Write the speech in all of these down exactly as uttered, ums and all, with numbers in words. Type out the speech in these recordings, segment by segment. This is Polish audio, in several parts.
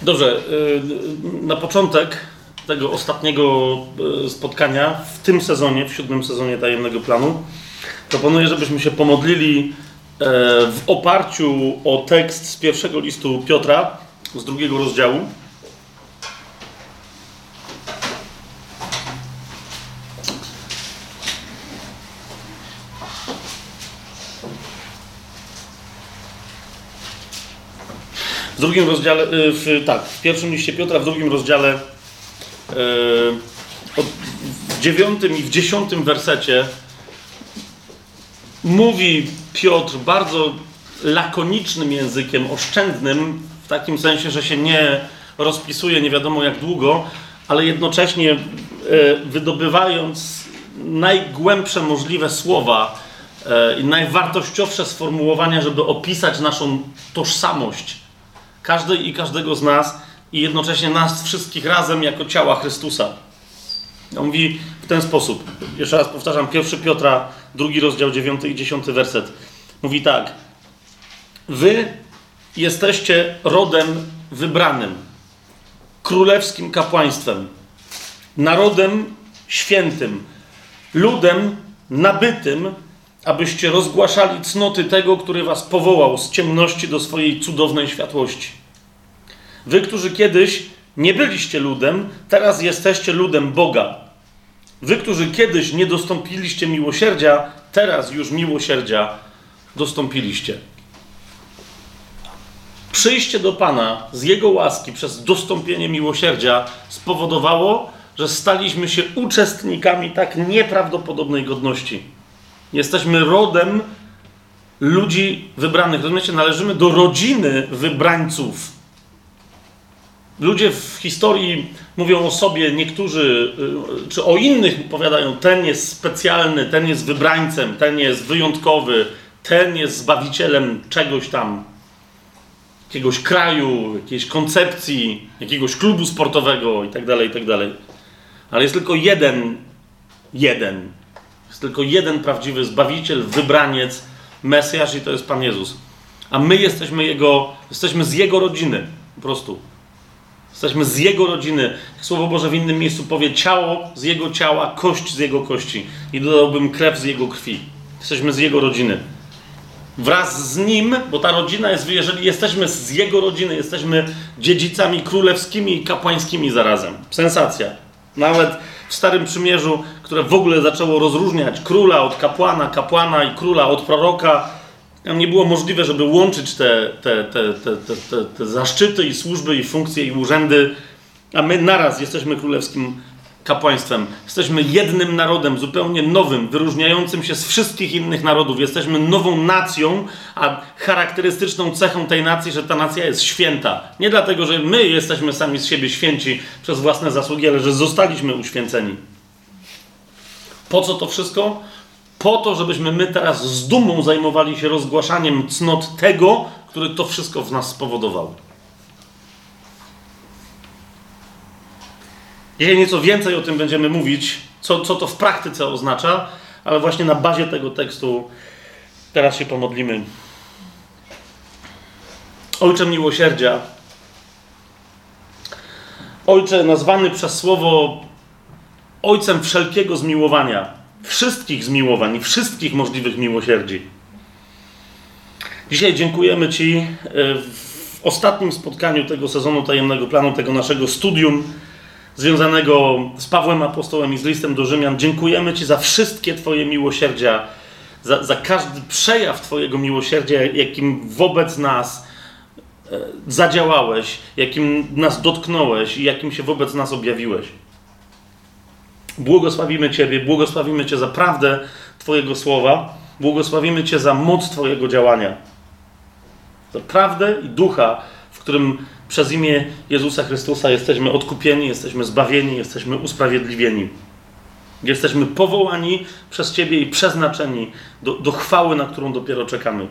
Dobrze, na początek tego ostatniego spotkania w tym sezonie, w siódmym sezonie Tajemnego Planu, proponuję, żebyśmy się pomodlili w oparciu o tekst z pierwszego listu Piotra, z drugiego rozdziału. W drugim rozdziale, w, tak, w pierwszym liście Piotra, w drugim rozdziale, yy, od, w dziewiątym i w dziesiątym wersecie mówi Piotr bardzo lakonicznym językiem, oszczędnym, w takim sensie, że się nie rozpisuje nie wiadomo jak długo, ale jednocześnie yy, wydobywając najgłębsze możliwe słowa yy, i najwartościowsze sformułowania, żeby opisać naszą tożsamość każdej i każdego z nas i jednocześnie nas wszystkich razem jako ciała Chrystusa. On mówi w ten sposób. Jeszcze raz powtarzam, pierwszy Piotra, drugi rozdział, dziewiąty i dziesiąty werset. Mówi tak. Wy jesteście rodem wybranym, królewskim kapłaństwem, narodem świętym, ludem nabytym, abyście rozgłaszali cnoty tego, który was powołał z ciemności do swojej cudownej światłości. Wy, którzy kiedyś nie byliście ludem, teraz jesteście ludem Boga. Wy, którzy kiedyś nie dostąpiliście miłosierdzia, teraz już miłosierdzia dostąpiliście. Przyjście do Pana z Jego łaski przez dostąpienie miłosierdzia spowodowało, że staliśmy się uczestnikami tak nieprawdopodobnej godności. Jesteśmy rodem ludzi wybranych. Rozumiecie? Należymy do rodziny wybrańców. Ludzie w historii mówią o sobie, niektórzy, czy o innych powiadają, ten jest specjalny, ten jest wybrańcem, ten jest wyjątkowy, ten jest zbawicielem czegoś tam, jakiegoś kraju, jakiejś koncepcji, jakiegoś klubu sportowego itd., itd. Ale jest tylko jeden, jeden. Jest tylko jeden prawdziwy Zbawiciel, wybraniec, Mesjasz i to jest Pan Jezus. A my jesteśmy Jego, jesteśmy z Jego rodziny, po prostu. Jesteśmy z Jego rodziny. Słowo Boże w innym miejscu powie ciało z Jego ciała, kość z Jego kości. I dodałbym krew z Jego krwi. Jesteśmy z Jego rodziny. Wraz z Nim, bo ta rodzina jest, jeżeli jesteśmy z Jego rodziny, jesteśmy dziedzicami królewskimi i kapłańskimi zarazem. Sensacja. Nawet w Starym Przymierzu, które w ogóle zaczęło rozróżniać króla od kapłana, kapłana i króla od proroka, tam nie było możliwe, żeby łączyć te, te, te, te, te, te, te zaszczyty i służby i funkcje i urzędy, a my naraz jesteśmy królewskim kapłaństwem. Jesteśmy jednym narodem, zupełnie nowym, wyróżniającym się z wszystkich innych narodów. Jesteśmy nową nacją, a charakterystyczną cechą tej nacji, że ta nacja jest święta. Nie dlatego, że my jesteśmy sami z siebie święci przez własne zasługi, ale że zostaliśmy uświęceni. Po co to wszystko? Po to, żebyśmy my teraz z dumą zajmowali się rozgłaszaniem cnot tego, który to wszystko w nas spowodował. Dzisiaj nieco więcej o tym będziemy mówić, co, co to w praktyce oznacza, ale właśnie na bazie tego tekstu teraz się pomodlimy. Ojcze miłosierdzia, Ojcze nazwany przez słowo Ojcem wszelkiego zmiłowania, wszystkich zmiłowań, wszystkich możliwych miłosierdzi. Dzisiaj dziękujemy Ci w ostatnim spotkaniu tego sezonu Tajemnego Planu, tego naszego studium związanego z Pawłem Apostołem i z listem do Rzymian. Dziękujemy Ci za wszystkie Twoje miłosierdzia, za, za każdy przejaw Twojego miłosierdzia, jakim wobec nas e, zadziałałeś, jakim nas dotknąłeś i jakim się wobec nas objawiłeś. Błogosławimy Ciebie, błogosławimy Cię za prawdę Twojego słowa, błogosławimy Cię za moc Twojego działania, za prawdę i ducha, w którym przez imię Jezusa Chrystusa jesteśmy odkupieni, jesteśmy zbawieni, jesteśmy usprawiedliwieni. Jesteśmy powołani przez Ciebie i przeznaczeni do, do chwały, na którą dopiero czekamy.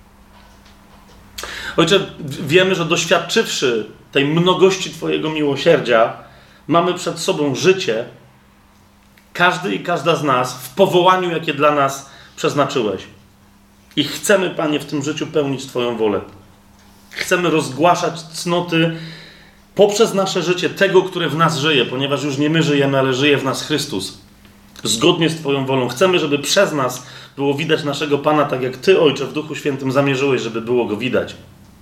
Ojcze, wiemy, że doświadczywszy tej mnogości Twojego miłosierdzia, mamy przed sobą życie, każdy i każda z nas, w powołaniu, jakie dla nas przeznaczyłeś. I chcemy, Panie, w tym życiu pełnić Twoją wolę. Chcemy rozgłaszać cnoty poprzez nasze życie tego, które w nas żyje, ponieważ już nie my żyjemy, ale żyje w nas Chrystus. Zgodnie z Twoją wolą. Chcemy, żeby przez nas było widać naszego Pana, tak jak Ty, Ojcze, w Duchu Świętym zamierzyłeś, żeby było Go widać.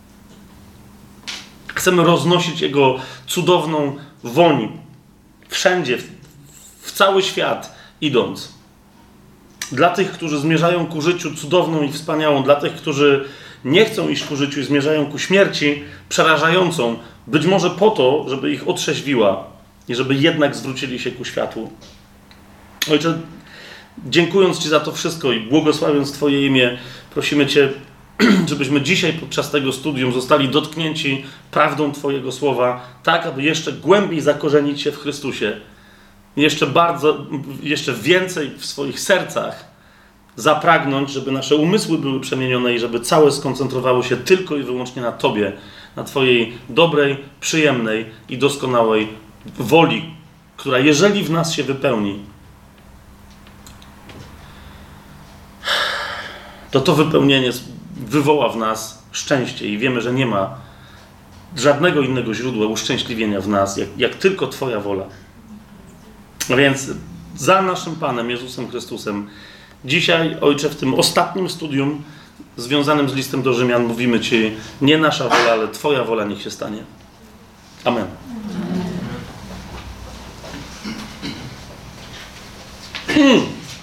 Chcemy roznosić Jego cudowną woń wszędzie, w, w cały świat idąc. Dla tych, którzy zmierzają ku życiu cudowną i wspaniałą, dla tych, którzy nie chcą iść ku życiu i zmierzają ku śmierci przerażającą, być może po to, żeby ich otrzeźwiła i żeby jednak zwrócili się ku światłu. Ojcze, dziękując Ci za to wszystko i błogosławiąc Twoje imię, prosimy Cię, żebyśmy dzisiaj podczas tego studium zostali dotknięci prawdą Twojego słowa, tak aby jeszcze głębiej zakorzenić się w Chrystusie, jeszcze bardzo, jeszcze więcej w swoich sercach zapragnąć, żeby nasze umysły były przemienione i żeby całe skoncentrowało się tylko i wyłącznie na Tobie, na Twojej dobrej, przyjemnej i doskonałej woli, która jeżeli w nas się wypełni, to to wypełnienie wywoła w nas szczęście i wiemy, że nie ma żadnego innego źródła uszczęśliwienia w nas, jak, jak tylko Twoja wola. A więc za naszym Panem Jezusem Chrystusem dzisiaj, Ojcze, w tym ostatnim studium związanym z listem do Rzymian mówimy Ci, nie nasza wola, ale Twoja wola niech się stanie. Amen. Hmm.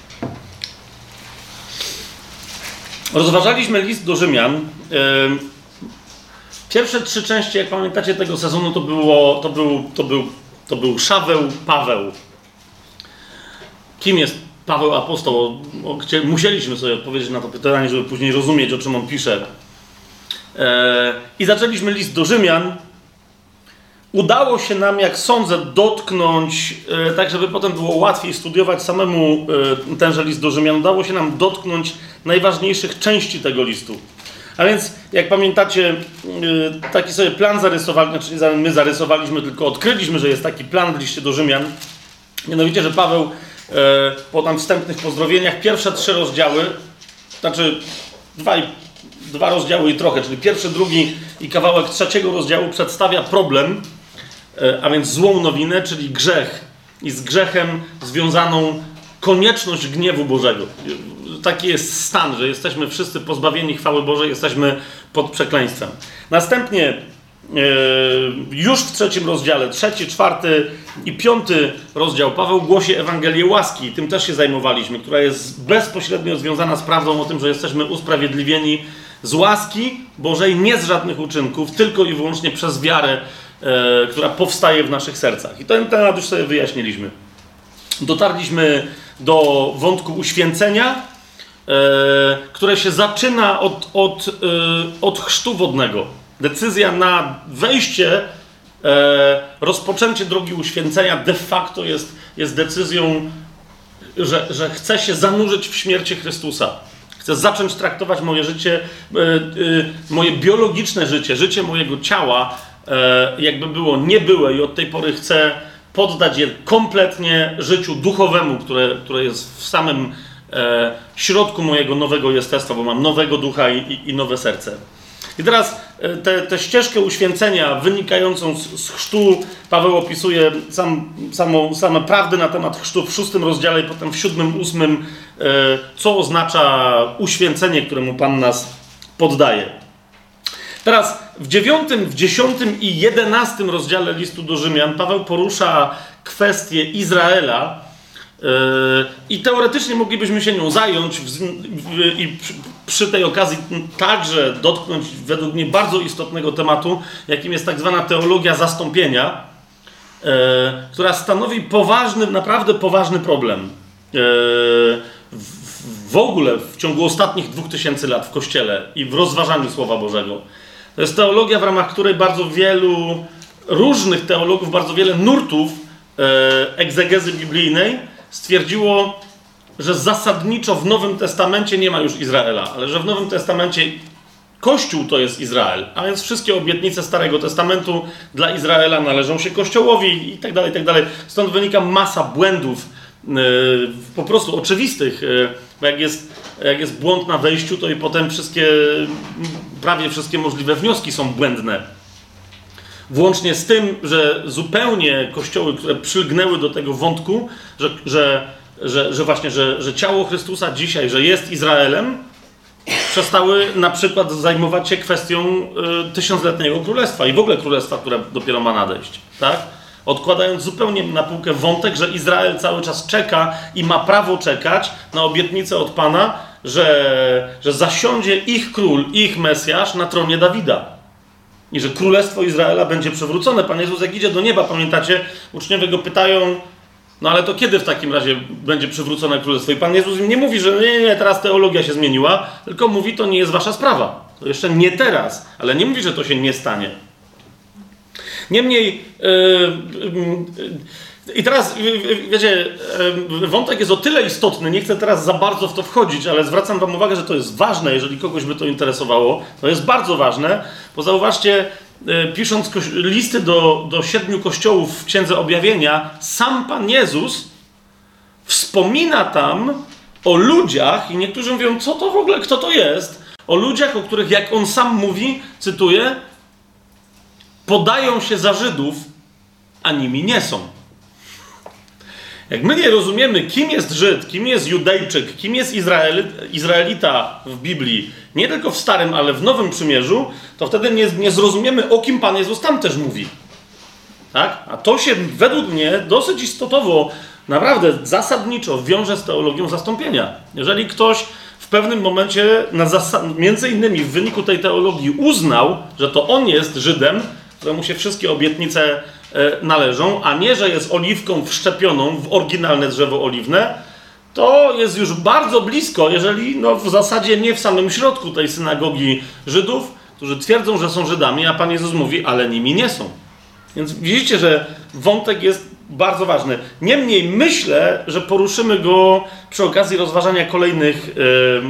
Rozważaliśmy list do Rzymian. Pierwsze trzy części, jak pamiętacie, tego sezonu to było, to był, to był, to był Szaweł, Paweł. Kim jest Paweł apostoł? Musieliśmy sobie odpowiedzieć na to pytanie, żeby później rozumieć, o czym on pisze. I zaczęliśmy list do Rzymian. Udało się nam, jak sądzę, dotknąć, tak żeby potem było łatwiej studiować samemu tenże list do Rzymian, udało się nam dotknąć najważniejszych części tego listu. A więc, jak pamiętacie, taki sobie plan zarysowali, znaczy my zarysowaliśmy, tylko odkryliśmy, że jest taki plan w liście do Rzymian. Mianowicie, że Paweł po tam wstępnych pozdrowieniach pierwsze trzy rozdziały, znaczy dwa, dwa rozdziały i trochę, czyli pierwszy, drugi i kawałek trzeciego rozdziału przedstawia problem, a więc złą nowinę, czyli grzech i z grzechem związaną konieczność gniewu Bożego. Taki jest stan, że jesteśmy wszyscy pozbawieni chwały Bożej, jesteśmy pod przekleństwem. Następnie już w trzecim rozdziale, trzeci, czwarty i piąty rozdział, Paweł głosi Ewangelię łaski, tym też się zajmowaliśmy, która jest bezpośrednio związana z prawdą o tym, że jesteśmy usprawiedliwieni z łaski Bożej, nie z żadnych uczynków, tylko i wyłącznie przez wiarę, e, która powstaje w naszych sercach. I ten temat już sobie wyjaśniliśmy. Dotarliśmy do wątku uświęcenia, e, które się zaczyna od, od, e, od chrztu wodnego. Decyzja na wejście, e, rozpoczęcie drogi uświęcenia de facto jest, jest decyzją, że, że chce się zanurzyć w śmierci Chrystusa. Chcę zacząć traktować moje życie, e, e, moje biologiczne życie, życie mojego ciała, e, jakby było niebyłe i od tej pory chcę poddać je kompletnie życiu duchowemu, które, które jest w samym e, środku mojego nowego jestestwa, bo mam nowego ducha i, i, i nowe serce. I teraz tę ścieżkę uświęcenia wynikającą z, z chrztu Paweł opisuje sam, samą, same prawdy na temat chrztu w szóstym rozdziale i potem w siódmym, ósmym, e, co oznacza uświęcenie, któremu Pan nas poddaje. Teraz w dziewiątym, w dziesiątym i jedenastym rozdziale listu do Rzymian Paweł porusza kwestię Izraela yy, i teoretycznie moglibyśmy się nią zająć w, w, i przy, przy tej okazji także dotknąć według mnie bardzo istotnego tematu, jakim jest tak zwana teologia zastąpienia, yy, która stanowi poważny, naprawdę poważny problem yy, w, w ogóle w ciągu ostatnich dwóch tysięcy lat w Kościele i w rozważaniu Słowa Bożego. To jest teologia, w ramach której bardzo wielu różnych teologów, bardzo wiele nurtów e, egzegezy biblijnej stwierdziło, że zasadniczo w Nowym Testamencie nie ma już Izraela, ale że w Nowym Testamencie Kościół to jest Izrael, a więc wszystkie obietnice Starego Testamentu dla Izraela należą się Kościołowi i tak dalej, i tak dalej. Stąd wynika masa błędów e, po prostu oczywistych, e, bo jak jest, jak jest błąd na wejściu, to i potem wszystkie, prawie wszystkie możliwe wnioski są błędne. Włącznie z tym, że zupełnie kościoły, które przylgnęły do tego wątku, że, że, że, że właśnie, że, że ciało Chrystusa dzisiaj, że jest Izraelem, przestały na przykład zajmować się kwestią y, tysiącletniego królestwa i w ogóle królestwa, które dopiero ma nadejść, tak? Odkładając zupełnie na półkę wątek, że Izrael cały czas czeka i ma prawo czekać na obietnicę od Pana, że, że zasiądzie ich król, ich Mesjasz na tronie Dawida. I że królestwo Izraela będzie przywrócone. Pan Jezus jak idzie do nieba, pamiętacie, uczniowie go pytają, no ale to kiedy w takim razie będzie przywrócone królestwo? I Pan Jezus im nie mówi, że nie, nie, teraz teologia się zmieniła, tylko mówi, to nie jest wasza sprawa. To jeszcze nie teraz, ale nie mówi, że to się nie stanie. Niemniej, yy, yy, i teraz, yy, wiecie, yy, wątek jest o tyle istotny, nie chcę teraz za bardzo w to wchodzić, ale zwracam wam uwagę, że to jest ważne, jeżeli kogoś by to interesowało. To jest bardzo ważne, bo zauważcie, yy, pisząc listy do, do siedmiu kościołów w Księdze Objawienia, sam Pan Jezus wspomina tam o ludziach, i niektórzy mówią, co to w ogóle, kto to jest? O ludziach, o których, jak on sam mówi, cytuję, podają się za Żydów, a nimi nie są. Jak my nie rozumiemy, kim jest Żyd, kim jest Judejczyk, kim jest Izrael, Izraelita w Biblii, nie tylko w Starym, ale w Nowym Przymierzu, to wtedy nie, nie zrozumiemy, o kim Pan Jezus tam też mówi. Tak? A to się według mnie dosyć istotowo, naprawdę zasadniczo wiąże z teologią zastąpienia. Jeżeli ktoś w pewnym momencie, na zas- między innymi w wyniku tej teologii uznał, że to on jest Żydem, któremu się wszystkie obietnice e, należą, a nie, że jest oliwką wszczepioną w oryginalne drzewo oliwne, to jest już bardzo blisko, jeżeli no, w zasadzie nie w samym środku tej synagogi Żydów, którzy twierdzą, że są Żydami, a Pan Jezus mówi, ale nimi nie są. Więc widzicie, że wątek jest bardzo ważny. Niemniej myślę, że poruszymy go przy okazji rozważania kolejnych e,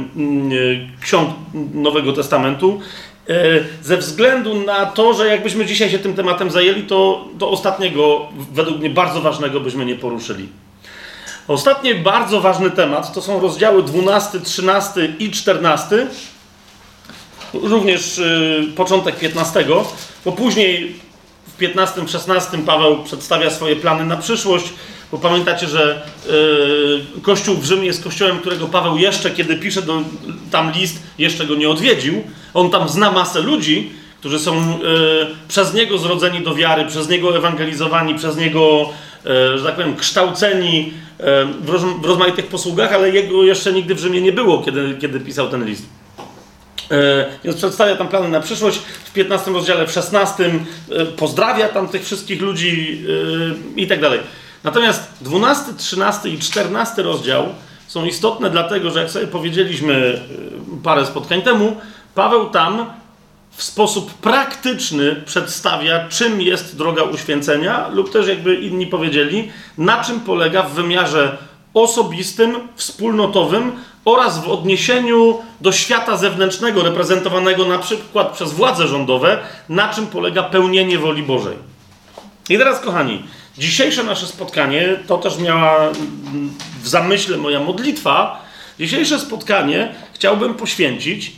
e, ksiąg Nowego Testamentu, e, ze względu na to, że jakbyśmy dzisiaj się tym tematem zajęli, to, to ostatniego, według mnie bardzo ważnego, byśmy nie poruszyli. Ostatni bardzo ważny temat to są rozdziały dwunasty, trzynasty i czternasty, również e, początek piętnastego, bo później w piętnastym, szesnastym Paweł przedstawia swoje plany na przyszłość, bo pamiętacie, że yy, Kościół w Rzymie jest kościołem, którego Paweł jeszcze, kiedy pisze do, tam list, jeszcze go nie odwiedził. On tam zna masę ludzi, którzy są yy, przez niego zrodzeni do wiary, przez niego ewangelizowani, przez niego, yy, że tak powiem, kształceni yy, w, roz, w rozmaitych posługach, ale jego jeszcze nigdy w Rzymie nie było, kiedy, kiedy pisał ten list. Yy, więc przedstawia tam plany na przyszłość. W piętnastym rozdziale, w szesnastym yy, pozdrawia tam tych wszystkich ludzi yy, i tak dalej. Natomiast dwunasty, trzynasty i czternasty rozdział są istotne dlatego, że jak sobie powiedzieliśmy yy, parę spotkań temu, Paweł tam w sposób praktyczny przedstawia, czym jest droga uświęcenia, lub też jakby inni powiedzieli, na czym polega w wymiarze osobistym, wspólnotowym oraz w odniesieniu do świata zewnętrznego, reprezentowanego na przykład przez władze rządowe, na czym polega pełnienie woli Bożej. I teraz, kochani, dzisiejsze nasze spotkanie, to też miała w zamyśle moja modlitwa, dzisiejsze spotkanie chciałbym poświęcić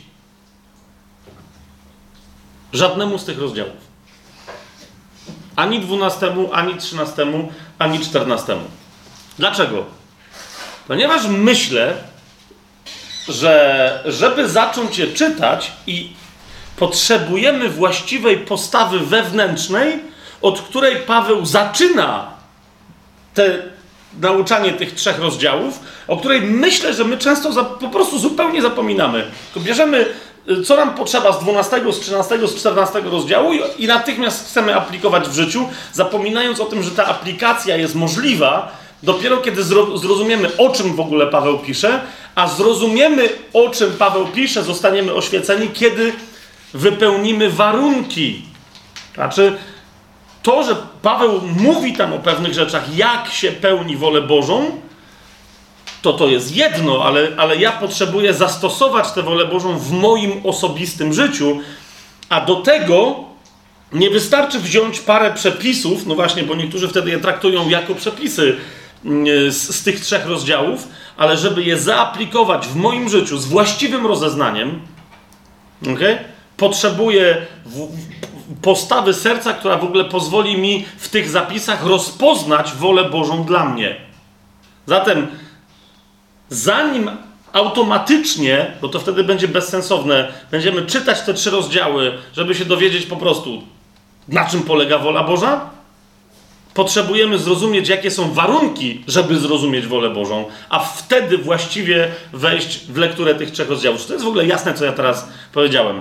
żadnemu z tych rozdziałów. Ani dwunastemu, ani trzynastemu, ani czternastemu. Dlaczego? Ponieważ myślę, że żeby zacząć je czytać i potrzebujemy właściwej postawy wewnętrznej, od której Paweł zaczyna te nauczanie tych trzech rozdziałów, o której myślę, że my często za, po prostu zupełnie zapominamy. To bierzemy, co nam potrzeba z dwunastego, z trzynastego, z czternastego rozdziału i, i natychmiast chcemy aplikować w życiu, zapominając o tym, że ta aplikacja jest możliwa dopiero kiedy zro, zrozumiemy, o czym w ogóle Paweł pisze, a zrozumiemy, o czym Paweł pisze, zostaniemy oświeceni, kiedy wypełnimy warunki. Znaczy, to, że Paweł mówi tam o pewnych rzeczach, jak się pełni wolę Bożą, to to jest jedno, ale, ale ja potrzebuję zastosować tę wolę Bożą w moim osobistym życiu, a do tego nie wystarczy wziąć parę przepisów, no właśnie, bo niektórzy wtedy je traktują jako przepisy z, z tych trzech rozdziałów, ale żeby je zaaplikować w moim życiu z właściwym rozeznaniem, okay, potrzebuję w, postawy serca, która w ogóle pozwoli mi w tych zapisach rozpoznać wolę Bożą dla mnie. Zatem, zanim automatycznie, bo to wtedy będzie bezsensowne, będziemy czytać te trzy rozdziały, żeby się dowiedzieć po prostu, na czym polega wola Boża, potrzebujemy zrozumieć, jakie są warunki, żeby zrozumieć wolę Bożą, a wtedy właściwie wejść w lekturę tych trzech rozdziałów. To jest w ogóle jasne, co ja teraz powiedziałem.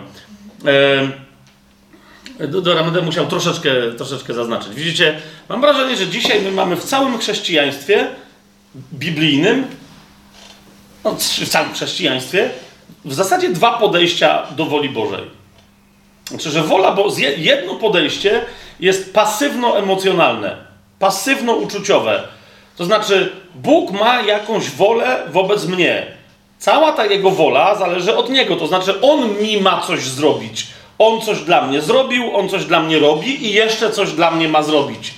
Eee, Dobra, będę musiał troszeczkę, troszeczkę zaznaczyć. Widzicie, mam wrażenie, że dzisiaj my mamy w całym chrześcijaństwie biblijnym, no, w całym chrześcijaństwie, w zasadzie dwa podejścia do woli Bożej. Znaczy, że wola Boża, jedno podejście jest pasywno-emocjonalne, pasywno-uczuciowe. To znaczy, Bóg ma jakąś wolę wobec mnie. Cała ta Jego wola zależy od Niego. To znaczy, On mi ma coś zrobić. On coś dla mnie zrobił, On coś dla mnie robi i jeszcze coś dla mnie ma zrobić.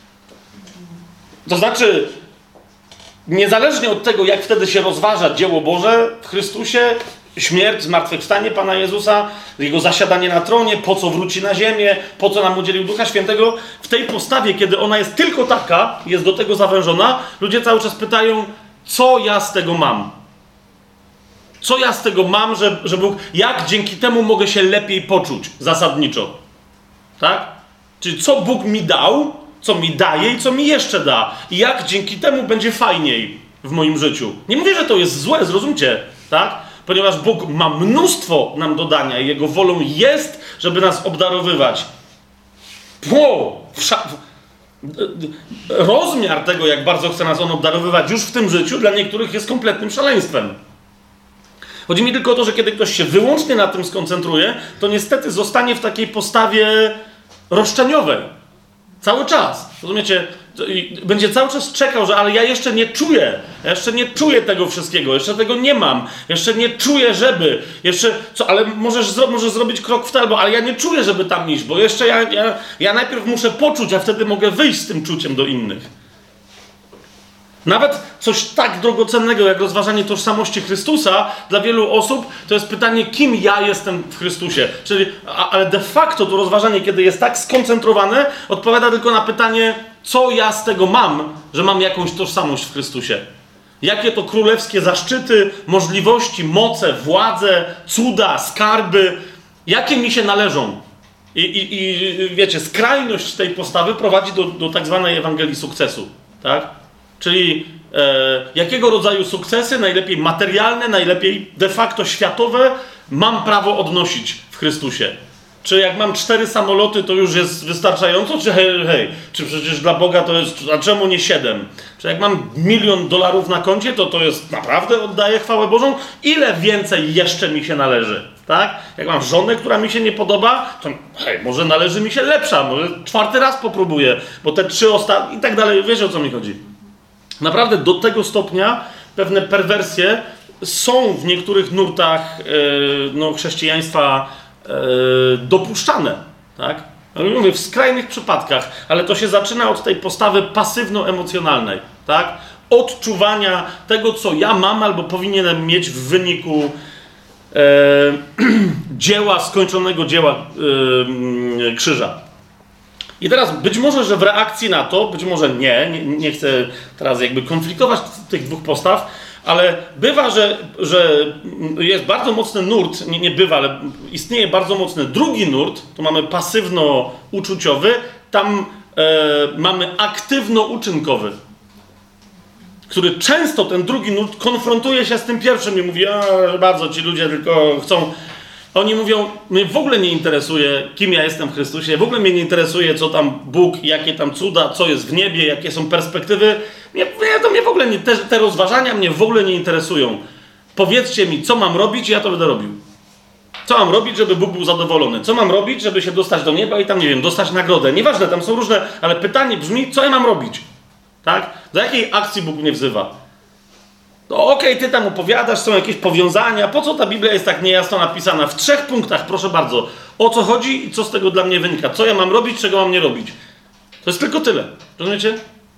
To znaczy, niezależnie od tego, jak wtedy się rozważa dzieło Boże w Chrystusie, śmierć, zmartwychwstanie Pana Jezusa, Jego zasiadanie na tronie, po co wróci na ziemię, po co nam udzielił Ducha Świętego, w tej postawie, kiedy ona jest tylko taka, jest do tego zawężona, ludzie cały czas pytają, co ja z tego mam? Co ja z tego mam, że, że Bóg, jak dzięki temu mogę się lepiej poczuć zasadniczo? Tak? Czyli co Bóg mi dał, co mi daje i co mi jeszcze da. I jak dzięki temu będzie fajniej w moim życiu. Nie mówię, że to jest złe, zrozumcie, tak? Ponieważ Bóg ma mnóstwo nam do dania i Jego wolą jest, żeby nas obdarowywać. Wow! Rozmiar tego, jak bardzo chce nas On obdarowywać już w tym życiu, dla niektórych jest kompletnym szaleństwem. Chodzi mi tylko o to, że kiedy ktoś się wyłącznie na tym skoncentruje, to niestety zostanie w takiej postawie roszczeniowej. Cały czas. Rozumiecie? Będzie cały czas czekał, że ale ja jeszcze nie czuję. Ja jeszcze nie czuję tego wszystkiego. Jeszcze tego nie mam. Jeszcze nie czuję, żeby. Jeszcze co, ale możesz, zro, możesz zrobić krok w to, ale ja nie czuję, żeby tam iść, bo jeszcze ja, ja, ja najpierw muszę poczuć, a wtedy mogę wyjść z tym czuciem do innych. Nawet coś tak drogocennego jak rozważanie tożsamości Chrystusa dla wielu osób to jest pytanie, kim ja jestem w Chrystusie. Czyli, a, ale de facto to rozważanie, kiedy jest tak skoncentrowane, odpowiada tylko na pytanie, co ja z tego mam, że mam jakąś tożsamość w Chrystusie. Jakie to królewskie zaszczyty, możliwości, moce, władze, cuda, skarby, jakie mi się należą. I, i, i wiecie, skrajność tej postawy prowadzi do, do tak zwanej Ewangelii sukcesu. Tak? Czyli e, jakiego rodzaju sukcesy, najlepiej materialne, najlepiej de facto światowe, mam prawo odnosić w Chrystusie. Czy jak mam cztery samoloty, to już jest wystarczająco? Czy hej, hej, czy przecież dla Boga to jest, a czemu nie siedem? Czy jak mam milion dolarów na koncie, to to jest naprawdę oddaję chwałę Bożą? Ile więcej jeszcze mi się należy? Tak? Jak mam żonę, która mi się nie podoba, to hej, może należy mi się lepsza, może czwarty raz popróbuję, bo te trzy ostatnie i tak dalej, wiesz o co mi chodzi. Naprawdę do tego stopnia pewne perwersje są w niektórych nurtach yy, no, chrześcijaństwa yy, dopuszczane. Tak? Mówię, w skrajnych przypadkach, ale to się zaczyna od tej postawy pasywno-emocjonalnej. Tak? Odczuwania tego, co ja mam albo powinienem mieć w wyniku yy, dzieła, skończonego dzieła yy, krzyża. I teraz być może, że w reakcji na to, być może nie, nie, nie chcę teraz jakby konfliktować tych dwóch postaw, ale bywa, że, że jest bardzo mocny nurt, nie, nie bywa, ale istnieje bardzo mocny drugi nurt, to mamy pasywno-uczuciowy, tam e, mamy aktywno-uczynkowy, który często ten drugi nurt konfrontuje się z tym pierwszym i mówi, a bardzo ci ludzie tylko chcą... Oni mówią, mnie w ogóle nie interesuje, kim ja jestem w Chrystusie, w ogóle mnie nie interesuje, co tam Bóg, jakie tam cuda, co jest w niebie, jakie są perspektywy. Mnie, to mnie w ogóle nie, te, te rozważania mnie w ogóle nie interesują. Powiedzcie mi, co mam robić i ja to będę robił. Co mam robić, żeby Bóg był zadowolony? Co mam robić, żeby się dostać do nieba i tam, nie wiem, dostać nagrodę? Nieważne, tam są różne, ale pytanie brzmi, co ja mam robić? Tak? Do jakiej akcji Bóg mnie wzywa? No okej, okay, ty tam opowiadasz, są jakieś powiązania. Po co ta Biblia jest tak niejasno napisana? W trzech punktach, proszę bardzo. O co chodzi i co z tego dla mnie wynika? Co ja mam robić, czego mam nie robić? To jest tylko tyle. Rozumiecie?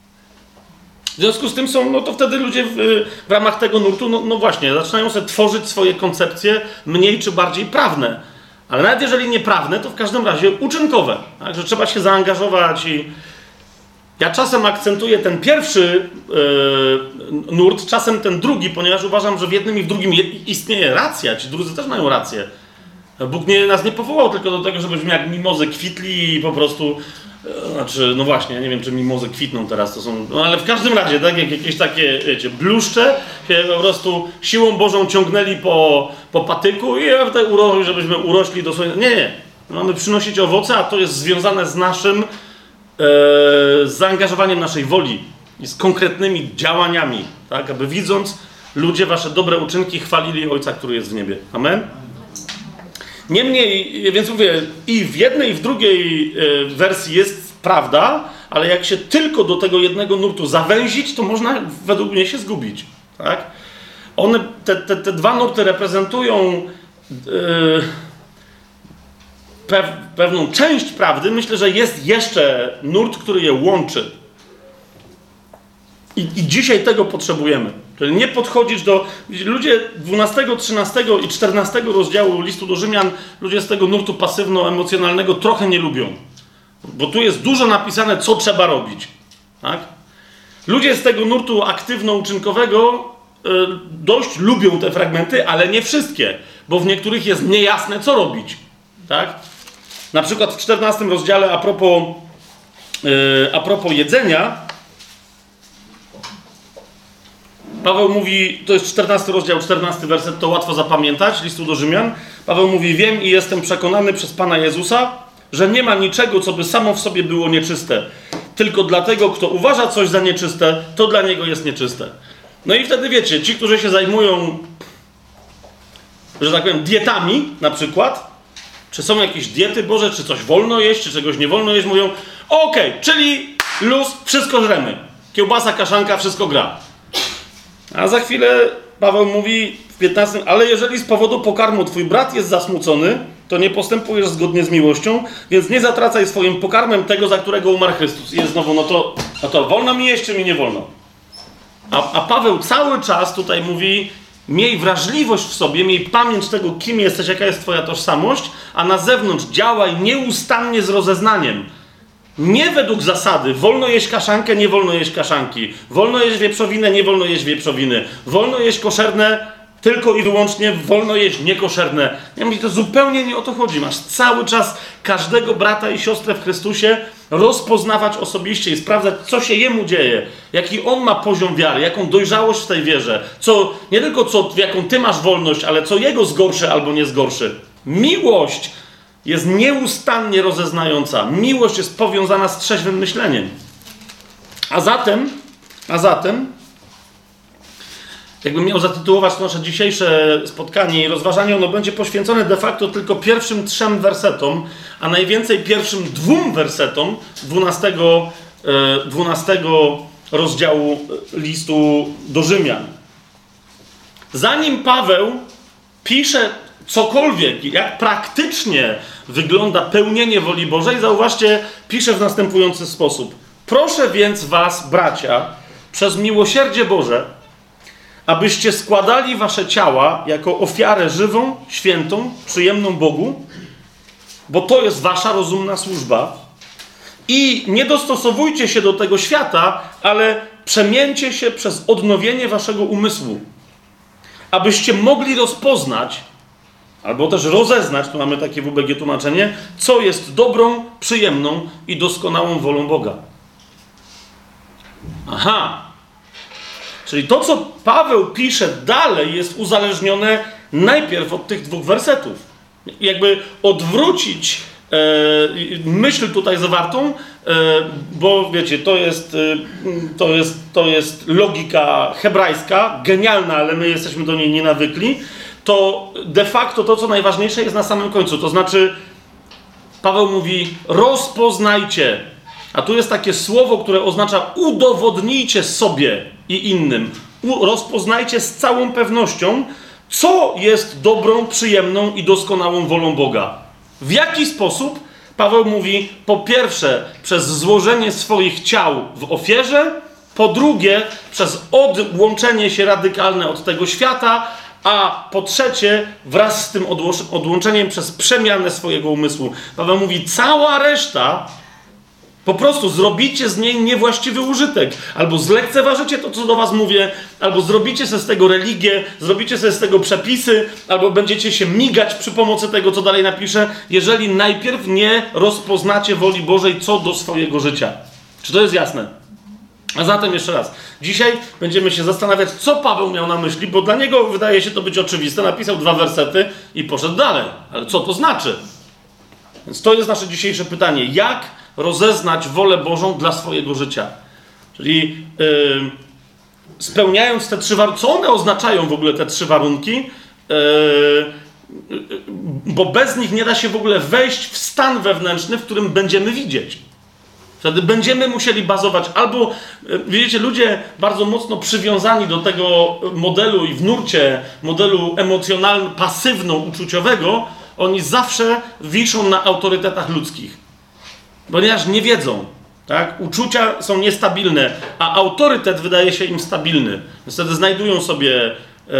W związku z tym są, no to wtedy ludzie w, w ramach tego nurtu, no, no właśnie, zaczynają sobie tworzyć swoje koncepcje mniej czy bardziej prawne. Ale nawet jeżeli nieprawne, to w każdym razie uczynkowe. Tak? Że trzeba się zaangażować i... Ja czasem akcentuję ten pierwszy yy, nurt, czasem ten drugi, ponieważ uważam, że w jednym i w drugim istnieje racja. Ci drudzy też mają rację. Bóg nie, nas nie powołał tylko do tego, żebyśmy jak mimozy kwitli i po prostu... Yy, znaczy, no właśnie, ja nie wiem, czy mimozy kwitną teraz, to są... No ale w każdym razie, tak, jak jakieś takie, wiecie, bluszcze się po prostu siłą Bożą ciągnęli po, po patyku i uro, żebyśmy urośli do swojego... Nie, nie. Mamy przynosić owoce, a to jest związane z naszym... z zaangażowaniem naszej woli i z konkretnymi działaniami, tak, aby widząc ludzie wasze dobre uczynki chwalili Ojca, który jest w niebie. Amen? Niemniej, więc mówię, i w jednej, i w drugiej wersji jest prawda, ale jak się tylko do tego jednego nurtu zawęzić, to można według mnie się zgubić. Tak? One, te, te, te dwa nurty reprezentują yy, pewną część prawdy. Myślę, że jest jeszcze nurt, który je łączy. I, i dzisiaj tego potrzebujemy. Czyli nie podchodzisz do... Ludzie dwunastego, trzynastego i czternastego rozdziału listu do Rzymian, ludzie z tego nurtu pasywno-emocjonalnego trochę nie lubią. Bo tu jest dużo napisane, co trzeba robić. Tak? Ludzie z tego nurtu aktywno-uczynkowego yy, dość lubią te fragmenty, ale nie wszystkie. Bo w niektórych jest niejasne, co robić. Tak? Na przykład w czternastym rozdziale a propos, yy, a propos jedzenia, Paweł mówi, to jest czternasty rozdział, czternasty werset, to łatwo zapamiętać, listu do Rzymian. Paweł mówi, wiem i jestem przekonany przez Pana Jezusa, że nie ma niczego, co by samo w sobie było nieczyste. Tylko dlatego, kto uważa coś za nieczyste, to dla niego jest nieczyste. No i wtedy wiecie, ci, którzy się zajmują, że tak powiem, dietami na przykład, czy są jakieś diety Boże, czy coś wolno jeść, czy czegoś nie wolno jeść, mówią, okej, okay, czyli luz, wszystko żremy. Kiełbasa, kaszanka, wszystko gra. A za chwilę Paweł mówi w piętnastym, ale jeżeli z powodu pokarmu twój brat jest zasmucony, to nie postępujesz zgodnie z miłością, więc nie zatracaj swoim pokarmem tego, za którego umarł Chrystus. I jest znowu, no to, no to wolno mi jeść, czy mi nie wolno? A, a Paweł cały czas tutaj mówi, miej wrażliwość w sobie, miej pamięć tego, kim jesteś, jaka jest twoja tożsamość, a na zewnątrz działaj nieustannie z rozeznaniem. Nie według zasady, wolno jeść kaszankę, nie wolno jeść kaszanki. Wolno jeść wieprzowinę, nie wolno jeść wieprzowiny. Wolno jeść koszerne, tylko i wyłącznie wolno jeść niekoszerne. Ja mówię, to zupełnie nie o to chodzi. Masz cały czas każdego brata i siostrę w Chrystusie rozpoznawać osobiście i sprawdzać, co się jemu dzieje. Jaki on ma poziom wiary, jaką dojrzałość w tej wierze. Co, nie tylko co, w jaką ty masz wolność, ale co jego zgorszy albo nie zgorszy. Miłość jest nieustannie rozeznająca. Miłość jest powiązana z trzeźwym myśleniem. A zatem, a zatem, jakbym miał zatytułować to nasze dzisiejsze spotkanie i rozważanie, ono będzie poświęcone de facto tylko pierwszym trzem wersetom, a najwięcej pierwszym dwóm wersetom dwunastego, dwunastego rozdziału listu do Rzymian. Zanim Paweł pisze cokolwiek, jak praktycznie wygląda pełnienie woli Bożej, zauważcie, pisze w następujący sposób. Proszę więc was, bracia, przez miłosierdzie Boże, abyście składali wasze ciała jako ofiarę żywą, świętą, przyjemną Bogu, bo to jest wasza rozumna służba. I nie dostosowujcie się do tego świata, ale przemieńcie się przez odnowienie waszego umysłu, abyście mogli rozpoznać, albo też rozeznać, tu mamy takie w U B G tłumaczenie, co jest dobrą, przyjemną i doskonałą wolą Boga. Aha. Czyli to, co Paweł pisze dalej, jest uzależnione najpierw od tych dwóch wersetów. Jakby odwrócić e, myśl tutaj zawartą, e, bo wiecie, to jest, e, to, jest, to jest logika hebrajska, genialna, ale my jesteśmy do niej nienawykli. To de facto to, co najważniejsze, jest na samym końcu. To znaczy, Paweł mówi, rozpoznajcie. A tu jest takie słowo, które oznacza udowodnijcie sobie i innym. U, rozpoznajcie z całą pewnością, co jest dobrą, przyjemną i doskonałą wolą Boga. W jaki sposób? Paweł mówi, po pierwsze, przez złożenie swoich ciał w ofierze, po drugie, przez odłączenie się radykalne od tego świata, a po trzecie wraz z tym odłączeniem przez przemianę swojego umysłu. Paweł mówi, cała reszta po prostu zrobicie z niej niewłaściwy użytek. Albo zlekceważycie to, co do was mówię, albo zrobicie sobie z tego religię, zrobicie sobie z tego przepisy, albo będziecie się migać przy pomocy tego, co dalej napiszę, jeżeli najpierw nie rozpoznacie woli Bożej co do swojego życia. Czy to jest jasne? A zatem jeszcze raz, dzisiaj będziemy się zastanawiać, co Paweł miał na myśli, bo dla niego wydaje się to być oczywiste. Napisał dwa wersety i poszedł dalej. Ale co to znaczy? Więc to jest nasze dzisiejsze pytanie. Jak rozeznać wolę Bożą dla swojego życia? Czyli yy, spełniając te trzy warunki, co one oznaczają w ogóle te trzy warunki, yy, yy, bo bez nich nie da się w ogóle wejść w stan wewnętrzny, w którym będziemy widzieć. Wtedy będziemy musieli bazować albo, widzicie, ludzie bardzo mocno przywiązani do tego modelu i w nurcie modelu emocjonalno-pasywno-uczuciowego, oni zawsze wiszą na autorytetach ludzkich. Ponieważ nie wiedzą, tak? Uczucia są niestabilne, a autorytet wydaje się im stabilny. Więc wtedy znajdują sobie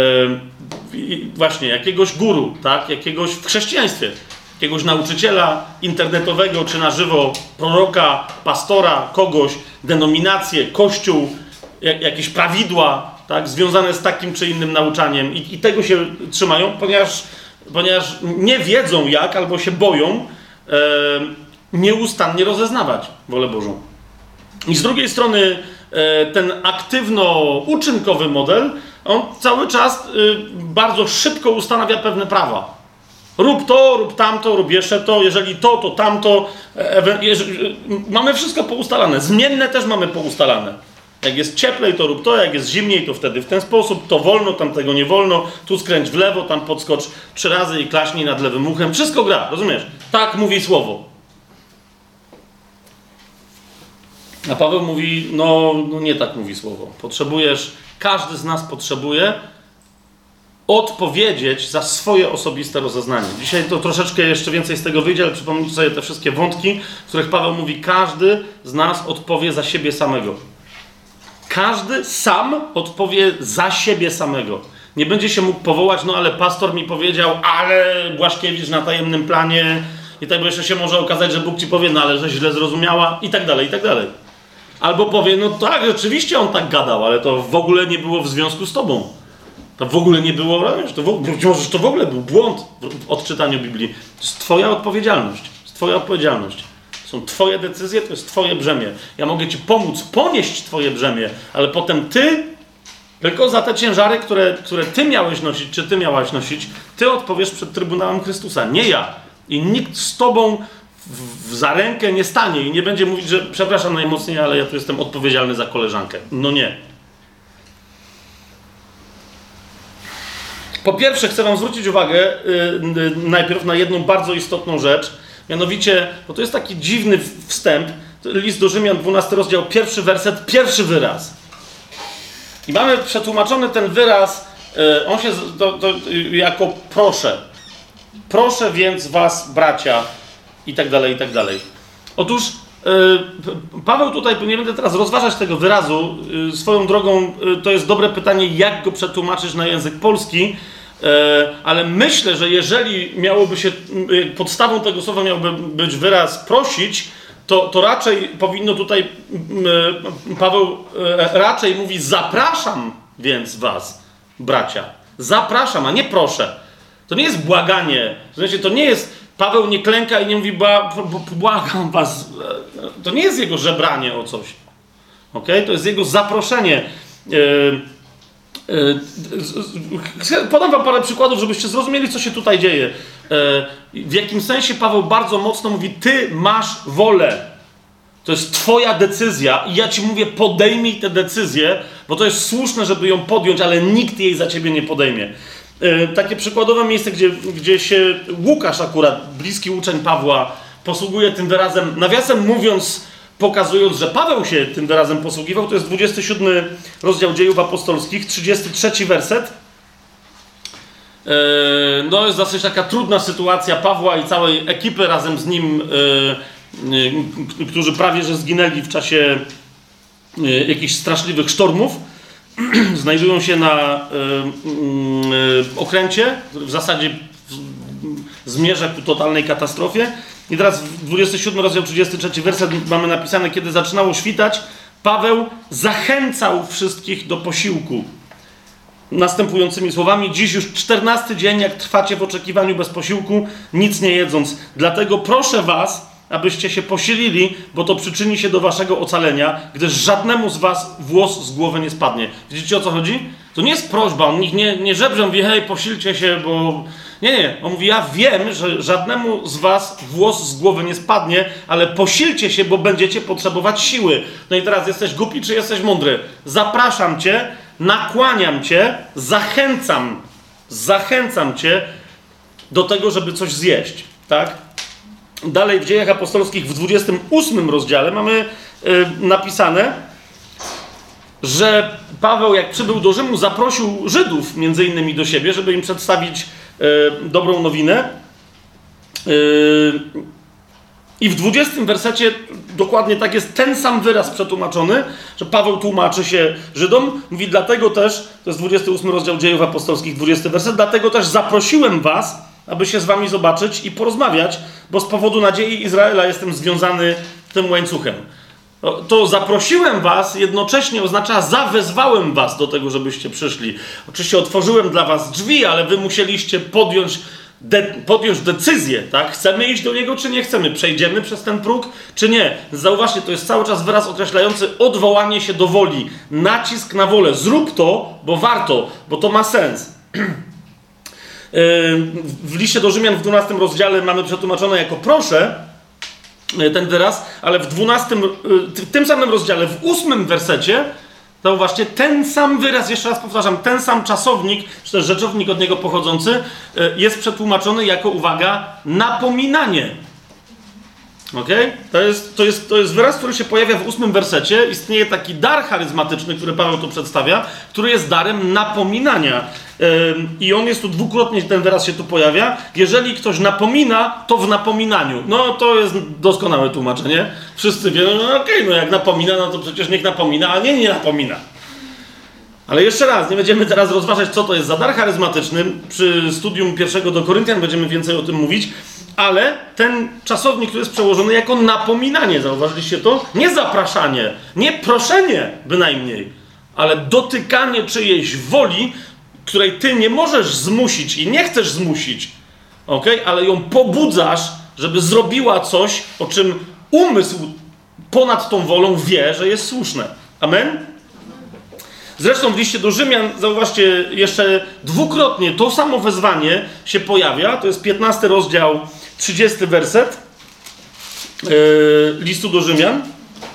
yy, właśnie jakiegoś guru, tak? Jakiegoś w chrześcijaństwie. Jakiegoś nauczyciela internetowego czy na żywo, proroka, pastora, kogoś, denominację, kościół, jak, jakieś prawidła, tak, związane z takim czy innym nauczaniem i, i tego się trzymają, ponieważ, ponieważ nie wiedzą jak albo się boją e, nieustannie rozeznawać wolę Bożą. I z drugiej strony e, ten aktywno-uczynkowy model, on cały czas e, bardzo szybko ustanawia pewne prawa. Rób to, rób tamto, rób jeszcze to, jeżeli to, to tamto. Jeżeli, mamy wszystko poustalane. Zmienne też mamy poustalane. Jak jest cieplej, to rób to, jak jest zimniej, to wtedy w ten sposób. To wolno, tam tego nie wolno. Tu skręć w lewo, tam podskocz trzy razy i klaśnij nad lewym uchem. Wszystko gra, rozumiesz? Tak mówi słowo. A Paweł mówi, no, no nie tak mówi słowo. Potrzebujesz, każdy z nas potrzebuje odpowiedzieć za swoje osobiste rozeznanie. Dzisiaj to troszeczkę jeszcze więcej z tego wyjdzie, ale przypomnijcie sobie te wszystkie wątki, w których Paweł mówi, każdy z nas odpowie za siebie samego. Każdy sam odpowie za siebie samego. Nie będzie się mógł powołać, no ale pastor mi powiedział, ale Błaszkiewicz na tajemnym planie i tak, bo jeszcze się może okazać, że Bóg ci powie, no ale że źle zrozumiała i tak dalej, i tak dalej. Albo powie, no tak, rzeczywiście on tak gadał, ale to w ogóle nie było w związku z tobą. To w ogóle nie było, to w, być może to w ogóle był błąd w odczytaniu Biblii. To jest twoja odpowiedzialność. To jest twoja odpowiedzialność. To są twoje decyzje, to jest twoje brzemię. Ja mogę ci pomóc ponieść twoje brzemię, ale potem ty, tylko za te ciężary, które, które ty miałeś nosić, czy ty miałaś nosić, ty odpowiesz przed Trybunałem Chrystusa, nie ja. I nikt z tobą w, w za rękę nie stanie i nie będzie mówić, że przepraszam najmocniej, ale ja tu jestem odpowiedzialny za koleżankę. No nie. Po pierwsze, chcę wam zwrócić uwagę yy, yy, najpierw na jedną bardzo istotną rzecz, mianowicie, bo to jest taki dziwny wstęp, list do Rzymian, dwunasty rozdział, pierwszy werset, pierwszy wyraz. I mamy przetłumaczony ten wyraz, yy, on się to, to, yy, jako proszę. Proszę więc was, bracia, i tak dalej, i tak dalej. Otóż yy, Paweł tutaj, nie będę teraz rozważać tego wyrazu, yy, swoją drogą yy, to jest dobre pytanie, jak go przetłumaczyć na język polski, yy, ale myślę, że jeżeli miałoby się, yy, podstawą tego słowa miałby być wyraz prosić, to, to raczej powinno tutaj, yy, Paweł yy, raczej mówi zapraszam więc was, bracia. Zapraszam, a nie proszę. To nie jest błaganie, w sensie to nie jest, Paweł nie klęka i nie mówi, błagam was. To nie jest jego żebranie o coś. Okay? To jest jego zaproszenie. Yy, yy, podam wam parę przykładów, żebyście zrozumieli, co się tutaj dzieje. Yy, w jakim sensie Paweł bardzo mocno mówi, ty masz wolę. To jest twoja decyzja i ja ci mówię, podejmij tę decyzję, bo to jest słuszne, żeby ją podjąć, ale nikt jej za ciebie nie podejmie. Takie przykładowe miejsce, gdzie, gdzie się Łukasz akurat, bliski uczeń Pawła, posługuje tym wyrazem, nawiasem mówiąc, pokazując, że Paweł się tym wyrazem posługiwał, to jest dwudziesty siódmy rozdział Dziejów Apostolskich, trzydziesty trzeci werset. No jest dosyć taka trudna sytuacja Pawła i całej ekipy razem z nim, którzy prawie że zginęli w czasie jakichś straszliwych sztormów. znajdują się na y, y, okręcie, który w zasadzie zmierza ku totalnej katastrofie. I teraz dwudziesty siódmy rozdział, trzydziesty trzeci werset mamy napisane, kiedy zaczynało świtać, Paweł zachęcał wszystkich do posiłku. Następującymi słowami: dziś już czternasty dzień, jak trwacie w oczekiwaniu bez posiłku, nic nie jedząc. Dlatego proszę was, abyście się posilili, bo to przyczyni się do waszego ocalenia, gdyż żadnemu z was włos z głowy nie spadnie. Widzicie, o co chodzi? To nie jest prośba, on nikt nie, nie żebrze, mówi: hej, posilcie się, bo... Nie, nie, on mówi: ja wiem, że żadnemu z was włos z głowy nie spadnie, ale posilcie się, bo będziecie potrzebować siły. No i teraz, jesteś głupi, czy jesteś mądry? Zapraszam cię, nakłaniam cię, zachęcam, zachęcam cię do tego, żeby coś zjeść, tak? Dalej w Dziejach Apostolskich w dwudziestym ósmym rozdziale mamy yy, napisane, że Paweł, jak przybył do Rzymu, zaprosił Żydów między innymi do siebie, żeby im przedstawić yy, dobrą nowinę. Yy, I w dwudziestym wersecie dokładnie tak jest ten sam wyraz przetłumaczony, że Paweł tłumaczy się Żydom. Mówi: dlatego też, to jest dwudziesty ósmy rozdział Dziejów Apostolskich, dwudziesty werset, dlatego też zaprosiłem was, aby się z wami zobaczyć i porozmawiać, bo z powodu nadziei Izraela jestem związany tym łańcuchem. To zaprosiłem was jednocześnie oznacza zawezwałem was do tego, żebyście przyszli. Oczywiście otworzyłem dla was drzwi, ale wy musieliście podjąć, de, podjąć decyzję, tak? Chcemy iść do niego, czy nie chcemy? Przejdziemy przez ten próg, czy nie? Zauważcie, to jest cały czas wyraz określający odwołanie się do woli. Nacisk na wolę. Zrób to, bo warto, bo to ma sens. W liście do Rzymian w dwunastym rozdziale mamy przetłumaczone jako proszę ten wyraz, ale w dwunastym, w tym samym rozdziale, w ósmym wersecie, zauważcie, ten sam wyraz, jeszcze raz powtarzam, ten sam czasownik, czy też rzeczownik od niego pochodzący, jest przetłumaczony jako, uwaga, napominanie. Okay? To jest, to jest, to jest wyraz, który się pojawia w ósmym wersecie. Istnieje taki dar charyzmatyczny, który Paweł tu przedstawia, który jest darem napominania. Yy, I on jest tu dwukrotnie, ten wyraz się tu pojawia. Jeżeli ktoś napomina, to w napominaniu. No to jest doskonałe tłumaczenie. Wszyscy wiedzą, no okej, okay, no jak napomina, no to przecież niech napomina, a nie, nie napomina. Ale jeszcze raz, nie będziemy teraz rozważać, co to jest za dar charyzmatyczny. Przy studium pierwszego do Koryntian będziemy więcej o tym mówić. Ale ten czasownik, który jest przełożony jako napominanie, zauważyliście to? Nie zapraszanie, nie proszenie bynajmniej, ale dotykanie czyjejś woli, której ty nie możesz zmusić i nie chcesz zmusić, okay? Ale ją pobudzasz, żeby zrobiła coś, o czym umysł ponad tą wolą wie, że jest słuszne. Amen? Zresztą w liście do Rzymian, zauważcie, jeszcze dwukrotnie to samo wezwanie się pojawia. To jest piętnasty rozdział, trzydziesty werset yy, listu do Rzymian,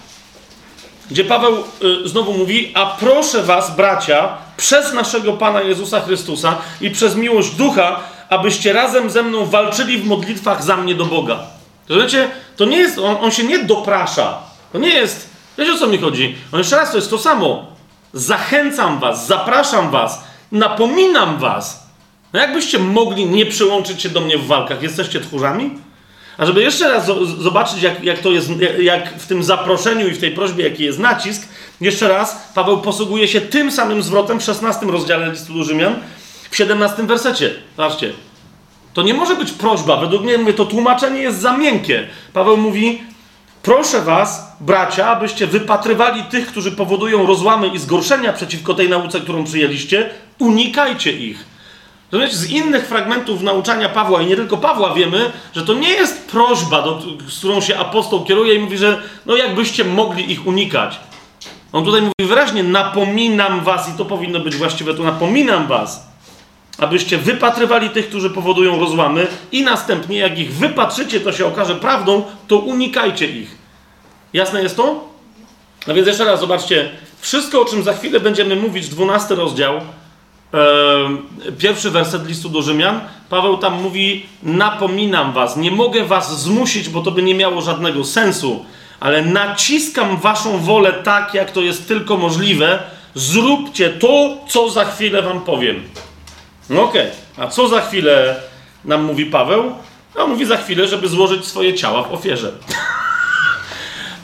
gdzie Paweł yy, znowu mówi: a proszę was, bracia, przez naszego Pana Jezusa Chrystusa i przez miłość Ducha, abyście razem ze mną walczyli w modlitwach za mnie do Boga. Rozumiecie? To nie jest, on, on się nie doprasza. To nie jest, wiecie, o co mi chodzi? On jeszcze raz, to jest to samo. Zachęcam was, zapraszam was, napominam was. No jakbyście mogli nie przyłączyć się do mnie w walkach? Jesteście tchórzami? A żeby jeszcze raz zobaczyć, jak, jak to jest, jak w tym zaproszeniu i w tej prośbie, jaki jest nacisk, jeszcze raz Paweł posługuje się tym samym zwrotem w szesnastym rozdziale listu do Rzymian, w siedemnastym wersecie. Zobaczcie. To nie może być prośba. Według mnie, mówię, to tłumaczenie jest za miękkie. Paweł mówi: proszę was, bracia, abyście wypatrywali tych, którzy powodują rozłamy i zgorszenia przeciwko tej nauce, którą przyjęliście. Unikajcie ich. Rozumiecie? Z innych fragmentów nauczania Pawła, i nie tylko Pawła, wiemy, że to nie jest prośba, do, z którą się apostoł kieruje i mówi, że no jakbyście mogli ich unikać. On tutaj mówi wyraźnie: napominam was, i to powinno być właściwe, to napominam was, abyście wypatrywali tych, którzy powodują rozłamy, i następnie, jak ich wypatrzycie, to się okaże prawdą, to unikajcie ich. Jasne jest to? No więc jeszcze raz, zobaczcie, wszystko, o czym za chwilę będziemy mówić, dwunasty rozdział, e, pierwszy werset listu do Rzymian, Paweł tam mówi: napominam was, nie mogę was zmusić, bo to by nie miało żadnego sensu, ale naciskam waszą wolę tak, jak to jest tylko możliwe, zróbcie to, co za chwilę wam powiem. No okej, okay. A co za chwilę nam mówi Paweł? No mówi za chwilę, żeby złożyć swoje ciała w ofierze.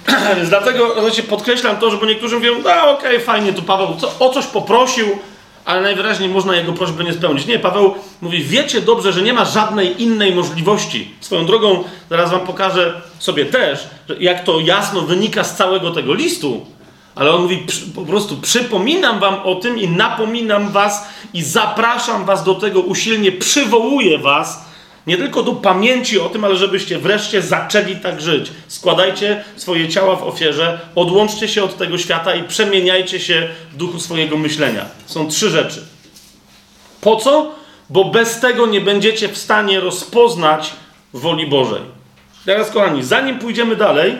Więc dlatego znaczy, podkreślam to, że bo niektórzy mówią, no okej, okay, fajnie, tu Paweł co, o coś poprosił, ale najwyraźniej można jego prośbę nie spełnić. Nie, Paweł mówi, wiecie dobrze, że nie ma żadnej innej możliwości. Swoją drogą, zaraz wam pokażę sobie też, jak to jasno wynika z całego tego listu. Ale on mówi, po prostu przypominam wam o tym i napominam was i zapraszam was do tego usilnie, przywołuję was, nie tylko do pamięci o tym, ale żebyście wreszcie zaczęli tak żyć. Składajcie swoje ciała w ofierze, odłączcie się od tego świata i przemieniajcie się w duchu swojego myślenia. Są trzy rzeczy. Po co? Bo bez tego nie będziecie w stanie rozpoznać woli Bożej. Teraz, kochani, zanim pójdziemy dalej,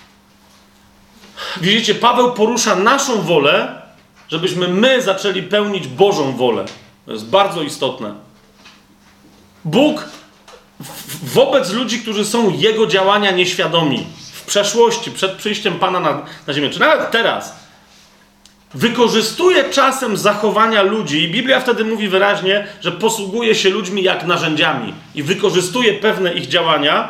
widzicie, Paweł porusza naszą wolę, żebyśmy my zaczęli pełnić Bożą wolę. To jest bardzo istotne. Bóg wobec ludzi, którzy są Jego działania nieświadomi, w przeszłości, przed przyjściem Pana na, na ziemię, czy nawet teraz, wykorzystuje czasem zachowania ludzi i Biblia wtedy mówi wyraźnie, że posługuje się ludźmi jak narzędziami i wykorzystuje pewne ich działania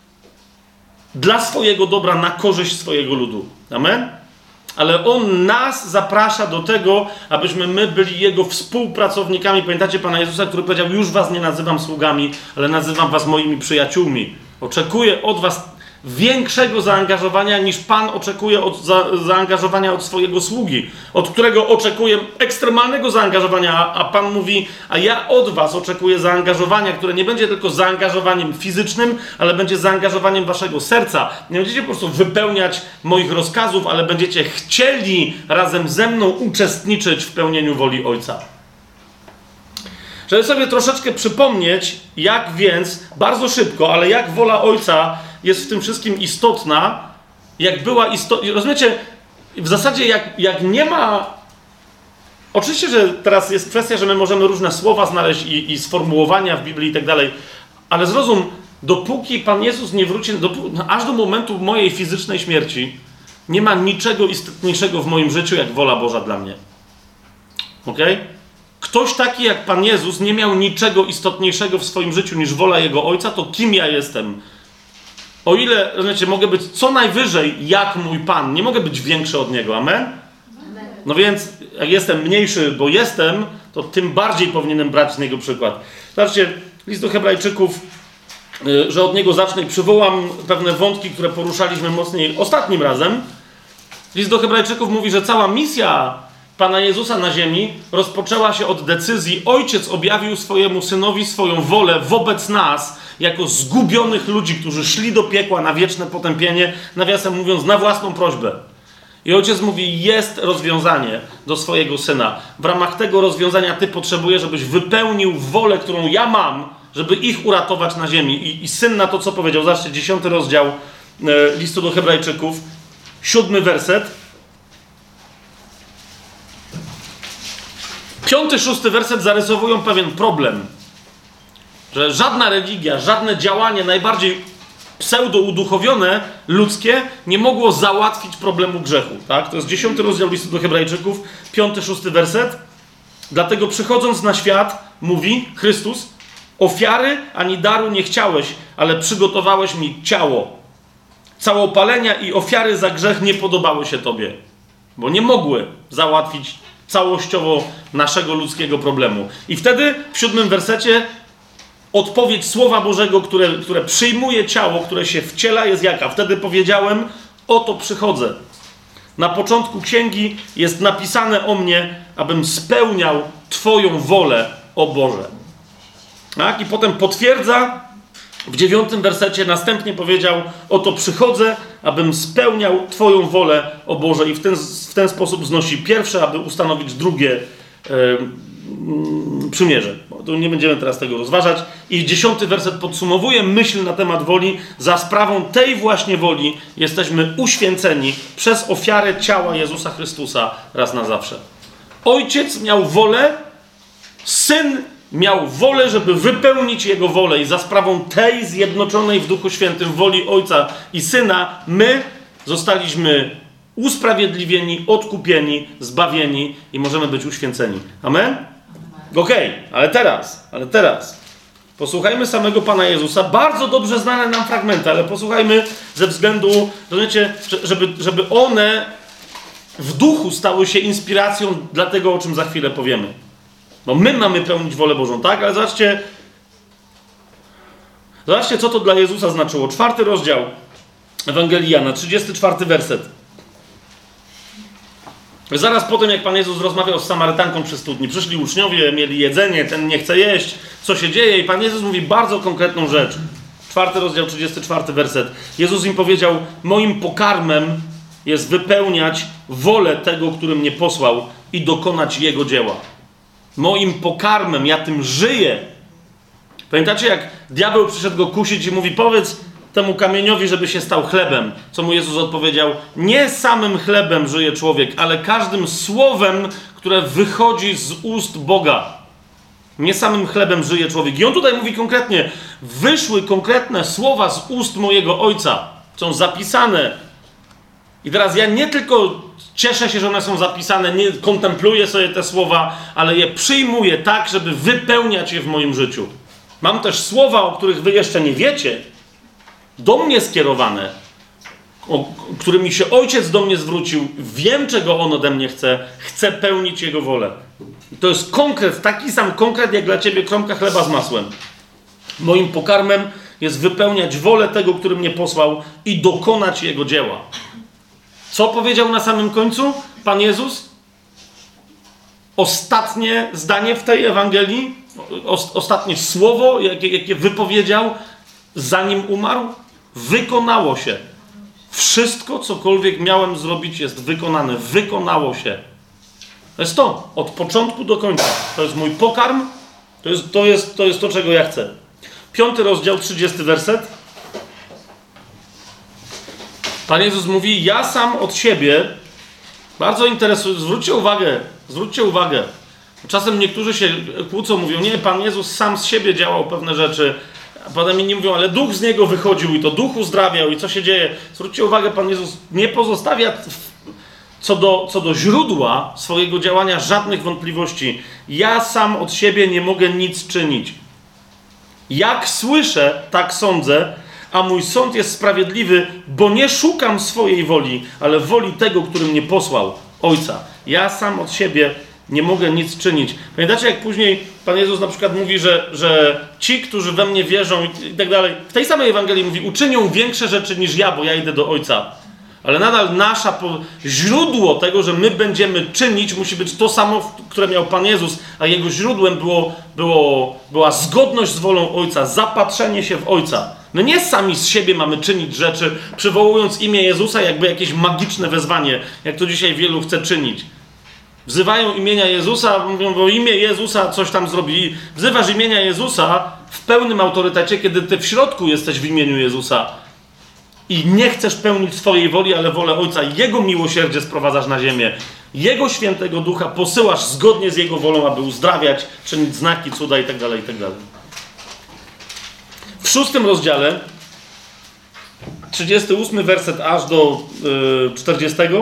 dla swojego dobra, na korzyść swojego ludu. Amen? Ale On nas zaprasza do tego, abyśmy my byli Jego współpracownikami. Pamiętacie Pana Jezusa, który powiedział, już was nie nazywam sługami, ale nazywam was moimi przyjaciółmi. Oczekuję od was większego zaangażowania, niż Pan oczekuje od za, zaangażowania od swojego sługi, od którego oczekuje ekstremalnego zaangażowania, a, a Pan mówi, a ja od was oczekuję zaangażowania, które nie będzie tylko zaangażowaniem fizycznym, ale będzie zaangażowaniem waszego serca. Nie będziecie po prostu wypełniać moich rozkazów, ale będziecie chcieli razem ze mną uczestniczyć w pełnieniu woli Ojca. Żeby sobie troszeczkę przypomnieć, jak więc, bardzo szybko, ale jak wola Ojca jest w tym wszystkim istotna, jak była istotna. Rozumiecie, w zasadzie jak, jak nie ma... Oczywiście, że teraz jest kwestia, że my możemy różne słowa znaleźć i, i sformułowania w Biblii i tak dalej, ale zrozum, dopóki Pan Jezus nie wróci, dopó- aż do momentu mojej fizycznej śmierci, nie ma niczego istotniejszego w moim życiu, jak wola Boża dla mnie. Okej? Okay? Ktoś taki jak Pan Jezus nie miał niczego istotniejszego w swoim życiu niż wola Jego Ojca, to kim ja jestem? O ile, rozumiecie, mogę być co najwyżej jak mój Pan, nie mogę być większy od Niego, amen? No więc, jak jestem mniejszy, bo jestem, to tym bardziej powinienem brać z Niego przykład. Zobaczcie, list do Hebrajczyków, że od niego zacznę i przywołam pewne wątki, które poruszaliśmy mocniej ostatnim razem. List do Hebrajczyków mówi, że cała misja Pana Jezusa na ziemi rozpoczęła się od decyzji. Ojciec objawił swojemu Synowi swoją wolę wobec nas, jako zgubionych ludzi, którzy szli do piekła na wieczne potępienie, nawiasem mówiąc, na własną prośbę. I Ojciec mówi, jest rozwiązanie do swojego Syna. W ramach tego rozwiązania Ty potrzebujesz, żebyś wypełnił wolę, którą ja mam, żeby ich uratować na ziemi. I, i Syn na to, co powiedział. Zobaczcie, dziesiąty rozdział e, listu do Hebrajczyków, siódmy werset. Piąty, szósty werset zarysowują pewien problem. Że żadna religia, żadne działanie, najbardziej pseudo-uduchowione, ludzkie, nie mogło załatwić problemu grzechu. Tak? To jest dziesiąty rozdział listu do Hebrajczyków, piąty, szósty werset. Dlatego przychodząc na świat, mówi Chrystus, ofiary ani daru nie chciałeś, ale przygotowałeś mi ciało. Całopalenia i ofiary za grzech nie podobały się Tobie, bo nie mogły załatwić całościowo naszego ludzkiego problemu. I wtedy w siódmym wersecie odpowiedź Słowa Bożego, które, które przyjmuje ciało, które się wciela, jest jaka? Wtedy powiedziałem, oto przychodzę. Na początku księgi jest napisane o mnie, abym spełniał Twoją wolę, o Boże. Tak? I potem potwierdza w dziewiątym wersecie, następnie powiedział, oto przychodzę, abym spełniał Twoją wolę, o Boże. I w ten, w ten sposób znosi pierwsze, aby ustanowić drugie yy, przymierze. Tu nie będziemy teraz tego rozważać. I dziesiąty werset podsumowuje myśl na temat woli. Za sprawą tej właśnie woli jesteśmy uświęceni przez ofiarę ciała Jezusa Chrystusa raz na zawsze. Ojciec miał wolę, Syn miał wolę, żeby wypełnić Jego wolę i za sprawą tej zjednoczonej w Duchu Świętym woli Ojca i Syna my zostaliśmy usprawiedliwieni, odkupieni, zbawieni i możemy być uświęceni. Amen? Okej, okay, ale teraz, ale teraz Posłuchajmy samego Pana Jezusa. Bardzo dobrze znane nam fragmenty, ale posłuchajmy ze względu, rozumiecie, żeby, żeby one w duchu stały się inspiracją dla tego, o czym za chwilę powiemy. No my mamy pełnić wolę Bożą, tak? Ale zobaczcie, zobaczcie, co to dla Jezusa znaczyło. Czwarty rozdział Ewangelii Jana, trzydziesty czwarty werset. Zaraz po tym, jak Pan Jezus rozmawiał z Samarytanką przy studni, przyszli uczniowie, mieli jedzenie, ten nie chce jeść, co się dzieje? I Pan Jezus mówi bardzo konkretną rzecz. Czwarty rozdział, trzydziesty czwarty werset. Jezus im powiedział, moim pokarmem jest wypełniać wolę tego, który mnie posłał i dokonać Jego dzieła. Moim pokarmem, ja tym żyję. Pamiętacie, jak diabeł przyszedł go kusić i mówi, powiedz temu kamieniowi, żeby się stał chlebem. Co mu Jezus odpowiedział? Nie samym chlebem żyje człowiek, ale każdym słowem, które wychodzi z ust Boga. Nie samym chlebem żyje człowiek. I on tutaj mówi konkretnie, wyszły konkretne słowa z ust mojego Ojca. Są zapisane. I teraz ja nie tylko cieszę się, że one są zapisane, nie kontempluję sobie te słowa, ale je przyjmuję tak, żeby wypełniać je w moim życiu. Mam też słowa, o których wy jeszcze nie wiecie, do mnie skierowane, o którymi się Ojciec do mnie zwrócił, wiem, czego On ode mnie chce, chcę pełnić Jego wolę. I to jest konkret, taki sam konkret, jak dla ciebie kromka chleba z masłem. Moim pokarmem jest wypełniać wolę tego, który mnie posłał i dokonać Jego dzieła. Co powiedział na samym końcu Pan Jezus? Ostatnie zdanie w tej Ewangelii, o, ostatnie słowo, jakie, jakie wypowiedział, zanim umarł, wykonało się. Wszystko, cokolwiek miałem zrobić, jest wykonane. Wykonało się. To jest to. Od początku do końca. To jest mój pokarm. To jest to, jest, to, jest to czego ja chcę. Piąty rozdział, trzydziesty werset. Pan Jezus mówi, ja sam od siebie, bardzo interesuję, zwróćcie uwagę, zwróćcie uwagę. Czasem niektórzy się kłócą, mówią, nie, Pan Jezus sam z siebie działał pewne rzeczy, a potem inni mówią, ale Duch z Niego wychodził i to Duch uzdrawiał i co się dzieje. Zwróćcie uwagę, Pan Jezus nie pozostawia co do, co do źródła swojego działania żadnych wątpliwości. Ja sam od siebie nie mogę nic czynić. Jak słyszę, tak sądzę, a mój sąd jest sprawiedliwy, bo nie szukam swojej woli, ale woli tego, który mnie posłał, Ojca. Ja sam od siebie nie mogę nic czynić. Pamiętacie, jak później Pan Jezus na przykład mówi, że, że ci, którzy we mnie wierzą i tak dalej, w tej samej Ewangelii mówi, uczynią większe rzeczy niż ja, bo ja idę do Ojca. Ale nadal nasza po... źródło tego, że my będziemy czynić, musi być to samo, które miał Pan Jezus, a jego źródłem było, było, była zgodność z wolą Ojca, zapatrzenie się w Ojca. My nie sami z siebie mamy czynić rzeczy, przywołując imię Jezusa jakby jakieś magiczne wezwanie, jak to dzisiaj wielu chce czynić. Wzywają imienia Jezusa, mówią, bo imię Jezusa coś tam zrobi. Wzywasz imienia Jezusa w pełnym autorytecie, kiedy ty w środku jesteś w imieniu Jezusa i nie chcesz pełnić swojej woli, ale wolę Ojca. Jego miłosierdzie sprowadzasz na ziemię. Jego świętego Ducha posyłasz zgodnie z Jego wolą, aby uzdrawiać, czynić znaki, cuda itd., itd. W szóstym rozdziale, trzydziesty ósmy werset aż do yy, czterdziestego,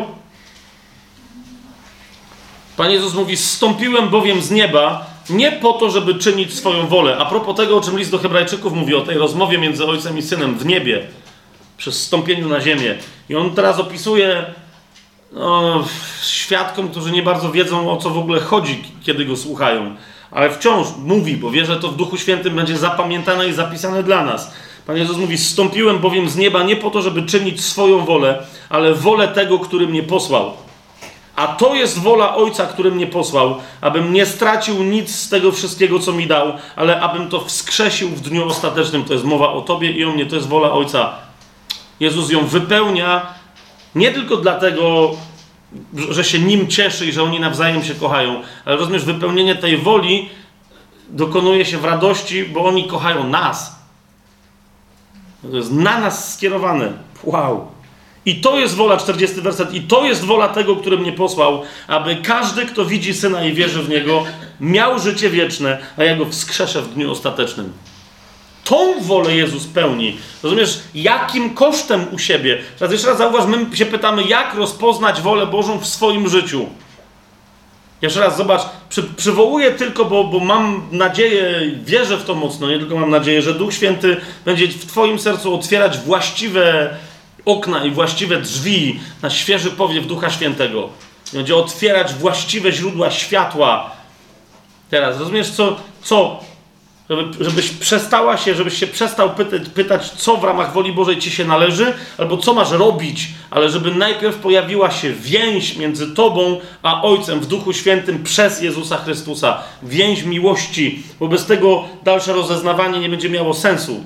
Pan Jezus mówi, zstąpiłem bowiem z nieba nie po to, żeby czynić swoją wolę. A propos tego, o czym list do Hebrajczyków mówi, o tej rozmowie między Ojcem i Synem w niebie, przy zstąpieniu na ziemię. I on teraz opisuje no, świadkom, którzy nie bardzo wiedzą, o co w ogóle chodzi, kiedy go słuchają. Ale wciąż mówi, bo wie, że to w Duchu Świętym będzie zapamiętane i zapisane dla nas. Pan Jezus mówi, zstąpiłem bowiem z nieba nie po to, żeby czynić swoją wolę, ale wolę tego, który mnie posłał. A to jest wola Ojca, który mnie posłał, abym nie stracił nic z tego wszystkiego, co mi dał, ale abym to wskrzesił w dniu ostatecznym. To jest mowa o Tobie i o mnie, to jest wola Ojca. Jezus ją wypełnia nie tylko dlatego, że się Nim cieszy i że oni nawzajem się kochają, ale rozumiesz, wypełnienie tej woli dokonuje się w radości, bo oni kochają nas. To jest na nas skierowane. Wow. I to jest wola, czterdziesty werset, i to jest wola tego, który mnie posłał, aby każdy, kto widzi Syna i wierzy w Niego, miał życie wieczne, a ja go wskrzeszę w dniu ostatecznym. Tą wolę Jezus pełni. Rozumiesz, jakim kosztem u siebie? Teraz jeszcze raz zauważ, my się pytamy, jak rozpoznać wolę Bożą w swoim życiu. Jeszcze raz, zobacz, przy, przywołuję tylko, bo, bo mam nadzieję, wierzę w to mocno, nie tylko mam nadzieję, że Duch Święty będzie w twoim sercu otwierać właściwe okna i właściwe drzwi na świeży powiew Ducha Świętego. Będzie otwierać właściwe źródła światła. Teraz, rozumiesz, co, co żeby, żebyś przestała się, żebyś się przestał pytać, pytać, co w ramach woli Bożej ci się należy, albo co masz robić, ale żeby najpierw pojawiła się więź między tobą a Ojcem w Duchu Świętym przez Jezusa Chrystusa. Więź miłości, bo bez tego dalsze rozeznawanie nie będzie miało sensu.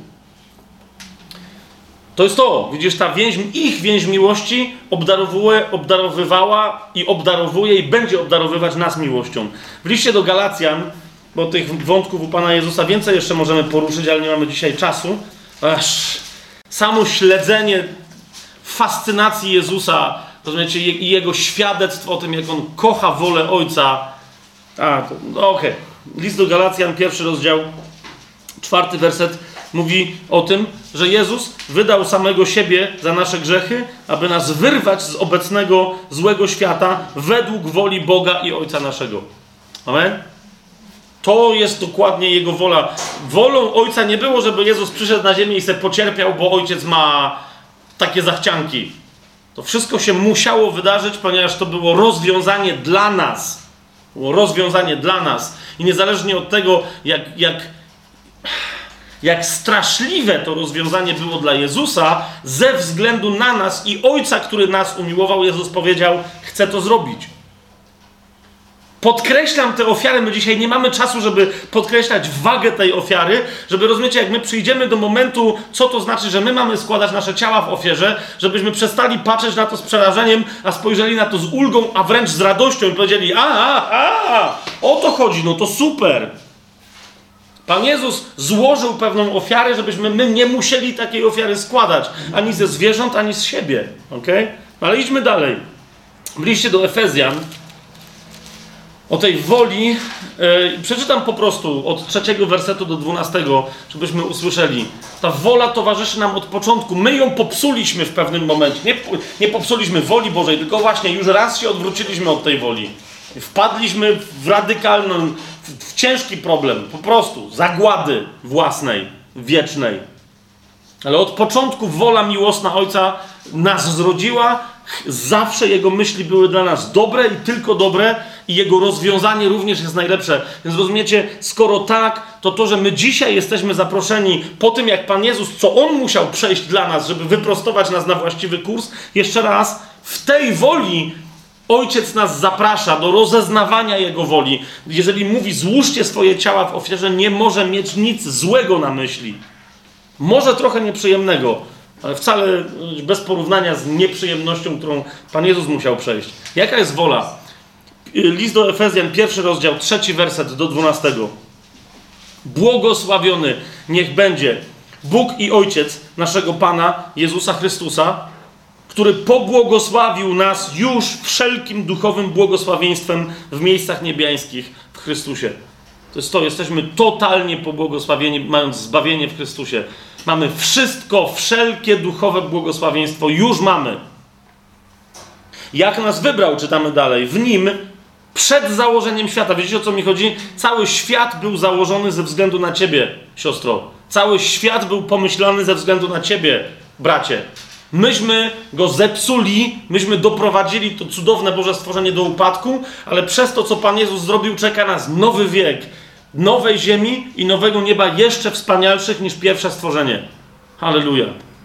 To jest to, widzisz, ta więź, ich więź miłości obdarowuje, obdarowywała i obdarowuje i będzie obdarowywać nas miłością. W liście do Galacjan, bo tych wątków u Pana Jezusa więcej jeszcze możemy poruszyć, ale nie mamy dzisiaj czasu. Aż samo śledzenie fascynacji Jezusa, rozumiecie, i Jego świadectwo o tym, jak On kocha wolę Ojca. A, to, no okej. Okay. List do Galacjan, pierwszy rozdział, czwarty werset mówi o tym, że Jezus wydał samego siebie za nasze grzechy, aby nas wyrwać z obecnego złego świata według woli Boga i Ojca naszego. Amen? To jest dokładnie Jego wola. Wolą Ojca nie było, żeby Jezus przyszedł na ziemię i se pocierpiał, bo Ojciec ma takie zachcianki. To wszystko się musiało wydarzyć, ponieważ to było rozwiązanie dla nas. Było rozwiązanie dla nas. I niezależnie od tego, jak, jak, jak straszliwe to rozwiązanie było dla Jezusa, ze względu na nas i Ojca, który nas umiłował, Jezus powiedział, chcę to zrobić. Podkreślam te ofiary, my dzisiaj nie mamy czasu, żeby podkreślać wagę tej ofiary, żeby rozumiecie, jak my przyjdziemy do momentu, co to znaczy, że my mamy składać nasze ciała w ofierze, żebyśmy przestali patrzeć na to z przerażeniem, a spojrzeli na to z ulgą, a wręcz z radością i powiedzieli, a, a, a, o to chodzi, no to super. Pan Jezus złożył pewną ofiarę, żebyśmy my nie musieli takiej ofiary składać, ani ze zwierząt, ani z siebie, okej? Okay? Ale idźmy dalej. W liście do Efezjan, o tej woli, yy, przeczytam po prostu od trzeciego wersetu do dwunastego, żebyśmy usłyszeli. Ta wola towarzyszy nam od początku. My ją popsuliśmy w pewnym momencie. Nie, nie popsuliśmy woli Bożej, tylko właśnie już raz się odwróciliśmy od tej woli. Wpadliśmy w radykalny, w, w ciężki problem, po prostu, zagłady własnej, wiecznej. Ale od początku wola miłosna Ojca nas zrodziła, zawsze Jego myśli były dla nas dobre i tylko dobre i Jego rozwiązanie również jest najlepsze. Więc rozumiecie, skoro tak, to to, że my dzisiaj jesteśmy zaproszeni po tym, jak Pan Jezus, co On musiał przejść dla nas, żeby wyprostować nas na właściwy kurs, jeszcze raz, w tej woli Ojciec nas zaprasza do rozeznawania Jego woli. Jeżeli mówi, złóżcie swoje ciała w ofierze, nie może mieć nic złego na myśli. Może trochę nieprzyjemnego, ale wcale bez porównania z nieprzyjemnością, którą Pan Jezus musiał przejść. Jaka jest wola? List do Efezjan, pierwszy rozdział, trzeci werset do dwunastego. Błogosławiony niech będzie Bóg i Ojciec naszego Pana Jezusa Chrystusa, który pobłogosławił nas już wszelkim duchowym błogosławieństwem w miejscach niebiańskich w Chrystusie. To jest to, jesteśmy totalnie pobłogosławieni, mając zbawienie w Chrystusie. Mamy wszystko, wszelkie duchowe błogosławieństwo już mamy. Jak nas wybrał, czytamy dalej, w Nim przed założeniem świata. Wiecie, o co mi chodzi? Cały świat był założony ze względu na ciebie, siostro. Cały świat był pomyślany ze względu na ciebie, bracie. Myśmy go zepsuli, myśmy doprowadzili to cudowne Boże stworzenie do upadku, ale przez to, co Pan Jezus zrobił, czeka nas nowy wiek, nowej ziemi i nowego nieba jeszcze wspanialszych niż pierwsze stworzenie. Halleluja.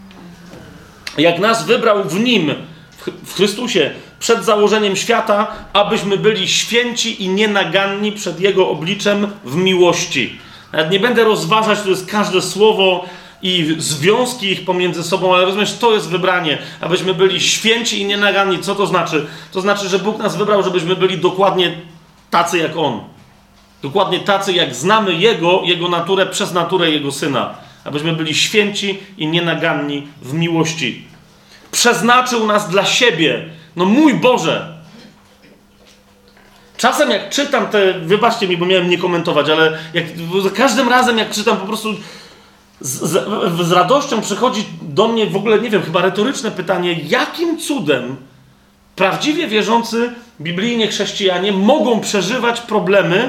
Jak nas wybrał w Nim, w Chrystusie, przed założeniem świata, abyśmy byli święci i nienaganni przed Jego obliczem w miłości. Nawet nie będę rozważać, to jest każde słowo i związki ich pomiędzy sobą, ale rozumiesz, to jest wybranie, abyśmy byli święci i nienaganni. Co to znaczy? To znaczy, że Bóg nas wybrał, żebyśmy byli dokładnie tacy jak On. Dokładnie tacy, jak znamy Jego, Jego naturę przez naturę Jego Syna. Abyśmy byli święci i nienaganni w miłości. Przeznaczył nas dla siebie. No mój Boże! Czasem jak czytam te... Wybaczcie mi, bo miałem nie komentować, ale jak, za każdym razem jak czytam po prostu... Z, z, z radością przychodzi do mnie w ogóle, nie wiem, chyba retoryczne pytanie, jakim cudem prawdziwie wierzący biblijnie chrześcijanie mogą przeżywać problemy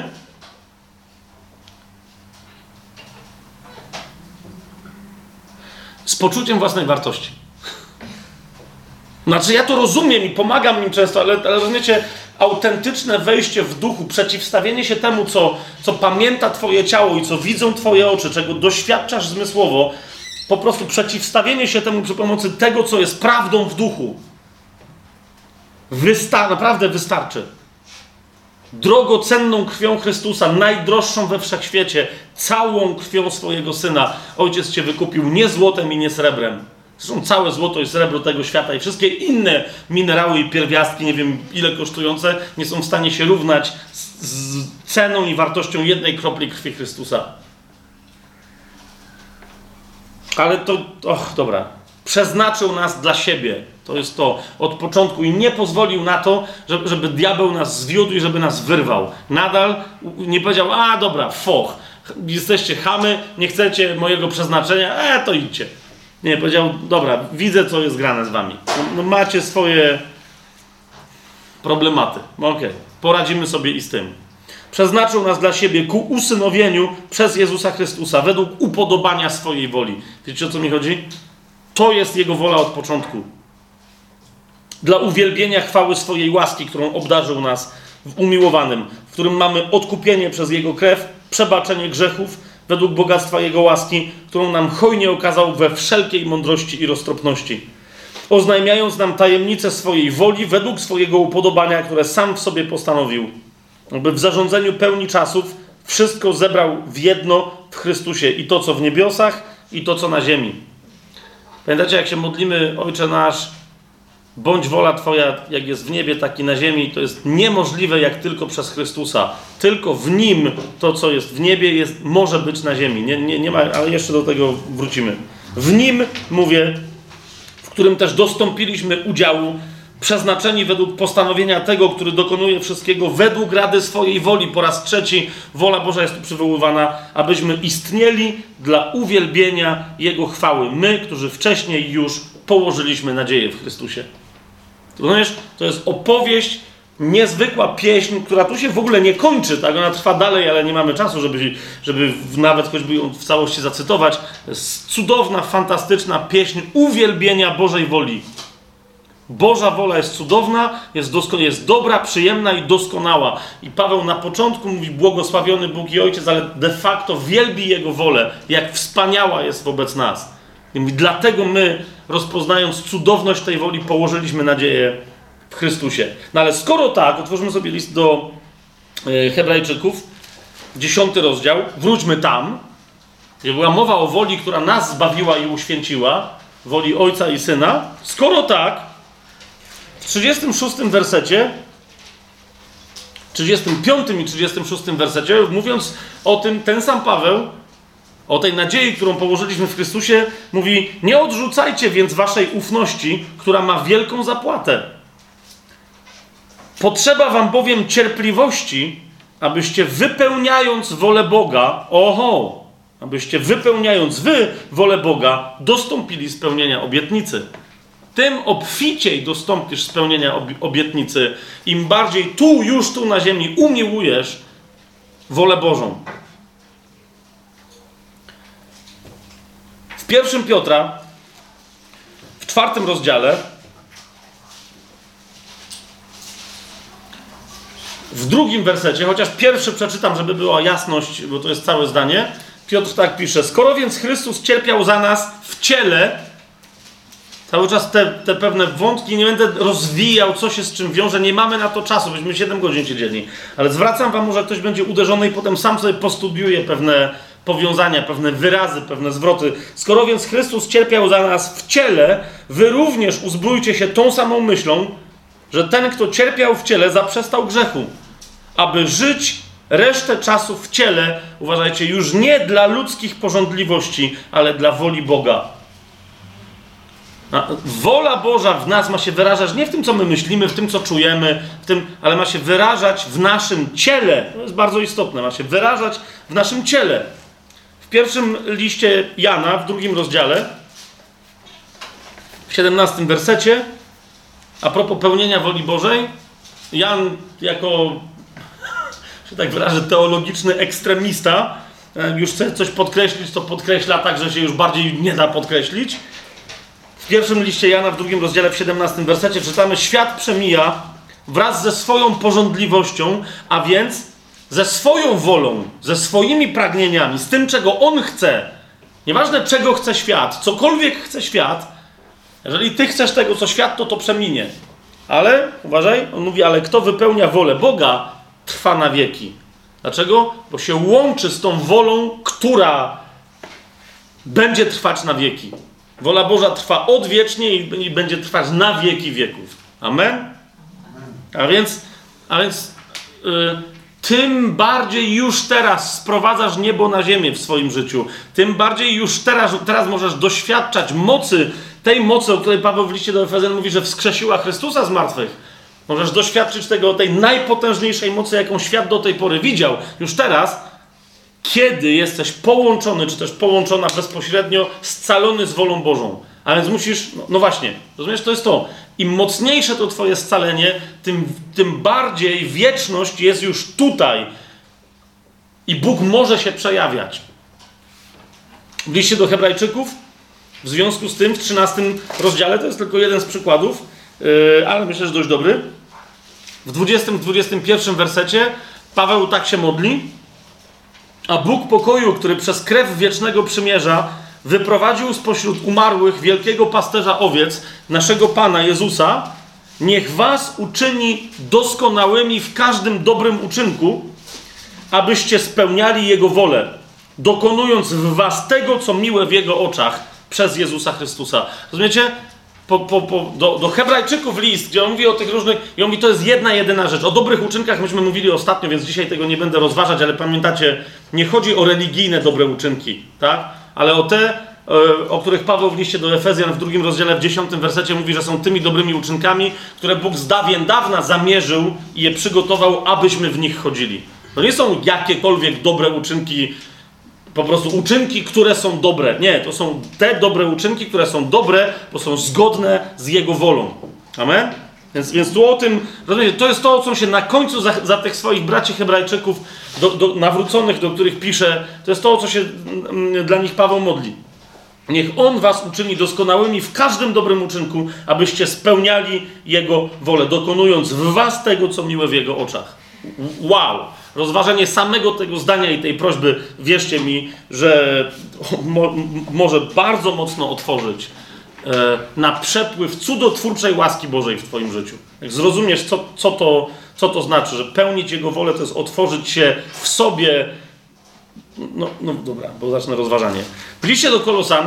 z poczuciem własnej wartości. Znaczy ja to rozumiem i pomagam im często, ale, ale rozumiecie, autentyczne wejście w duchu, przeciwstawienie się temu, co, co pamięta twoje ciało i co widzą twoje oczy, czego doświadczasz zmysłowo, po prostu przeciwstawienie się temu przy pomocy tego, co jest prawdą w duchu. Wysta- naprawdę wystarczy. Drogocenną krwią Chrystusa, najdroższą we wszechświecie, całą krwią swojego Syna, Ojciec cię wykupił nie złotem i nie srebrem. Zresztą całe złoto i srebro tego świata i wszystkie inne minerały i pierwiastki, nie wiem ile kosztujące, nie są w stanie się równać z, z ceną i wartością jednej kropli krwi Chrystusa. Ale to, och, dobra, przeznaczył nas dla siebie. To jest to od początku i nie pozwolił na to, żeby, żeby diabeł nas zwiódł i żeby nas wyrwał. Nadal nie powiedział, a dobra, foch, jesteście chamy, nie chcecie mojego przeznaczenia, e, to idźcie. Nie, powiedział, dobra, widzę, co jest grane z wami. No, no macie swoje problematy. Okej, okay. Poradzimy sobie i z tym. Przeznaczył nas dla siebie ku usynowieniu przez Jezusa Chrystusa, według upodobania swojej woli. Wiecie, o co mi chodzi? To jest Jego wola od początku. Dla uwielbienia chwały swojej łaski, którą obdarzył nas w umiłowanym, w którym mamy odkupienie przez Jego krew, przebaczenie grzechów, według bogactwa Jego łaski, którą nam hojnie okazał we wszelkiej mądrości i roztropności, oznajmiając nam tajemnicę swojej woli według swojego upodobania, które sam w sobie postanowił, aby w zarządzeniu pełni czasów wszystko zebrał w jedno w Chrystusie, i to, co w niebiosach, i to, co na ziemi. Pamiętacie, jak się modlimy, Ojcze nasz, bądź wola Twoja, jak jest w niebie, tak i na ziemi, to jest niemożliwe jak tylko przez Chrystusa. Tylko w Nim to, co jest w niebie, jest, może być na ziemi. Nie, nie, nie ma, ale jeszcze do tego wrócimy. W Nim, mówię, w którym też dostąpiliśmy udziału, przeznaczeni według postanowienia tego, który dokonuje wszystkiego według rady swojej woli. Po raz trzeci wola Boża jest tu przywoływana, abyśmy istnieli dla uwielbienia Jego chwały. My, którzy wcześniej już położyliśmy nadzieję w Chrystusie. Rozumiesz? To jest opowieść, niezwykła pieśń, która tu się w ogóle nie kończy, tak? Ona trwa dalej, ale nie mamy czasu, żeby, żeby nawet choćby ją w całości zacytować. To jest cudowna, fantastyczna pieśń uwielbienia Bożej woli. Boża wola jest cudowna, jest, dosko- jest dobra, przyjemna i doskonała. I Paweł na początku mówi, błogosławiony Bóg i Ojciec, ale de facto wielbi Jego wolę, jak wspaniała jest wobec nas. I mówi, dlatego my, rozpoznając cudowność tej woli, położyliśmy nadzieję w Chrystusie. No ale skoro tak, otworzymy sobie list do e, Hebrajczyków, dziesiąty rozdział, wróćmy tam, gdzie była mowa o woli, która nas zbawiła i uświęciła, woli Ojca i Syna. Skoro tak, w trzydziestym szóstym wersecie, trzydziestym piątym i trzydziestym szóstym wersecie, mówiąc o tym, ten sam Paweł, o tej nadziei, którą położyliśmy w Chrystusie, mówi, nie odrzucajcie więc waszej ufności, która ma wielką zapłatę. Potrzeba wam bowiem cierpliwości, abyście wypełniając wolę Boga, oho, abyście wypełniając wy wolę Boga, dostąpili spełnienia obietnicy. Tym obficiej dostąpisz spełnienia obietnicy, im bardziej tu, już tu na ziemi umiłujesz wolę Bożą. W pierwszym Piotra, w czwartym rozdziale, w drugim wersecie, chociaż pierwszy przeczytam, żeby była jasność, bo to jest całe zdanie, Piotr tak pisze, skoro więc Chrystus cierpiał za nas w ciele, cały czas te, te pewne wątki, nie będę rozwijał, co się z czym wiąże, nie mamy na to czasu, byśmy siedem godzin siedzieli, ale zwracam wam, może ktoś będzie uderzony i potem sam sobie postudiuje pewne powiązania, pewne wyrazy, pewne zwroty. Skoro więc Chrystus cierpiał za nas w ciele, wy również uzbrójcie się tą samą myślą, że ten, kto cierpiał w ciele, zaprzestał grzechu, aby żyć resztę czasu w ciele, uważajcie, już nie dla ludzkich pożądliwości, ale dla woli Boga. A wola Boża w nas ma się wyrażać nie w tym, co my myślimy, w tym, co czujemy, w tym, ale ma się wyrażać w naszym ciele. To jest bardzo istotne. Ma się wyrażać w naszym ciele. W pierwszym liście Jana, w drugim rozdziale, w siedemnastym wersecie, a propos pełnienia woli Bożej, Jan jako, że tak wyrażę, teologiczny ekstremista, już chce coś podkreślić, to podkreśla tak, że się już bardziej nie da podkreślić. W pierwszym liście Jana, w drugim rozdziale, w siedemnastym wersecie czytamy: świat przemija wraz ze swoją pożądliwością, a więc ze swoją wolą, ze swoimi pragnieniami, z tym, czego on chce. Nieważne, czego chce świat, cokolwiek chce świat, jeżeli ty chcesz tego, co świat, to to przeminie. Ale, uważaj, on mówi, ale kto wypełnia wolę Boga, trwa na wieki. Dlaczego? Bo się łączy z tą wolą, która będzie trwać na wieki. Wola Boża trwa odwiecznie i, i będzie trwać na wieki wieków. Amen? A więc, a więc yy, tym bardziej już teraz sprowadzasz niebo na ziemię w swoim życiu. Tym bardziej już teraz, teraz możesz doświadczać mocy, tej mocy, o której Paweł w liście do Efezjan mówi, że wskrzesiła Chrystusa z martwych. Możesz doświadczyć tego, tej najpotężniejszej mocy, jaką świat do tej pory widział. Już teraz, kiedy jesteś połączony, czy też połączona bezpośrednio, scalony z wolą Bożą. A więc musisz, no, no właśnie, rozumiesz, to jest to. Im mocniejsze to twoje scalenie, tym, tym bardziej wieczność jest już tutaj. I Bóg może się przejawiać. W liście do Hebrajczyków, w związku z tym, w trzynastym rozdziale, to jest tylko jeden z przykładów, yy, ale myślę, że dość dobry. W dwudziestym, dwudziestym pierwszym wersecie Paweł tak się modli: a Bóg pokoju, który przez krew wiecznego przymierza wyprowadził spośród umarłych wielkiego pasterza owiec, naszego Pana Jezusa, niech was uczyni doskonałymi w każdym dobrym uczynku, abyście spełniali Jego wolę, dokonując w was tego, co miłe w Jego oczach, przez Jezusa Chrystusa. Rozumiecie? Po, po, po, do, do Hebrajczyków list, gdzie on mówi o tych różnych... I on mówi, to jest jedna, jedyna rzecz. O dobrych uczynkach myśmy mówili ostatnio, więc dzisiaj tego nie będę rozważać, ale pamiętacie, nie chodzi o religijne dobre uczynki, tak? Ale o te, o których Paweł w liście do Efezjan w drugim rozdziale, w dziesiątym wersecie mówi, że są tymi dobrymi uczynkami, które Bóg z dawien dawna zamierzył i je przygotował, abyśmy w nich chodzili. To nie są jakiekolwiek dobre uczynki, po prostu uczynki, które są dobre. Nie, to są te dobre uczynki, które są dobre, bo są zgodne z Jego wolą. Amen? Więc, więc tu o tym, rozumiecie, to jest to, o co się na końcu za, za tych swoich braci Hebrajczyków do, do, nawróconych, do których pisze, to jest to, o co się mm, dla nich Paweł modli. Niech On was uczyni doskonałymi w każdym dobrym uczynku, abyście spełniali Jego wolę, dokonując w was tego, co miłe w Jego oczach. Wow! Rozważenie samego tego zdania i tej prośby, wierzcie mi, że mo, może bardzo mocno otworzyć e, na przepływ cudotwórczej łaski Bożej w twoim życiu. Jak zrozumiesz, co, co, to, co to znaczy, że pełnić Jego wolę to jest otworzyć się w sobie. No, no dobra, bo zacznę rozważanie. W liście do Kolosan,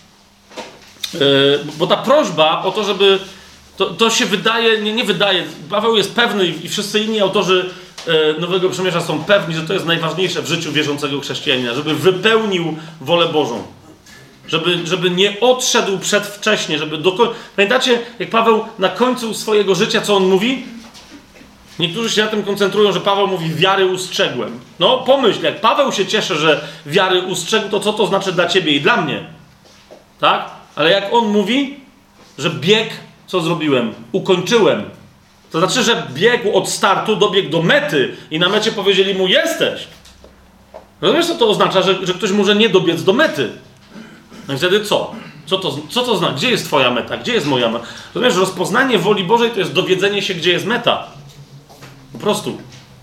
e, bo ta prośba o to, żeby to, to się wydaje, nie, nie wydaje, Paweł jest pewny i wszyscy inni autorzy Nowego Przymierza są pewni, że to jest najważniejsze w życiu wierzącego chrześcijanina, żeby wypełnił wolę Bożą. Żeby, żeby nie odszedł przedwcześnie, żeby do... Pamiętacie, jak Paweł na końcu swojego życia, co on mówi? Niektórzy się na tym koncentrują, że Paweł mówi, wiary ustrzegłem. No pomyśl, jak Paweł się cieszy, że wiary ustrzegł, to co to znaczy dla ciebie i dla mnie? Tak? Ale jak on mówi, że bieg, co zrobiłem? Ukończyłem. To znaczy, że biegł od startu, dobiegł do mety i na mecie powiedzieli mu, jesteś. Rozumiesz, co to oznacza? Że, że ktoś może nie dobiec do mety. No i wtedy co? Co to, co to znaczy? Gdzie jest twoja meta? Gdzie jest moja meta? Rozumiesz, rozpoznanie woli Bożej to jest dowiedzenie się, gdzie jest meta. Po prostu.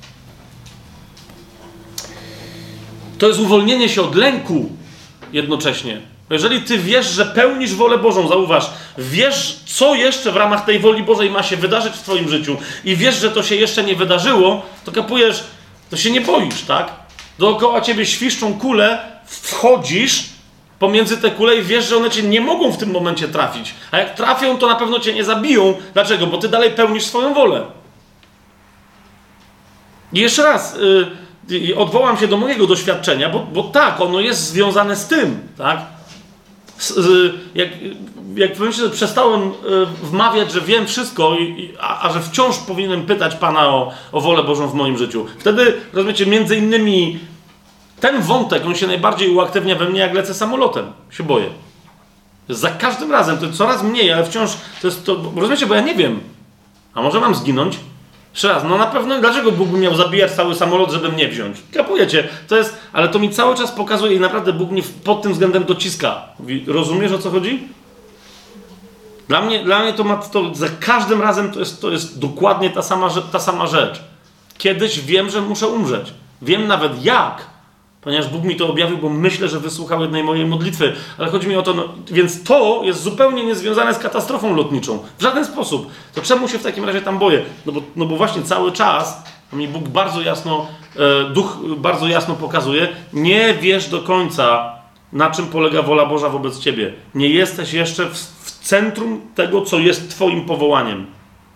To jest uwolnienie się od lęku jednocześnie. Jeżeli ty wiesz, że pełnisz wolę Bożą, zauważ, wiesz, co jeszcze w ramach tej woli Bożej ma się wydarzyć w twoim życiu i wiesz, że to się jeszcze nie wydarzyło, to kapujesz, to się nie boisz, tak? Dookoła ciebie świszczą kule, wchodzisz pomiędzy te kule i wiesz, że one cię nie mogą w tym momencie trafić. A jak trafią, to na pewno cię nie zabiją. Dlaczego? Bo ty dalej pełnisz swoją wolę. I jeszcze raz, yy, odwołam się do mojego doświadczenia, bo, bo tak, ono jest związane z tym, tak? Jak, jak powiem się, przestałem wmawiać, że wiem wszystko, i, a, a że wciąż powinienem pytać Pana o, o wolę Bożą w moim życiu. Wtedy, rozumiecie, między innymi ten wątek, on się najbardziej uaktywnia we mnie, jak lecę samolotem. Się boję. Za każdym razem, to coraz mniej, ale wciąż, to jest to, rozumiecie, bo ja nie wiem. A może mam zginąć? Jeszcze raz, no na pewno, dlaczego Bóg by miał zabijać cały samolot, żeby mnie wziąć? Kapujecie, to jest, ale to mi cały czas pokazuje i naprawdę Bóg mnie pod tym względem dociska. Mówi, rozumiesz, o co chodzi? Dla mnie, dla mnie to ma, to za każdym razem to jest, to jest dokładnie ta sama, ta sama rzecz. Kiedyś wiem, że muszę umrzeć. Wiem nawet jak, ponieważ Bóg mi to objawił, bo myślę, że wysłuchał jednej mojej modlitwy. Ale chodzi mi o to, no, więc to jest zupełnie niezwiązane z katastrofą lotniczą. W żaden sposób. To czemu się w takim razie tam boję? No bo, no bo właśnie cały czas mi Bóg bardzo jasno, e, Duch bardzo jasno pokazuje, nie wiesz do końca, na czym polega wola Boża wobec ciebie. Nie jesteś jeszcze w, w centrum tego, co jest twoim powołaniem.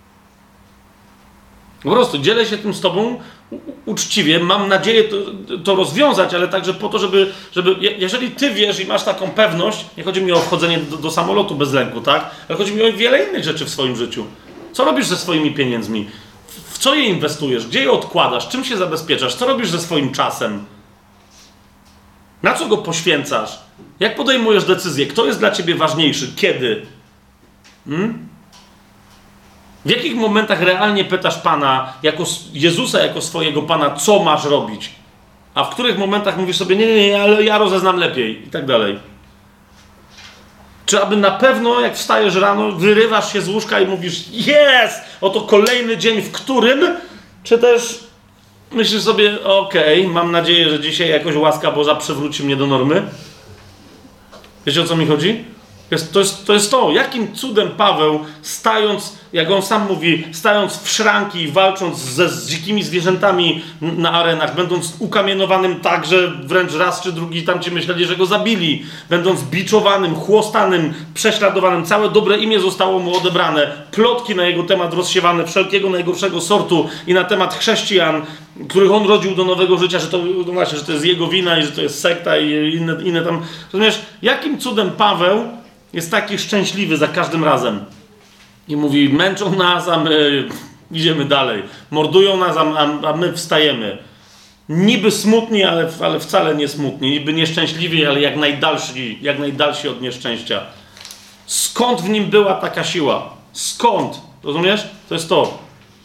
Po prostu dzielę się tym z tobą uczciwie, mam nadzieję to, to rozwiązać, ale także po to, żeby, żeby, jeżeli ty wiesz i masz taką pewność, nie chodzi mi o wchodzenie do, do samolotu bez lęku, tak? Ale chodzi mi o wiele innych rzeczy w swoim życiu. Co robisz ze swoimi pieniędzmi? W co je inwestujesz? Gdzie je odkładasz? Czym się zabezpieczasz? Co robisz ze swoim czasem? Na co go poświęcasz? Jak podejmujesz decyzję? Kto jest dla ciebie ważniejszy? Kiedy? Hmm? W jakich momentach realnie pytasz Pana, jako Jezusa, jako swojego Pana, co masz robić? A w których momentach mówisz sobie, nie, nie, nie, ale ja rozeznam lepiej i tak dalej. Czy aby na pewno, jak wstajesz rano, wyrywasz się z łóżka i mówisz, jest, oto kolejny dzień, w którym, czy też myślisz sobie, okej, okay, mam nadzieję, że dzisiaj jakoś łaska Boża przywróci mnie do normy? Wiecie, o co mi chodzi? Jest, to, jest, to jest to, jakim cudem Paweł, stając, jak on sam mówi, stając w szranki i walcząc ze, z dzikimi zwierzętami na arenach, będąc ukamienowanym tak, że wręcz raz czy drugi tamci myśleli, że go zabili, będąc biczowanym, chłostanym, prześladowanym, całe dobre imię zostało mu odebrane, plotki na jego temat rozsiewane, wszelkiego najgorszego sortu i na temat chrześcijan, których on rodził do nowego życia, że to, no właśnie, że to jest jego wina i że to jest sekta i inne, inne tam. Rozumiesz, jakim cudem Paweł jest taki szczęśliwy za każdym razem. I mówi, męczą nas, a my idziemy dalej. Mordują nas, a, a my wstajemy. Niby smutni, ale, ale wcale nie smutni. Niby nieszczęśliwi, ale jak najdalsi, jak najdalsi od nieszczęścia. Skąd w nim była taka siła? Skąd? Rozumiesz? To jest to.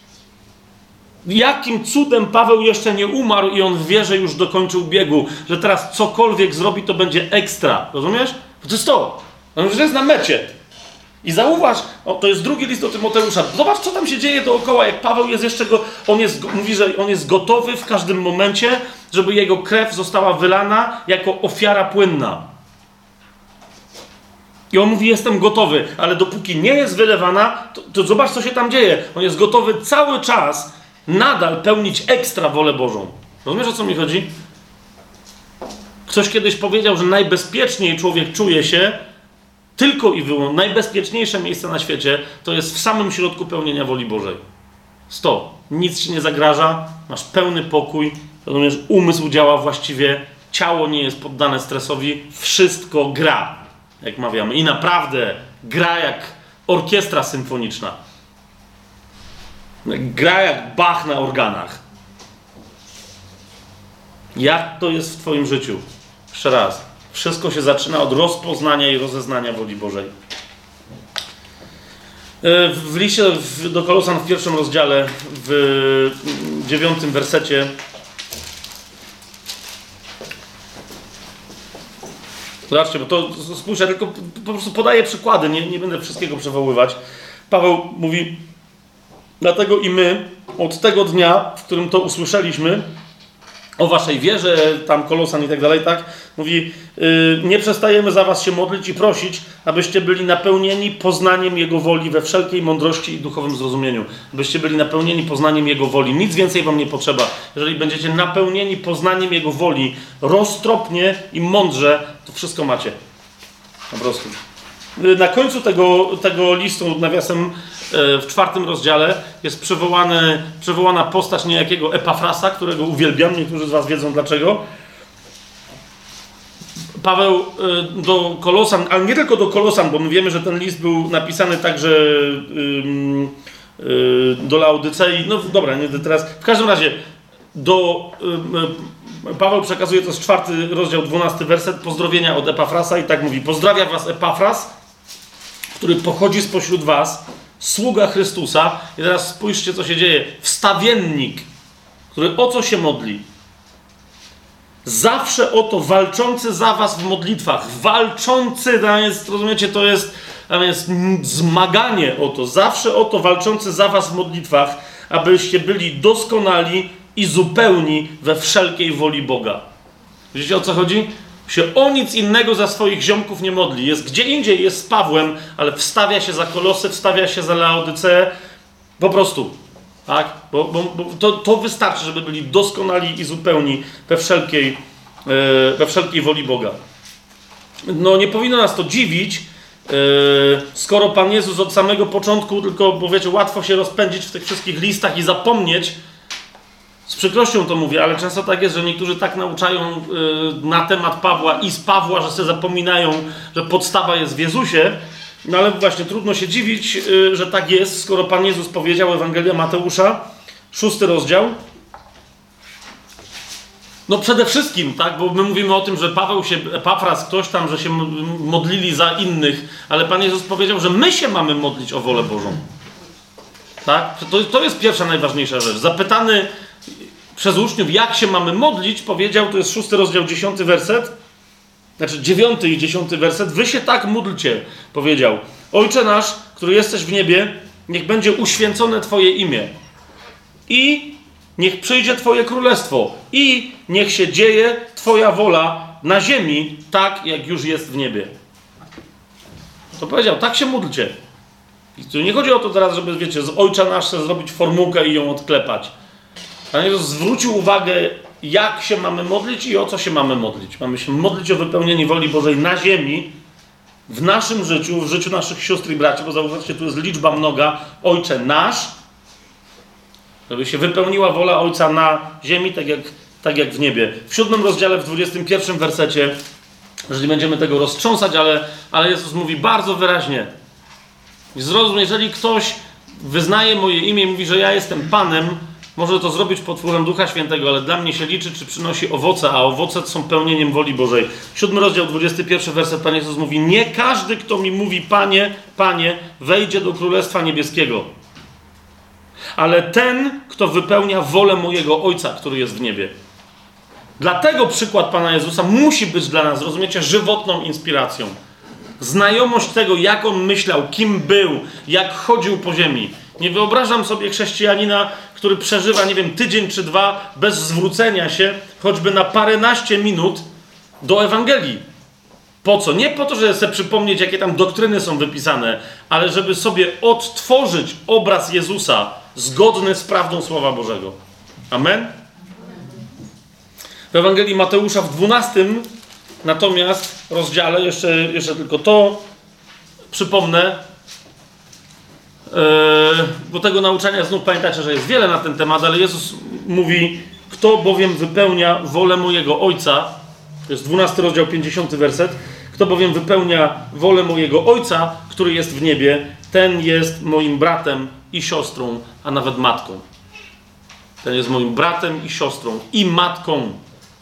Jakim cudem Paweł jeszcze nie umarł i on wie, że już dokończył biegu, że teraz cokolwiek zrobi, to będzie ekstra. Rozumiesz? To jest to. On już jest na mecie. I zauważ, o, to jest drugi list do Tymoteusza. Zobacz, co tam się dzieje dookoła, jak Paweł jest jeszcze go, on jest, mówi, że on jest gotowy w każdym momencie, żeby jego krew została wylana jako ofiara płynna. I on mówi, jestem gotowy, ale dopóki nie jest wylewana, to, to zobacz, co się tam dzieje. On jest gotowy cały czas nadal pełnić ekstra wolę Bożą. Rozumiesz, o co mi chodzi? Ktoś kiedyś powiedział, że najbezpieczniej człowiek czuje się tylko i wyłącznie, najbezpieczniejsze miejsce na świecie to jest w samym środku pełnienia woli Bożej. Sto. Nic ci nie zagraża, masz pełny pokój, rozumiesz, umysł działa właściwie, ciało nie jest poddane stresowi, wszystko gra, jak mawiamy. I naprawdę gra jak orkiestra symfoniczna. Gra jak Bach na organach. Jak to jest w twoim życiu? Jeszcze raz. Wszystko się zaczyna od rozpoznania i rozeznania woli Bożej. W liście do Kolosan w pierwszym rozdziale, w dziewiątym wersecie, zobaczcie, bo to spójrzcie, tylko po prostu podaję przykłady, nie, nie będę wszystkiego przywoływać. Paweł mówi, dlatego i my od tego dnia, w którym to usłyszeliśmy, o waszej wierze, tam Kolosan i tak dalej, tak? Mówi, yy, nie przestajemy za was się modlić i prosić, abyście byli napełnieni poznaniem Jego woli we wszelkiej mądrości i duchowym zrozumieniu. Abyście byli napełnieni poznaniem Jego woli. Nic więcej wam nie potrzeba. Jeżeli będziecie napełnieni poznaniem Jego woli roztropnie i mądrze, to wszystko macie. Po prostu. Na końcu tego, tego listu, nawiasem w czwartym rozdziale, jest przywołany, przywołana postać niejakiego Epafrasa, którego uwielbiam. Niektórzy z was wiedzą dlaczego. Paweł do Kolosan, ale nie tylko do Kolosan, bo my wiemy, że ten list był napisany także do Laodycei. No dobra, nie teraz. W każdym razie do Paweł przekazuje, to jest czwarty rozdział, dwunasty werset, pozdrowienia od Epafrasa i tak mówi: pozdrawia was Epafras, który pochodzi spośród was, sługa Chrystusa. I teraz spójrzcie, co się dzieje. Wstawiennik, który o co się modli? Zawsze o to walczący za was w modlitwach. Walczący, to jest, rozumiecie, to jest, to jest zmaganie o to. Zawsze o to walczący za was w modlitwach, abyście byli doskonali i zupełni we wszelkiej woli Boga. Wiecie, o co chodzi? Się o nic innego za swoich ziomków nie modli. Jest gdzie indziej, jest z Pawłem, ale wstawia się za Kolosy, wstawia się za Laodyceę. Po prostu. Tak? Bo, bo, bo to, to wystarczy, żeby byli doskonali i zupełni we wszelkiej, yy, we wszelkiej woli Boga. No nie powinno nas to dziwić, yy, skoro Pan Jezus od samego początku, tylko, bo wiecie, łatwo się rozpędzić w tych wszystkich listach i zapomnieć. Z przykrością to mówię, ale często tak jest, że niektórzy tak nauczają yy, na temat Pawła i z Pawła, że sobie zapominają, że podstawa jest w Jezusie. No ale właśnie trudno się dziwić, yy, że tak jest, skoro Pan Jezus powiedział, Ewangelia Mateusza, szósty rozdział. No przede wszystkim, tak, bo my mówimy o tym, że Paweł się, Epafras, ktoś tam, że się modlili za innych, ale Pan Jezus powiedział, że my się mamy modlić o wolę Bożą. Tak? To, to jest pierwsza, najważniejsza rzecz. Zapytany przez uczniów, jak się mamy modlić, powiedział, to jest szósty rozdział, dziesiąty werset, znaczy dziewiąty i dziesiąty werset, wy się tak módlcie, powiedział. Ojcze nasz, który jesteś w niebie, niech będzie uświęcone Twoje imię i niech przyjdzie Twoje królestwo i niech się dzieje Twoja wola na ziemi, tak jak już jest w niebie. To powiedział, tak się módlcie. I tu nie chodzi o to teraz, żeby, wiecie, z Ojca nasz zrobić formułkę i ją odklepać. Pan Jezus zwrócił uwagę, jak się mamy modlić i o co się mamy modlić. Mamy się modlić o wypełnienie woli Bożej na ziemi, w naszym życiu, w życiu naszych sióstr i braci, bo zauważcie, tu jest liczba mnoga, Ojcze nasz, żeby się wypełniła wola Ojca na ziemi, tak jak, tak jak w niebie. W siódmym rozdziale, w dwudziestym pierwszym wersecie, jeżeli będziemy tego roztrząsać, ale, ale Jezus mówi bardzo wyraźnie. Zrozum, jeżeli ktoś wyznaje moje imię i mówi, że ja jestem Panem, może to zrobić pod wpływem Ducha Świętego, ale dla mnie się liczy, czy przynosi owoce, a owoce są pełnieniem woli Bożej. Siódmy rozdział, dwudziesty pierwszy werset, Pan Jezus mówi, nie każdy, kto mi mówi Panie, Panie, wejdzie do Królestwa Niebieskiego, ale ten, kto wypełnia wolę mojego Ojca, który jest w niebie. Dlatego przykład Pana Jezusa musi być dla nas, rozumiecie, żywotną inspiracją. Znajomość tego, jak On myślał, kim był, jak chodził po ziemi. Nie wyobrażam sobie chrześcijanina, który przeżywa, nie wiem, tydzień czy dwa bez zwrócenia się, choćby na paręnaście minut do Ewangelii. Po co? Nie po to, żeby sobie przypomnieć, jakie tam doktryny są wypisane, ale żeby sobie odtworzyć obraz Jezusa zgodny z prawdą Słowa Bożego. Amen? W Ewangelii Mateusza w dwunastym natomiast rozdziale, jeszcze, jeszcze tylko to przypomnę, yy, bo tego nauczania znów pamiętacie, że jest wiele na ten temat, ale Jezus mówi, kto bowiem wypełnia wolę mojego Ojca, to jest dwunasty rozdział, pięćdziesiąty werset, kto bowiem wypełnia wolę mojego Ojca, który jest w niebie, ten jest moim bratem i siostrą, a nawet matką. Ten jest moim bratem i siostrą i matką.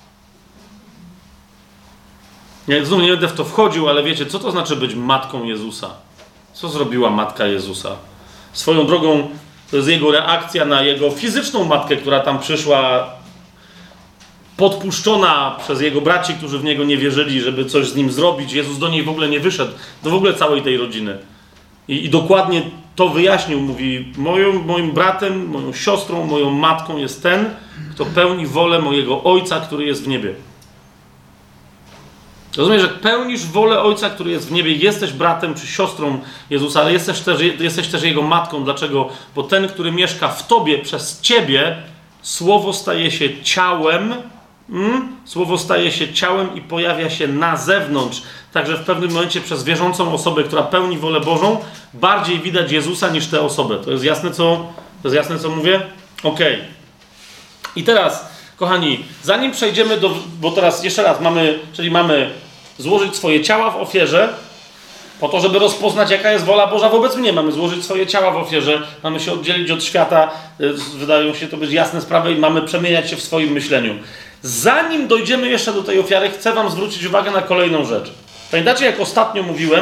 Ja znów nie będę w to wchodził, ale wiecie, co to znaczy być matką Jezusa? Co zrobiła matka Jezusa? Swoją drogą to jest jego reakcja na jego fizyczną matkę, która tam przyszła podpuszczona przez jego braci, którzy w niego nie wierzyli, żeby coś z nim zrobić. Jezus do niej w ogóle nie wyszedł, do w ogóle całej tej rodziny. I, i dokładnie to wyjaśnił. Mówi, moją, moim bratem, moją siostrą, moją matką jest ten, kto pełni wolę mojego Ojca, który jest w niebie. Rozumiesz, że pełnisz wolę Ojca, który jest w niebie, jesteś bratem czy siostrą Jezusa, ale jesteś też, jesteś też Jego matką. Dlaczego? Bo ten, który mieszka w tobie, przez ciebie, Słowo staje się ciałem, mm? Słowo staje się ciałem i pojawia się na zewnątrz. Także w pewnym momencie przez wierzącą osobę, która pełni wolę Bożą, bardziej widać Jezusa niż tę osobę. To jest jasne, co, to jest jasne, co mówię? Okej. Okay. I teraz, kochani, zanim przejdziemy do... Bo teraz jeszcze raz mamy... Czyli mamy złożyć swoje ciała w ofierze, po to, żeby rozpoznać, jaka jest wola Boża wobec mnie. Mamy złożyć swoje ciała w ofierze, mamy się oddzielić od świata. Wydają się to być jasne sprawy i mamy przemieniać się w swoim myśleniu. Zanim dojdziemy jeszcze do tej ofiary, chcę wam zwrócić uwagę na kolejną rzecz. Pamiętacie, jak ostatnio mówiłem,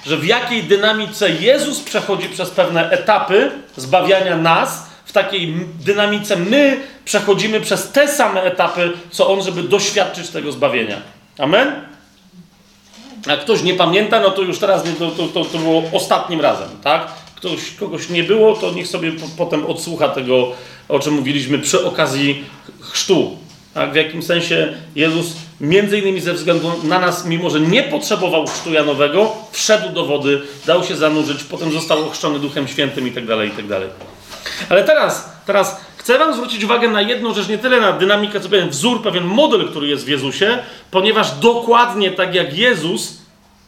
że w jakiej dynamice Jezus przechodzi przez pewne etapy zbawiania nas, w takiej dynamice my przechodzimy przez te same etapy, co On, żeby doświadczyć tego zbawienia. Amen? A ktoś nie pamięta, no to już teraz nie, to, to, to, to było ostatnim razem, tak? Ktoś, kogoś nie było, to niech sobie po, potem odsłucha tego, o czym mówiliśmy przy okazji chrztu. Tak? W jakim sensie Jezus, między innymi ze względu na nas, mimo że nie potrzebował chrztu janowego, wszedł do wody, dał się zanurzyć, potem został ochrzczony Duchem Świętym i tak dalej, i tak dalej. Ale teraz, teraz chcę wam zwrócić uwagę na jedną rzecz, nie tyle na dynamikę, co pewien wzór, pewien model, który jest w Jezusie, ponieważ dokładnie tak jak Jezus,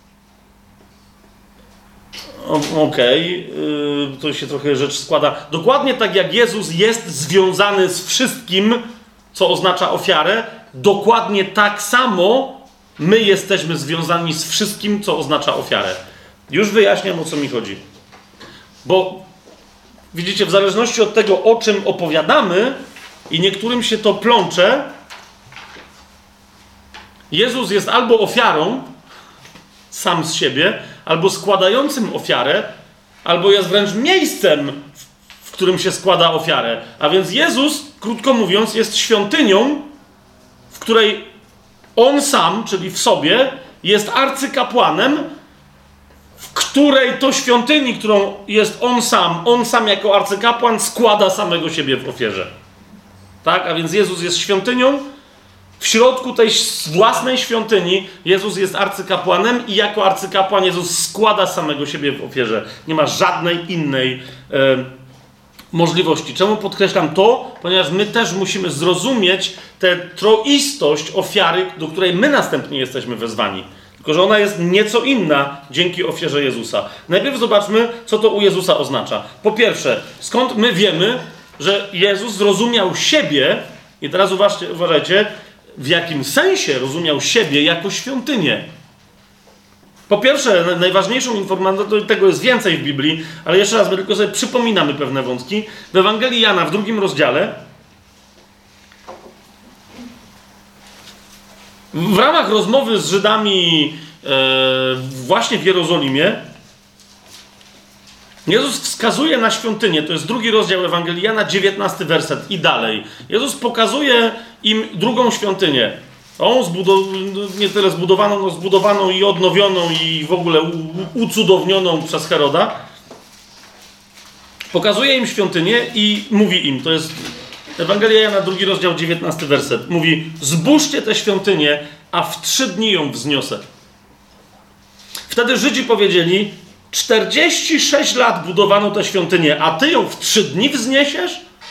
okej, okay, yy, to się trochę rzecz składa, dokładnie tak jak Jezus jest związany z wszystkim, co oznacza ofiarę, dokładnie tak samo my jesteśmy związani z wszystkim, co oznacza ofiarę. Już wyjaśniam, o co mi chodzi. Bo widzicie, w zależności od tego, o czym opowiadamy, i niektórym się to plącze, Jezus jest albo ofiarą sam z siebie, albo składającym ofiarę, albo jest wręcz miejscem, w którym się składa ofiarę. A więc Jezus, krótko mówiąc, jest świątynią, w której On sam, czyli w sobie, jest arcykapłanem, w której to świątyni, którą jest On sam, On sam jako arcykapłan składa samego siebie w ofierze. Tak? A więc Jezus jest świątynią, w środku tej własnej świątyni Jezus jest arcykapłanem i jako arcykapłan Jezus składa samego siebie w ofierze. Nie ma żadnej innej e, możliwości. Czemu podkreślam to? Ponieważ my też musimy zrozumieć tę troistość ofiary, do której my następnie jesteśmy wezwani. Tylko że ona jest nieco inna dzięki ofierze Jezusa. Najpierw zobaczmy, co to u Jezusa oznacza. Po pierwsze, skąd my wiemy, że Jezus zrozumiał siebie, i teraz uważajcie, uważajcie, w jakim sensie rozumiał siebie jako świątynię. Po pierwsze, najważniejszą informacją, tego jest więcej w Biblii, ale jeszcze raz, my tylko sobie przypominamy pewne wątki. W Ewangelii Jana, w drugim rozdziale, w ramach rozmowy z Żydami e, właśnie w Jerozolimie, Jezus wskazuje na świątynię, to jest drugi rozdział Ewangelii Jana, dziewiętnasty werset i dalej. Jezus pokazuje im drugą świątynię. Tą zbudow- nie tyle zbudowaną, no zbudowaną i odnowioną i w ogóle u- ucudownioną przez Heroda. Pokazuje im świątynię i mówi im, to jest Ewangelia Jana, drugi rozdział, dziewiętnasty werset. Mówi, zbóżcie tę świątynię, a w trzy dni ją wzniosę. Wtedy Żydzi powiedzieli, czterdzieści sześć lat budowano tę świątynię, a ty ją w trzy dni wzniesiesz?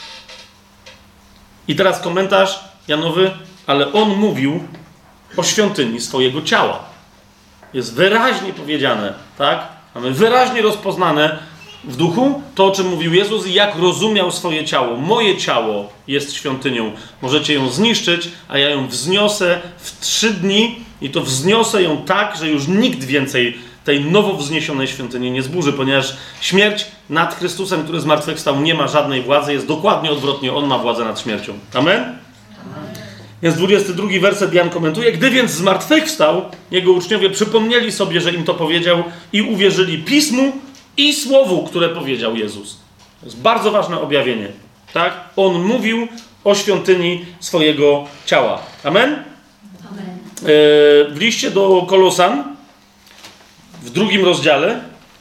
I teraz komentarz Janowy, ale on mówił o świątyni swojego ciała. Jest wyraźnie powiedziane, tak? Mamy wyraźnie rozpoznane w duchu to, o czym mówił Jezus i jak rozumiał swoje ciało. Moje ciało jest świątynią. Możecie ją zniszczyć, a ja ją wzniosę w trzy dni i to wzniosę ją tak, że już nikt więcej tej nowo wzniesionej świątyni nie zburzy, ponieważ śmierć nad Chrystusem, który zmartwychwstał, nie ma żadnej władzy, jest dokładnie odwrotnie, On ma władzę nad śmiercią. Amen? Amen. Więc dwudziesty drugi werset Jan komentuje, gdy więc zmartwychwstał, jego uczniowie przypomnieli sobie, że im to powiedział i uwierzyli Pismu i Słowu, które powiedział Jezus. To jest bardzo ważne objawienie. Tak? On mówił o świątyni swojego ciała. Amen? Amen. W liście do Kolosan, w drugim rozdziale,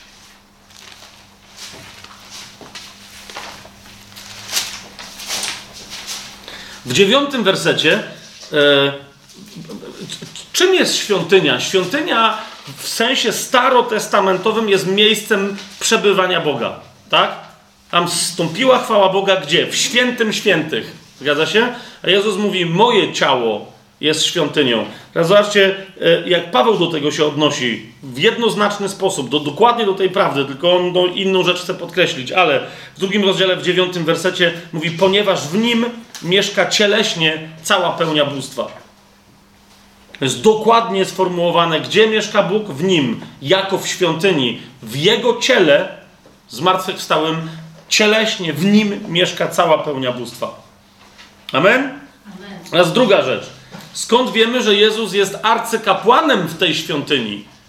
w dziewiątym wersecie, e, czym jest świątynia? Świątynia w sensie starotestamentowym jest miejscem przebywania Boga, tak? Tam zstąpiła chwała Boga gdzie? W świętym świętych. Zgadza się? A Jezus mówi, moje ciało jest świątynią. Teraz zobaczcie, jak Paweł do tego się odnosi w jednoznaczny sposób, do, dokładnie do tej prawdy, tylko on do inną rzecz chce podkreślić, ale w drugim rozdziale, w dziewiątym wersecie mówi, ponieważ w nim mieszka cieleśnie cała pełnia bóstwa. To jest dokładnie sformułowane, gdzie mieszka Bóg? W nim, jako w świątyni, w Jego ciele zmartwychwstałym, cieleśnie w nim mieszka cała pełnia bóstwa. Amen? Amen. Teraz druga rzecz. Skąd wiemy, że Jezus jest arcykapłanem w tej świątyni?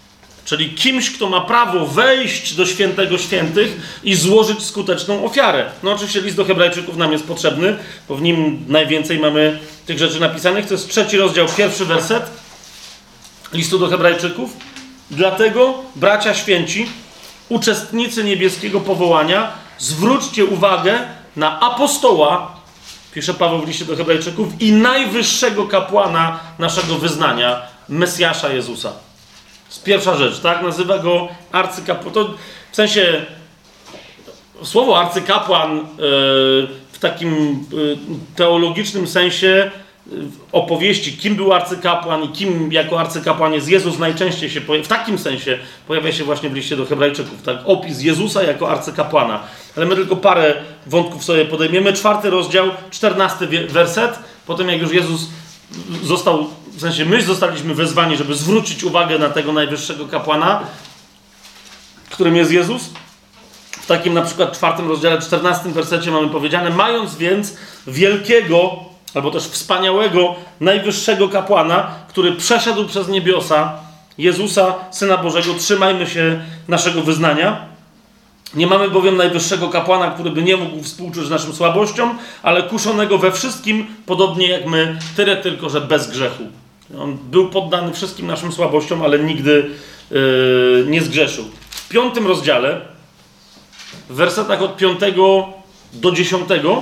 czyli kimś, kto ma prawo wejść do świętego świętych i złożyć skuteczną ofiarę. No oczywiście list do Hebrajczyków nam jest potrzebny, bo w nim najwięcej mamy tych rzeczy napisanych. To jest trzeci rozdział, pierwszy werset listu do Hebrajczyków. Dlatego, bracia święci, uczestnicy niebieskiego powołania, zwróćcie uwagę na apostoła, pisze Paweł w liście do Hebrajczyków, i najwyższego kapłana naszego wyznania, Mesjasza Jezusa. To jest pierwsza rzecz, tak? Nazywa go arcykapłanem. W sensie słowo arcykapłan yy, w takim yy, teologicznym sensie opowieści, kim był arcykapłan i kim jako arcykapłan jest Jezus, najczęściej się pojawia, w takim sensie pojawia się właśnie w liście do Hebrajczyków, tak? Opis Jezusa jako arcykapłana. Ale my tylko parę wątków sobie podejmiemy. Czwarty rozdział, czternasty werset. Potem jak już Jezus został, w sensie my zostaliśmy wezwani, żeby zwrócić uwagę na tego najwyższego kapłana, którym jest Jezus. W takim na przykład czwartym rozdziale, czternastym wersecie mamy powiedziane: mając więc wielkiego, albo też wspaniałego, najwyższego kapłana, który przeszedł przez niebiosa, Jezusa, Syna Bożego, trzymajmy się naszego wyznania. Nie mamy bowiem najwyższego kapłana, który by nie mógł współczuć naszym słabościom, ale kuszonego we wszystkim, podobnie jak my, tyle tylko, że bez grzechu. On był poddany wszystkim naszym słabościom, ale nigdy yy, nie zgrzeszył. W piątym rozdziale, w wersetach od piątego do dziesiątego,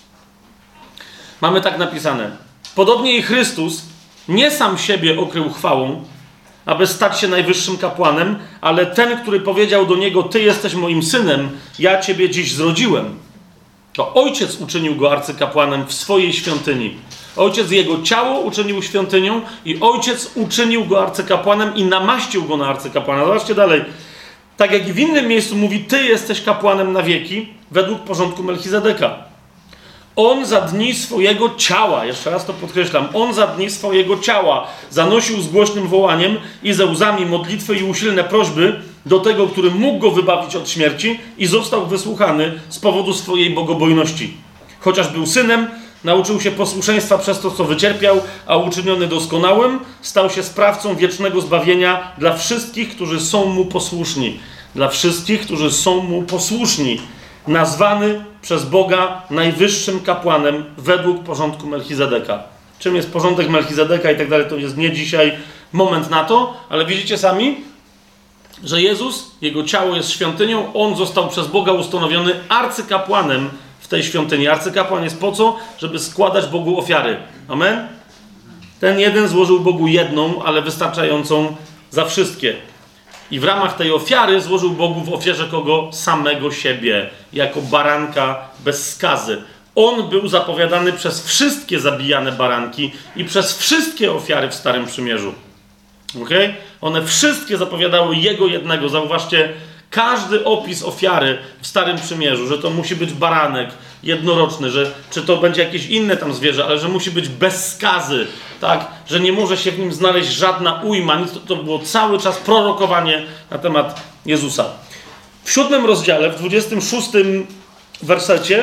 mamy tak napisane: podobnie i Chrystus nie sam siebie okrył chwałą, aby stać się najwyższym kapłanem, ale ten, który powiedział do niego: ty jesteś moim synem, ja ciebie dziś zrodziłem. To Ojciec uczynił go arcykapłanem w swojej świątyni. Ojciec jego ciało uczynił świątynią i Ojciec uczynił go arcykapłanem i namaścił go na arcykapłana. Zobaczcie dalej. Tak jak i w innym miejscu mówi: ty jesteś kapłanem na wieki, według porządku Melchizedeka. On za dni swojego ciała, jeszcze raz to podkreślam, on za dni swojego ciała zanosił z głośnym wołaniem i ze łzami modlitwy i usilne prośby do tego, który mógł go wybawić od śmierci, i został wysłuchany z powodu swojej bogobojności. Chociaż był synem, nauczył się posłuszeństwa przez to, co wycierpiał, a uczyniony doskonałym, stał się sprawcą wiecznego zbawienia dla wszystkich, którzy są mu posłuszni. Dla wszystkich, którzy są mu posłuszni. Nazwany przez Boga najwyższym kapłanem według porządku Melchizedeka. Czym jest porządek Melchizedeka i tak dalej, to jest nie dzisiaj moment na to, ale widzicie sami, że Jezus, jego ciało jest świątynią, on został przez Boga ustanowiony arcykapłanem w tej świątyni. Arcykapłan jest po co? Żeby składać Bogu ofiary. Amen? Ten jeden złożył Bogu jedną, ale wystarczającą za wszystkie. I w ramach tej ofiary złożył Bogu w ofierze kogo? Samego siebie, jako baranka bez skazy. On był zapowiadany przez wszystkie zabijane baranki i przez wszystkie ofiary w Starym Przymierzu. Okay? One wszystkie zapowiadały Jego jednego. Zauważcie, każdy opis ofiary w Starym Przymierzu, że to musi być baranek jednoroczny, że czy to będzie jakieś inne tam zwierzę, ale że musi być bez skazy, tak? Że nie może się w nim znaleźć żadna ujma. Nic, to, to było cały czas prorokowanie na temat Jezusa. W siódmym rozdziale, w dwudziestym szóstym wersecie,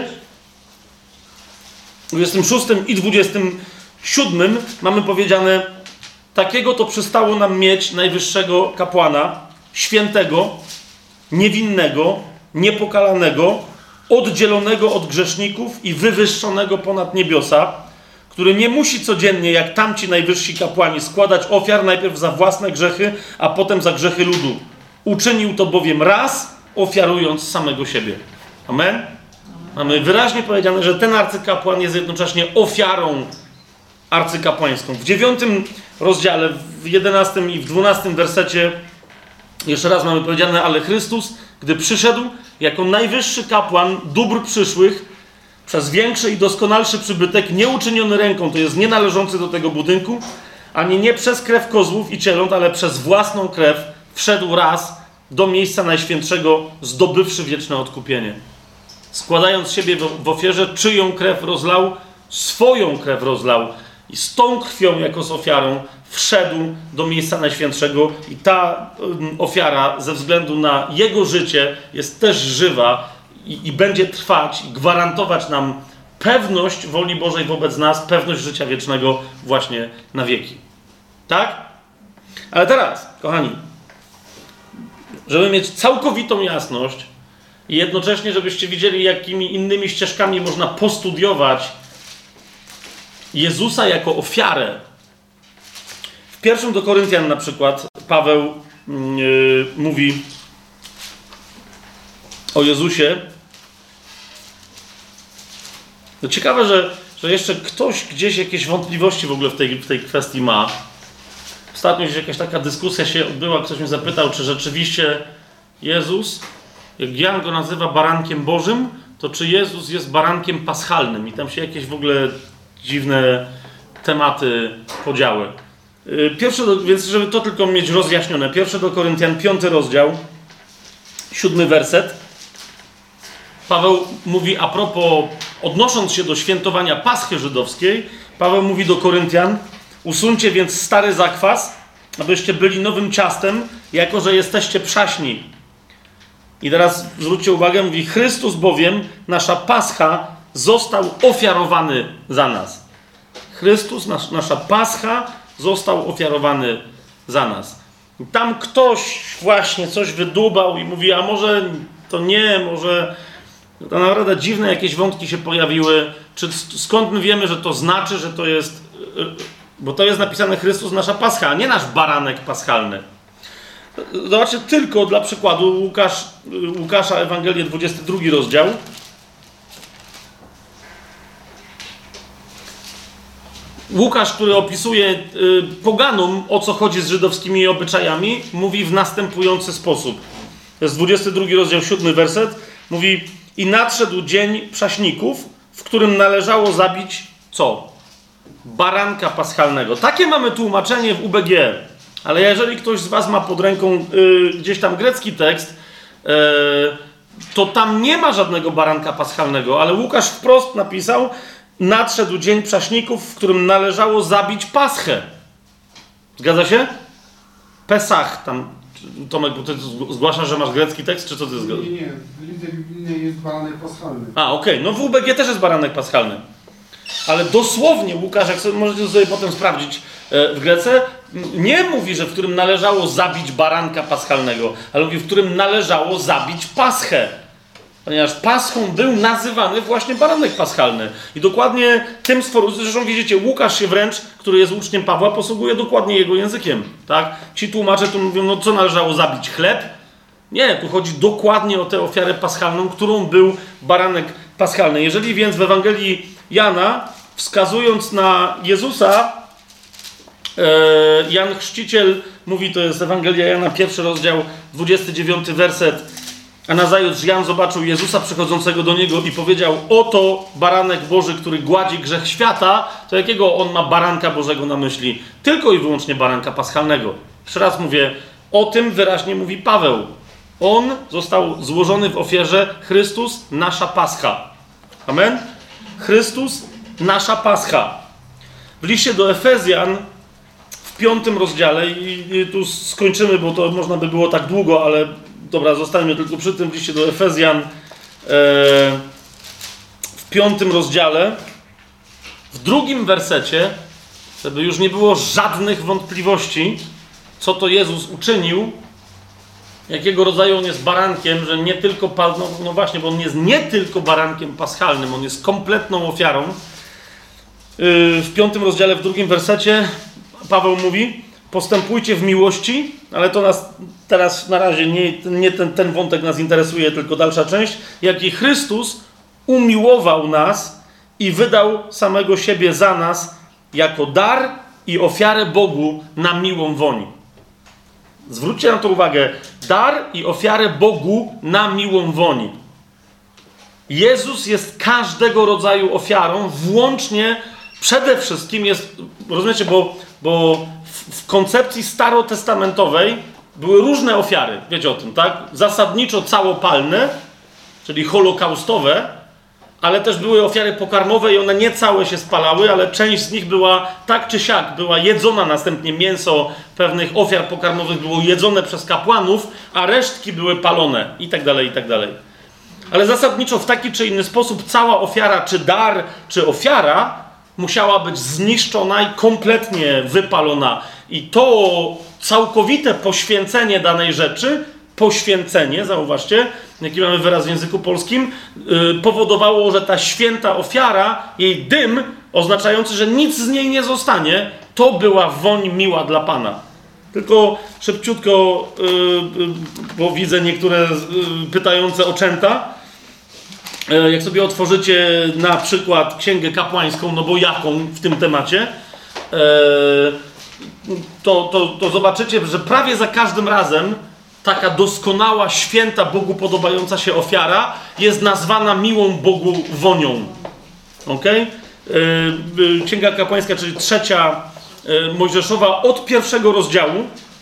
dwudziestym szóstym i dwudziestym siódmym mamy powiedziane: takiego to przystało nam mieć najwyższego kapłana, świętego, niewinnego, niepokalanego, oddzielonego od grzeszników i wywyższonego ponad niebiosa, który nie musi codziennie, jak tamci najwyżsi kapłani, składać ofiar najpierw za własne grzechy, a potem za grzechy ludu. Uczynił to bowiem raz, ofiarując samego siebie. Amen? Mamy wyraźnie powiedziane, że ten arcykapłan jest jednocześnie ofiarą arcykapłańską. W dziewiątym rozdziale, w jedenastym i w dwunastym wersecie jeszcze raz mamy powiedziane: ale Chrystus, gdy przyszedł jako najwyższy kapłan dóbr przyszłych, przez większy i doskonalszy przybytek, nie uczyniony ręką, to jest nie należący do tego budynku, ani nie przez krew kozłów i cieląt, ale przez własną krew, wszedł raz do miejsca najświętszego, zdobywszy wieczne odkupienie. Składając siebie w ofierze, czyją krew rozlał? Swoją krew rozlał. I z tą krwią, jako z ofiarą, wszedł do miejsca najświętszego, i ta um, ofiara ze względu na jego życie jest też żywa i, i będzie trwać i gwarantować nam pewność woli Bożej wobec nas, pewność życia wiecznego właśnie na wieki. Tak? Ale teraz, kochani, żeby mieć całkowitą jasność i jednocześnie, żebyście widzieli, jakimi innymi ścieżkami można postudiować Jezusa jako ofiarę. W pierwszym do Koryntian na przykład Paweł yy, mówi o Jezusie. To ciekawe, że, że jeszcze ktoś gdzieś jakieś wątpliwości w ogóle w tej, w tej kwestii ma. Ostatnio gdzieś jakaś taka dyskusja się odbyła, ktoś mnie zapytał, czy rzeczywiście Jezus, jak Jan go nazywa barankiem Bożym, to czy Jezus jest barankiem paschalnym? I tam się jakieś w ogóle dziwne tematy podziały. Pierwsze, do, więc żeby to tylko mieć rozjaśnione, pierwszy do Koryntian, piąty rozdział, siódmy werset. Paweł mówi a propos, odnosząc się do świętowania Paschy żydowskiej, Paweł mówi do Koryntian: usuńcie więc stary zakwas, abyście byli nowym ciastem, jako że jesteście przaśni. I teraz zwróćcie uwagę, mówi: Chrystus bowiem, nasza Pascha, został ofiarowany za nas. Chrystus, nas, nasza Pascha, został ofiarowany za nas. I tam ktoś właśnie coś wydłubał i mówi, a może to nie, może to naprawdę dziwne jakieś wątki się pojawiły. Czy skąd my wiemy, że to znaczy, że to jest, bo to jest napisane Chrystus, nasza Pascha, a nie nasz baranek paschalny. Zobaczcie tylko dla przykładu Łukasz, Łukasza Ewangelię, dwudziesty drugi rozdział. Łukasz, który opisuje y, poganom, o co chodzi z żydowskimi obyczajami, mówi w następujący sposób. To jest dwudziesty drugi rozdział, siódmy werset. Mówi: i nadszedł dzień prześników, w którym należało zabić co? Baranka paschalnego. Takie mamy tłumaczenie w U B G. Ale jeżeli ktoś z was ma pod ręką y, gdzieś tam grecki tekst, y, to tam nie ma żadnego baranka paschalnego, ale Łukasz wprost napisał: nadszedł dzień prześników, w którym należało zabić Paschę. Zgadza się? Pesach tam. Tomek, bo ty zgłaszasz, że masz grecki tekst, czy co ty zgadzasz? Nie, nie, w lidze biblijnej jest baranek paschalny. A, okej, okay. No w U B G też jest baranek paschalny. Ale dosłownie Łukasz, jak sobie, możecie sobie potem sprawdzić w Grece, nie mówi, że w którym należało zabić baranka paschalnego, ale mówi, w którym należało zabić Paschę. Ponieważ Paschą był nazywany właśnie baranek paschalny. I dokładnie tym sformułowaniem, zresztą widzicie, Łukasz się wręcz, który jest uczniem Pawła, posługuje dokładnie jego językiem. Tak? Ci tłumacze tu mówią, no co należało zabić? Chleb? Nie, tu chodzi dokładnie o tę ofiarę paschalną, którą był baranek paschalny. Jeżeli więc w Ewangelii Jana, wskazując na Jezusa, Jan Chrzciciel mówi, to jest Ewangelia Jana, pierwszy rozdział, dwudziesty dziewiąty werset: a nazajutrz Jan zobaczył Jezusa przychodzącego do niego i powiedział: oto baranek Boży, który gładzi grzech świata. To jakiego on ma baranka Bożego na myśli? Tylko i wyłącznie baranka paschalnego. Jeszcze raz mówię, o tym wyraźnie mówi Paweł. On został złożony w ofierze. Chrystus, nasza Pascha. Amen? Chrystus, nasza Pascha. W liście do Efezjan w piątym rozdziale, i tu skończymy, bo to można by było tak długo, ale dobra, zostańmy tylko przy tym. W liście do Efezjan e, w piątym rozdziale, w drugim wersecie, żeby już nie było żadnych wątpliwości, co to Jezus uczynił, jakiego rodzaju on jest barankiem, że nie tylko, no, no właśnie, bo on jest nie tylko barankiem paschalnym, on jest kompletną ofiarą. Yy, w piątym rozdziale, w drugim wersecie Paweł mówi: postępujcie w miłości, ale to nas teraz na razie nie, nie ten, ten wątek nas interesuje, tylko dalsza część. Jak i Chrystus umiłował nas i wydał samego siebie za nas jako dar i ofiarę Bogu na miłą woń. Zwróćcie na to uwagę. Dar i ofiarę Bogu na miłą woń. Jezus jest każdego rodzaju ofiarą, włącznie przede wszystkim jest, rozumiecie, bo, bo w, w koncepcji starotestamentowej były różne ofiary, wiecie o tym, tak? Zasadniczo całopalne, czyli holokaustowe, ale też były ofiary pokarmowe i one nie całe się spalały, ale część z nich była tak czy siak, była jedzona, następnie mięso pewnych ofiar pokarmowych było jedzone przez kapłanów, a resztki były palone i tak dalej, i tak dalej. Ale zasadniczo w taki czy inny sposób cała ofiara, czy dar, czy ofiara musiała być zniszczona i kompletnie wypalona. I to całkowite poświęcenie danej rzeczy poświęcenie, zauważcie, jaki mamy wyraz w języku polskim, yy, powodowało, że ta święta ofiara, jej dym, oznaczający, że nic z niej nie zostanie, to była woń miła dla Pana. Tylko szybciutko, yy, yy, bo widzę niektóre yy, pytające oczęta. Yy, jak sobie otworzycie na przykład Księgę Kapłańską, no bo jaką w tym temacie, yy, to, to, to zobaczycie, że prawie za każdym razem taka doskonała, święta, Bogu podobająca się ofiara jest nazwana miłą Bogu wonią. Okej? Yy, Księga Kapłańska, czyli trzecia yy, Mojżeszowa, od pierwszego rozdziału.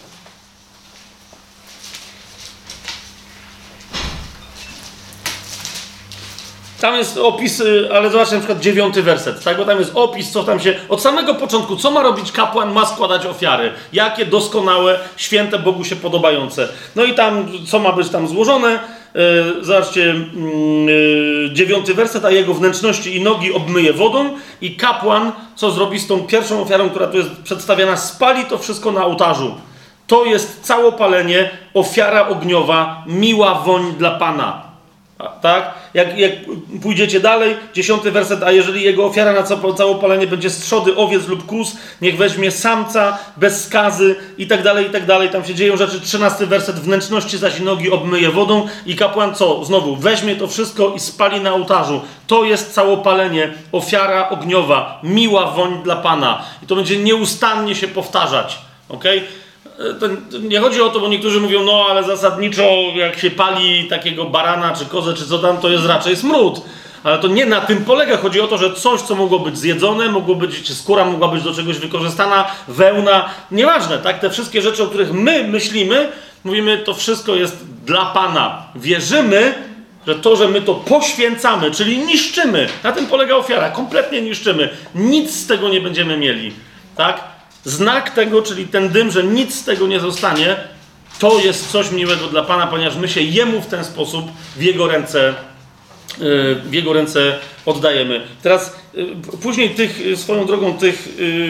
Tam jest opis, ale zobaczcie na przykład dziewiąty werset, tak? Bo tam jest opis, co tam się, od samego początku, co ma robić kapłan, ma składać ofiary. Jakie doskonałe, święte, Bogu się podobające. No i tam, co ma być tam złożone, yy, zobaczcie, yy, dziewiąty werset, a jego wnętrzności i nogi obmyje wodą i kapłan, co zrobi z tą pierwszą ofiarą, która tu jest przedstawiana, spali to wszystko na ołtarzu. To jest całopalenie, ofiara ogniowa, miła woń dla Pana. Tak? Jak, jak pójdziecie dalej, dziesiąty werset, a jeżeli jego ofiara na całopalenie będzie z trzody, owiec lub kóz, niech weźmie samca bez skazy i tak dalej, i tak dalej. Tam się dzieją rzeczy. trzynasty werset, wnętrzności zaś nogi obmyje wodą i kapłan co? Znowu, weźmie to wszystko i spali na ołtarzu. To jest całopalenie, ofiara ogniowa, miła woń dla Pana. I to będzie nieustannie się powtarzać. Okej? Okay? To nie chodzi o to, bo niektórzy mówią, no ale zasadniczo jak się pali takiego barana, czy kozę, czy co tam, to jest raczej smród. Ale to nie na tym polega. Chodzi o to, że coś, co mogło być zjedzone, mogło być, czy skóra mogła być do czegoś wykorzystana, wełna, nieważne, tak? Te wszystkie rzeczy, o których my myślimy, mówimy, to wszystko jest dla Pana. Wierzymy, że to, że my to poświęcamy, czyli niszczymy, na tym polega ofiara, kompletnie niszczymy. Nic z tego nie będziemy mieli, tak? Znak tego, czyli ten dym, że nic z tego nie zostanie, to jest coś miłego dla Pana, ponieważ my się Jemu w ten sposób w Jego ręce, w Jego ręce oddajemy. Teraz później tych, swoją drogą tych,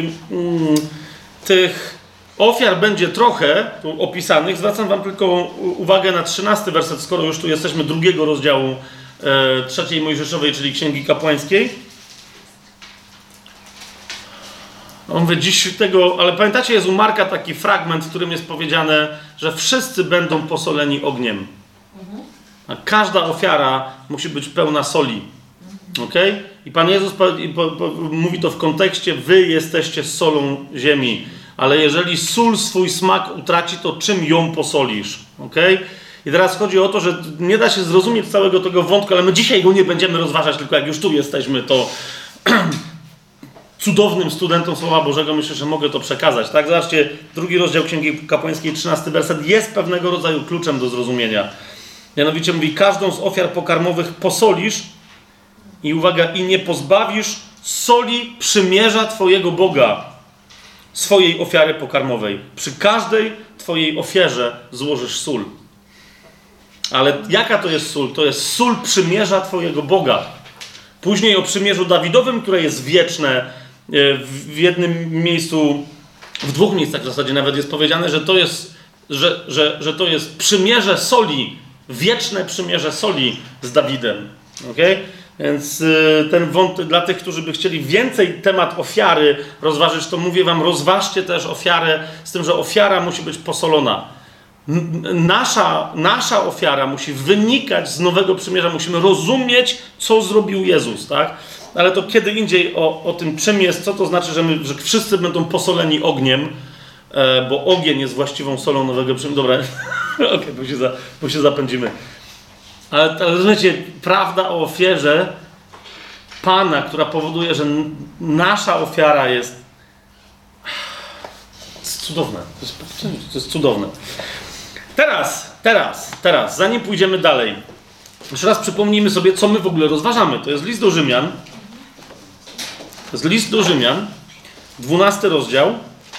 tych ofiar będzie trochę tu opisanych. Zwracam wam tylko uwagę na trzynasty werset, skoro już tu jesteśmy, drugiego rozdziału trzeciej Mojżeszowej, czyli Księgi Kapłańskiej. On mówi dziś tego, ale pamiętacie, jest u Marka taki fragment, w którym jest powiedziane, że wszyscy będą posoleni ogniem. A każda ofiara musi być pełna soli. Okay? I Pan Jezus po, po, po, mówi to w kontekście, wy jesteście solą ziemi. Ale jeżeli sól swój smak utraci, to czym ją posolisz? Okay? I teraz chodzi o to, że nie da się zrozumieć całego tego wątku, ale my dzisiaj go nie będziemy rozważać, tylko jak już tu jesteśmy, to cudownym studentom Słowa Bożego myślę, że mogę to przekazać. Tak? Zobaczcie, drugi rozdział Księgi Kapłańskiej, trzynasty werset, jest pewnego rodzaju kluczem do zrozumienia. Mianowicie mówi, każdą z ofiar pokarmowych posolisz i uwaga, i nie pozbawisz soli przymierza Twojego Boga, swojej ofiary pokarmowej. Przy każdej Twojej ofierze złożysz sól. Ale jaka to jest sól? To jest sól przymierza Twojego Boga. Później o przymierzu Dawidowym, które jest wieczne, w jednym miejscu, w dwóch miejscach w zasadzie nawet jest powiedziane, że to jest, że, że, że to jest przymierze soli, wieczne przymierze soli z Dawidem. Okay? Więc ten wątek dla tych, którzy by chcieli więcej temat ofiary rozważyć, to mówię wam, rozważcie też ofiarę, z tym, że ofiara musi być posolona. Nasza, nasza ofiara musi wynikać z Nowego Przymierza, musimy rozumieć, co zrobił Jezus, tak? Ale to kiedy indziej o, o tym, czym jest, co to znaczy, że, my, że wszyscy będą posoleni ogniem, e, bo ogień jest właściwą solą Nowego Przymierza. Dobra, okej, okay, bo, się za, bo się zapędzimy. Ale, ale rozumiecie, prawda o ofierze Pana, która powoduje, że nasza ofiara jest, jest cudowna. To jest, to jest cudowne. Teraz, teraz, teraz, zanim pójdziemy dalej, jeszcze raz przypomnijmy sobie, co my w ogóle rozważamy. To jest list do Rzymian. To jest list do Rzymian, dwunasty rozdział.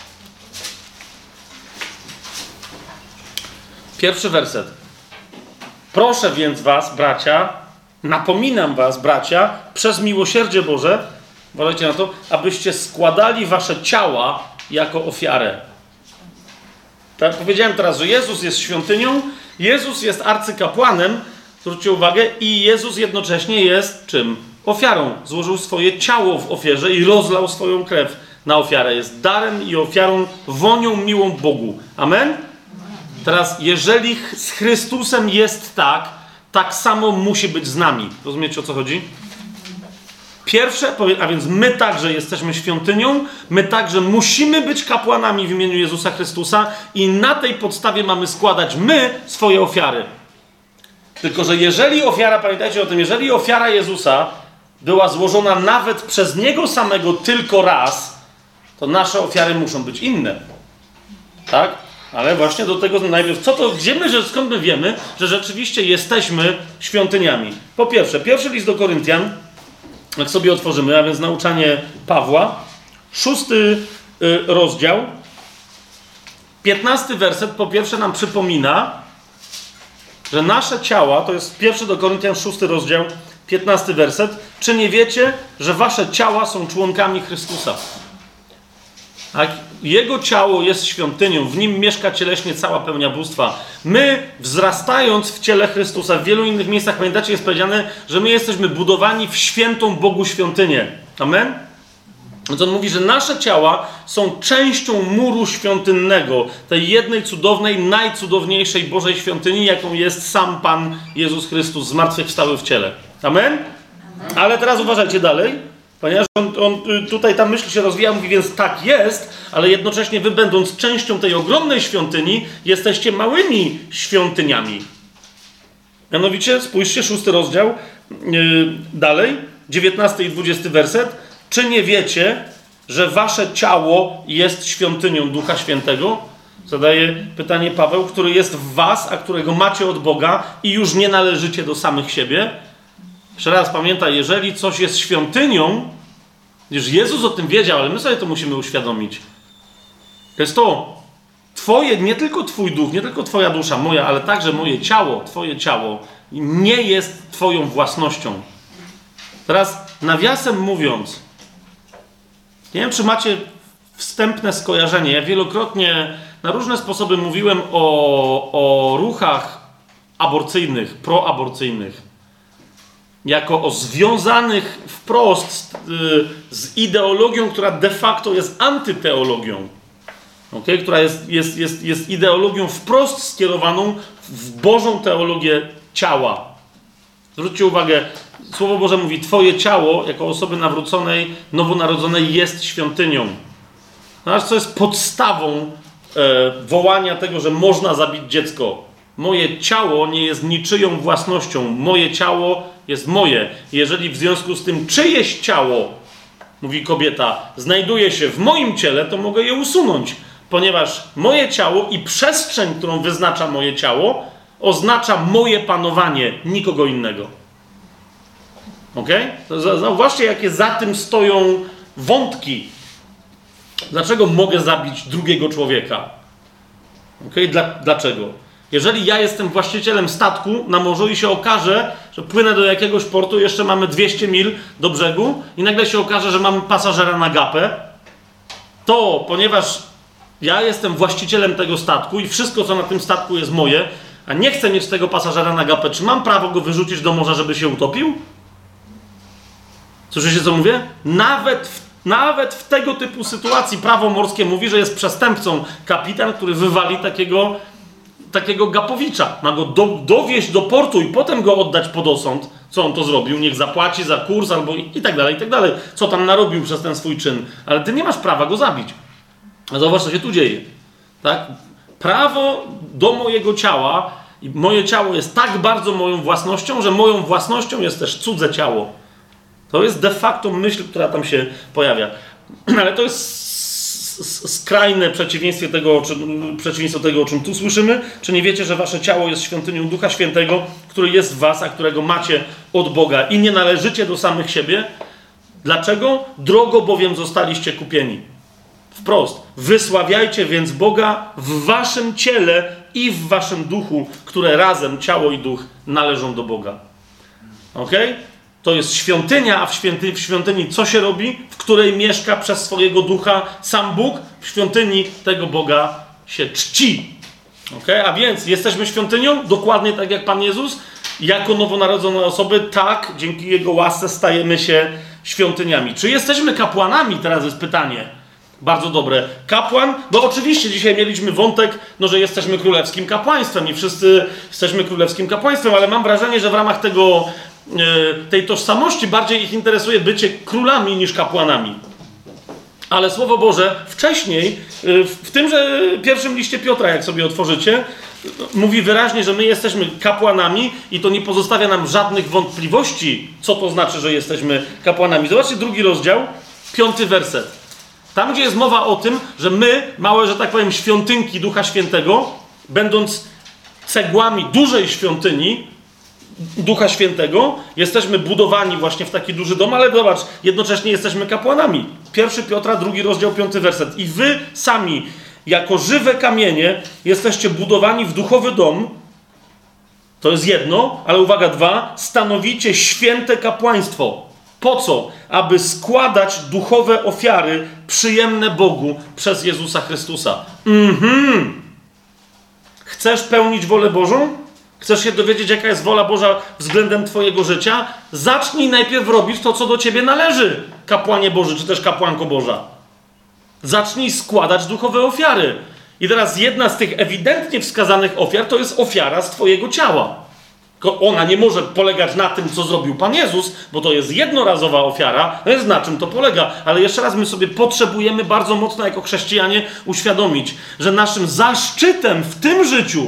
Pierwszy werset. Proszę więc was, bracia, napominam was, bracia, przez miłosierdzie Boże, uważajcie na to, abyście składali wasze ciała jako ofiarę. Tak, powiedziałem teraz, że Jezus jest świątynią Jezus jest arcykapłanem, zwróćcie uwagę, i Jezus jednocześnie jest czym? Ofiarą. Złożył swoje ciało w ofierze i rozlał swoją krew na ofiarę. Jest darem i ofiarą, wonią miłą Bogu. Amen? Teraz, jeżeli z Chrystusem jest tak, tak samo musi być z nami. Rozumiecie, o co chodzi? Pierwsze, a więc my także jesteśmy świątynią, my także musimy być kapłanami w imieniu Jezusa Chrystusa i na tej podstawie mamy składać my swoje ofiary. Tylko że jeżeli ofiara, pamiętajcie o tym, jeżeli ofiara Jezusa była złożona nawet przez Niego samego tylko raz, to nasze ofiary muszą być inne. Tak? Ale właśnie do tego najpierw, co to, gdzie my, że skąd my wiemy, że rzeczywiście jesteśmy świątyniami? Po pierwsze, pierwszy list do Koryntian, jak sobie otworzymy, a więc nauczanie Pawła, szósty y, rozdział, piętnasty werset, po pierwsze nam przypomina, że nasze ciała, to jest pierwszy do Koryntian, szósty rozdział, piętnasty werset, czy nie wiecie, że wasze ciała są członkami Chrystusa? Tak? Jego ciało jest świątynią, w nim mieszka cieleśnie cała pełnia bóstwa. My, wzrastając w ciele Chrystusa, w wielu innych miejscach, pamiętacie, jest powiedziane, że my jesteśmy budowani w świętą Bogu świątynię. Amen? Więc on mówi, że nasze ciała są częścią muru świątynnego, tej jednej cudownej, najcudowniejszej Bożej świątyni, jaką jest sam Pan Jezus Chrystus, zmartwychwstały w ciele. Amen? Ale teraz uważajcie dalej. Ponieważ on, on, tutaj ta myśl się rozwija, mówi, więc tak jest, ale jednocześnie wy, będąc częścią tej ogromnej świątyni, jesteście małymi świątyniami. Mianowicie, spójrzcie, szósty rozdział, yy, dalej, dziewiętnasty i dwudziesty werset. Czy nie wiecie, że wasze ciało jest świątynią Ducha Świętego? Zadaje pytanie Paweł, który jest w was, a którego macie od Boga i już nie należycie do samych siebie. Jeszcze raz pamiętaj, jeżeli coś jest świątynią, już Jezus o tym wiedział, ale my sobie to musimy uświadomić. To jest to, twoje, nie tylko twój duch, nie tylko twoja dusza, moja, ale także moje ciało, twoje ciało nie jest twoją własnością. Teraz nawiasem mówiąc, nie wiem, czy macie wstępne skojarzenie. Ja wielokrotnie na różne sposoby mówiłem o, o ruchach aborcyjnych, proaborcyjnych, jako o związanych wprost z, z ideologią, która de facto jest antyteologią, okay? Która jest, jest, jest, jest ideologią wprost skierowaną w Bożą teologię ciała. Zwróćcie uwagę, Słowo Boże mówi, twoje ciało, jako osoby nawróconej, nowonarodzonej, jest świątynią. Znaczy, co jest podstawą e, wołania tego, że można zabić dziecko. Moje ciało nie jest niczyją własnością. Moje ciało jest moje. Jeżeli w związku z tym czyjeś ciało, mówi kobieta, znajduje się w moim ciele, to mogę je usunąć. Ponieważ moje ciało i przestrzeń, którą wyznacza moje ciało, oznacza moje panowanie, nikogo innego. Okej? Okay? Zauważcie, jakie za tym stoją wątki. Dlaczego mogę zabić drugiego człowieka? Okay? Dla, dlaczego? Jeżeli ja jestem właścicielem statku na morzu i się okaże, że płynę do jakiegoś portu, jeszcze mamy dwieście mil do brzegu i nagle się okaże, że mamy pasażera na gapę, to ponieważ ja jestem właścicielem tego statku i wszystko, co na tym statku jest moje, a nie chcę mieć tego pasażera na gapę, czy mam prawo go wyrzucić do morza, żeby się utopił? Słyszycie, co mówię? Nawet w, nawet w tego typu sytuacji prawo morskie mówi, że jest przestępcą kapitan, który wywali takiego, takiego gapowicza. Ma go do, dowieźć do portu i potem go oddać pod osąd. Co on to zrobił? Niech zapłaci za kurs albo i, i tak dalej, i tak dalej. Co tam narobił przez ten swój czyn. Ale ty nie masz prawa go zabić. A zobacz, co się tu dzieje. Tak? Prawo do mojego ciała i moje ciało jest tak bardzo moją własnością, że moją własnością jest też cudze ciało. To jest de facto myśl, która tam się pojawia. Ale to jest skrajne przeciwieństwo tego, przeciwieństwo tego, o czym tu słyszymy. Czy nie wiecie, że wasze ciało jest świątynią Ducha Świętego, który jest w was, a którego macie od Boga i nie należycie do samych siebie? Dlaczego? Drogo bowiem zostaliście kupieni. Wprost. Wysławiajcie więc Boga w waszym ciele i w waszym duchu, które razem, ciało i duch, należą do Boga. Okej? Okay? To jest świątynia, a w świątyni, w świątyni co się robi? W której mieszka przez swojego ducha sam Bóg. W świątyni tego Boga się czci. Okay? A więc jesteśmy świątynią, dokładnie tak jak Pan Jezus. Jako nowonarodzone osoby, tak, dzięki Jego łasce stajemy się świątyniami. Czy jesteśmy kapłanami? Teraz jest pytanie. Bardzo dobre. Kapłan, bo oczywiście dzisiaj mieliśmy wątek, no, że jesteśmy królewskim kapłaństwem i wszyscy jesteśmy królewskim kapłaństwem, ale mam wrażenie, że w ramach tego, yy, tej tożsamości bardziej ich interesuje bycie królami niż kapłanami. Ale Słowo Boże wcześniej, yy, w tymże pierwszym liście Piotra, jak sobie otworzycie, mówi wyraźnie, że my jesteśmy kapłanami i to nie pozostawia nam żadnych wątpliwości, co to znaczy, że jesteśmy kapłanami. Zobaczcie drugi rozdział, piąty werset. Tam, gdzie jest mowa o tym, że my, małe, że tak powiem, świątynki Ducha Świętego, będąc cegłami dużej świątyni Ducha Świętego, jesteśmy budowani właśnie w taki duży dom, ale zobacz, jednocześnie jesteśmy kapłanami. Pierwszy Piotra, drugi rozdział, piąty werset. I wy sami, jako żywe kamienie, jesteście budowani w duchowy dom. To jest jedno, ale uwaga, dwa, stanowicie święte kapłaństwo. Po co? Aby składać duchowe ofiary przyjemne Bogu przez Jezusa Chrystusa. Mhm. Chcesz pełnić wolę Bożą? Chcesz się dowiedzieć, jaka jest wola Boża względem twojego życia? Zacznij najpierw robić to, co do ciebie należy, kapłanie Boży, czy też kapłanko Boża. Zacznij składać duchowe ofiary. I teraz jedna z tych ewidentnie wskazanych ofiar to jest ofiara z twojego ciała. Ona nie może polegać na tym, co zrobił Pan Jezus, bo to jest jednorazowa ofiara, więc na czym to polega. Ale jeszcze raz, my sobie potrzebujemy bardzo mocno jako chrześcijanie uświadomić, że naszym zaszczytem w tym życiu,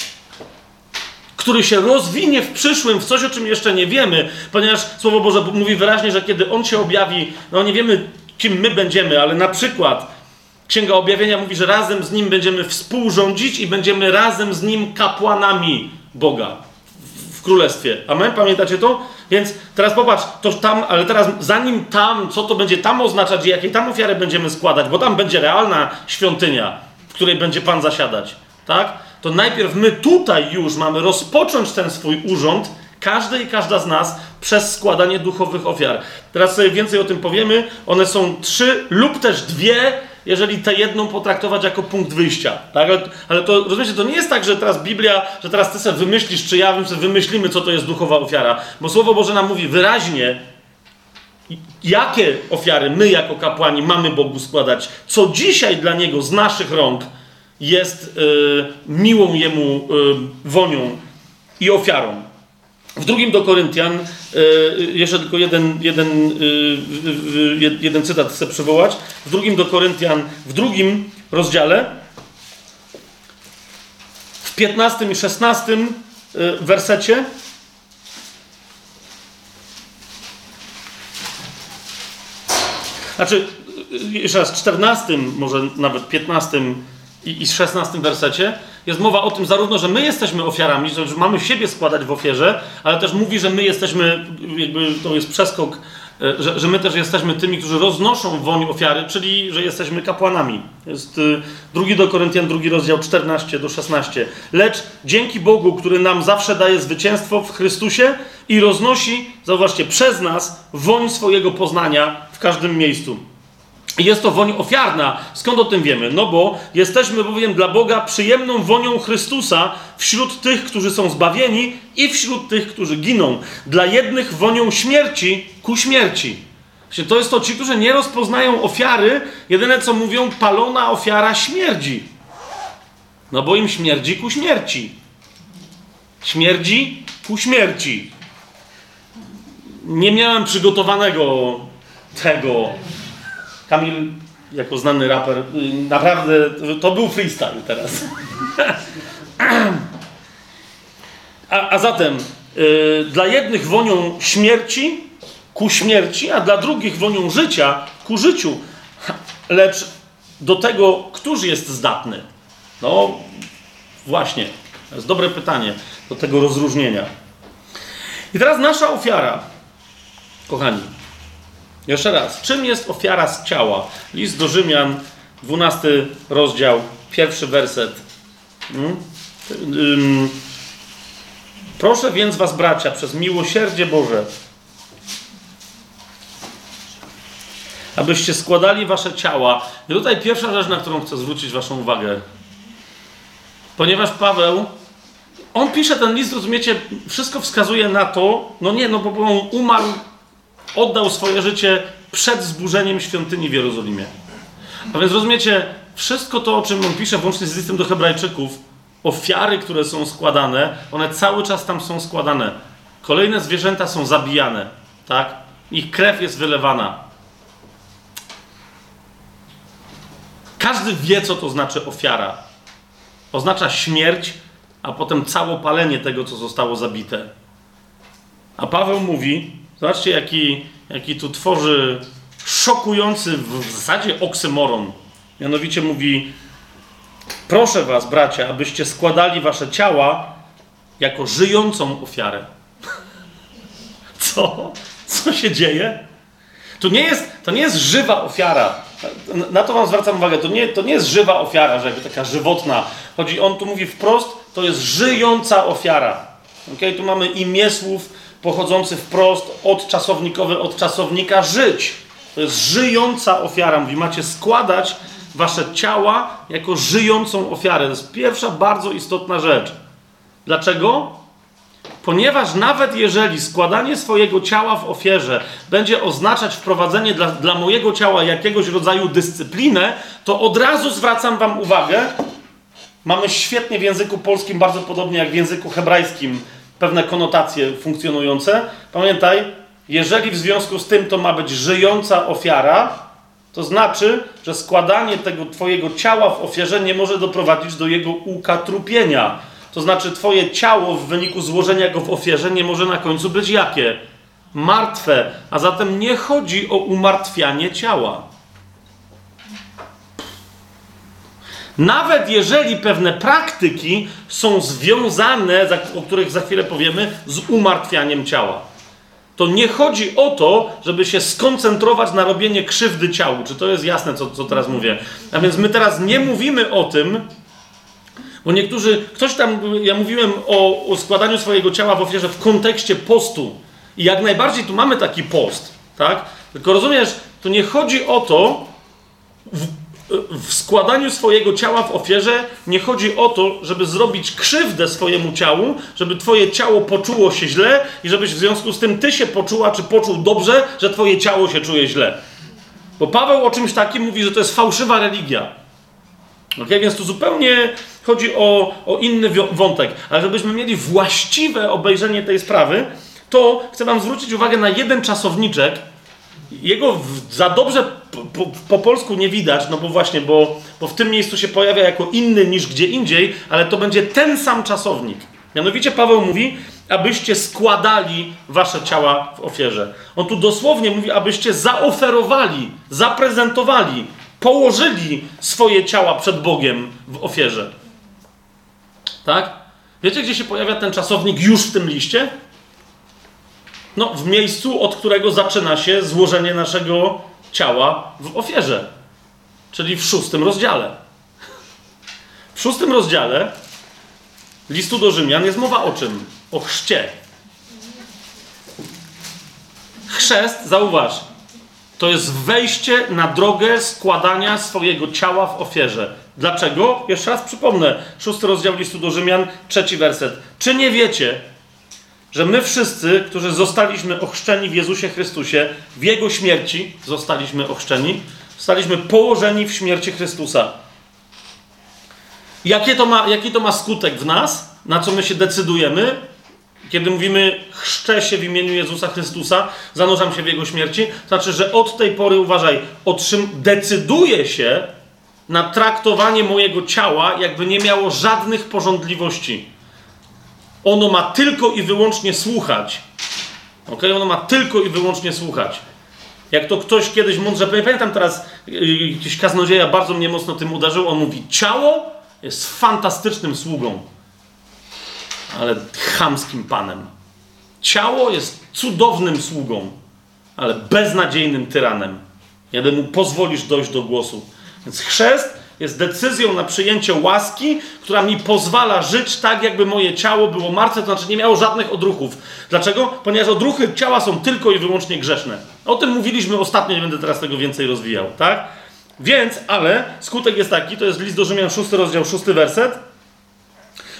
który się rozwinie w przyszłym, w coś, o czym jeszcze nie wiemy, ponieważ Słowo Boże mówi wyraźnie, że kiedy On się objawi, no nie wiemy, kim my będziemy, ale na przykład Księga Objawienia mówi, że razem z Nim będziemy współrządzić i będziemy razem z Nim kapłanami Boga w Królestwie. Amen? Pamiętacie to? Więc teraz popatrz, to tam, ale teraz zanim tam, co to będzie tam oznaczać i jakie tam ofiary będziemy składać, bo tam będzie realna świątynia, w której będzie Pan zasiadać, tak? To najpierw my tutaj już mamy rozpocząć ten swój urząd, każdy i każda z nas, przez składanie duchowych ofiar. Teraz sobie więcej o tym powiemy. One są trzy lub też dwie, jeżeli tę jedną potraktować jako punkt wyjścia. Tak? Ale, ale to, rozumiecie, to nie jest tak, że teraz Biblia, że teraz ty sobie wymyślisz, czy ja sobie wymyślimy, co to jest duchowa ofiara. Bo Słowo Boże nam mówi wyraźnie, jakie ofiary my jako kapłani mamy Bogu składać, co dzisiaj dla Niego z naszych rąk jest yy, miłą Jemu yy, wonią i ofiarą. W drugim do Koryntian, yy, jeszcze tylko jeden, jeden, yy, jeden cytat chcę przywołać. W drugim do Koryntian, w drugim rozdziale, w piętnastym i szesnastym yy, wersecie, znaczy, jeszcze raz, czternastym, może nawet piętnastym i szesnastym wersecie jest mowa o tym zarówno, że my jesteśmy ofiarami, że mamy siebie składać w ofierze, ale też mówi, że my jesteśmy, jakby to jest przeskok, że, że my też jesteśmy tymi, którzy roznoszą woń ofiary, czyli że jesteśmy kapłanami. Jest drugi do Koryntian, drugi rozdział, czternaście do szesnastu. Lecz dzięki Bogu, który nam zawsze daje zwycięstwo w Chrystusie i roznosi, zauważcie, przez nas woń swojego poznania w każdym miejscu. Jest to woń ofiarna. Skąd o tym wiemy? No bo jesteśmy bowiem dla Boga przyjemną wonią Chrystusa wśród tych, którzy są zbawieni i wśród tych, którzy giną. Dla jednych wonią śmierci ku śmierci. To jest to ci, którzy nie rozpoznają ofiary. Jedyne co mówią, palona ofiara śmierdzi. No bo im śmierdzi ku śmierci. Śmierdzi ku śmierci. Nie miałem przygotowanego tego... Kamil, jako znany raper, naprawdę, to był freestyle teraz. a, a zatem, yy, dla jednych wonią śmierci ku śmierci, a dla drugich wonią życia ku życiu. Lecz do tego, któż jest zdatny? No, właśnie, to jest dobre pytanie do tego rozróżnienia. I teraz nasza ofiara, kochani. Jeszcze raz, czym jest ofiara z ciała? List do Rzymian, dwunasty rozdział, pierwszy werset. Hmm? Ym. Proszę więc was, bracia, przez miłosierdzie Boże, abyście składali wasze ciała. I tutaj pierwsza rzecz, na którą chcę zwrócić waszą uwagę. Ponieważ Paweł, on pisze ten list, rozumiecie, wszystko wskazuje na to, no nie, no bo on umarł, oddał swoje życie przed zburzeniem świątyni w Jerozolimie. A więc rozumiecie, wszystko to, o czym on pisze, włącznie z listem do Hebrajczyków, ofiary, które są składane, one cały czas tam są składane. Kolejne zwierzęta są zabijane, tak? Ich krew jest wylewana. Każdy wie, co to znaczy ofiara. Oznacza śmierć, a potem całopalenie tego, co zostało zabite. A Paweł mówi, zobaczcie, jaki, jaki tu tworzy szokujący w zasadzie oksymoron. Mianowicie mówi, proszę was, bracia, abyście składali wasze ciała jako żyjącą ofiarę. Co? Co się dzieje? To nie jest, to nie jest żywa ofiara. Na to wam zwracam uwagę. To nie, to nie jest żywa ofiara, że jakby taka żywotna. Chodzi, on tu mówi wprost, to jest żyjąca ofiara. Okay? Tu mamy imię słów pochodzący wprost od czasownikowy, od czasownika żyć. To jest żyjąca ofiara. Mówi, macie składać wasze ciała jako żyjącą ofiarę. To jest pierwsza bardzo istotna rzecz. Dlaczego? Ponieważ nawet jeżeli składanie swojego ciała w ofierze będzie oznaczać wprowadzenie dla, dla mojego ciała jakiegoś rodzaju dyscyplinę, to od razu zwracam wam uwagę, mamy świetnie w języku polskim, bardzo podobnie jak w języku hebrajskim, pewne konotacje funkcjonujące. Pamiętaj, jeżeli w związku z tym to ma być żyjąca ofiara, to znaczy, że składanie tego twojego ciała w ofierze nie może doprowadzić do jego ukatrupienia. To znaczy, twoje ciało w wyniku złożenia go w ofierze nie może na końcu być jakie? Martwe. A zatem nie chodzi o umartwianie ciała. Nawet jeżeli pewne praktyki są związane, o których za chwilę powiemy, z umartwianiem ciała. To nie chodzi o to, żeby się skoncentrować na robienie krzywdy ciału. Czy to jest jasne, co, co teraz mówię? A więc my teraz nie mówimy o tym, bo niektórzy, ktoś tam, ja mówiłem o, o składaniu swojego ciała w ofierze w kontekście postu. I jak najbardziej tu mamy taki post, tak? Tylko rozumiesz, to nie chodzi o to, w, w składaniu swojego ciała w ofierze nie chodzi o to, żeby zrobić krzywdę swojemu ciału, żeby twoje ciało poczuło się źle i żebyś w związku z tym ty się poczuła, czy poczuł dobrze, że twoje ciało się czuje źle. Bo Paweł o czymś takim mówi, że to jest fałszywa religia. Okay? Więc tu zupełnie chodzi o, o inny wątek. Ale żebyśmy mieli właściwe obejrzenie tej sprawy, to chcę wam zwrócić uwagę na jeden czasowniczek. Jego w, za dobrze po, po, po polsku nie widać, no bo właśnie, bo, bo w tym miejscu się pojawia jako inny niż gdzie indziej, ale to będzie ten sam czasownik. Mianowicie Paweł mówi, abyście składali wasze ciała w ofierze. On tu dosłownie mówi, abyście zaoferowali, zaprezentowali, położyli swoje ciała przed Bogiem w ofierze. Tak? Wiecie, gdzie się pojawia ten czasownik już w tym liście? No, w miejscu, od którego zaczyna się złożenie naszego ciała w ofierze. Czyli w szóstym rozdziale. W szóstym rozdziale listu do Rzymian jest mowa o czym? O chrzcie. Chrzest, zauważ, to jest wejście na drogę składania swojego ciała w ofierze. Dlaczego? Jeszcze raz przypomnę. Szósty rozdział listu do Rzymian, trzeci werset. Czy nie wiecie, że my wszyscy, którzy zostaliśmy ochrzczeni w Jezusie Chrystusie, w Jego śmierci zostaliśmy ochrzczeni, zostaliśmy położeni w śmierci Chrystusa. Jakie to ma, jaki to ma skutek w nas? Na co my się decydujemy? Kiedy mówimy chrzczę się w imieniu Jezusa Chrystusa, zanurzam się w Jego śmierci, to znaczy, że od tej pory, uważaj, otrzym, decyduję się na traktowanie mojego ciała, jakby nie miało żadnych pożądliwości. Ono ma tylko i wyłącznie słuchać. Okay? Ono ma tylko i wyłącznie słuchać. Jak to ktoś kiedyś mądrze... Pamiętam teraz, yy, jakiś kaznodzieja bardzo mnie mocno tym uderzył. On mówi, ciało jest fantastycznym sługą, ale chamskim panem. Ciało jest cudownym sługą, ale beznadziejnym tyranem. Jeden mu pozwolisz dojść do głosu. Więc chrzest jest decyzją na przyjęcie łaski, która mi pozwala żyć tak, jakby moje ciało było martwe, to znaczy nie miało żadnych odruchów. Dlaczego? Ponieważ odruchy ciała są tylko i wyłącznie grzeszne. O tym mówiliśmy ostatnio, nie będę teraz tego więcej rozwijał, tak? Więc, ale skutek jest taki, to jest list do Rzymian, szósty rozdział, szósty werset.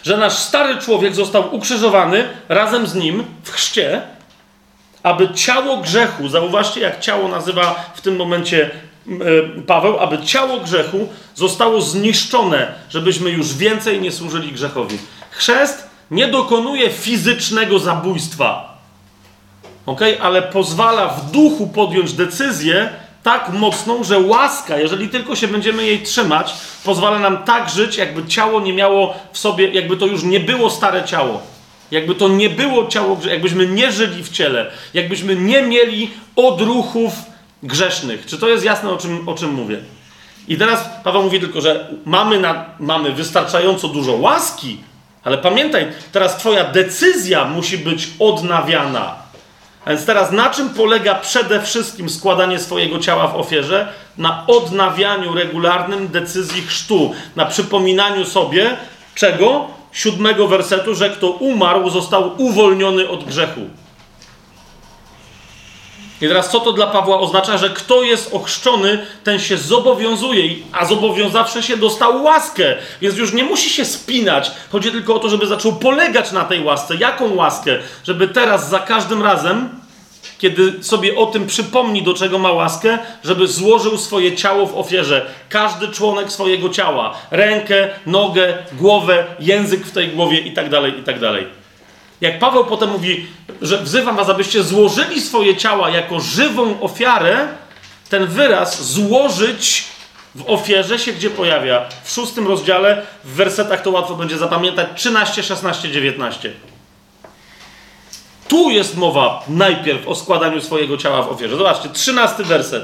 że nasz stary człowiek został ukrzyżowany razem z nim w chrzcie, aby ciało grzechu, zauważcie jak ciało nazywa w tym momencie Paweł, aby ciało grzechu zostało zniszczone, żebyśmy już więcej nie służyli grzechowi. Chrzest nie dokonuje fizycznego zabójstwa, okay? Ale pozwala w duchu podjąć decyzję tak mocną, że łaska, jeżeli tylko się będziemy jej trzymać, pozwala nam tak żyć, jakby ciało nie miało w sobie, jakby to już nie było stare ciało. Jakby to nie było ciało, jakbyśmy nie żyli w ciele, jakbyśmy nie mieli odruchów grzesznych. Czy to jest jasne, o czym, o czym mówię? I teraz Paweł mówi tylko, że mamy, na, mamy wystarczająco dużo łaski, ale pamiętaj, teraz twoja decyzja musi być odnawiana. A więc teraz na czym polega przede wszystkim składanie swojego ciała w ofierze? Na odnawianiu regularnym decyzji chrztu, na przypominaniu sobie czego? Siódmego wersetu, że kto umarł, został uwolniony od grzechu. I teraz co to dla Pawła oznacza? Że kto jest ochrzczony, ten się zobowiązuje, a zobowiązawszy się dostał łaskę, więc już nie musi się spinać. Chodzi tylko o to, żeby zaczął polegać na tej łasce. Jaką łaskę? Żeby teraz za każdym razem, kiedy sobie o tym przypomni, do czego ma łaskę, żeby złożył swoje ciało w ofierze. Każdy członek swojego ciała. Rękę, nogę, głowę, język w tej głowie i tak dalej, i tak dalej. Jak Paweł potem mówi, że wzywam was, abyście złożyli swoje ciała jako żywą ofiarę, ten wyraz złożyć w ofierze się gdzie pojawia? W szóstym rozdziale, w wersetach to łatwo będzie zapamiętać, trzynaście, szesnaście, dziewiętnaście. Tu jest mowa najpierw o składaniu swojego ciała w ofierze. Zobaczcie, trzynasty werset.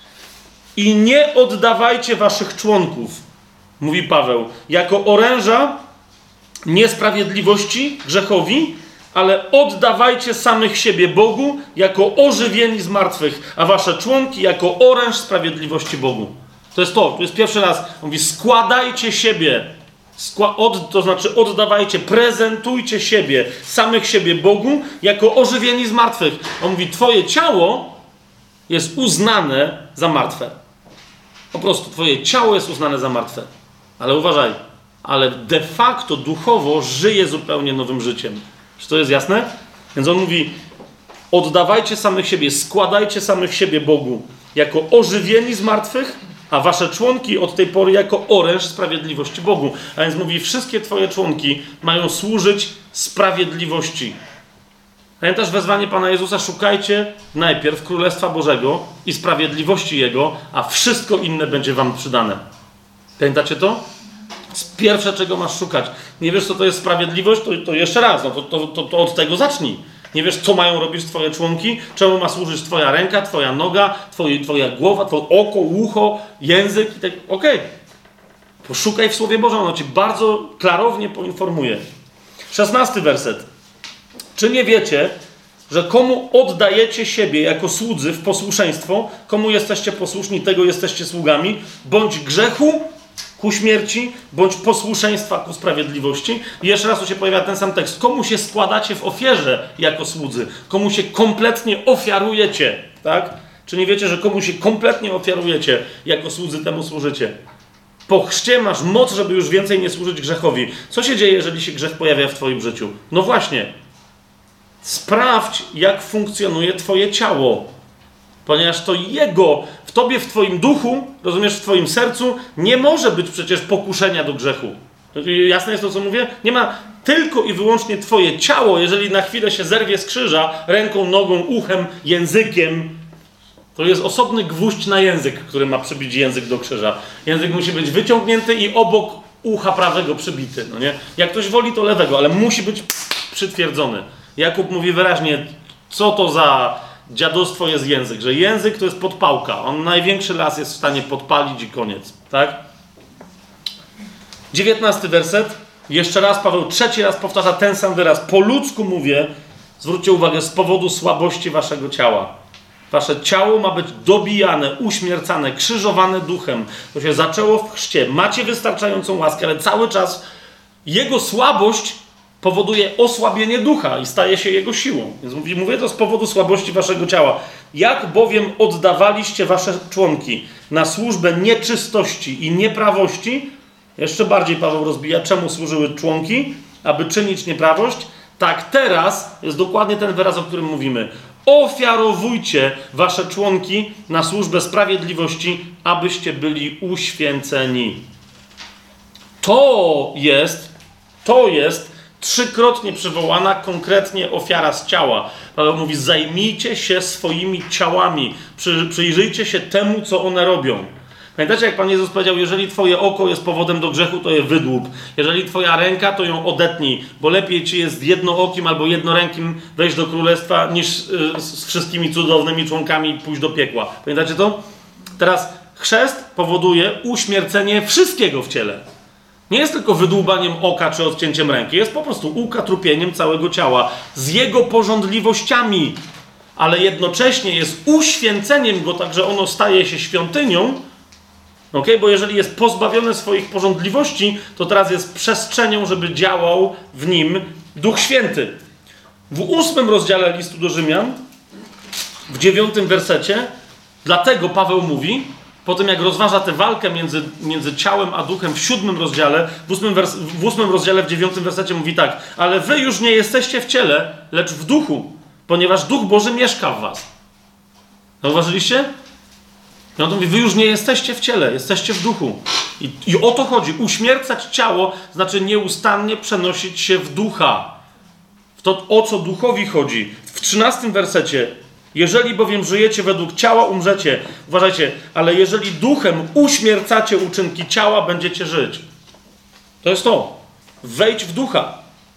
I nie oddawajcie waszych członków, mówi Paweł, jako oręża niesprawiedliwości grzechowi, ale oddawajcie samych siebie Bogu jako ożywieni z martwych, a wasze członki jako oręż sprawiedliwości Bogu. To jest to, to jest pierwszy raz. On mówi, składajcie siebie, skła- od, to znaczy oddawajcie, prezentujcie siebie, samych siebie Bogu jako ożywieni z martwych. On mówi, twoje ciało jest uznane za martwe. Po prostu twoje ciało jest uznane za martwe. Ale uważaj, ale de facto duchowo żyje zupełnie nowym życiem. Czy to jest jasne? Więc on mówi, oddawajcie samych siebie, składajcie samych siebie Bogu jako ożywieni z martwych, a wasze członki od tej pory jako oręż sprawiedliwości Bogu. A więc mówi, wszystkie twoje członki mają służyć sprawiedliwości. Pamiętasz wezwanie Pana Jezusa? Szukajcie najpierw Królestwa Bożego i sprawiedliwości Jego, a wszystko inne będzie wam przydane. Pamiętacie to? Pierwsze, czego masz szukać. Nie wiesz, co to jest sprawiedliwość? To, to jeszcze raz, no to, to, to, to od tego zacznij. Nie wiesz, co mają robić twoje członki? Czemu ma służyć twoja ręka, twoja noga, twoje, twoja głowa, twoje oko, ucho, język i tak. Okej. Okay. Poszukaj w Słowie Bożym, ono ci bardzo klarownie poinformuje. Szesnasty werset. Czy nie wiecie, że komu oddajecie siebie jako słudzy w posłuszeństwo, komu jesteście posłuszni, tego jesteście sługami, bądź grzechu ku śmierci, bądź posłuszeństwa ku sprawiedliwości. I jeszcze raz tu się pojawia ten sam tekst. Komu się składacie w ofierze jako słudzy? Komu się kompletnie ofiarujecie? Tak? Czy nie wiecie, że komu się kompletnie ofiarujecie jako słudzy, temu służycie? Po chrzcie masz moc, żeby już więcej nie służyć grzechowi. Co się dzieje, jeżeli się grzech pojawia w twoim życiu? No właśnie. Sprawdź, jak funkcjonuje twoje ciało. Ponieważ to Jego, w tobie, w twoim duchu, rozumiesz, w twoim sercu, nie może być przecież pokuszenia do grzechu. Jasne jest to, co mówię? Nie ma tylko i wyłącznie twoje ciało, jeżeli na chwilę się zerwie z krzyża, ręką, nogą, uchem, językiem, to jest osobny gwóźdź na język, który ma przybić język do krzyża. Język musi być wyciągnięty i obok ucha prawego przybity. No nie? Jak ktoś woli, to lewego, ale musi być przytwierdzony. Jakub mówi wyraźnie, co to za dziadostwo jest język, że język to jest podpałka. On największy las jest w stanie podpalić i koniec. Tak? dziewiętnasty werset. Jeszcze raz Paweł trzeci raz powtarza ten sam wyraz. Po ludzku mówię, zwróćcie uwagę, z powodu słabości waszego ciała. Wasze ciało ma być dobijane, uśmiercane, krzyżowane duchem. To się zaczęło w chrzcie. Macie wystarczającą łaskę, ale cały czas jego słabość powoduje osłabienie ducha i staje się jego siłą. Więc mówię to z powodu słabości waszego ciała. Jak bowiem oddawaliście wasze członki na służbę nieczystości i nieprawości, jeszcze bardziej Paweł rozbija, czemu służyły członki? aby czynić nieprawość, tak teraz jest dokładnie ten wyraz, o którym mówimy. Ofiarowujcie wasze członki na służbę sprawiedliwości, abyście byli uświęceni. To jest, to jest trzykrotnie przywołana konkretnie ofiara z ciała. Paweł mówi, zajmijcie się swoimi ciałami, Przy, przyjrzyjcie się temu, co one robią. Pamiętacie, jak Pan Jezus powiedział, jeżeli twoje oko jest powodem do grzechu, to je wydłup. Jeżeli twoja ręka, to ją odetnij, bo lepiej ci jest jednookim albo jednorękim wejść do królestwa, niż yy, z wszystkimi cudownymi członkami pójść do piekła. Pamiętacie to? Teraz chrzest powoduje uśmiercenie wszystkiego w ciele. Nie jest tylko wydłubaniem oka czy odcięciem ręki, jest po prostu ukatrupieniem całego ciała z jego porządliwościami, ale jednocześnie jest uświęceniem go, tak że ono staje się świątynią. Okay? Bo jeżeli jest pozbawione swoich porządliwości, to teraz jest przestrzenią, żeby działał w nim Duch Święty. W ósmym rozdziale listu do Rzymian, w dziewiątym wersecie, dlatego Paweł mówi, po tym jak rozważa tę walkę między, między ciałem a duchem w siódmym rozdziale, w ósmym, wers- w ósmym rozdziale, w dziewiątym wersecie mówi tak, ale wy już nie jesteście w ciele, lecz w duchu, ponieważ Duch Boży mieszka w was. Zauważyliście? I on mówi, wy już nie jesteście w ciele, jesteście w duchu. I, I o to chodzi. Uśmiercać ciało znaczy nieustannie przenosić się w ducha. W to, o co duchowi chodzi. W trzynastym wersecie, jeżeli bowiem żyjecie według ciała, umrzecie. Uważajcie, ale jeżeli duchem uśmiercacie uczynki ciała, będziecie żyć. To jest to. Wejdź w ducha.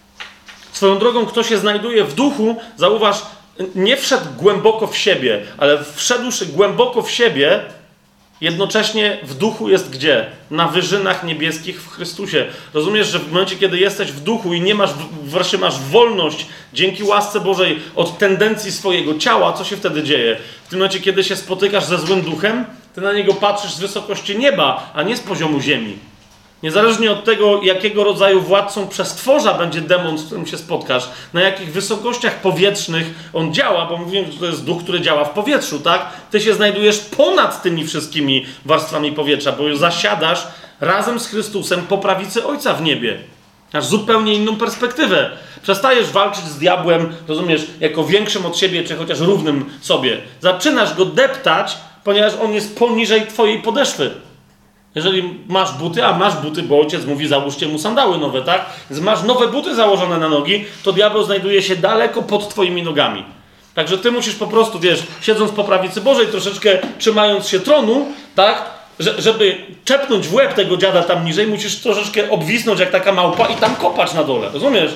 Swoją drogą, kto się znajduje w duchu, zauważ, nie wszedł głęboko w siebie, ale wszedłszy głęboko w siebie, jednocześnie w duchu jest gdzie? Na wyżynach niebieskich w Chrystusie. Rozumiesz, że w momencie, kiedy jesteś w duchu i nie masz, wreszcie masz wolność dzięki łasce Bożej od tendencji swojego ciała, co się wtedy dzieje? W tym momencie, kiedy się spotykasz ze złym duchem, ty na niego patrzysz z wysokości nieba, a nie z poziomu ziemi. Niezależnie od tego, jakiego rodzaju władcą przestworza będzie demon, z którym się spotkasz, na jakich wysokościach powietrznych on działa, bo mówiłem, że to jest duch, który działa w powietrzu, tak? Ty się znajdujesz ponad tymi wszystkimi warstwami powietrza, bo zasiadasz razem z Chrystusem po prawicy Ojca w niebie. Masz zupełnie inną perspektywę. Przestajesz walczyć z diabłem, rozumiesz, jako większym od siebie, czy chociaż równym sobie. Zaczynasz go deptać, ponieważ on jest poniżej twojej podeszwy. Jeżeli masz buty, a masz buty, bo ojciec mówi, załóżcie mu sandały nowe, tak? Więc masz nowe buty założone na nogi, to diabeł znajduje się daleko pod twoimi nogami. Także ty musisz po prostu, wiesz, siedząc po prawicy Bożej, troszeczkę trzymając się tronu, tak? Że, żeby czepnąć w łeb tego dziada tam niżej, musisz troszeczkę obwisnąć jak taka małpa i tam kopać na dole, rozumiesz?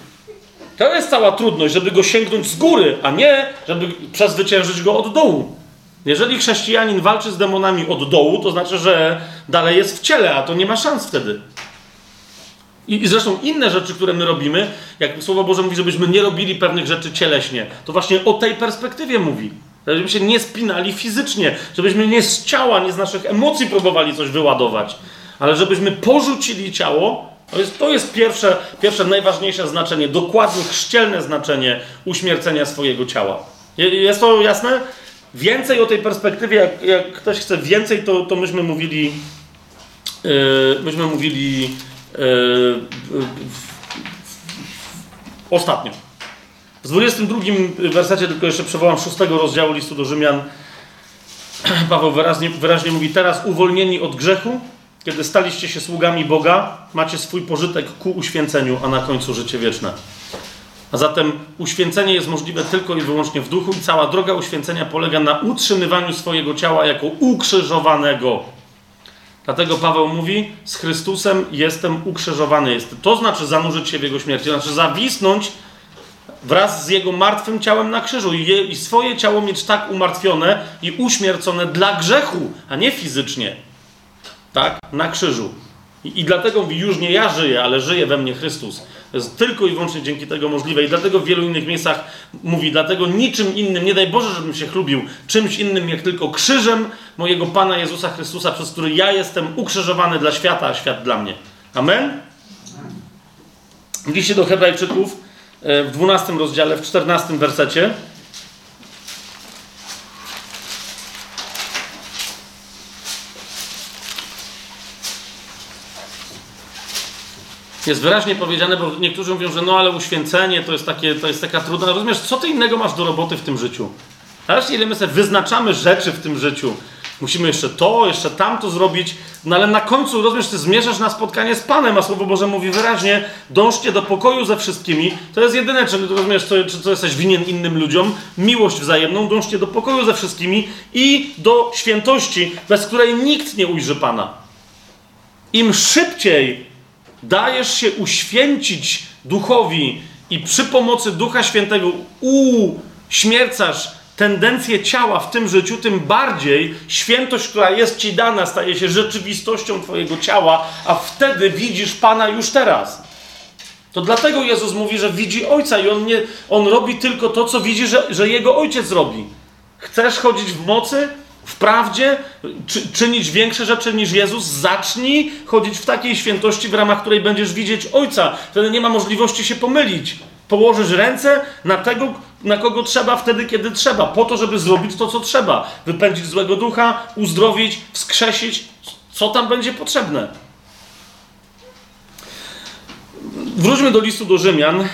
To jest cała trudność, żeby go sięgnąć z góry, a nie, żeby przezwyciężyć go od dołu. Jeżeli chrześcijanin walczy z demonami od dołu, to znaczy, że dalej jest w ciele, a to nie ma szans wtedy. I, i zresztą inne rzeczy, które my robimy, jak Słowo Boże mówi, żebyśmy nie robili pewnych rzeczy cieleśnie, to właśnie o tej perspektywie mówi. Żebyśmy się nie spinali fizycznie, żebyśmy nie z ciała, nie z naszych emocji próbowali coś wyładować, ale żebyśmy porzucili ciało. To jest, to jest pierwsze, pierwsze, najważniejsze znaczenie, dokładnie chrzcielne znaczenie uśmiercenia swojego ciała. Jest to jasne? Więcej o tej perspektywie, jak, jak ktoś chce więcej, to, to myśmy mówili, yy, myśmy mówili yy, yy, ostatnio. W dwudziestym drugim wersecie, tylko jeszcze przywołam szóstego rozdziału listu do Rzymian, Paweł wyraźnie, wyraźnie mówi, teraz uwolnieni od grzechu, kiedy staliście się sługami Boga, macie swój pożytek ku uświęceniu, a na końcu życie wieczne. A zatem uświęcenie jest możliwe tylko i wyłącznie w duchu i cała droga uświęcenia polega na utrzymywaniu swojego ciała jako ukrzyżowanego. Dlatego Paweł mówi, z Chrystusem jestem ukrzyżowany. Jest. To znaczy zanurzyć się w Jego śmierci, to znaczy zawisnąć wraz z Jego martwym ciałem na krzyżu i, je, i swoje ciało mieć tak umartwione i uśmiercone dla grzechu, a nie fizycznie. Tak? Na krzyżu. I, I dlatego mówi, już nie ja żyję, ale żyje we mnie Chrystus. To jest tylko i wyłącznie dzięki tego możliwe. I dlatego w wielu innych miejscach mówi, dlatego niczym innym, nie daj Boże, żebym się chlubił, czymś innym jak tylko krzyżem mojego Pana Jezusa Chrystusa, przez który ja jestem ukrzyżowany dla świata, a świat dla mnie. Amen? W liście do Hebrajczyków w dwunastym rozdziale, w czternastym wersecie jest wyraźnie powiedziane, bo niektórzy mówią, że no ale uświęcenie to jest, takie, to jest taka trudna... Rozumiesz, co ty innego masz do roboty w tym życiu? Teraz ile my sobie wyznaczamy rzeczy w tym życiu. Musimy jeszcze to, jeszcze tamto zrobić, no ale na końcu, rozumiesz, ty zmierzasz na spotkanie z Panem, a Słowo Boże mówi wyraźnie, dążcie do pokoju ze wszystkimi. To jest jedyne, czy rozumiesz, co, czy co jesteś winien innym ludziom, miłość wzajemną, dążcie do pokoju ze wszystkimi i do świętości, bez której nikt nie ujrzy Pana. Im szybciej dajesz się uświęcić Duchowi i przy pomocy Ducha Świętego uśmiercasz tendencje ciała w tym życiu, tym bardziej świętość, która jest ci dana, staje się rzeczywistością twojego ciała, a wtedy widzisz Pana już teraz. To dlatego Jezus mówi, że widzi Ojca i On, nie, on robi tylko to, co widzi, że, że Jego Ojciec robi. Chcesz chodzić w mocy, w prawdzie, czy, czynić większe rzeczy niż Jezus? Zacznij chodzić w takiej świętości, w ramach której będziesz widzieć Ojca. Wtedy nie ma możliwości się pomylić. Położysz ręce na tego, na kogo trzeba, wtedy, kiedy trzeba, po to, żeby zrobić to, co trzeba. Wypędzić złego ducha, uzdrowić, wskrzesić, co tam będzie potrzebne. Wróćmy do listu do Rzymian.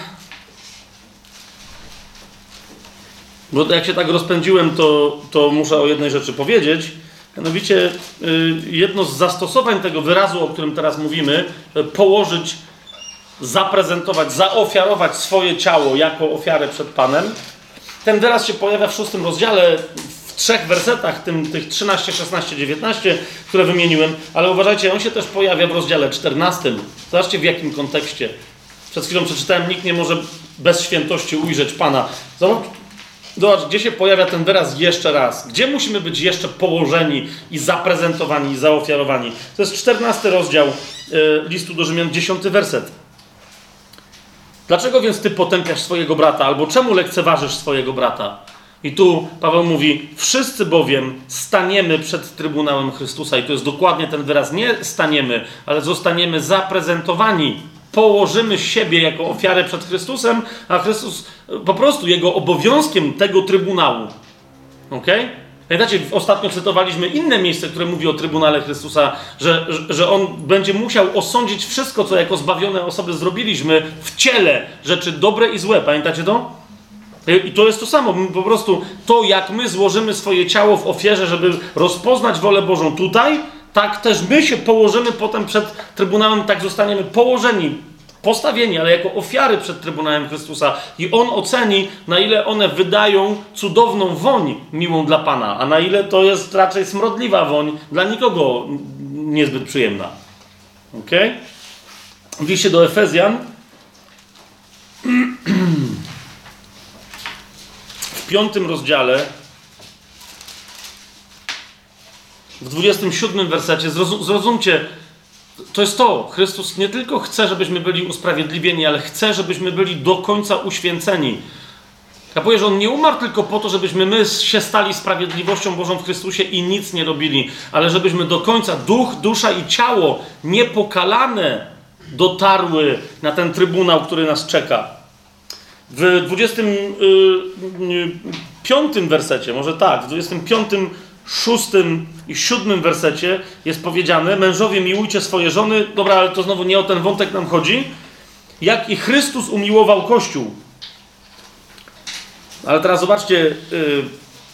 Bo jak się tak rozpędziłem, to, to muszę o jednej rzeczy powiedzieć. Mianowicie jedno z zastosowań tego wyrazu, o którym teraz mówimy, położyć, zaprezentować, zaofiarować swoje ciało jako ofiarę przed Panem. Ten wyraz się pojawia w szóstym rozdziale, w trzech wersetach, tym, tych trzynaście, szesnaście, dziewiętnaście, które wymieniłem, ale uważajcie, on się też pojawia w rozdziale czternastym. Zobaczcie, w jakim kontekście. Przed chwilą przeczytałem, nikt nie może bez świętości ujrzeć Pana. Zobacz, zobacz, gdzie się pojawia ten wyraz jeszcze raz. Gdzie musimy być jeszcze położeni i zaprezentowani, i zaofiarowani. To jest czternasty rozdział y, listu do Rzymian, dziesiąty werset. Dlaczego więc ty potępiasz swojego brata? Albo czemu lekceważysz swojego brata? I tu Paweł mówi, wszyscy bowiem staniemy przed Trybunałem Chrystusa. I to jest dokładnie ten wyraz. Nie staniemy, ale zostaniemy zaprezentowani. Położymy siebie jako ofiarę przed Chrystusem, a Chrystus po prostu jego obowiązkiem tego Trybunału. Okej? Okay? Pamiętacie, ostatnio cytowaliśmy inne miejsce, które mówi o Trybunale Chrystusa, że, że On będzie musiał osądzić wszystko, co jako zbawione osoby zrobiliśmy w ciele, rzeczy dobre i złe. Pamiętacie to? I to jest to samo. Po prostu to, jak my złożymy swoje ciało w ofierze, żeby rozpoznać wolę Bożą tutaj, tak też my się położymy potem przed Trybunałem, tak zostaniemy położeni, postawieni, ale jako ofiary przed Trybunałem Chrystusa. I On oceni, na ile one wydają cudowną woń miłą dla Pana, a na ile to jest raczej smrodliwa woń, dla nikogo niezbyt przyjemna. Okej? Okay? W liście do Efezjan w piątym rozdziale w dwudziestym siódmym wersecie, zrozum, zrozumcie, to jest to. Chrystus nie tylko chce, żebyśmy byli usprawiedliwieni, ale chce, żebyśmy byli do końca uświęceni. Kapuje, że On nie umarł tylko po to, żebyśmy my się stali sprawiedliwością Bożą w Chrystusie i nic nie robili, ale żebyśmy do końca duch, dusza i ciało niepokalane dotarły na ten Trybunał, który nas czeka. W dwudziestym piątym wersecie, może tak, w dwudziestym piątym, szóstym i siódmym wersecie jest powiedziane: mężowie, miłujcie swoje żony. Dobra, ale to znowu nie o ten wątek nam chodzi. Jak i Chrystus umiłował Kościół. Ale teraz zobaczcie, yy,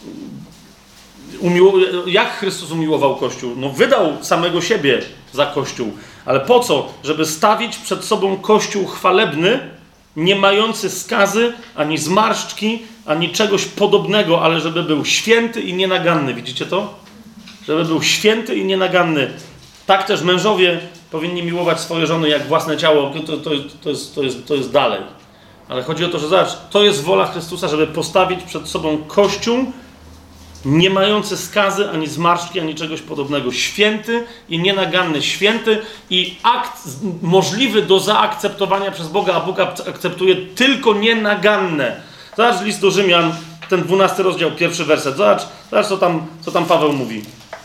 umiło- jak Chrystus umiłował Kościół. No wydał samego siebie za Kościół. Ale po co? Żeby stawić przed sobą Kościół chwalebny, nie mający skazy, ani zmarszczki, ani czegoś podobnego, ale żeby był święty i nienaganny. Widzicie to? Żeby był święty i nienaganny. Tak też mężowie powinni miłować swoje żony jak własne ciało. To, to, to, jest, to, jest, to jest dalej. Ale chodzi o to, że zobacz, to jest wola Chrystusa, żeby postawić przed sobą Kościół nie mający skazy, ani zmarszczki, ani czegoś podobnego. Święty i nienaganny. Święty i akt możliwy do zaakceptowania przez Boga, a Bóg akceptuje tylko nienaganne. Zobacz list do Rzymian, ten dwunasty rozdział, pierwszy werset. Zobacz, zobacz co tam, co tam Paweł mówi.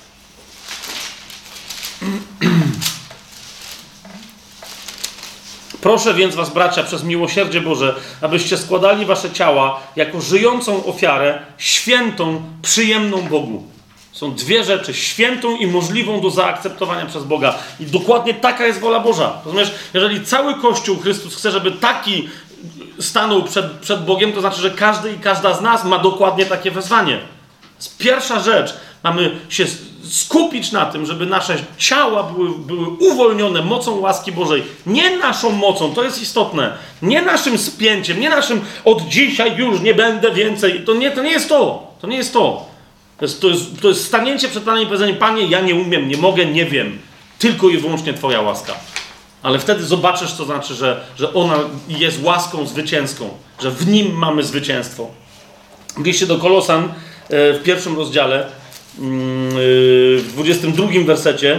Proszę więc was, bracia, przez miłosierdzie Boże, abyście składali wasze ciała jako żyjącą ofiarę, świętą, przyjemną Bogu. Są dwie rzeczy, świętą i możliwą do zaakceptowania przez Boga. I dokładnie taka jest wola Boża. Rozumiesz? Jeżeli cały Kościół Chrystus chce, żeby taki stanął przed, przed Bogiem, to znaczy, że każdy i każda z nas ma dokładnie takie wezwanie. Pierwsza rzecz, mamy się skupić na tym, żeby nasze ciała były, były uwolnione mocą łaski Bożej. Nie naszą mocą, to jest istotne. Nie naszym spięciem, nie naszym od dzisiaj już nie będę więcej. To nie, to nie jest to. To nie jest to. To jest, to jest, to jest stanięcie przed Panem i powiedzenie: Panie, ja nie umiem, nie mogę, nie wiem. Tylko i wyłącznie Twoja łaska. Ale wtedy zobaczysz, co znaczy, że, że ona jest łaską zwycięską. Że w nim mamy zwycięstwo. W liście do Kolosan w pierwszym rozdziale, w dwudziestym drugim wersecie,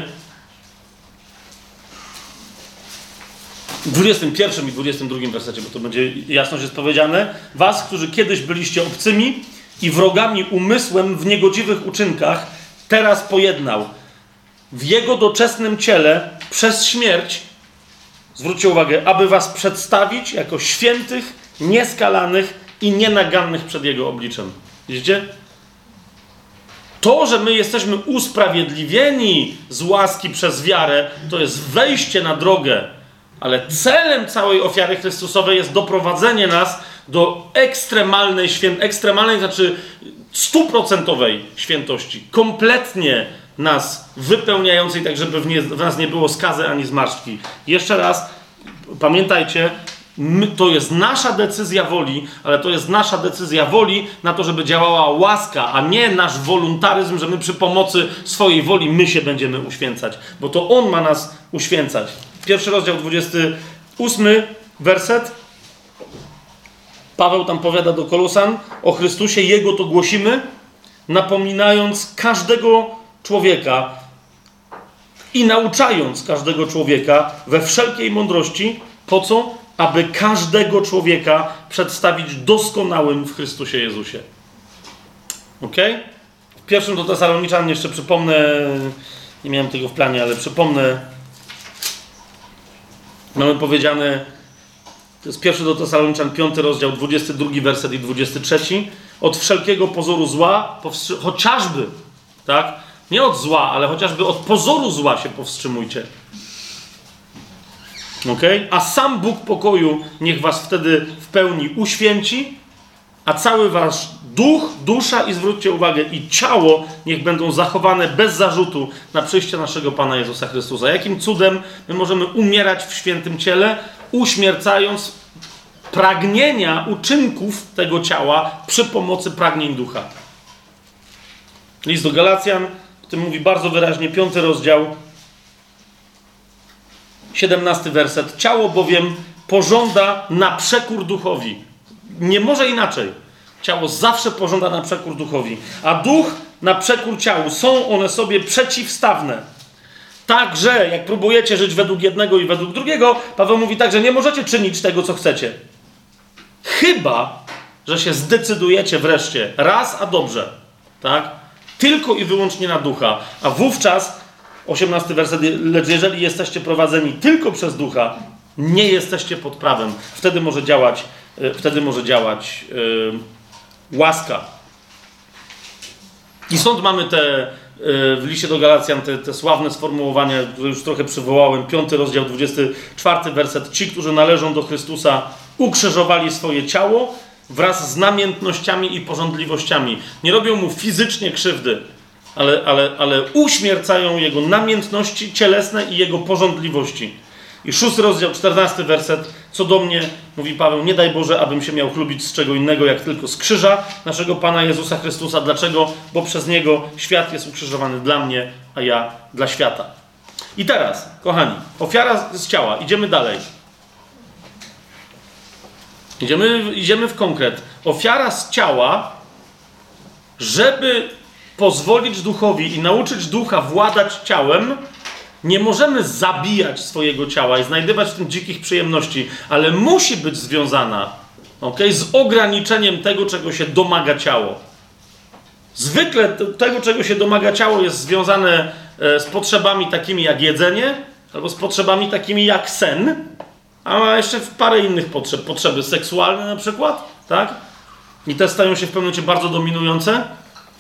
w dwudziestym pierwszym i dwudziestym drugim wersecie, bo to będzie jasność jest powiedziane: was, którzy kiedyś byliście obcymi i wrogami umysłem w niegodziwych uczynkach, teraz pojednał w jego doczesnym ciele przez śmierć, zwróćcie uwagę, aby was przedstawić jako świętych, nieskalanych i nienagannych przed jego obliczem. Widzicie? To, że my jesteśmy usprawiedliwieni z łaski przez wiarę, to jest wejście na drogę. Ale celem całej ofiary Chrystusowej jest doprowadzenie nas do ekstremalnej świętości, ekstremalnej, znaczy stuprocentowej świętości. Kompletnie nas wypełniającej, tak żeby w, nie, w nas nie było skazy ani zmarszczki. Jeszcze raz, pamiętajcie, my, to jest nasza decyzja woli, ale to jest nasza decyzja woli na to, żeby działała łaska, a nie nasz woluntaryzm, że my przy pomocy swojej woli my się będziemy uświęcać. Bo to On ma nas uświęcać. Pierwszy rozdział, dwudziesty ósmy werset. Paweł tam powiada do Kolosan o Chrystusie, Jego to głosimy, napominając każdego człowieka i nauczając każdego człowieka we wszelkiej mądrości. Po co? Aby każdego człowieka przedstawić doskonałym w Chrystusie Jezusie. Ok? W pierwszym do Tesaloniczan jeszcze przypomnę, nie miałem tego w planie, ale przypomnę, mamy powiedziane, to jest pierwszy do Tesaloniczan, piąty rozdział, dwudziesty drugi werset i dwudziesty trzeci. Od wszelkiego pozoru zła, powstrzy- chociażby, tak? Nie od zła, ale chociażby od pozoru zła się powstrzymujcie. Okay? A sam Bóg pokoju niech was wtedy w pełni uświęci, a cały wasz duch, dusza i zwróćcie uwagę, i ciało niech będą zachowane bez zarzutu na przyjście naszego Pana Jezusa Chrystusa. Jakim cudem my możemy umierać w świętym ciele, uśmiercając pragnienia uczynków tego ciała przy pomocy pragnień ducha. List do Galacjan, w tym mówi bardzo wyraźnie, piąty rozdział, siedemnasty werset. Ciało bowiem pożąda na przekór duchowi. Nie może inaczej. Ciało zawsze pożąda na przekór duchowi. A duch na przekór ciału. Są one sobie przeciwstawne. Także, jak próbujecie żyć według jednego i według drugiego, Paweł mówi tak, że nie możecie czynić tego, co chcecie. Chyba, że się zdecydujecie wreszcie raz, a dobrze. Tak? Tylko i wyłącznie na ducha. A wówczas osiemnasty werset, lecz jeżeli jesteście prowadzeni tylko przez ducha, nie jesteście pod prawem. Wtedy może działać, wtedy może działać yy, łaska. I stąd mamy te, yy, w liście do Galacjan te, te sławne sformułowania, które już trochę przywołałem. Piąty rozdział, dwudziesty czwarty werset. Ci, którzy należą do Chrystusa, ukrzyżowali swoje ciało wraz z namiętnościami i pożądliwościami. Nie robią mu fizycznie krzywdy, Ale, ale, ale uśmiercają jego namiętności cielesne i jego pożądliwości. I szósty rozdział, czternasty werset. Co do mnie, mówi Paweł, nie daj Boże, abym się miał chlubić z czego innego, jak tylko z krzyża naszego Pana Jezusa Chrystusa. Dlaczego? Bo przez Niego świat jest ukrzyżowany dla mnie, a ja dla świata. I teraz, kochani, ofiara z ciała. Idziemy dalej. Idziemy, idziemy w konkret. Ofiara z ciała, żeby pozwolić duchowi i nauczyć ducha władać ciałem, nie możemy zabijać swojego ciała i znajdywać w tym dzikich przyjemności, ale musi być związana, okay, z ograniczeniem tego, czego się domaga ciało. Zwykle tego, czego się domaga ciało, jest związane z potrzebami takimi jak jedzenie, albo z potrzebami takimi jak sen, a ma jeszcze parę innych potrzeb. Potrzeby seksualne na przykład, tak? I te stają się w pewnym momencie bardzo dominujące.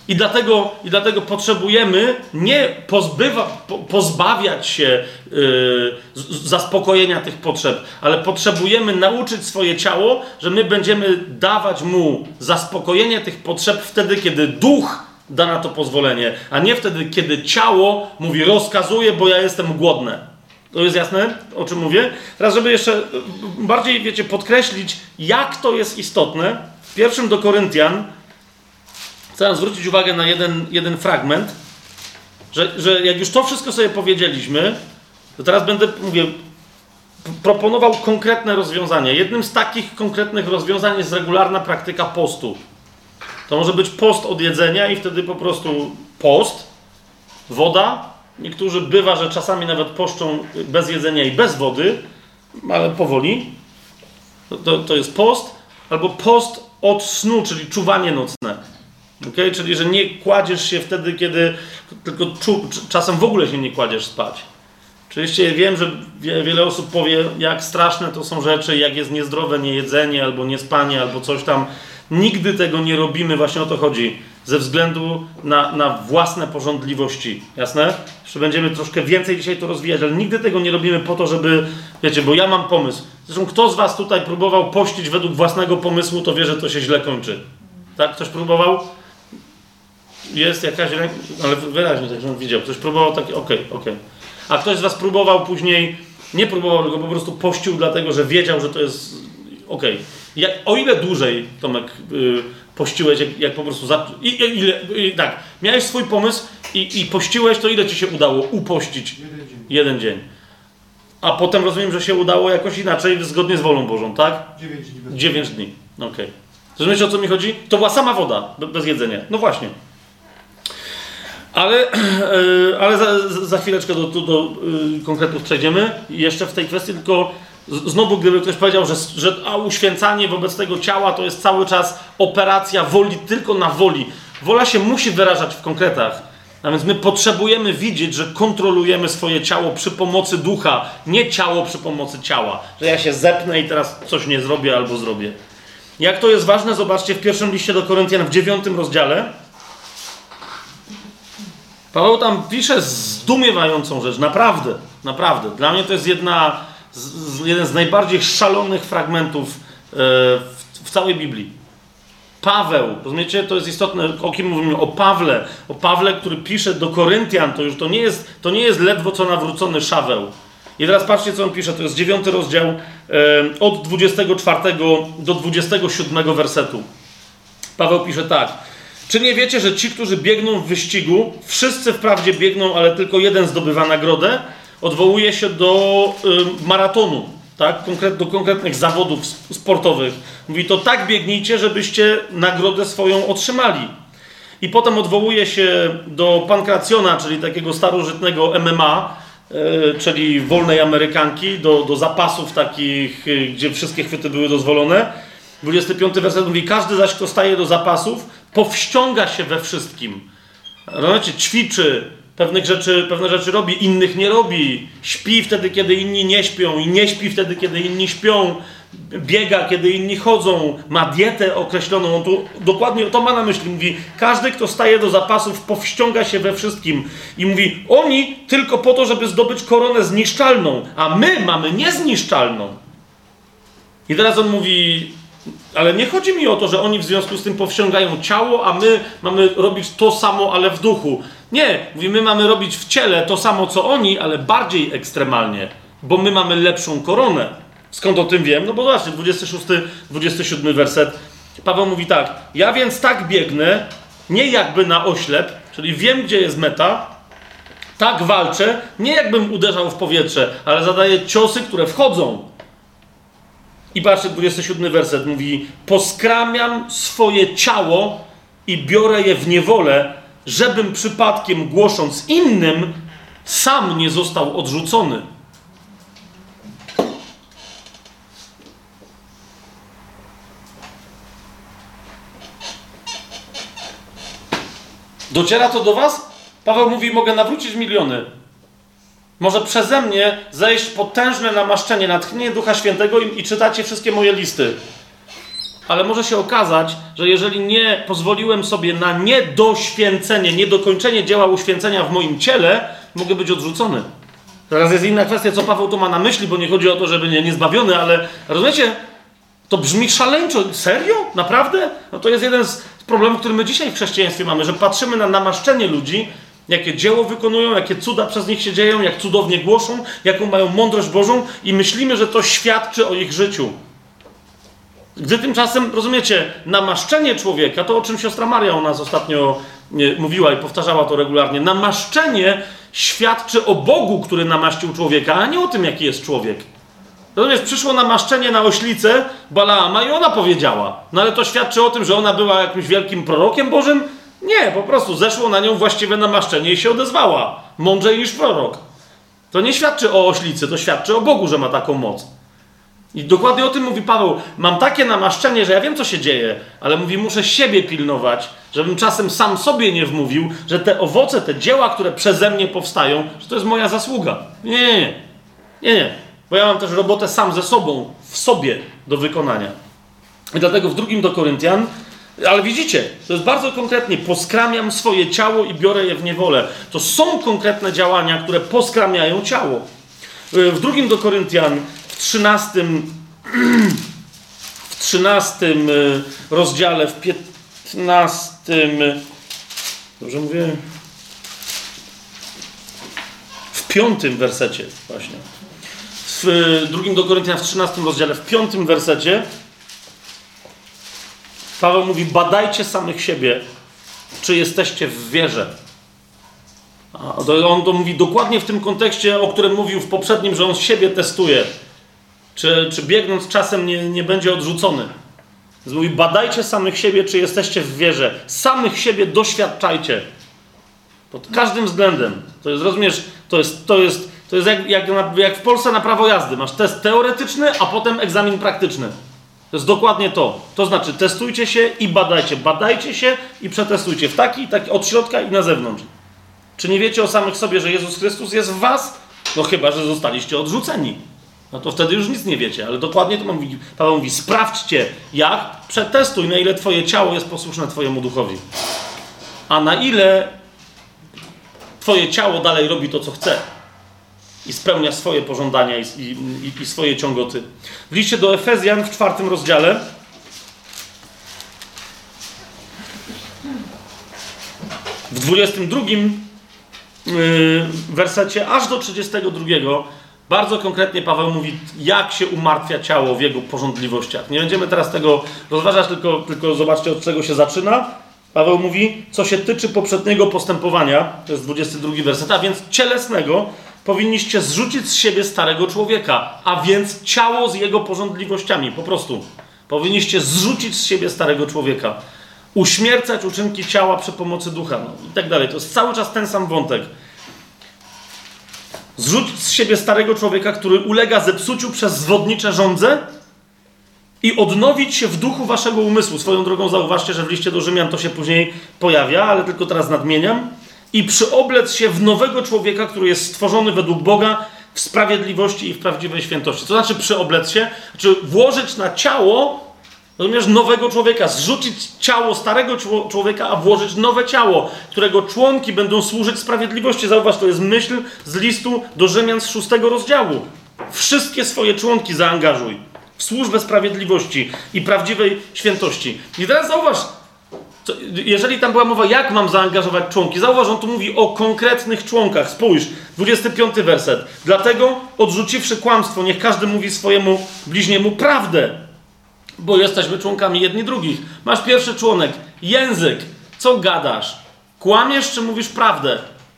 I dlatego, I dlatego potrzebujemy nie pozbywa, po, pozbawiać się yy, zaspokojenia tych potrzeb, ale potrzebujemy nauczyć swoje ciało, że my będziemy dawać mu zaspokojenie tych potrzeb wtedy, kiedy duch da na to pozwolenie, a nie wtedy, kiedy ciało mówi, rozkazuje, bo ja jestem głodne. To jest jasne, o czym mówię? Teraz, żeby jeszcze bardziej, wiecie, podkreślić, jak to jest istotne, w pierwszym do Koryntian chcę zwrócić uwagę na jeden, jeden fragment, że, że jak już to wszystko sobie powiedzieliśmy, to teraz będę, mówię, proponował konkretne rozwiązanie. Jednym z takich konkretnych rozwiązań jest regularna praktyka postu. To może być post od jedzenia i wtedy po prostu post, woda. Niektórzy bywa, że czasami nawet poszczą bez jedzenia i bez wody, ale powoli. To, to, to jest post. Albo post od snu, czyli czuwanie nocne. Okay? Czyli, że nie kładziesz się wtedy, kiedy tylko czu, czasem w ogóle się nie kładziesz spać. Oczywiście wiem, że wiele osób powie, jak straszne to są rzeczy, jak jest niezdrowe niejedzenie, albo niespanie, albo coś tam. Nigdy tego nie robimy, właśnie o to chodzi. Ze względu na, na własne pożądliwości. Jasne? Jeszcze będziemy troszkę więcej dzisiaj to rozwijać, ale nigdy tego nie robimy po to, żeby... Wiecie, bo ja mam pomysł. Zresztą kto z was tutaj próbował pościć według własnego pomysłu, to wie, że to się źle kończy. Tak? Ktoś próbował? Jest jakaś ręka... Ale wyraźnie, tak żebym widział. Ktoś próbował takie... Okej, okay, okej. Okay. A ktoś z was próbował później... Nie próbował, tylko po prostu pościł dlatego, że wiedział, że to jest... Okej. Okay. O ile dłużej, Tomek... Yy, pościłeś, jak, jak po prostu... Za... I, i, ile, i, tak, miałeś swój pomysł i, i pościłeś, to ile ci się udało upościć? Jeden dzień. Jeden dzień. A potem rozumiem, że się udało jakoś inaczej, zgodnie z wolą Bożą, tak? Dziewięć dni. Dziewięć dni, okej. Okay. Rozumiecie, o co mi chodzi? To była sama woda, bez jedzenia. No właśnie. Ale, yy, ale za, za chwileczkę do, do, do yy, konkretów przejdziemy. I jeszcze w tej kwestii tylko... Znowu, gdyby ktoś powiedział, że, że a uświęcanie wobec tego ciała to jest cały czas operacja woli, tylko na woli. Wola się musi wyrażać w konkretach. A więc my potrzebujemy widzieć, że kontrolujemy swoje ciało przy pomocy ducha, nie ciało przy pomocy ciała. Że ja się zepnę i teraz coś nie zrobię albo zrobię. Jak to jest ważne, zobaczcie w pierwszym liście do Koryntian w dziewiątym rozdziale. Paweł tam pisze zdumiewającą rzecz. Naprawdę, naprawdę. Dla mnie to jest jedna... Z, z, jeden z najbardziej szalonych fragmentów e, w, w całej Biblii. Paweł, rozumiecie, to jest istotne, o kim mówimy, o Pawle, o Pawle, który pisze do Koryntian, to już to nie jest, to nie jest ledwo co nawrócony Szaweł. I teraz patrzcie, co on pisze, to jest dziewiąty rozdział e, od dwudziestego czwartego do dwudziestego siódmego wersetu. Paweł pisze tak. Czy nie wiecie, że ci, którzy biegną w wyścigu, wszyscy wprawdzie biegną, ale tylko jeden zdobywa nagrodę? Odwołuje się do y, maratonu, tak? Konkret, do konkretnych zawodów sportowych. Mówi, to tak biegnijcie, żebyście nagrodę swoją otrzymali. I potem odwołuje się do pankracjona, czyli takiego starożytnego M M A, y, czyli wolnej Amerykanki, do, do zapasów takich, y, gdzie wszystkie chwyty były dozwolone. dwudziesty piąty werset mówi, każdy zaś, kto staje do zapasów, powściąga się we wszystkim. Rozumiecie, ćwiczy, Pewnych rzeczy, pewne rzeczy robi, innych nie robi. Śpi wtedy, kiedy inni nie śpią i nie śpi wtedy, kiedy inni śpią. Biega, kiedy inni chodzą. Ma dietę określoną. On tu dokładnie to ma na myśli. Mówi, każdy, kto staje do zapasów, powściąga się we wszystkim. I mówi, oni tylko po to, żeby zdobyć koronę zniszczalną, a my mamy niezniszczalną. I teraz on mówi... Ale nie chodzi mi o to, że oni w związku z tym powściągają ciało, a my mamy robić to samo, ale w duchu. Nie, mówi, my mamy robić w ciele to samo, co oni, ale bardziej ekstremalnie, bo my mamy lepszą koronę. Skąd o tym wiem? No bo zobaczcie, dwudziesty szósty, dwudziesty siódmy werset. Paweł mówi tak, ja więc tak biegnę, nie jakby na oślep, czyli wiem, gdzie jest meta, tak walczę, nie jakbym uderzał w powietrze, ale zadaję ciosy, które wchodzą. I patrzcie, dwudziesty siódmy werset mówi, poskramiam swoje ciało i biorę je w niewolę, żebym przypadkiem głosząc innym, sam nie został odrzucony. Dociera to do was? Paweł mówi, mogę nawrócić miliony. Może przeze mnie zejść potężne namaszczenie, natchnienie Ducha Świętego i, i czytacie wszystkie moje listy. ale może się okazać, że jeżeli nie pozwoliłem sobie na niedoświęcenie, niedokończenie dzieła uświęcenia w moim ciele, mogę być odrzucony. Teraz jest inna kwestia, co Paweł tu ma na myśli, bo nie chodzi o to, żeby nie, nie zbawiony, ale rozumiecie, to brzmi szaleńczo. Serio? Naprawdę? No to jest jeden z problemów, który my dzisiaj w chrześcijaństwie mamy, że patrzymy na namaszczenie ludzi, jakie dzieło wykonują, jakie cuda przez nich się dzieją, jak cudownie głoszą, jaką mają mądrość Bożą i myślimy, że to świadczy o ich życiu. Gdy tymczasem, rozumiecie, namaszczenie człowieka, to o czym siostra Maria u nas ostatnio nie, mówiła i powtarzała to regularnie, namaszczenie świadczy o Bogu, który namaścił człowieka, a nie o tym, jaki jest człowiek. Rozumiesz, przyszło namaszczenie na oślicę Balaama i ona powiedziała. No ale to świadczy o tym, że ona była jakimś wielkim prorokiem Bożym? Nie, po prostu zeszło na nią właściwe namaszczenie i się odezwała. Mądrzej niż prorok. To nie świadczy o oślicy, to świadczy o Bogu, że ma taką moc. I dokładnie o tym mówi Paweł. Mam takie namaszczenie, że ja wiem, co się dzieje, ale mówi, muszę siebie pilnować, żebym czasem sam sobie nie wmówił, że te owoce, te dzieła, które przeze mnie powstają, że to jest moja zasługa. Nie, nie, nie. Nie, nie. Bo ja mam też robotę sam ze sobą, w sobie do wykonania. I dlatego w drugim do Koryntian, ale widzicie, to jest bardzo konkretnie, poskramiam swoje ciało i biorę je w niewolę. To są konkretne działania, które poskramiają ciało. W drugim do Koryntian, w trzynastym, w trzynastym rozdziale, w piętnastym, dobrze mówię? W piątym wersecie właśnie. W drugim do Koryntian, w trzynastym rozdziale, w piątym wersecie Paweł mówi, badajcie samych siebie, czy jesteście w wierze. A to on to mówi dokładnie w tym kontekście, o którym mówił w poprzednim, że on siebie testuje. Czy, czy biegnąc czasem nie, nie będzie odrzucony. Więc mówi, badajcie samych siebie, czy jesteście w wierze. Samych siebie doświadczajcie. Pod każdym względem. To jest, rozumiesz, to jest, to jest, to jest jak, jak, jak w Polsce na prawo jazdy. Masz test teoretyczny, a potem egzamin praktyczny. To jest dokładnie to. To znaczy testujcie się i badajcie. Badajcie się i przetestujcie. W taki, taki od środka i na zewnątrz. Czy nie wiecie o samych sobie, że Jezus Chrystus jest w was? No chyba, że zostaliście odrzuceni. No to wtedy już nic nie wiecie. Ale dokładnie to mówi, Paweł mówi, sprawdźcie jak, przetestuj, na ile twoje ciało jest posłuszne twojemu duchowi. A na ile twoje ciało dalej robi to, co chce. I spełnia swoje pożądania i, i, i swoje ciągoty. W liście do Efezjan w czwartym rozdziale w dwudziestym drugim yy, wersecie aż do trzydziestego drugiego bardzo konkretnie Paweł mówi, jak się umartwia ciało w jego pożądliwościach. Nie będziemy teraz tego rozważać, tylko, tylko zobaczcie, od czego się zaczyna. Paweł mówi, co się tyczy poprzedniego postępowania, to jest dwudziesty drugi werset, a więc cielesnego, powinniście zrzucić z siebie starego człowieka, a więc ciało z jego pożądliwościami, po prostu. Powinniście zrzucić z siebie starego człowieka. Uśmiercać uczynki ciała przy pomocy ducha, no i tak dalej. To jest cały czas ten sam wątek. Zrzucić z siebie starego człowieka, który ulega zepsuciu przez zwodnicze żądze i odnowić się w duchu waszego umysłu. Swoją drogą zauważcie, że w liście do Rzymian to się później pojawia, ale tylko teraz nadmieniam. I przyoblec się w nowego człowieka, który jest stworzony według Boga w sprawiedliwości i w prawdziwej świętości. Co znaczy przyoblec się? Znaczy włożyć na ciało, rozumiesz, nowego człowieka. Zrzucić ciało starego człowieka, a włożyć nowe ciało, którego członki będą służyć sprawiedliwości. Zauważ, to jest myśl z listu do Rzymian z szóstego rozdziału. Wszystkie swoje członki zaangażuj w służbę sprawiedliwości i prawdziwej świętości. I teraz zauważ, jeżeli tam była mowa, jak mam zaangażować członki, zauważ, on tu mówi o konkretnych członkach. Spójrz, dwudziesty piąty werset. Dlatego, odrzuciwszy kłamstwo, niech każdy mówi swojemu bliźniemu prawdę, bo jesteśmy członkami jedni drugich. Masz pierwszy członek, język. Co gadasz? Kłamiesz, czy mówisz prawdę?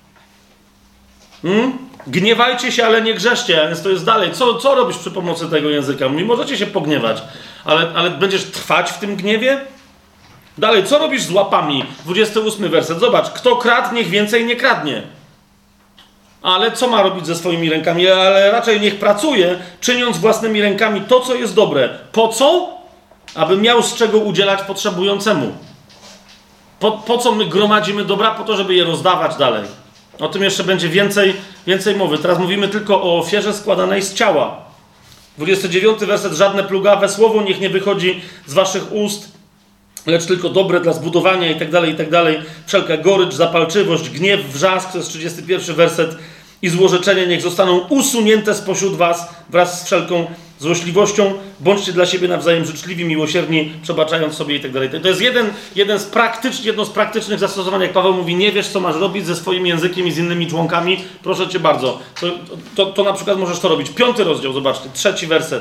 Hmm? Gniewajcie się, ale nie grzeszcie. A więc to jest dalej. Co, co robisz przy pomocy tego języka? Mówi, możecie się pogniewać, ale, ale będziesz trwać w tym gniewie? Dalej, co robisz z łapami? dwudziesty ósmy werset. Zobacz, kto kradł, niech więcej nie kradnie. Ale co ma robić ze swoimi rękami? Ale raczej niech pracuje, czyniąc własnymi rękami to, co jest dobre. Po co? Aby miał z czego udzielać potrzebującemu. Po, po co my gromadzimy dobra? Po to, żeby je rozdawać dalej. O tym jeszcze będzie więcej, więcej mowy. Teraz mówimy tylko o ofierze składanej z ciała. dwudziesty dziewiąty werset. Żadne plugawe słowo niech nie wychodzi z waszych ust, lecz tylko dobre dla zbudowania i tak dalej, i tak dalej. Wszelka gorycz, zapalczywość, gniew, wrzask, to jest trzydziesty pierwszy werset. I złorzeczenie niech zostaną usunięte spośród was wraz z wszelką złośliwością. Bądźcie dla siebie nawzajem życzliwi, miłosierni, przebaczając sobie i tak dalej. To jest jeden, jeden z praktycznych, jedno z praktycznych zastosowań, jak Paweł mówi, nie wiesz, co masz robić ze swoim językiem i z innymi członkami. Proszę cię bardzo. To, to, to na przykład możesz to robić. Piąty rozdział, zobaczcie, trzeci werset.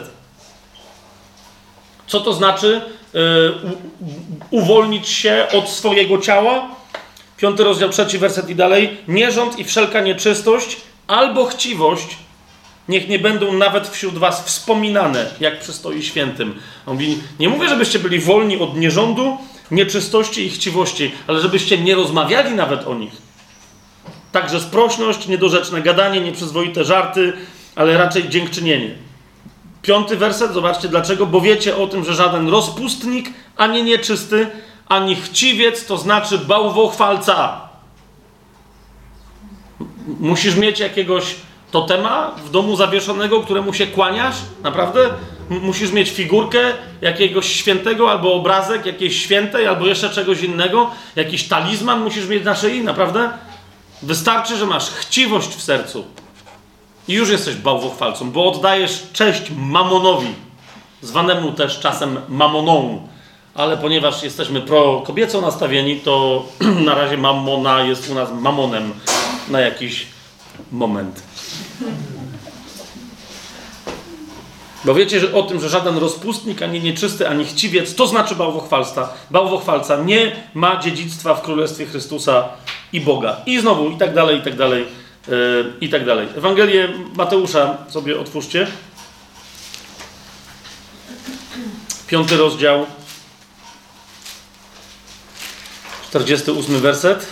Co to znaczy yy, u, uwolnić się od swojego ciała? Piąty rozdział, trzeci werset i dalej. Nierząd i wszelka nieczystość albo chciwość niech nie będą nawet wśród was wspominane, jak przystoi świętym. On mówi, nie mówię, żebyście byli wolni od nierządu, nieczystości i chciwości, ale żebyście nie rozmawiali nawet o nich. Także sprośność, niedorzeczne gadanie, nieprzyzwoite żarty, ale raczej dziękczynienie. Piąty werset, zobaczcie dlaczego, bo wiecie o tym, że żaden rozpustnik, ani nieczysty, ani chciwiec, to znaczy bałwochwalca. Musisz mieć jakiegoś totema w domu zawieszonego, któremu się kłaniasz? Naprawdę? M- musisz mieć figurkę jakiegoś świętego, albo obrazek jakiejś świętej, albo jeszcze czegoś innego? Jakiś talizman musisz mieć na szyi? Naprawdę? Wystarczy, że masz chciwość w sercu. I już jesteś bałwochwalcą, bo oddajesz cześć mamonowi, zwanemu też czasem mamoną. Ale ponieważ jesteśmy pro-kobieco nastawieni, to na razie mamona jest u nas mamonem na jakiś moment. Bo wiecie że o tym, że żaden rozpustnik, ani nieczysty, ani chciwiec, to znaczy bałwochwalca. Bałwochwalca nie ma dziedzictwa w Królestwie Chrystusa i Boga. I znowu, i tak dalej, i tak dalej, yy, i tak dalej. Ewangelię Mateusza sobie otwórzcie. Piąty rozdział. czterdziesty ósmy werset.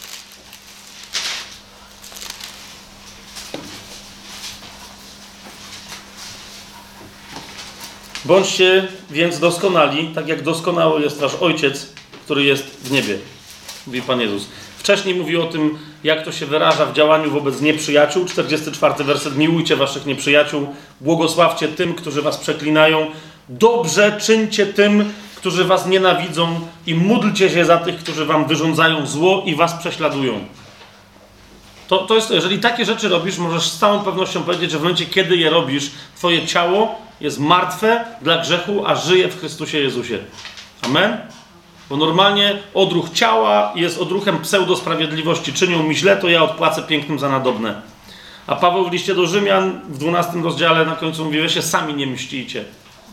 Bądźcie więc doskonali, tak jak doskonały jest wasz Ojciec, który jest w niebie, mówi Pan Jezus. Wcześniej mówi o tym, jak to się wyraża w działaniu wobec nieprzyjaciół. czterdziesty czwarty werset. Miłujcie waszych nieprzyjaciół, błogosławcie tym, którzy was przeklinają, dobrze czyńcie tym, którzy was nienawidzą i módlcie się za tych, którzy wam wyrządzają zło i was prześladują. To, to jest to, jeżeli takie rzeczy robisz, możesz z całą pewnością powiedzieć, że w momencie, kiedy je robisz, twoje ciało jest martwe dla grzechu, a żyje w Chrystusie Jezusie. Amen? Bo normalnie odruch ciała jest odruchem pseudosprawiedliwości. Czynią mi źle, to ja odpłacę pięknym za nadobne. A Paweł w liście do Rzymian w dwunastym rozdziale na końcu mówi, że się sami nie mścicie.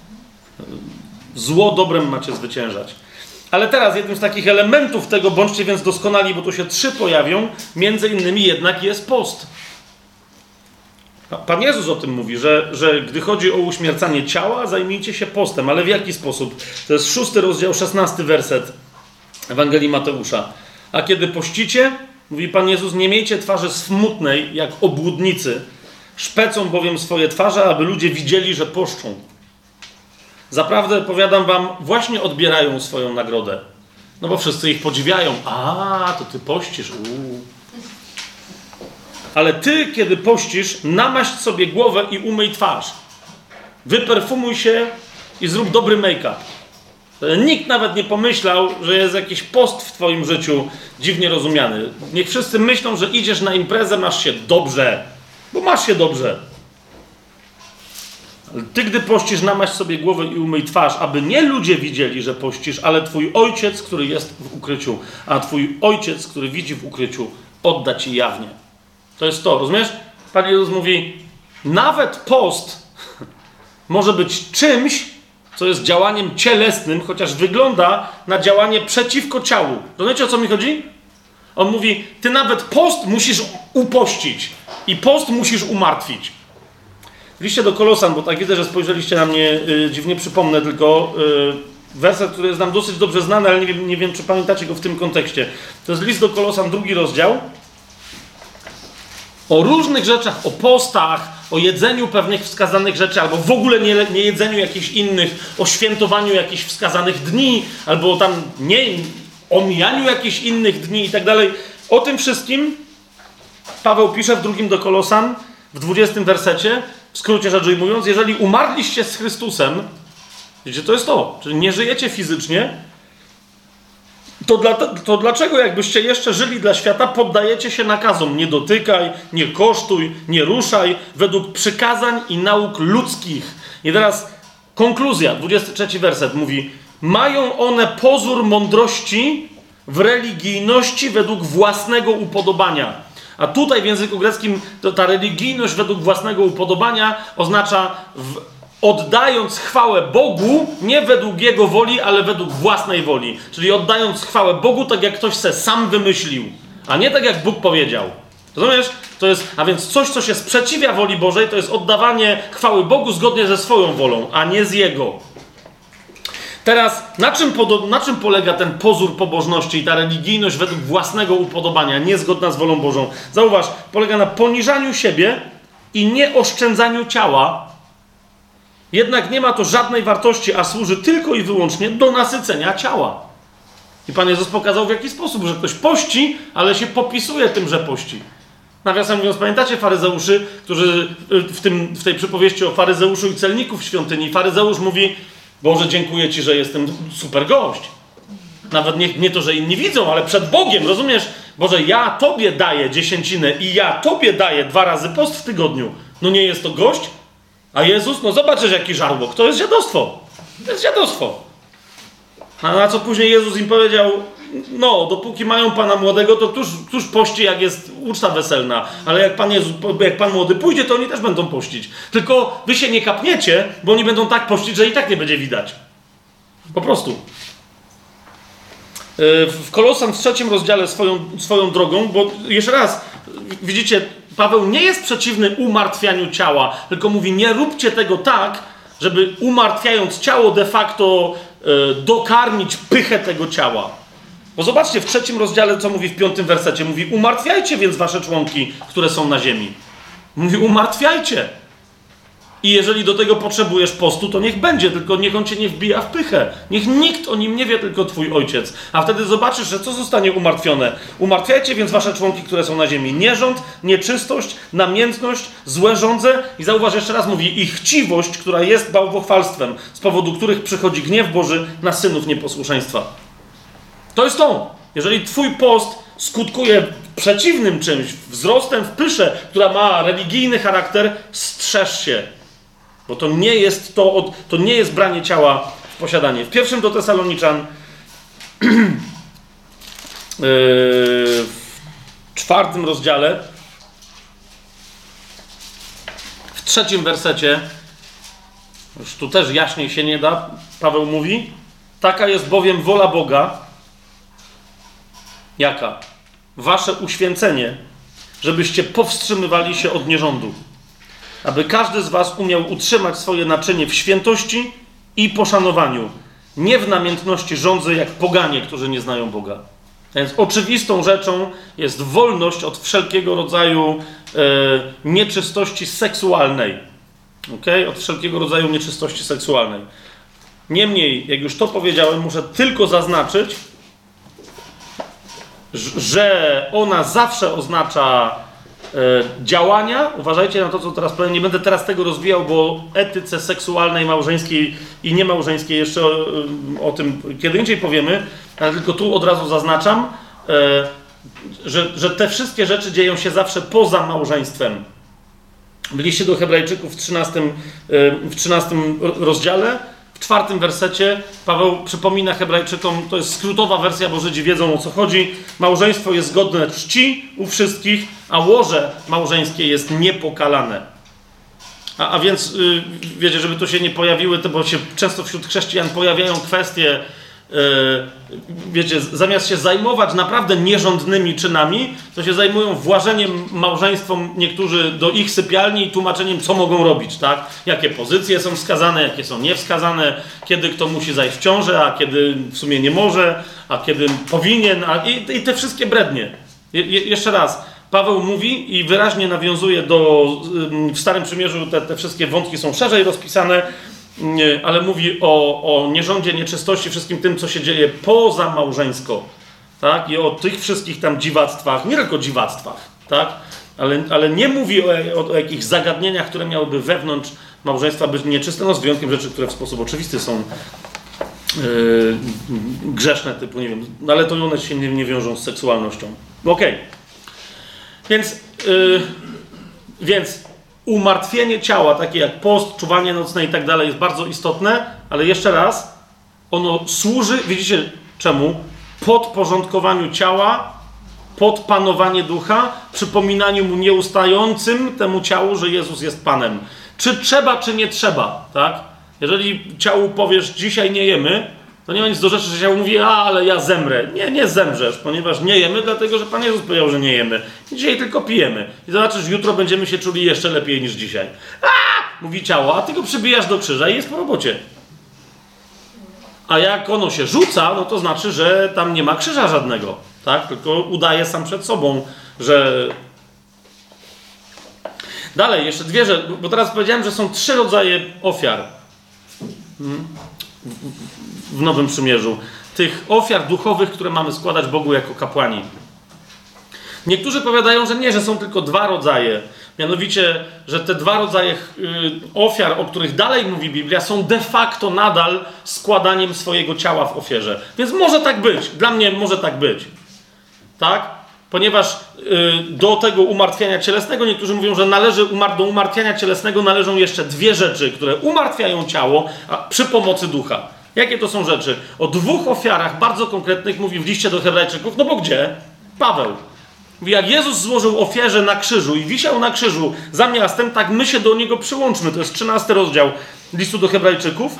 Zło dobrem macie zwyciężać. Ale teraz jednym z takich elementów tego, bądźcie więc doskonali, bo tu się trzy pojawią, między innymi jednak jest post. Pan Jezus o tym mówi, że, że gdy chodzi o uśmiercanie ciała, zajmijcie się postem. Ale w jaki sposób? To jest szósty rozdział, szesnasty werset Ewangelii Mateusza. A kiedy pościcie, mówi Pan Jezus, nie miejcie twarzy smutnej, jak obłudnicy. Szpecą bowiem swoje twarze, aby ludzie widzieli, że poszczą. Zaprawdę, powiadam wam, właśnie odbierają swoją nagrodę. No bo wszyscy ich podziwiają. A, to ty pościsz. Uuu. Ale ty, kiedy pościsz, namaść sobie głowę i umyj twarz. Wyperfumuj się i zrób dobry make-up. Nikt nawet nie pomyślał, że jest jakiś post w twoim życiu dziwnie rozumiany. Niech wszyscy myślą, że idziesz na imprezę, masz się dobrze. Bo masz się dobrze. Ale ty, gdy pościsz, namaść sobie głowę i umyj twarz, aby nie ludzie widzieli, że pościsz, ale twój ojciec, który jest w ukryciu. A twój ojciec, który widzi w ukryciu, odda ci jawnie. To jest to, rozumiesz? Pan Jezus mówi, nawet post może być czymś, co jest działaniem cielesnym, chociaż wygląda na działanie przeciwko ciału. Rozumiecie, o co mi chodzi? On mówi, ty nawet post musisz upościć i post musisz umartwić. W liście do Kolosan, bo tak widzę, że spojrzeliście na mnie yy, dziwnie, przypomnę tylko yy, werset, który jest nam dosyć dobrze znany, ale nie wiem, nie wiem, czy pamiętacie go w tym kontekście. To jest list do Kolosan, drugi rozdział. O różnych rzeczach, o postach, o jedzeniu pewnych wskazanych rzeczy, albo w ogóle nie, nie jedzeniu jakichś innych, o świętowaniu jakichś wskazanych dni, albo tam nie omijaniu jakichś innych dni i tak dalej. O tym wszystkim Paweł pisze w drugim do Kolosan, w dwudziestym wersecie, w skrócie rzecz ujmując, jeżeli umarliście z Chrystusem, wiecie, to jest to, czyli nie żyjecie fizycznie, to, dla, to dlaczego jakbyście jeszcze żyli dla świata, poddajecie się nakazom? Nie dotykaj, nie kosztuj, nie ruszaj, według przykazań i nauk ludzkich. I teraz konkluzja, dwudziesty trzeci werset mówi: mają one pozór mądrości w religijności według własnego upodobania. A tutaj w języku greckim to ta religijność według własnego upodobania oznacza w, oddając chwałę Bogu, nie według Jego woli, ale według własnej woli. Czyli oddając chwałę Bogu tak, jak ktoś se sam wymyślił, a nie tak, jak Bóg powiedział. Rozumiesz? To jest, a więc coś, co się sprzeciwia woli Bożej, to jest oddawanie chwały Bogu zgodnie ze swoją wolą, a nie z Jego. Teraz, na czym, podo- na czym polega ten pozór pobożności i ta religijność według własnego upodobania, niezgodna z wolą Bożą? Zauważ, polega na poniżaniu siebie i nieoszczędzaniu ciała. Jednak nie ma to żadnej wartości, a służy tylko i wyłącznie do nasycenia ciała. I Pan Jezus pokazał, w jaki sposób, że ktoś pości, ale się popisuje tym, że pości. Nawiasem mówiąc, pamiętacie faryzeuszy, którzy w, tym, w tej przypowieści o faryzeuszu i celników w świątyni, faryzeusz mówi: Boże, dziękuję Ci, że jestem super gość. Nawet nie, nie to, że inni widzą, ale przed Bogiem, rozumiesz? Boże, ja Tobie daję dziesięcinę i ja Tobie daję dwa razy post w tygodniu. No nie jest to gość? A Jezus, no zobaczysz, jaki żarłok. To jest dziadostwo. To jest dziadostwo. A na co później Jezus im powiedział: no, dopóki mają Pana młodego, to któż, któż pości, jak jest uczta weselna. Ale jak Pan Jezus, jak Pan młody pójdzie, to oni też będą pościć. Tylko wy się nie kapniecie, bo oni będą tak pościć, że i tak nie będzie widać. Po prostu. W Kolosan w trzecim rozdziale swoją, swoją drogą, bo jeszcze raz, widzicie, Paweł nie jest przeciwny umartwianiu ciała, tylko mówi: nie róbcie tego tak, żeby umartwiając ciało de facto e, dokarmić pychę tego ciała. Bo zobaczcie, w trzecim rozdziale, co mówi w piątym wersecie, mówi: umartwiajcie więc wasze członki, które są na ziemi. Mówi: umartwiajcie. I jeżeli do tego potrzebujesz postu, to niech będzie, tylko niech on cię nie wbija w pychę. Niech nikt o nim nie wie, tylko twój ojciec. A wtedy zobaczysz, że co zostanie umartwione. Umartwiajcie więc wasze członki, które są na ziemi. Nierząd, nieczystość, namiętność, złe żądze. I zauważ, jeszcze raz mówi: i chciwość, która jest bałwochwalstwem, z powodu których przychodzi gniew Boży na synów nieposłuszeństwa. To jest to. Jeżeli twój post skutkuje przeciwnym czymś, wzrostem w pysze, która ma religijny charakter, strzeż się. Bo to nie jest to, od, to nie jest branie ciała w posiadanie. W pierwszym do Tesaloniczan yy, w czwartym rozdziale, w trzecim wersecie, już tu też jaśniej się nie da, Paweł mówi: taka jest bowiem wola Boga. Jaka? Wasze uświęcenie, żebyście powstrzymywali się od nierządu, aby każdy z was umiał utrzymać swoje naczynie w świętości i poszanowaniu, nie w namiętności żądzy jak poganie, którzy nie znają Boga. Więc oczywistą rzeczą jest wolność od wszelkiego rodzaju e, nieczystości seksualnej. Okay? Od wszelkiego rodzaju nieczystości seksualnej. Niemniej, jak już to powiedziałem, muszę tylko zaznaczyć, że ona zawsze oznacza e, działania. Uważajcie na to, co teraz powiem. Nie będę teraz tego rozwijał, bo o etyce seksualnej, małżeńskiej i niemałżeńskiej jeszcze o, o tym kiedy indziej powiemy, ale tylko tu od razu zaznaczam, e, że, że te wszystkie rzeczy dzieją się zawsze poza małżeństwem. W liście do Hebrajczyków w trzynastym, e, w trzynastym rozdziale, w czwartym wersecie Paweł przypomina Hebrajczykom, to jest skrótowa wersja, bo Żydzi wiedzą, o co chodzi: małżeństwo jest godne czci u wszystkich, a łoże małżeńskie jest niepokalane. A, a więc, yy, wiecie, żeby to się nie pojawiły, to bo się często wśród chrześcijan pojawiają kwestie, yy, wiecie, zamiast się zajmować naprawdę nierządnymi czynami, to się zajmują włażeniem małżeństwom niektórzy do ich sypialni i tłumaczeniem, co mogą robić, tak? Jakie pozycje są wskazane, jakie są niewskazane, kiedy kto musi zajść w ciążę, a kiedy w sumie nie może, a kiedy powinien, a, i, i te wszystkie brednie. Je, je, jeszcze raz, Paweł mówi i wyraźnie nawiązuje do, w Starym Przymierzu te, te wszystkie wątki są szerzej rozpisane, ale mówi o, o nierządzie, nieczystości, wszystkim tym, co się dzieje poza małżeńsko, tak? I o tych wszystkich tam dziwactwach, nie tylko dziwactwach, tak? ale, ale nie mówi o, o, o jakichś zagadnieniach, które miałyby wewnątrz małżeństwa być nieczyste, no z wyjątkiem rzeczy, które w sposób oczywisty są yy, grzeszne, typu, nie wiem, ale to one się nie, nie wiążą z seksualnością. Okej. Okay. Więc, yy, więc umartwienie ciała, takie jak post, czuwanie nocne i tak dalej, jest bardzo istotne, ale jeszcze raz, ono służy, widzicie czemu? Podporządkowaniu ciała, pod panowanie ducha, przypominaniu mu nieustającym temu ciału, że Jezus jest Panem. Czy trzeba, czy nie trzeba, tak? Jeżeli ciału powiesz, dzisiaj nie jemy, to nie ma nic do rzeczy, że ciało mówi, a, ale ja zemrę. Nie, nie zemrzesz, ponieważ nie jemy, dlatego, że Pan Jezus powiedział, że nie jemy. Dzisiaj tylko pijemy. I zobaczysz, jutro będziemy się czuli jeszcze lepiej niż dzisiaj. A! Mówi ciało, a ty go przybijasz do krzyża i jest po robocie. A jak ono się rzuca, no to znaczy, że tam nie ma krzyża żadnego, tak? Tylko udaje sam przed sobą, że... Dalej, jeszcze dwie rzeczy, bo teraz powiedziałem, że są trzy rodzaje ofiar w Nowym Przymierzu. Tych ofiar duchowych, które mamy składać Bogu jako kapłani. Niektórzy powiadają, że nie, że są tylko dwa rodzaje. Mianowicie, że te dwa rodzaje ofiar, o których dalej mówi Biblia, są de facto nadal składaniem swojego ciała w ofierze. Więc może tak być. Dla mnie może tak być. Tak? Ponieważ do tego umartwiania cielesnego, niektórzy mówią, że należy do umartwiania cielesnego należą jeszcze dwie rzeczy, które umartwiają ciało a przy pomocy ducha. Jakie to są rzeczy? O dwóch ofiarach bardzo konkretnych mówi w liście do Hebrajczyków, no bo gdzie? Paweł. Mówi, jak Jezus złożył ofierze na krzyżu i wisiał na krzyżu za miastem, tak my się do Niego przyłączmy. To jest trzynasty rozdział listu do Hebrajczyków.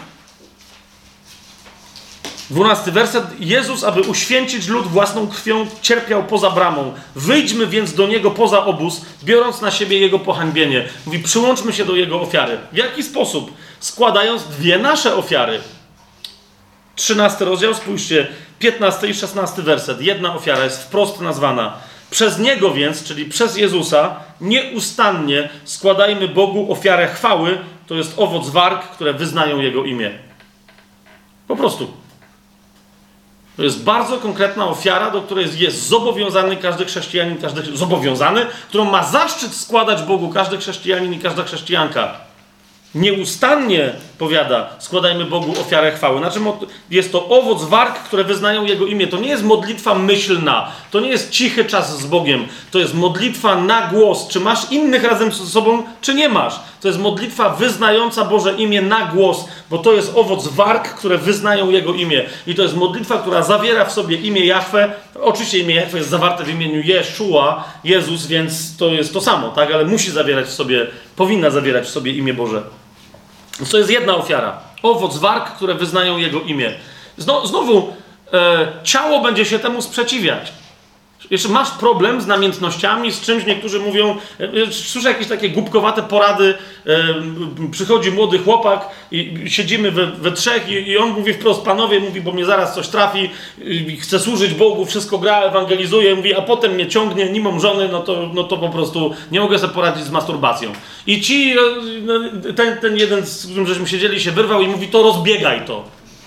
dwunasty werset. Jezus, aby uświęcić lud własną krwią, cierpiał poza bramą. Wyjdźmy więc do Niego poza obóz, biorąc na siebie Jego pohańbienie. Mówi, przyłączmy się do Jego ofiary. W jaki sposób? Składając dwie nasze ofiary. trzynasty rozdział, spójrzcie, piętnasty i szesnasty werset. Jedna ofiara jest wprost nazwana. Przez Niego więc, czyli przez Jezusa, nieustannie składajmy Bogu ofiarę chwały, to jest owoc warg, które wyznają Jego imię. Po prostu. To jest bardzo konkretna ofiara, do której jest, jest zobowiązany każdy chrześcijanin, każdy zobowiązany, którą ma zaszczyt składać Bogu każdy chrześcijanin i każda chrześcijanka. Nieustannie, powiada, składajmy Bogu ofiarę chwały. Znaczy, jest to owoc warg, które wyznają Jego imię. To nie jest modlitwa myślna. To nie jest cichy czas z Bogiem. To jest modlitwa na głos. Czy masz innych razem ze sobą, czy nie masz? To jest modlitwa wyznająca Boże imię na głos, bo to jest owoc warg, które wyznają Jego imię. I to jest modlitwa, która zawiera w sobie imię Jahwe. Oczywiście imię Jahwe jest zawarte w imieniu Jeszua, Jezus, więc to jest to samo, tak? Ale musi zawierać w sobie, powinna zawierać w sobie imię Boże. To jest jedna ofiara. Owoc warg, które wyznają Jego imię. Znowu, znowu e, ciało będzie się temu sprzeciwiać. Jeszcze masz problem z namiętnościami, z czymś, niektórzy mówią, e, słyszę jakieś takie głupkowate porady, e, przychodzi młody chłopak i siedzimy we, we trzech i, i on mówi wprost, panowie, mówi, bo mnie zaraz coś trafi, i chce służyć Bogu, wszystko gra, ewangelizuje, mówi, a potem mnie ciągnie, nie mam żony, no to, no to po prostu nie mogę sobie poradzić z masturbacją. I ci, ten, ten jeden, z którym żeśmy siedzieli, się wyrwał i mówi, to rozbiegaj to.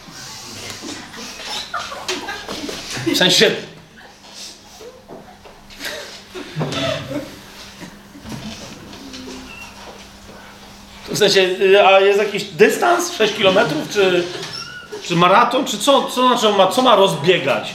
W sensie... W sensie, a jest jakiś dystans? sześć kilometrów? Czy, czy maraton? Czy co, co znaczy on ma, co ma rozbiegać?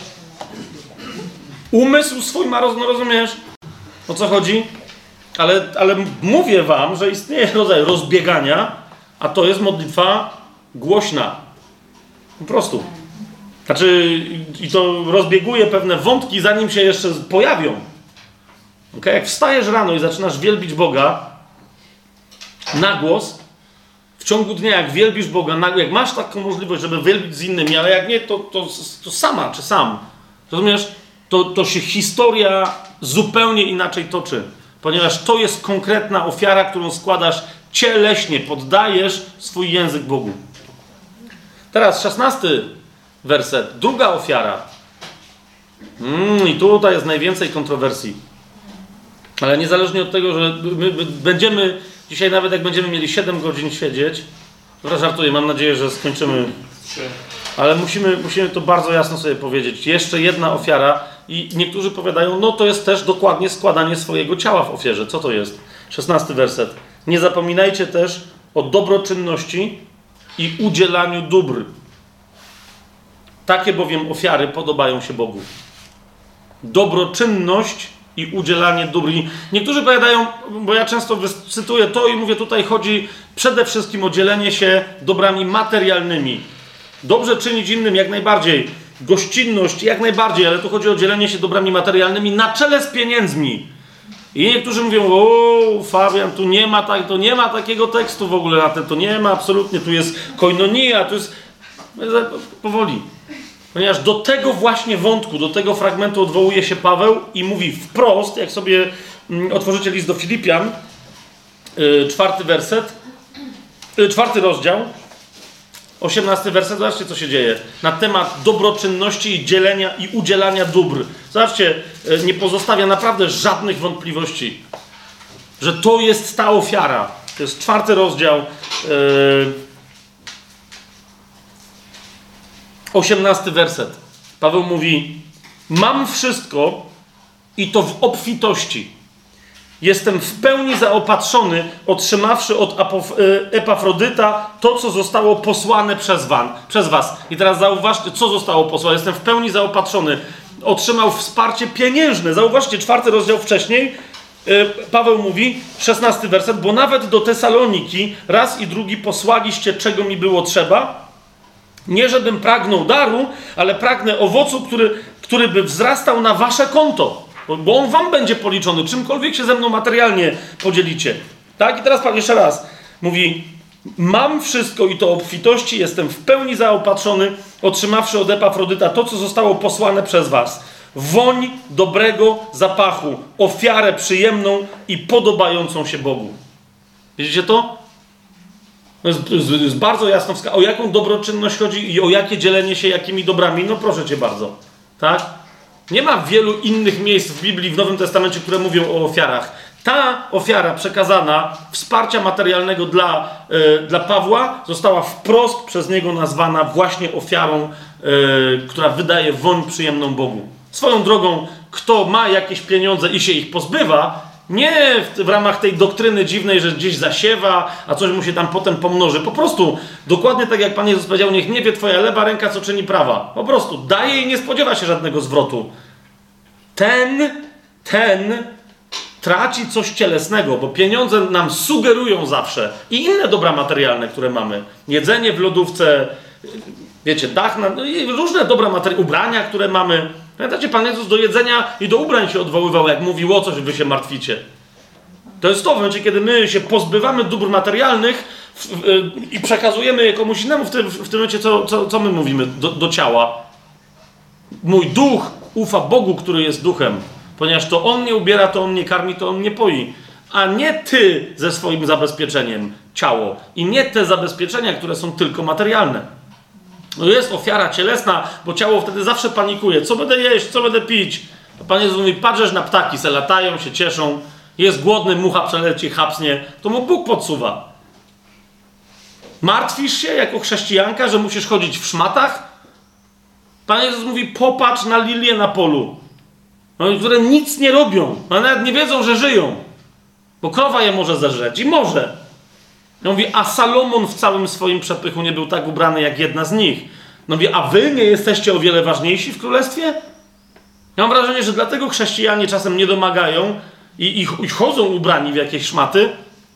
Umysł swój ma, roz, no rozumiesz? O co chodzi? Ale, ale mówię wam, że istnieje rodzaj rozbiegania, a to jest modlitwa głośna. Po prostu. Znaczy, i to rozbieguje pewne wątki, zanim się jeszcze pojawią. Okay? Jak wstajesz rano i zaczynasz wielbić Boga, na głos, w ciągu dnia, jak wielbisz Boga, jak masz taką możliwość, żeby wielbić z innymi, ale jak nie, to, to, to sama czy sam. Rozumiesz? To, to się historia zupełnie inaczej toczy. Ponieważ to jest konkretna ofiara, którą składasz cieleśnie, poddajesz swój język Bogu. Teraz szesnasty werset. Druga ofiara. Mm, I tutaj jest najwięcej kontrowersji. Ale niezależnie od tego, że my będziemy... Dzisiaj nawet jak będziemy mieli siedem godzin siedzieć, dobra, żartuję, mam nadzieję, że skończymy. Ale musimy, musimy to bardzo jasno sobie powiedzieć. Jeszcze jedna ofiara I niektórzy powiadają, no to jest też dokładnie składanie swojego ciała w ofierze. Co to jest? szesnasty werset. Nie zapominajcie też o dobroczynności i udzielaniu dóbr. Takie bowiem ofiary podobają się Bogu. Dobroczynność i udzielanie dóbr. I niektórzy powiadają, bo ja często cytuję to i mówię, tutaj chodzi przede wszystkim o dzielenie się dobrami materialnymi. Dobrze czynić innym jak najbardziej. Gościnność jak najbardziej, ale tu chodzi o dzielenie się dobrami materialnymi na czele z pieniędzmi. I niektórzy mówią, o Fabian, tu nie ma tak, to nie ma takiego tekstu w ogóle na ten, to nie ma absolutnie, tu jest koinonia, tu jest... Powoli. Ponieważ do tego właśnie wątku, do tego fragmentu odwołuje się Paweł i mówi wprost, jak sobie mm, otworzycie list do Filipian, yy, czwarty werset, yy, czwarty rozdział, osiemnasty werset, zobaczcie co się dzieje. Na temat dobroczynności i dzielenia i udzielania dóbr. Zobaczcie, yy, nie pozostawia naprawdę żadnych wątpliwości, że to jest ta ofiara. To jest czwarty rozdział, yy, osiemnasty werset. Paweł mówi, mam wszystko i to w obfitości. Jestem w pełni zaopatrzony, otrzymawszy od Epafrodyta to, co zostało posłane przez, wan, przez was. I teraz zauważcie, co zostało posłane. Jestem w pełni zaopatrzony. Otrzymał wsparcie pieniężne. Zauważcie, czwarty rozdział wcześniej. Paweł mówi, szesnasty werset, bo nawet do Tesaloniki raz i drugi posłaliście, czego mi było trzeba. Nie żebym pragnął daru, ale pragnę owocu, który, który by wzrastał na wasze konto. Bo on wam będzie policzony, czymkolwiek się ze mną materialnie podzielicie. Tak? I teraz Pan jeszcze raz mówi, mam wszystko i to obfitości, jestem w pełni zaopatrzony, otrzymawszy od Epafrodyta to, co zostało posłane przez was. Woń dobrego zapachu, ofiarę przyjemną i podobającą się Bogu. Widzicie to? To jest, jest, jest bardzo jasno wskazane, o jaką dobroczynność chodzi i o jakie dzielenie się jakimi dobrami. No proszę cię bardzo. Tak? Nie ma wielu innych miejsc w Biblii, w Nowym Testamencie, które mówią o ofiarach. Ta ofiara przekazana, wsparcia materialnego dla, yy, dla Pawła, została wprost przez niego nazwana właśnie ofiarą, yy, która wydaje woń przyjemną Bogu. Swoją drogą, kto ma jakieś pieniądze i się ich pozbywa, nie w, w ramach tej doktryny dziwnej, że gdzieś zasiewa, a coś mu się tam potem pomnoży. Po prostu, dokładnie tak jak Pan Jezus powiedział, niech nie wie twoja lewa ręka, co czyni prawa. Po prostu, daje i nie spodziewa się żadnego zwrotu. Ten, ten traci coś cielesnego, bo pieniądze nam sugerują zawsze i inne dobra materialne, które mamy. Jedzenie w lodówce, wiecie, dach, na, różne dobra materialne, ubrania, które mamy. Pamiętacie, Pan Jezus do jedzenia i do ubrań się odwoływał, jak mówił o coś, wy się martwicie. To jest to, w momencie, kiedy my się pozbywamy dóbr materialnych w, w, i przekazujemy je komuś innemu, w tym, w tym momencie, co, co, co my mówimy do, do ciała. Mój duch ufa Bogu, który jest duchem, ponieważ to On nie ubiera, to On nie karmi, to On nie poi. A nie ty ze swoim zabezpieczeniem, ciało. I nie te zabezpieczenia, które są tylko materialne. No jest ofiara cielesna, bo ciało wtedy zawsze panikuje. Co będę jeść, co będę pić? A Pan Jezus mówi, patrzysz na ptaki, se latają, się cieszą. Jest głodny, mucha przeleci, chapsnie. To mu Bóg podsuwa. Martwisz się jako chrześcijanka, że musisz chodzić w szmatach? Pan Jezus mówi, popatrz na lilie na polu, no, które nic nie robią. No, nawet nie wiedzą, że żyją. Bo krowa je może zeżreć. I może. No mówi, a Salomon w całym swoim przepychu nie był tak ubrany jak jedna z nich. No mówi, a wy nie jesteście o wiele ważniejsi w królestwie? Ja mam wrażenie, że dlatego chrześcijanie czasem nie domagają i, i, i chodzą ubrani w jakieś szmaty.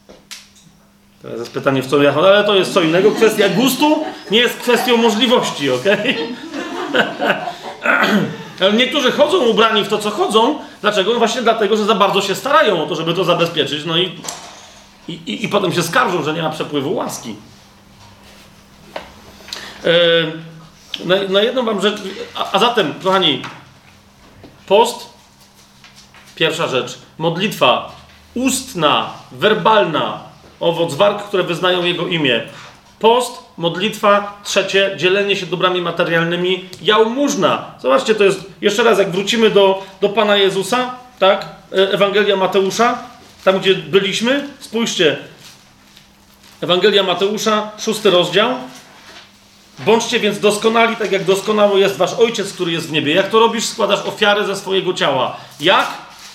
Teraz jest pytanie, w co ja chodzę, ale to jest co innego. Kwestia gustu nie jest kwestią możliwości, okej? Okay? Niektórzy chodzą ubrani w to, co chodzą. Dlaczego? No właśnie dlatego, że za bardzo się starają o to, żeby to zabezpieczyć. No i I, i, I potem się skarżą, że nie ma przepływu łaski. Yy, na, na jedną wam rzecz... A, a zatem, kochani, post, pierwsza rzecz, modlitwa ustna, werbalna, owoc warg, które wyznają Jego imię. Post, modlitwa, trzecie, dzielenie się dobrami materialnymi, jałmużna. Zobaczcie, to jest, jeszcze raz, jak wrócimy do, do Pana Jezusa, tak, Ewangelia Mateusza, tam, gdzie byliśmy, spójrzcie. Ewangelia Mateusza, szósty rozdział. Bądźcie więc doskonali, tak jak doskonały jest wasz Ojciec, który jest w niebie. Jak to robisz? Składasz ofiary ze swojego ciała. Jak?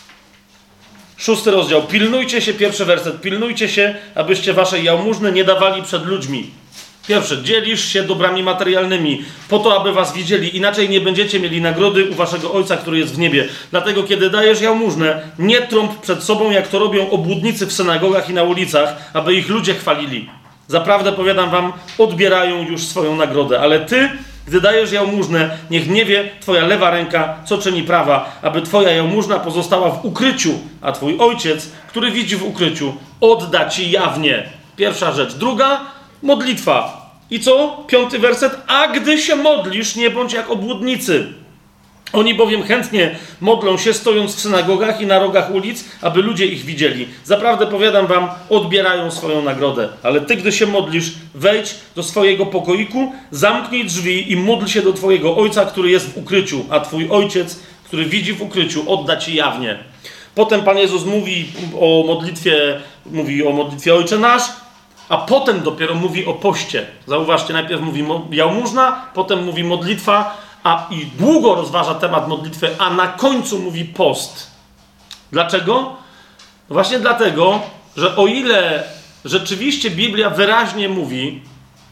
Szósty rozdział. Pilnujcie się, pierwszy werset. Pilnujcie się, abyście waszej jałmużny nie dawali przed ludźmi. Pierwsze, dzielisz się dobrami materialnymi, po to, aby was widzieli. Inaczej nie będziecie mieli nagrody u waszego Ojca, który jest w niebie. Dlatego, kiedy dajesz jałmużnę, nie trąb przed sobą, jak to robią obłudnicy w synagogach i na ulicach, aby ich ludzie chwalili. Zaprawdę, powiadam wam, odbierają już swoją nagrodę. Ale ty, gdy dajesz jałmużnę, niech nie wie twoja lewa ręka, co czyni prawa, aby twoja jałmużna pozostała w ukryciu, a twój Ojciec, który widzi w ukryciu, odda ci jawnie. Pierwsza rzecz. Druga, modlitwa. I co? Piąty werset. A gdy się modlisz, nie bądź jak obłudnicy. Oni bowiem chętnie modlą się, stojąc w synagogach i na rogach ulic, aby ludzie ich widzieli. Zaprawdę, powiadam wam, odbierają swoją nagrodę. Ale ty, gdy się modlisz, wejdź do swojego pokoiku, zamknij drzwi i módl się do twojego Ojca, który jest w ukryciu, a twój Ojciec, który widzi w ukryciu, odda ci jawnie. Potem Pan Jezus mówi o modlitwie, mówi o modlitwie Ojcze Nasz, a potem dopiero mówi o poście. Zauważcie, najpierw mówi jałmużna, potem mówi modlitwa, a i długo rozważa temat modlitwy, a na końcu mówi post. Dlaczego? Właśnie dlatego, że o ile rzeczywiście Biblia wyraźnie mówi,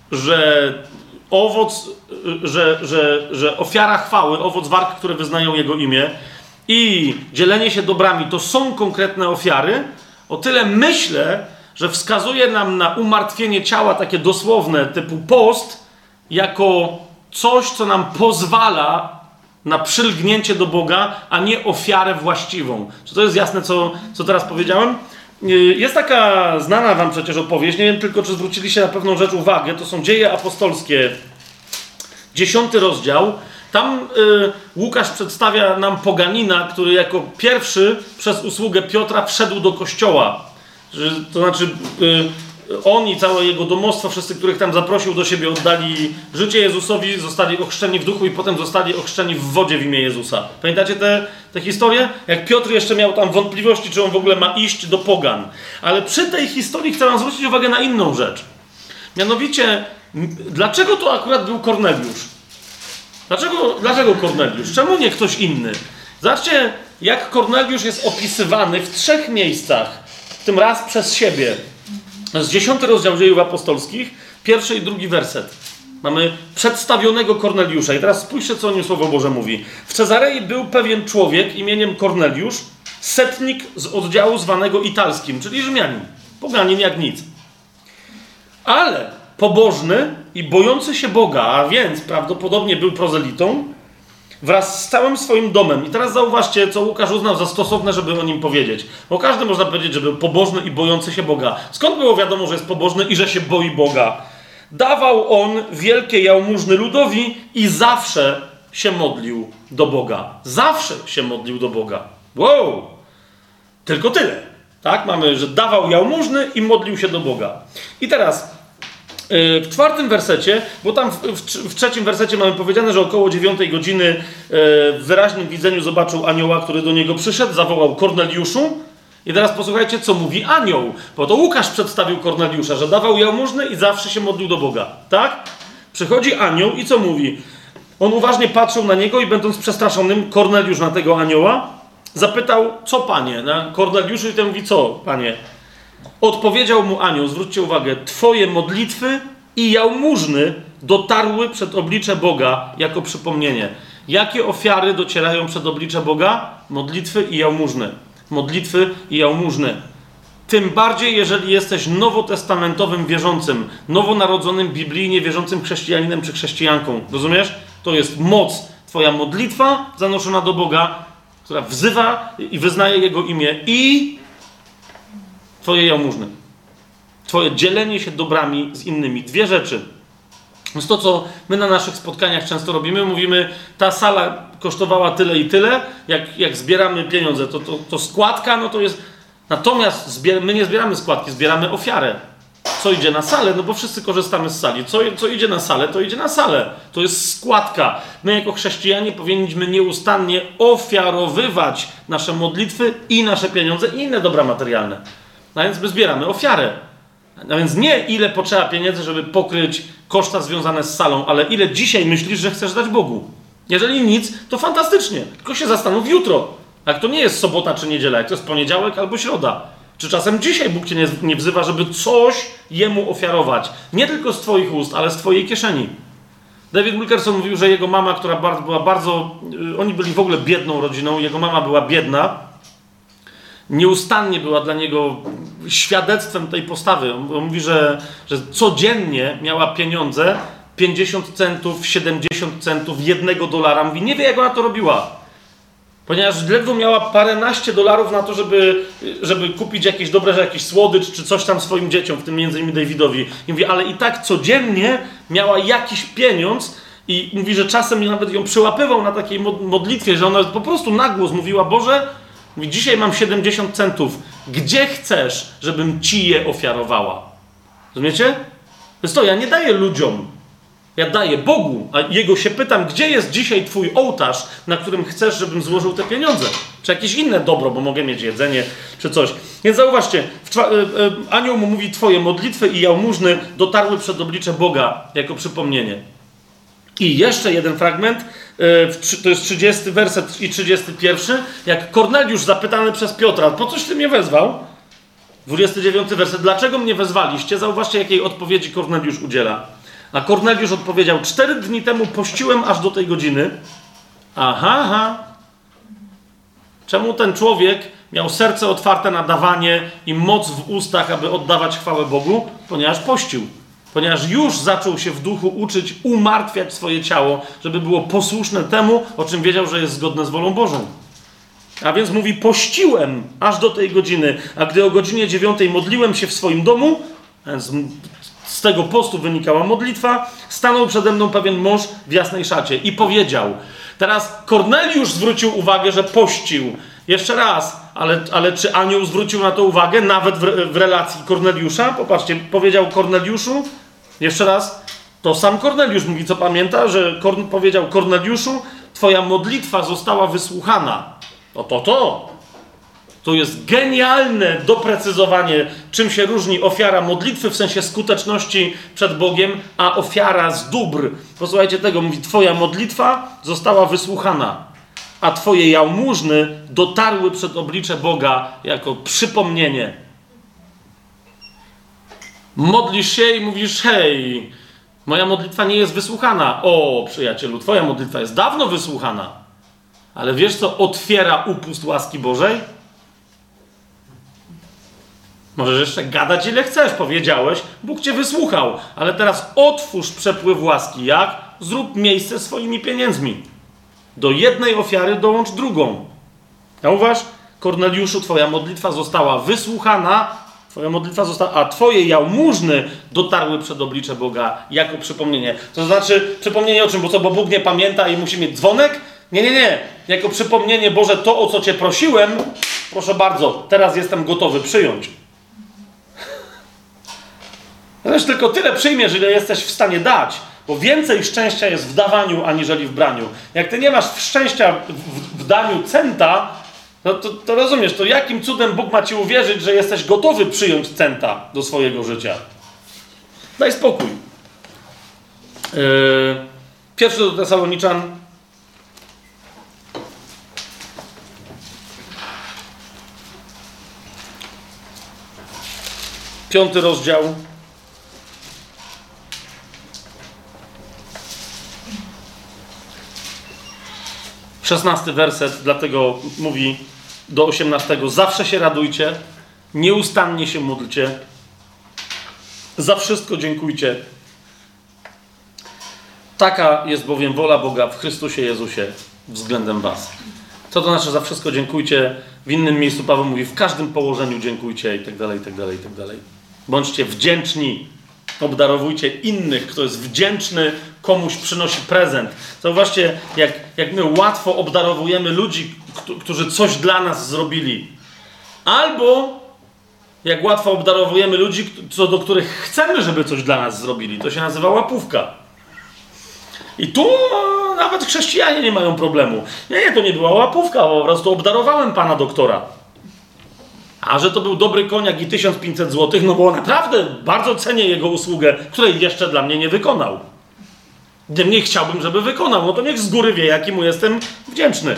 że owoc, że, że, że ofiara chwały, owoc warg, które wyznają Jego imię i dzielenie się dobrami to są konkretne ofiary, o tyle myślę, że wskazuje nam na umartwienie ciała takie dosłowne typu post jako coś, co nam pozwala na przylgnięcie do Boga, a nie ofiarę właściwą. Czy to jest jasne, co, co teraz powiedziałem? Jest taka znana wam przecież opowieść, nie wiem tylko, czy zwróciliście na pewną rzecz uwagę, to są Dzieje Apostolskie, dziesiąty rozdział. Tam y, Łukasz przedstawia nam poganina, który jako pierwszy przez usługę Piotra wszedł do kościoła. To znaczy y, on i całe jego domostwo, wszyscy, których tam zaprosił do siebie, oddali życie Jezusowi, zostali ochrzczeni w duchu i potem zostali ochrzczeni w wodzie w imię Jezusa. Pamiętacie tę te, te historię? Jak Piotr jeszcze miał tam wątpliwości, czy on w ogóle ma iść do pogan. Ale przy tej historii chcę wam zwrócić uwagę na inną rzecz. Mianowicie, dlaczego to akurat był Korneliusz? Dlaczego, dlaczego Korneliusz? Czemu nie ktoś inny? Zobaczcie, jak Korneliusz jest opisywany w trzech miejscach. Tym raz przez siebie. To jest dziesiąty rozdział Dziejów Apostolskich, pierwszy i drugi werset. Mamy przedstawionego Korneliusza. I teraz spójrzcie, co o nim Słowo Boże mówi. W Cezarei był pewien człowiek imieniem Korneliusz, setnik z oddziału zwanego Italskim, czyli Rzymianin. Poganin jak nic. Ale pobożny i bojący się Boga, a więc prawdopodobnie był prozelitą, wraz z całym swoim domem. I teraz zauważcie, co Łukasz uznał za stosowne, żeby o nim powiedzieć. Bo każdy można powiedzieć, że był pobożny i bojący się Boga. Skąd było wiadomo, że jest pobożny i że się boi Boga? Dawał on wielkie jałmużny ludowi i zawsze się modlił do Boga. Zawsze się modlił do Boga. Wow! Tylko tyle. Tak? Mamy, że dawał jałmużny i modlił się do Boga. I teraz w czwartym wersecie, bo tam w, w, w trzecim wersecie mamy powiedziane, że około dziewiątej godziny w wyraźnym widzeniu zobaczył anioła, który do niego przyszedł, zawołał Korneliuszu. I teraz posłuchajcie, co mówi anioł. Bo to Łukasz przedstawił Korneliusza, że dawał jałmużnę i zawsze się modlił do Boga. Tak? Przychodzi anioł i co mówi? On uważnie patrzył na niego i będąc przestraszonym, Korneliusz na tego anioła zapytał, co panie? Na Korneliuszu i ten mówi, co panie? Odpowiedział mu anioł, zwróćcie uwagę, twoje modlitwy i jałmużny dotarły przed oblicze Boga jako przypomnienie. Jakie ofiary docierają przed oblicze Boga? Modlitwy i jałmużny. Modlitwy i jałmużny. Tym bardziej, jeżeli jesteś nowotestamentowym wierzącym, nowonarodzonym, biblijnie wierzącym chrześcijaninem czy chrześcijanką. Rozumiesz? To jest moc. Twoja modlitwa zanoszona do Boga, która wzywa i wyznaje Jego imię i twoje jałmużny. Twoje dzielenie się dobrami z innymi. Dwie rzeczy. To jest to, co my na naszych spotkaniach często robimy. Mówimy, ta sala kosztowała tyle i tyle. Jak, jak zbieramy pieniądze, to, to, to składka, no to jest... Natomiast zbier... my nie zbieramy składki, zbieramy ofiarę. Co idzie na salę? No bo wszyscy korzystamy z sali. Co, co idzie na salę? To idzie na salę. To jest składka. My jako chrześcijanie powinniśmy nieustannie ofiarowywać nasze modlitwy i nasze pieniądze i inne dobra materialne. No więc my zbieramy ofiarę. A więc nie ile potrzeba pieniędzy, żeby pokryć koszta związane z salą, ale ile dzisiaj myślisz, że chcesz dać Bogu. Jeżeli nic, to fantastycznie. Tylko się zastanów jutro. Jak to nie jest sobota czy niedziela, jak to jest poniedziałek albo środa. Czy czasem dzisiaj Bóg cię nie, nie wzywa, żeby coś Jemu ofiarować. Nie tylko z twoich ust, ale z twojej kieszeni. David Wilkerson mówił, że jego mama, która bardzo, była bardzo... Oni byli w ogóle biedną rodziną. Jego mama była biedna. Nieustannie była dla niego świadectwem tej postawy. On mówi, że, że codziennie miała pieniądze pięćdziesiąt centów, siedemdziesiąt centów, jednego dolara. Mówi, nie wie, jak ona to robiła. Ponieważ ledwo miała paręnaście dolarów na to, żeby, żeby kupić jakieś dobre, że jakiś słodycz czy coś tam swoim dzieciom, w tym między innymi Davidowi. I mówi, ale i tak codziennie miała jakiś pieniądz i mówi, że czasem nawet ją przyłapywał na takiej modlitwie, że ona po prostu na głos mówiła, Boże, mówi, dzisiaj mam siedemdziesiąt centów, gdzie chcesz, żebym Ci je ofiarowała? Rozumiecie? Więc to ja nie daję ludziom. Ja daję Bogu, a Jego się pytam, gdzie jest dzisiaj Twój ołtarz, na którym chcesz, żebym złożył te pieniądze? Czy jakieś inne dobro, bo mogę mieć jedzenie, czy coś. Więc zauważcie, w, e, e, anioł mu mówi, Twoje modlitwy i jałmużny dotarły przed oblicze Boga jako przypomnienie. I jeszcze jeden fragment, e, to jest trzydziesty werset i trzydziesty pierwszy. Jak Korneliusz zapytany przez Piotra, po coś Ty mnie wezwał? dwudziesty dziewiąty werset, dlaczego mnie wezwaliście? Zauważcie, jakiej odpowiedzi Korneliusz udziela. A Korneliusz odpowiedział, cztery dni temu pościłem aż do tej godziny. Aha, aha. Czemu ten człowiek miał serce otwarte na dawanie i moc w ustach, aby oddawać chwałę Bogu? Ponieważ pościł. Ponieważ już zaczął się w duchu uczyć, umartwiać swoje ciało, żeby było posłuszne temu, o czym wiedział, że jest zgodne z wolą Bożą. A więc mówi, pościłem aż do tej godziny, a gdy o godzinie dziewiątej modliłem się w swoim domu, więc z tego postu wynikała modlitwa, stanął przede mną pewien mąż w jasnej szacie i powiedział, teraz Korneliusz zwrócił uwagę, że pościł. Jeszcze raz, ale, ale czy anioł zwrócił na to uwagę, nawet w, w relacji Korneliusza? Popatrzcie, powiedział Korneliuszu, jeszcze raz, to sam Korneliusz mówi, co pamięta, że Korn powiedział Korneliuszu, twoja modlitwa została wysłuchana. No to to. To jest genialne doprecyzowanie, czym się różni ofiara modlitwy w sensie skuteczności przed Bogiem, a ofiara z dóbr. Posłuchajcie tego, mówi, twoja modlitwa została wysłuchana, a twoje jałmużny dotarły przed oblicze Boga jako przypomnienie. Modlisz się i mówisz, hej, moja modlitwa nie jest wysłuchana. O, przyjacielu, twoja modlitwa jest dawno wysłuchana. Ale wiesz, co otwiera upust łaski Bożej? Możesz jeszcze gadać ile chcesz, powiedziałeś, Bóg cię wysłuchał, ale teraz otwórz przepływ łaski. Jak? Zrób miejsce swoimi pieniędzmi. Do jednej ofiary dołącz drugą. Zauważ, Korneliuszu, twoja modlitwa została wysłuchana, twoja modlitwa została, a twoje jałmużny dotarły przed oblicze Boga jako przypomnienie. To znaczy, przypomnienie o czym? Bo co, bo Bóg nie pamięta i musi mieć dzwonek? Nie, nie, nie. Jako przypomnienie, Boże, to, o co cię prosiłem, proszę bardzo, teraz jestem gotowy przyjąć. Lecz tylko tyle przyjmiesz, ile jesteś w stanie dać, bo więcej szczęścia jest w dawaniu, aniżeli w braniu. Jak ty nie masz szczęścia w, w, w daniu centa, no to, to rozumiesz, to jakim cudem Bóg ma ci uwierzyć, że jesteś gotowy przyjąć centa do swojego życia? Daj spokój. Yy, pierwszy do Tesaloniczan. Piąty rozdział. Szesnasty werset, dlatego mówi do osiemnastego. Zawsze się radujcie, nieustannie się módlcie, za wszystko dziękujcie. Taka jest bowiem wola Boga w Chrystusie Jezusie względem was. Co to znaczy za wszystko dziękujcie? W innym miejscu Paweł mówi, w każdym położeniu dziękujcie i tak dalej, i tak dalej, i tak dalej. Bądźcie wdzięczni. Obdarowujcie innych. Kto jest wdzięczny, komuś przynosi prezent. Zauważcie, jak, jak my łatwo obdarowujemy ludzi, którzy coś dla nas zrobili. Albo jak łatwo obdarowujemy ludzi, co do których chcemy, żeby coś dla nas zrobili. To się nazywa łapówka. I tu nawet chrześcijanie nie mają problemu. Nie, nie, to nie była łapówka, po prostu obdarowałem pana doktora. A że to był dobry koniak i tysiąc pięćset złotych, no bo naprawdę bardzo cenię jego usługę, której jeszcze dla mnie nie wykonał. Niemniej chciałbym, żeby wykonał. No to niech z góry wie, jaki mu jestem wdzięczny.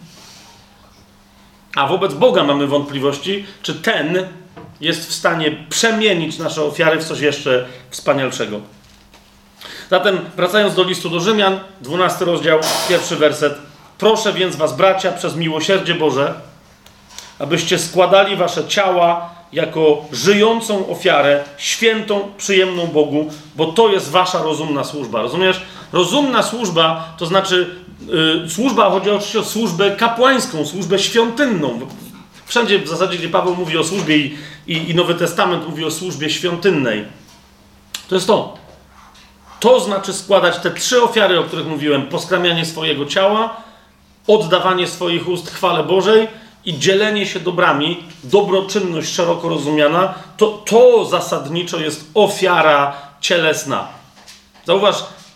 A wobec Boga mamy wątpliwości, czy ten jest w stanie przemienić nasze ofiary w coś jeszcze wspanialszego. Zatem, wracając do listu do Rzymian, dwunasty rozdział, pierwszy werset. Proszę więc was, bracia, przez miłosierdzie Boże, abyście składali wasze ciała jako żyjącą ofiarę, świętą, przyjemną Bogu, bo to jest wasza rozumna służba. Rozumiesz? Rozumna służba to znaczy yy, służba, chodzi oczywiście o służbę kapłańską, służbę świątynną. Wszędzie w zasadzie, gdzie Paweł mówi o służbie i, i, i Nowy Testament mówi o służbie świątynnej. To jest to. To znaczy składać te trzy ofiary, o których mówiłem. Poskramianie swojego ciała, oddawanie swoich ust chwale Bożej i dzielenie się dobrami, dobroczynność szeroko rozumiana, to, to zasadniczo jest ofiara cielesna. Zauważ,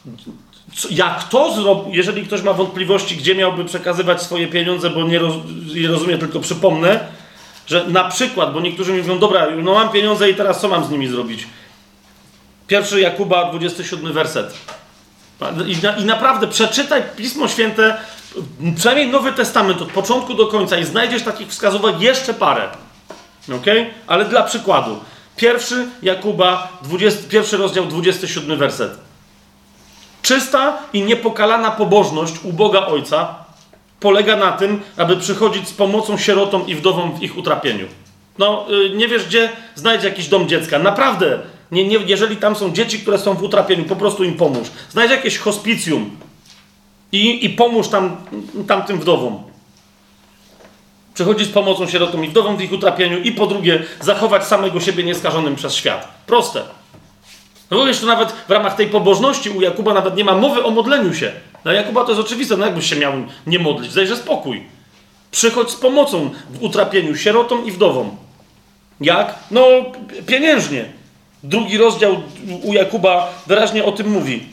jak to zrobić, jeżeli ktoś ma wątpliwości, gdzie miałby przekazywać swoje pieniądze, bo nie, roz, nie rozumie, tylko przypomnę, że na przykład, bo niektórzy mi mówią, dobra, no mam pieniądze i teraz co mam z nimi zrobić? Pierwszy Jakuba, dwudziesty siódmy werset. I, na, I naprawdę przeczytaj Pismo Święte, przynajmniej Nowy Testament od początku do końca i znajdziesz takich wskazówek jeszcze parę. Okay? Ale dla przykładu. Pierwszy Jakuba, dwudziesty, pierwszy rozdział, dwudziesty siódmy werset. Czysta i niepokalana pobożność u Boga Ojca polega na tym, aby przychodzić z pomocą sierotom i wdowom w ich utrapieniu. No, yy, nie wiesz gdzie, znajdź jakiś dom dziecka. Naprawdę, nie, nie, jeżeli tam są dzieci, które są w utrapieniu, po prostu im pomóż. Znajdź jakieś hospicjum i, i pomóż tam, tamtym wdowom. Przychodzić z pomocą sierotom i wdowom w ich utrapieniu i po drugie, zachować samego siebie nieskażonym przez świat. Proste. No bo jeszcze nawet w ramach tej pobożności u Jakuba nawet nie ma mowy o modleniu się. Dla Jakuba to jest oczywiste, no jakbyś się miał nie modlić, dajże spokój. Przychodź z pomocą w utrapieniu sierotom i wdowom. Jak? No pieniężnie. Drugi rozdział u Jakuba wyraźnie o tym mówi.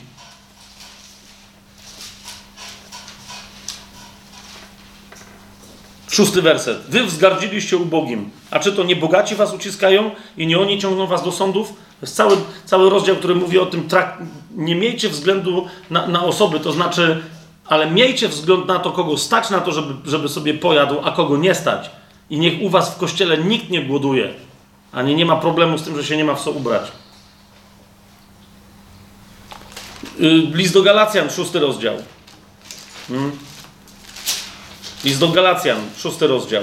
Szósty werset. Wy wzgardziliście ubogim. A czy to nie bogaci was uciskają i nie oni ciągną was do sądów? To jest cały, cały rozdział, który mówi o tym, trak... nie miejcie względu na, na osoby, to znaczy, ale miejcie wzgląd na to, kogo stać na to, żeby, żeby sobie pojadł, a kogo nie stać. I niech u was w kościele nikt nie głoduje, ani nie ma problemu z tym, że się nie ma w co ubrać. List do Galacjan, szósty rozdział. Hmm. List do Galacjan, szósty rozdział.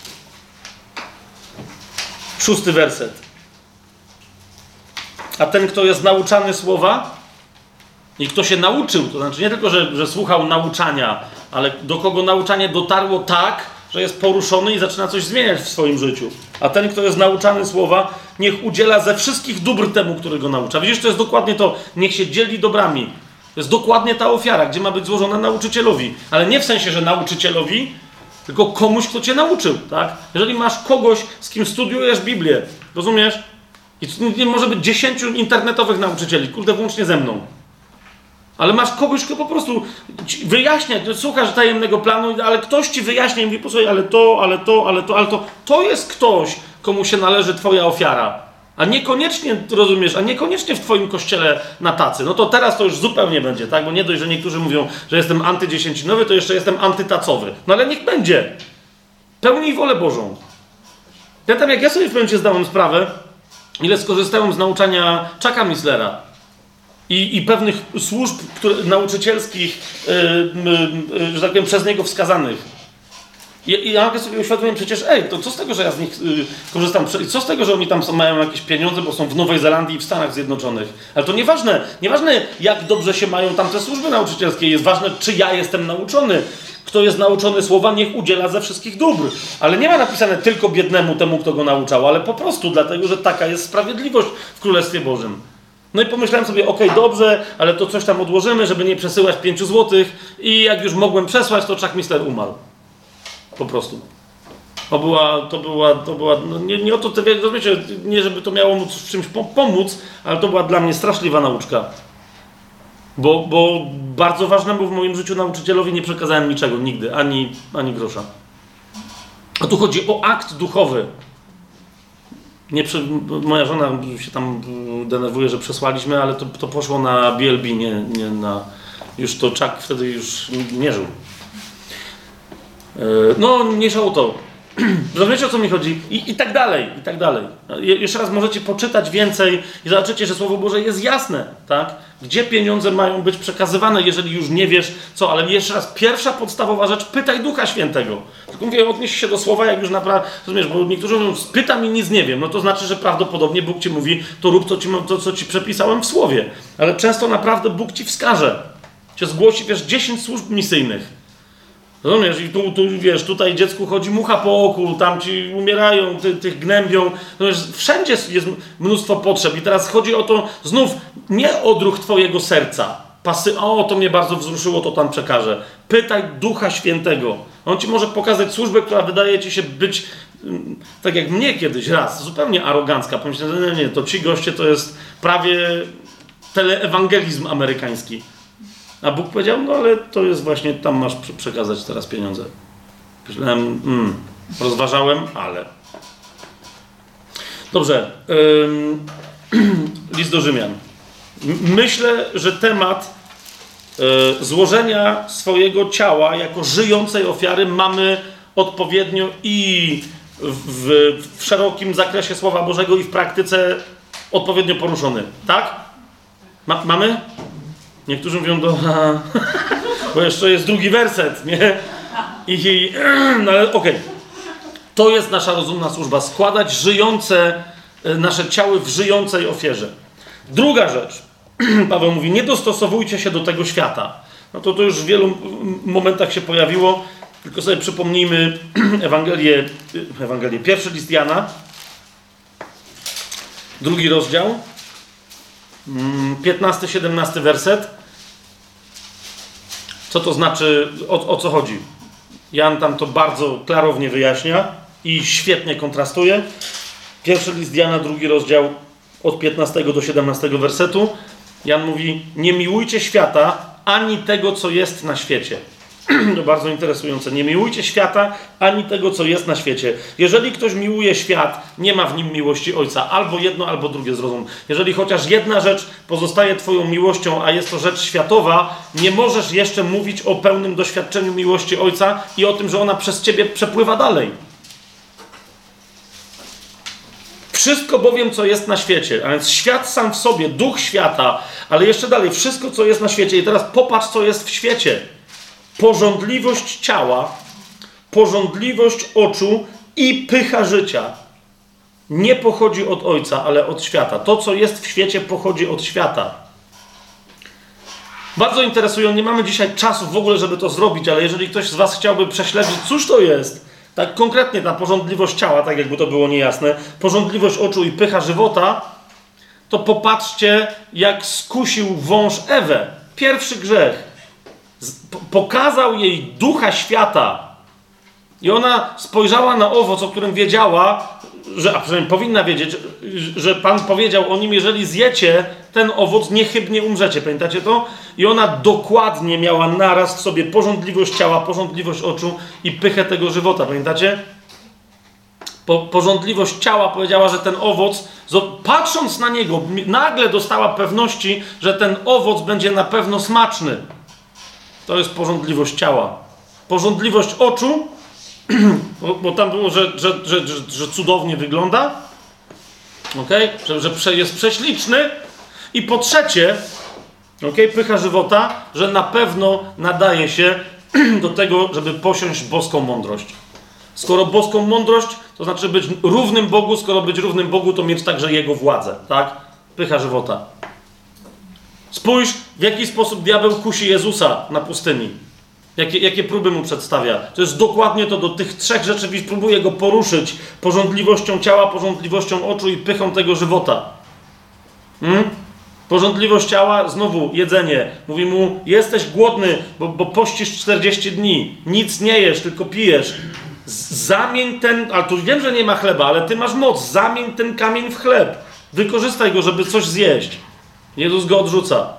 Szósty werset. A ten, kto jest nauczany słowa i kto się nauczył, to znaczy nie tylko, że, że słuchał nauczania, ale do kogo nauczanie dotarło tak, że jest poruszony i zaczyna coś zmieniać w swoim życiu. A ten, kto jest nauczany słowa, niech udziela ze wszystkich dóbr temu, który go naucza. Widzisz, to jest dokładnie to. Niech się dzieli dobrami. To jest dokładnie ta ofiara, gdzie ma być złożona nauczycielowi. Ale nie w sensie, że nauczycielowi, tylko komuś, kto cię nauczył, tak? Jeżeli masz kogoś, z kim studiujesz Biblię, rozumiesz? I nie może być dziesięciu internetowych nauczycieli, kurde, włącznie ze mną. Ale masz kogoś, kto po prostu wyjaśnia, słuchasz tajemnego planu, ale ktoś ci wyjaśnia i mówi, posłuchaj, ale to, ale to, ale to, ale to. To jest ktoś, komu się należy twoja ofiara. A niekoniecznie, rozumiesz, a niekoniecznie w twoim kościele na tacy. No to teraz to już zupełnie będzie, tak? Bo nie dość, że niektórzy mówią, że jestem antydziesięcinowy, to jeszcze jestem antytacowy. No ale niech będzie. Pełnij wolę Bożą. Pamiętam, jak ja sobie w pewnym momencie zdałem sprawę, ile skorzystałem z nauczania Chucka Misslera i, i pewnych służb które, nauczycielskich, yy, yy, że tak powiem, przez niego wskazanych. I, i ja sobie uświadomiłem przecież, ej, to co z tego, że ja z nich yy, korzystam, co z tego, że oni tam są, mają jakieś pieniądze, bo są w Nowej Zelandii i w Stanach Zjednoczonych. Ale to nieważne, nieważne jak dobrze się mają tam te służby nauczycielskie, jest ważne, czy ja jestem nauczony. Kto jest nauczony słowa, niech udziela ze wszystkich dóbr. Ale nie ma napisane tylko biednemu temu, kto go nauczał, ale po prostu dlatego, że taka jest sprawiedliwość w Królestwie Bożym. No i pomyślałem sobie, okej, okay, dobrze, ale to coś tam odłożymy, żeby nie przesyłać pięciu złotych i jak już mogłem przesłać, to Chuck Missler umarł. Po prostu. To była, to była, to była, no nie, nie o to, te, rozumiecie, nie żeby to miało mu w czymś pomóc, ale to była dla mnie straszliwa nauczka. Bo, bo bardzo ważnemu w moim życiu nauczycielowi nie przekazałem niczego, nigdy, ani, ani grosza. A tu chodzi o akt duchowy. Nie, moja żona się tam denerwuje, że przesłaliśmy, ale to, to poszło na B L B, nie, nie na... Już to Chuck wtedy już mierzył. No, mniejsza o to. Rozumiecie, o co mi chodzi? I, I tak dalej, i tak dalej. Je, jeszcze raz możecie poczytać więcej i zobaczycie, że Słowo Boże jest jasne, tak? Gdzie pieniądze mają być przekazywane, jeżeli już nie wiesz co. Ale jeszcze raz, pierwsza podstawowa rzecz, pytaj Ducha Świętego. Tylko mówię, odnieś się do Słowa, jak już naprawdę, rozumiesz, bo niektórzy mówią, pytam i nic nie wiem. No to znaczy, że prawdopodobnie Bóg ci mówi, to rób to, ci, to co ci przepisałem w Słowie. Ale często naprawdę Bóg ci wskaże. Cię zgłosi, wiesz, dziesięć służb misyjnych. Rozumiesz? I tu, tu, wiesz, tutaj dziecku chodzi mucha po oku, tam ci umierają, ty, tych gnębią. Rozumiesz? Wszędzie jest mnóstwo potrzeb. I teraz chodzi o to, znów, nie odruch twojego serca. Pasy, o, to mnie bardzo wzruszyło, to tam przekażę. Pytaj Ducha Świętego. On ci może pokazać służbę, która wydaje ci się być, tak jak mnie kiedyś raz, zupełnie arogancka. Pomyślałem, nie, nie, to ci goście to jest prawie teleewangelizm amerykański. A Bóg powiedział, no ale to jest właśnie, tam masz przekazać teraz pieniądze. Myślałem, mm, rozważałem, ale... Dobrze. Ym, list do Rzymian. Myślę, że temat y, złożenia swojego ciała jako żyjącej ofiary mamy odpowiednio i w, w szerokim zakresie Słowa Bożego i w praktyce odpowiednio poruszony. Tak? Ma, mamy? Niektórzy mówią do... bo jeszcze jest drugi werset, nie? I, no ale okej. Okay. To jest nasza rozumna służba. Składać żyjące, nasze ciały w żyjącej ofierze. Druga rzecz. Paweł mówi, nie dostosowujcie się do tego świata. No to to już w wielu momentach się pojawiło. Tylko sobie przypomnijmy Ewangelię, Ewangelię. Pierwszy list Jana. Drugi rozdział. piętnasty siedemnasty werset. Co to znaczy, o, o co chodzi? Jan tam to bardzo klarownie wyjaśnia i świetnie kontrastuje. Pierwszy list Jana, drugi rozdział od piętnastego do siedemnastego wersetu. Jan mówi, nie miłujcie świata, ani tego, co jest na świecie. To bardzo interesujące. Nie miłujcie świata, ani tego, co jest na świecie. Jeżeli ktoś miłuje świat, nie ma w nim miłości Ojca. Albo jedno, albo drugie zrozum. Jeżeli chociaż jedna rzecz pozostaje twoją miłością, a jest to rzecz światowa, nie możesz jeszcze mówić o pełnym doświadczeniu miłości Ojca i o tym, że ona przez ciebie przepływa dalej. Wszystko bowiem, co jest na świecie, a więc świat sam w sobie, duch świata, ale jeszcze dalej, wszystko, co jest na świecie. I teraz popatrz, co jest w świecie. Pożądliwość ciała, pożądliwość oczu i pycha życia nie pochodzi od Ojca, ale od świata. To, co jest w świecie, pochodzi od świata. Bardzo interesujące, nie mamy dzisiaj czasu w ogóle, żeby to zrobić, ale jeżeli ktoś z was chciałby prześledzić, cóż to jest, tak konkretnie ta pożądliwość ciała, tak jakby to było niejasne, pożądliwość oczu i pycha żywota, to popatrzcie, jak skusił wąż Ewę. Pierwszy grzech. Pokazał jej ducha świata i ona spojrzała na owoc, o którym wiedziała, że, a przynajmniej powinna wiedzieć, że Pan powiedział o nim, jeżeli zjecie ten owoc, niechybnie umrzecie. Pamiętacie to? I ona dokładnie miała naraz w sobie pożądliwość ciała, pożądliwość oczu i pychę tego żywota. Pamiętacie? Po, pożądliwość ciała powiedziała, że ten owoc, patrząc na niego, nagle dostała pewności, że ten owoc będzie na pewno smaczny. To jest pożądliwość ciała. Pożądliwość oczu, bo, bo tam było, że, że, że, że, że cudownie wygląda, okay? że, że prze, jest prześliczny. I po trzecie, okay, pycha żywota, że na pewno nadaje się do tego, żeby posiąść boską mądrość. Skoro boską mądrość, to znaczy być równym Bogu, skoro być równym Bogu, to mieć także Jego władzę. Tak? Pycha żywota. Spójrz, w jaki sposób diabeł kusi Jezusa na pustyni. Jakie, jakie próby mu przedstawia. To jest dokładnie to, do tych trzech rzeczy próbuje go poruszyć. Pożądliwością ciała, pożądliwością oczu i pychą tego żywota. Hmm? Pożądliwość ciała, znowu jedzenie. Mówi mu, jesteś głodny, bo, bo pościsz czterdzieści dni. Nic nie jesz, tylko pijesz. Zamień ten, ale tu wiem, że nie ma chleba, ale ty masz moc. Zamień ten kamień w chleb. Wykorzystaj go, żeby coś zjeść. Jezus go odrzuca.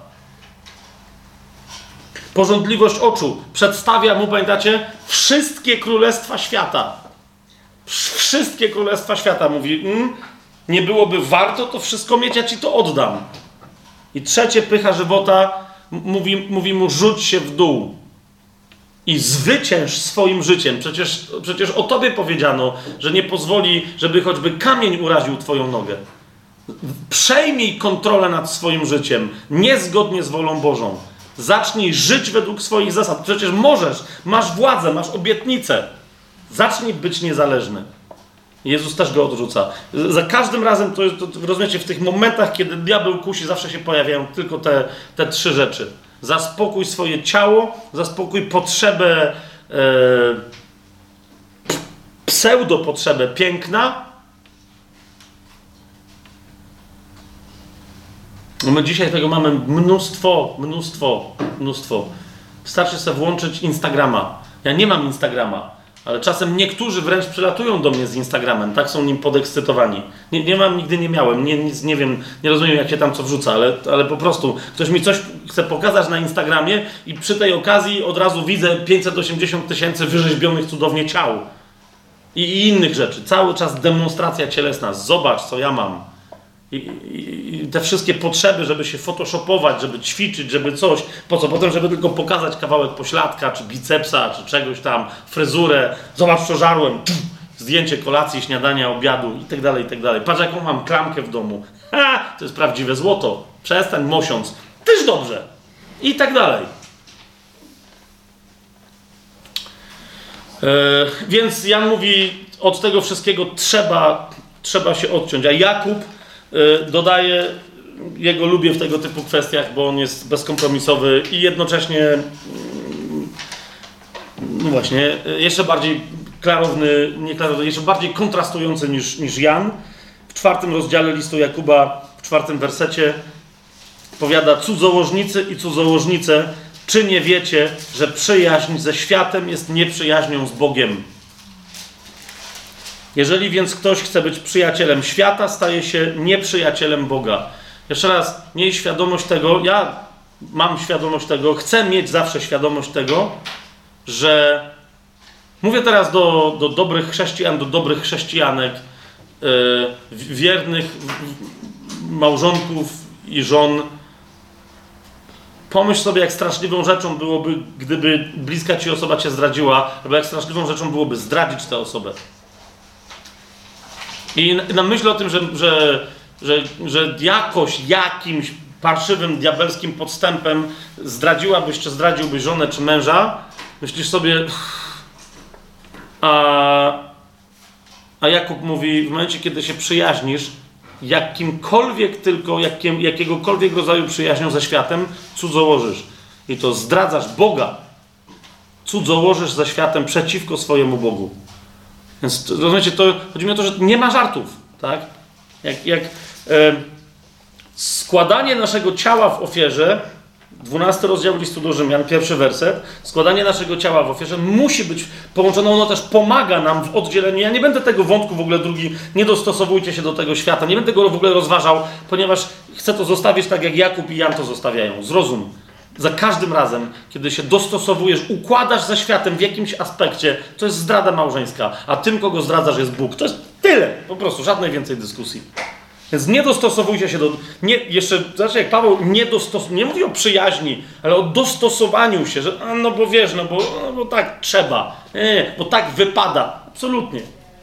Pożądliwość oczu przedstawia mu, pamiętacie, wszystkie królestwa świata. Wszystkie królestwa świata, mówi. Mm, nie byłoby warto to wszystko mieć, ja ci to oddam. I trzecie, pycha żywota, mówi, mówi mu, rzuć się w dół i zwycięż swoim życiem. Przecież, przecież o tobie powiedziano, że nie pozwoli, żeby choćby kamień uraził twoją nogę. Przejmij kontrolę nad swoim życiem, niezgodnie z wolą Bożą. Zacznij żyć według swoich zasad. Przecież możesz, masz władzę, masz obietnicę. Zacznij być niezależny. Jezus też go odrzuca. Za każdym razem, to, to, to rozumiecie, w tych momentach, kiedy diabeł kusi, zawsze się pojawiają tylko te, te trzy rzeczy. Zaspokój swoje ciało, zaspokój potrzebę, e, pseudo-potrzebę piękna. My dzisiaj tego mamy mnóstwo, mnóstwo, mnóstwo. Wystarczy sobie włączyć Instagrama. Ja nie mam Instagrama, ale czasem niektórzy wręcz przylatują do mnie z Instagramem, tak są nim podekscytowani. Nie, nie mam, nigdy nie miałem, nie, nic nie wiem, nie rozumiem, jak się tam co wrzuca, ale, ale po prostu ktoś mi coś chce pokazać na Instagramie i przy tej okazji od razu widzę pięćset osiemdziesiąt tysięcy wyrzeźbionych cudownie ciał i, i innych rzeczy. Cały czas demonstracja cielesna. Zobacz, co ja mam. I, i, I te wszystkie potrzeby, żeby się photoshopować, żeby ćwiczyć, żeby coś. Po co? Potem, żeby tylko pokazać kawałek pośladka, czy bicepsa, czy czegoś tam, fryzurę. Zobacz, co żarłem. Zdjęcie kolacji, śniadania, obiadu i tak dalej, i tak dalej. Patrz, jaką mam klamkę w domu. Ha! To jest prawdziwe złoto. Przestań, mosiąc. Też dobrze. I tak dalej. Yy, więc Jan mówi, od tego wszystkiego trzeba, trzeba się odciąć. A Jakub dodaję, jego lubię w tego typu kwestiach, bo on jest bezkompromisowy i jednocześnie no właśnie, jeszcze bardziej klarowny, nie klarowny, jeszcze bardziej kontrastujący niż, niż Jan. W czwartym rozdziale listu Jakuba, w czwartym wersecie powiada: cudzołożnicy i cudzołożnice, czy nie wiecie, że przyjaźń ze światem jest nieprzyjaźnią z Bogiem? Jeżeli więc ktoś chce być przyjacielem świata, staje się nieprzyjacielem Boga. Jeszcze raz, miej świadomość tego, ja mam świadomość tego, chcę mieć zawsze świadomość tego, że mówię teraz do, do dobrych chrześcijan, do dobrych chrześcijanek, yy, wiernych małżonków i żon. Pomyśl sobie, jak straszliwą rzeczą byłoby, gdyby bliska ci osoba cię zdradziła, albo jak straszliwą rzeczą byłoby zdradzić tę osobę. I na myśl o tym, że, że, że, że jakoś, jakimś parszywym, diabelskim podstępem zdradziłabyś, czy zdradziłbyś żonę, czy męża, myślisz sobie, a, a Jakub mówi, w momencie, kiedy się przyjaźnisz, jakimkolwiek tylko, jakim, jakiegokolwiek rodzaju przyjaźnią ze światem, cudzołożysz. I to zdradzasz Boga. Cudzołożysz ze światem przeciwko swojemu Bogu. Więc rozumiecie, to chodzi mi o to, że nie ma żartów, tak? Jak, jak e, składanie naszego ciała w ofierze, dwunasty rozdział listu do Rzymian, pierwszy werset, składanie naszego ciała w ofierze musi być połączone, ono też pomaga nam w oddzieleniu. Ja nie będę tego wątku w ogóle drugi, nie dostosowujcie się do tego świata, nie będę go w ogóle rozważał, ponieważ chcę to zostawić tak, jak Jakub i Jan to zostawiają. Zrozum. Za każdym razem, kiedy się dostosowujesz, układasz ze światem w jakimś aspekcie, to jest zdrada małżeńska, a tym, kogo zdradzasz, jest Bóg. To jest tyle, po prostu, żadnej więcej dyskusji. Więc nie dostosowujcie się do... Nie, jeszcze, znaczy jak Paweł nie, dostos, nie mówi o przyjaźni, ale o dostosowaniu się, że a, no bo wiesz, no bo, no bo tak trzeba, nie, nie, bo tak wypada. Absolutnie.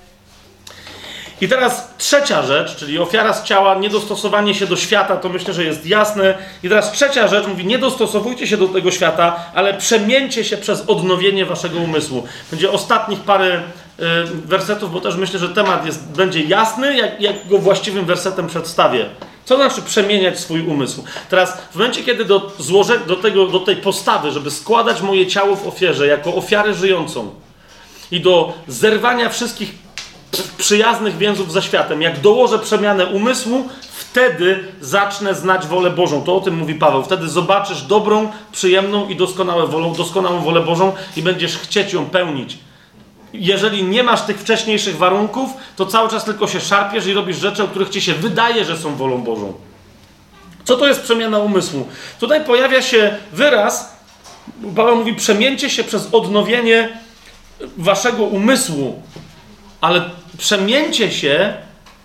I teraz trzecia rzecz, czyli ofiara z ciała, niedostosowanie się do świata, to myślę, że jest jasne. I teraz trzecia rzecz mówi, nie dostosowujcie się do tego świata, ale przemieńcie się przez odnowienie waszego umysłu. Będzie ostatnich parę y, wersetów, bo też myślę, że temat jest, będzie jasny, jak, jak go właściwym wersetem przedstawię. Co znaczy przemieniać swój umysł? Teraz w momencie, kiedy do, złożę, do, tego, do tej postawy, żeby składać moje ciało w ofierze jako ofiarę żyjącą i do zerwania wszystkich przyjaznych więzów ze światem, jak dołożę przemianę umysłu, wtedy zacznę znać wolę Bożą. To o tym mówi Paweł. Wtedy zobaczysz dobrą, przyjemną i doskonałą wolę, doskonałą wolę Bożą i będziesz chcieć ją pełnić. Jeżeli nie masz tych wcześniejszych warunków, to cały czas tylko się szarpiesz i robisz rzeczy, o których ci się wydaje, że są wolą Bożą. Co to jest przemiana umysłu? Tutaj pojawia się wyraz, Paweł mówi, przemieńcie się przez odnowienie waszego umysłu. Ale przemieńcie się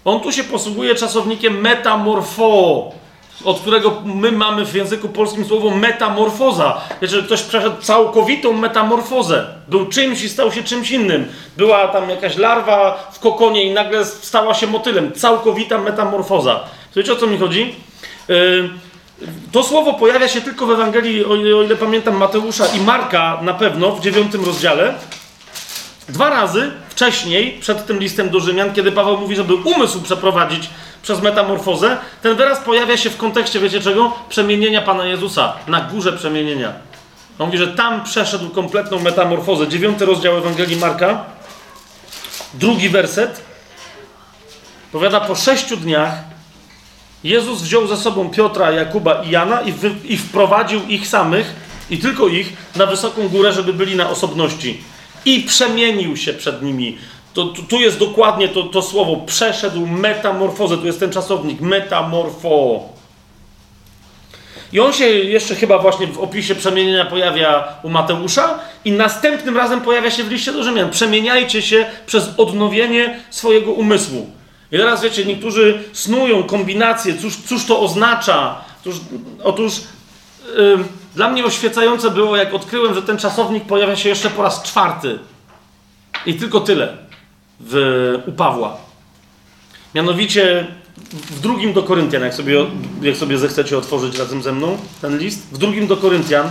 On tu się posługuje czasownikiem metamorfo, od którego my mamy w języku polskim słowo metamorfoza. Wiecie, że ktoś przeszedł całkowitą metamorfozę. Był czymś i stał się czymś innym. Była tam jakaś larwa w kokonie i nagle stała się motylem. Całkowita metamorfoza. Wiecie, o co mi chodzi? Yy, to słowo pojawia się tylko w Ewangelii, o ile, o ile pamiętam, Mateusza i Marka na pewno, w dziewiątym rozdziale. Dwa razy wcześniej, przed tym listem do Rzymian, kiedy Paweł mówi, żeby umysł przeprowadzić przez metamorfozę, ten wyraz pojawia się w kontekście, wiecie czego? Przemienienia Pana Jezusa, na górze przemienienia. On mówi, że tam przeszedł kompletną metamorfozę. Dziewiąty rozdział Ewangelii Marka, drugi werset, powiada, po sześciu dniach Jezus wziął ze sobą Piotra, Jakuba i Jana i, wy, i wprowadził ich samych, i tylko ich, na wysoką górę, żeby byli na osobności. I przemienił się przed nimi. To, tu, tu jest dokładnie to, to słowo. Przeszedł metamorfozę. Tu jest ten czasownik. Metamorfo. I on się jeszcze chyba właśnie w opisie przemienienia pojawia u Mateusza i następnym razem pojawia się w liście do Rzymian. Przemieniajcie się przez odnowienie swojego umysłu. I teraz wiecie, niektórzy snują kombinacje. Cóż, cóż to oznacza? Cóż, otóż yy, dla mnie oświecające było, jak odkryłem, że ten czasownik pojawia się jeszcze po raz czwarty. I tylko tyle w, u Pawła. Mianowicie w drugim do Koryntian, jak sobie, jak sobie zechcecie otworzyć razem ze mną ten list. W drugim do Koryntian.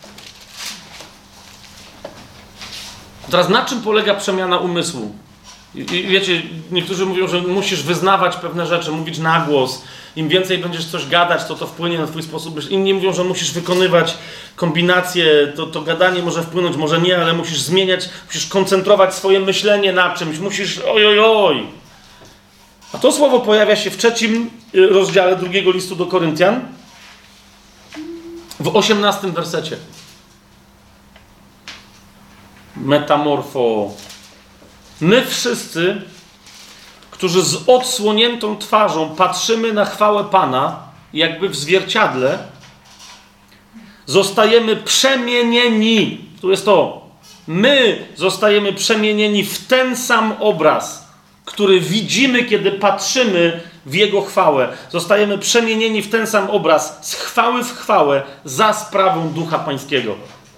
Teraz na czym polega przemiana umysłu? I, I wiecie, niektórzy mówią, że musisz wyznawać pewne rzeczy, mówić na głos. Im więcej będziesz coś gadać, to to wpłynie na twój sposób. Inni mówią, że musisz wykonywać kombinacje, to, to gadanie może wpłynąć, może nie, ale musisz zmieniać, musisz koncentrować swoje myślenie na czymś, musisz oj, oj, oj. A to słowo pojawia się w trzecim rozdziale drugiego listu do Koryntian, w osiemnastym wersecie. Metamorfo. My wszyscy, którzy z odsłoniętą twarzą patrzymy na chwałę Pana, jakby w zwierciadle, zostajemy przemienieni. Tu jest to. My zostajemy przemienieni w ten sam obraz, który widzimy, kiedy patrzymy w Jego chwałę. Zostajemy przemienieni w ten sam obraz, z chwały w chwałę, za sprawą Ducha Pańskiego.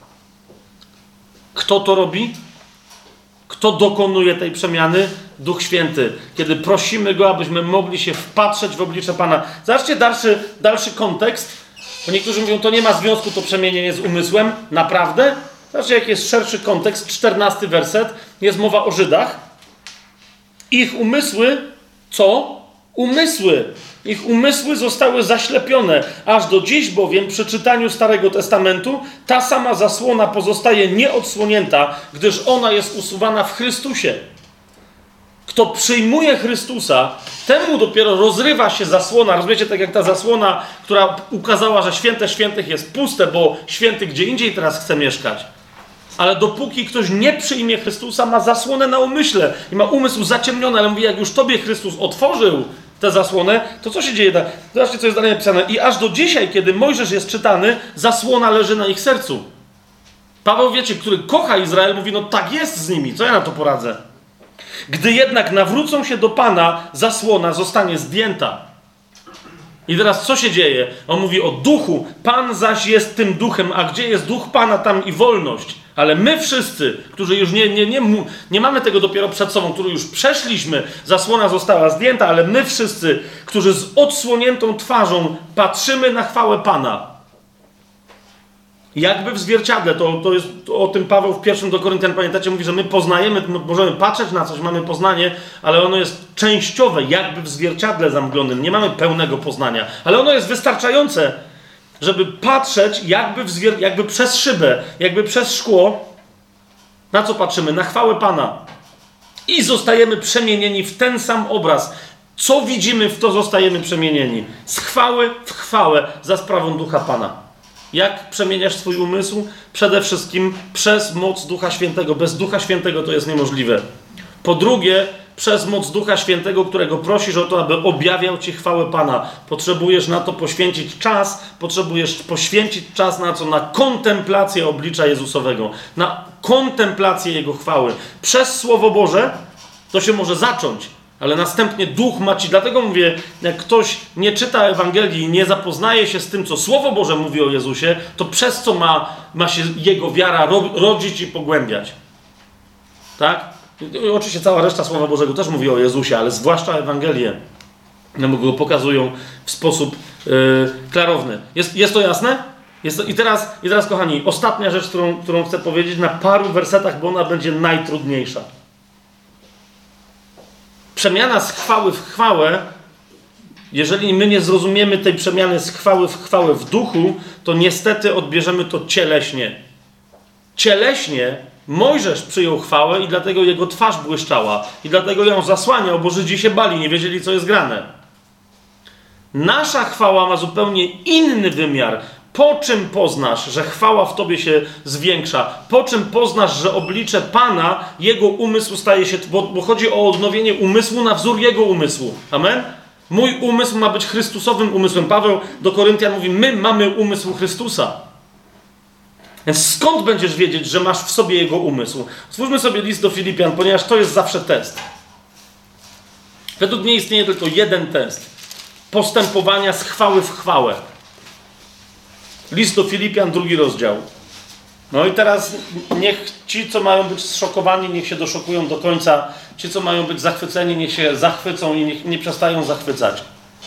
Kto to robi? Kto dokonuje tej przemiany? Duch Święty. Kiedy prosimy Go, abyśmy mogli się wpatrzeć w oblicze Pana. Zobaczcie dalszy, dalszy kontekst. Bo niektórzy mówią, to nie ma związku to przemienienie z umysłem. Naprawdę? Zobaczcie, jaki jest szerszy kontekst. czternasty werset. Jest mowa o Żydach. Ich umysły, co? Umysły. Ich umysły zostały zaślepione. Aż do dziś bowiem przy czytaniu Starego Testamentu ta sama zasłona pozostaje nieodsłonięta, gdyż ona jest usuwana w Chrystusie. Kto przyjmuje Chrystusa, temu dopiero rozrywa się zasłona. Rozumiecie, tak jak ta zasłona, która ukazała, że święte świętych jest puste, bo święty gdzie indziej teraz chce mieszkać. Ale dopóki ktoś nie przyjmie Chrystusa, ma zasłonę na umyśle i ma umysł zaciemniony, ale mówi, jak już tobie Chrystus otworzył tę zasłonę, to co się dzieje? Zobaczcie, co jest dalej napisane. I aż do dzisiaj, kiedy Mojżesz jest czytany, zasłona leży na ich sercu. Paweł, wiecie, który kocha Izrael, mówi, no tak jest z nimi, co ja na to poradzę? Gdy jednak nawrócą się do Pana, zasłona zostanie zdjęta. I teraz co się dzieje? On mówi o duchu. Pan zaś jest tym duchem, a gdzie jest duch Pana, tam i wolność. Ale my wszyscy, którzy już nie, nie, nie, nie mamy tego dopiero przed sobą, którzy już przeszliśmy, zasłona została zdjęta, ale my wszyscy, którzy z odsłoniętą twarzą patrzymy na chwałę Pana. Jakby w zwierciadle, to, to jest to o tym Paweł w pierwszym do Koryntian, pamiętacie, mówi, że my poznajemy, możemy patrzeć na coś, mamy poznanie, ale ono jest częściowe, jakby w zwierciadle zamglonym. Nie mamy pełnego poznania, ale ono jest wystarczające, żeby patrzeć jakby, w zwier- jakby przez szybę, jakby przez szkło. Na co patrzymy? Na chwałę Pana. I zostajemy przemienieni w ten sam obraz. Co widzimy, w to zostajemy przemienieni. Z chwały w chwałę za sprawą Ducha Pana. Jak przemieniasz swój umysł? Przede wszystkim przez moc Ducha Świętego. Bez Ducha Świętego to jest niemożliwe. Po drugie, przez moc Ducha Świętego, którego prosisz o to, aby objawiał Ci chwałę Pana. Potrzebujesz na to poświęcić czas, potrzebujesz poświęcić czas na co? Na kontemplację oblicza Jezusowego, na kontemplację Jego chwały. Przez Słowo Boże to się może zacząć, Ale następnie Duch ma ci... Dlatego mówię, jak ktoś nie czyta Ewangelii, nie zapoznaje się z tym, co Słowo Boże mówi o Jezusie, to przez co ma, ma się jego wiara ro, rodzić i pogłębiać. Tak? I oczywiście cała reszta Słowa Bożego też mówi o Jezusie, ale zwłaszcza Ewangelie nam go pokazują w sposób yy, klarowny. Jest, jest to jasne? Jest to, i, teraz, I teraz, kochani, ostatnia rzecz, którą, którą chcę powiedzieć na paru wersetach, bo ona będzie najtrudniejsza. Przemiana z chwały w chwałę, jeżeli my nie zrozumiemy tej przemiany z chwały w chwałę w duchu, to niestety odbierzemy to cieleśnie. Cieleśnie Mojżesz przyjął chwałę i dlatego jego twarz błyszczała. I dlatego ją zasłaniał, bo Żydzi się bali, nie wiedzieli, co jest grane. Nasza chwała ma zupełnie inny wymiar. Po czym poznasz, że chwała w tobie się zwiększa? Po czym poznasz, że oblicze Pana, jego umysł staje się... Bo, bo chodzi o odnowienie umysłu na wzór jego umysłu. Amen? Mój umysł ma być Chrystusowym umysłem. Paweł do Koryntian mówi, my mamy umysł Chrystusa. Więc skąd będziesz wiedzieć, że masz w sobie jego umysł? Stwórzmy sobie list do Filipian, ponieważ to jest zawsze test. Według mnie istnieje tylko jeden test. Postępowania z chwały w chwałę. List do Filipian, drugi rozdział. No i teraz niech ci, co mają być zszokowani, niech się doszokują do końca. Ci, co mają być zachwyceni, niech się zachwycą i niech nie przestają zachwycać.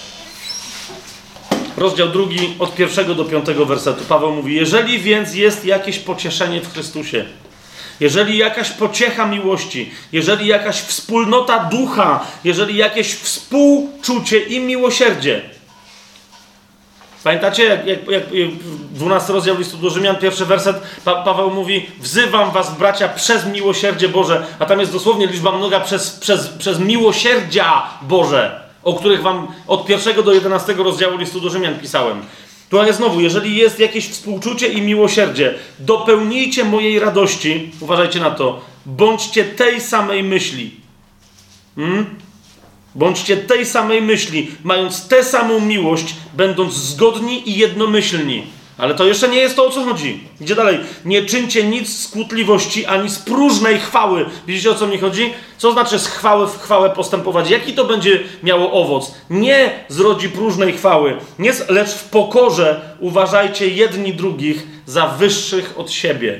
Rozdział drugi, od pierwszego do piątego wersetu. Paweł mówi, jeżeli więc jest jakieś pocieszenie w Chrystusie, jeżeli jakaś pociecha miłości, jeżeli jakaś wspólnota ducha, jeżeli jakieś współczucie i miłosierdzie. Pamiętacie, jak, jak, jak dwunasty rozdział listu do Rzymian, pierwszy werset, pa, Paweł mówi, wzywam was, bracia, przez miłosierdzie Boże, a tam jest dosłownie liczba mnoga przez, przez, przez miłosierdzia Boże, o których wam od pierwszego do jedenastego rozdziału listu do Rzymian pisałem. Tu jest znowu, jeżeli jest jakieś współczucie i miłosierdzie, dopełnijcie mojej radości, uważajcie na to, bądźcie tej samej myśli. Hmm? Bądźcie tej samej myśli, mając tę samą miłość, będąc zgodni i jednomyślni. Ale to jeszcze nie jest to, o co chodzi. Idzie dalej. Nie czyńcie nic z kłótliwości, ani z próżnej chwały. Widzicie, o co mi chodzi? Co znaczy z chwały w chwałę postępować? Jaki to będzie miało owoc? Nie zrodzi próżnej chwały, nie, lecz w pokorze uważajcie jedni drugich za wyższych od siebie.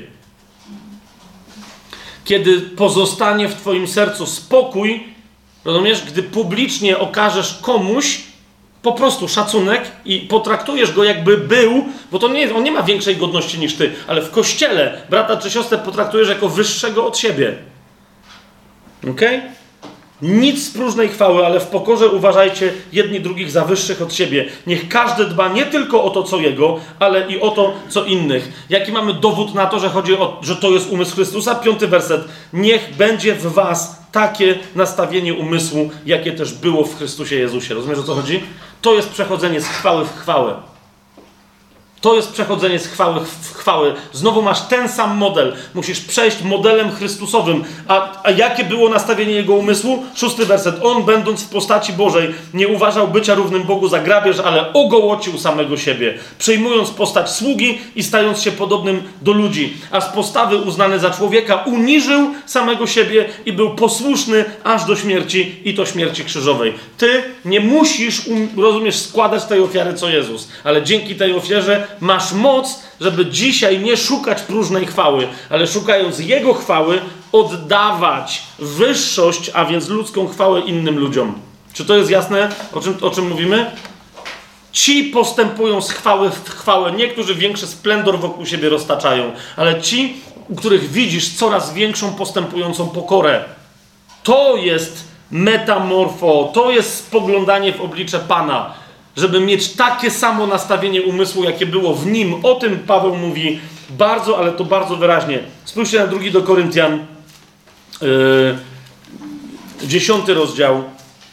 Kiedy pozostanie w twoim sercu spokój, rozumiesz, gdy publicznie okażesz komuś po prostu szacunek i potraktujesz go jakby był, bo to nie jest, on nie ma większej godności niż ty, ale w kościele brata czy siostrę potraktujesz jako wyższego od siebie. Okej? Okay? Nic z próżnej chwały, ale w pokorze uważajcie jedni drugich za wyższych od siebie. Niech każdy dba nie tylko o to, co jego, ale i o to, co innych. Jaki mamy dowód na to, że chodzi o, że to jest umysł Chrystusa? Piąty werset. Niech będzie w was takie nastawienie umysłu, jakie też było w Chrystusie Jezusie. Rozumiesz, o co chodzi? To jest przechodzenie z chwały w chwałę. To jest przechodzenie z chwały w chwałę. Znowu masz ten sam model. Musisz przejść modelem Chrystusowym. A, a jakie było nastawienie jego umysłu? Szósty werset. On, będąc w postaci Bożej, nie uważał bycia równym Bogu za grabież, ale ogołocił samego siebie, przyjmując postać sługi i stając się podobnym do ludzi. A z postawy uznany za człowieka uniżył samego siebie i był posłuszny aż do śmierci, i to śmierci krzyżowej. Ty nie musisz, um, rozumiesz, składać tej ofiary co Jezus, ale dzięki tej ofierze masz moc, żeby dzisiaj nie szukać próżnej chwały, ale szukając Jego chwały, oddawać wyższość, a więc ludzką chwałę innym ludziom. Czy to jest jasne, o czym, o czym mówimy? Ci postępują z chwały w chwałę. Niektórzy większy splendor wokół siebie roztaczają, ale ci, u których widzisz coraz większą postępującą pokorę. To jest metamorfo, to jest spoglądanie w oblicze Pana. Żeby mieć takie samo nastawienie umysłu, jakie było w nim. O tym Paweł mówi bardzo, ale to bardzo wyraźnie. Spójrzcie na drugi do Koryntian, yy, dziesiąty rozdział,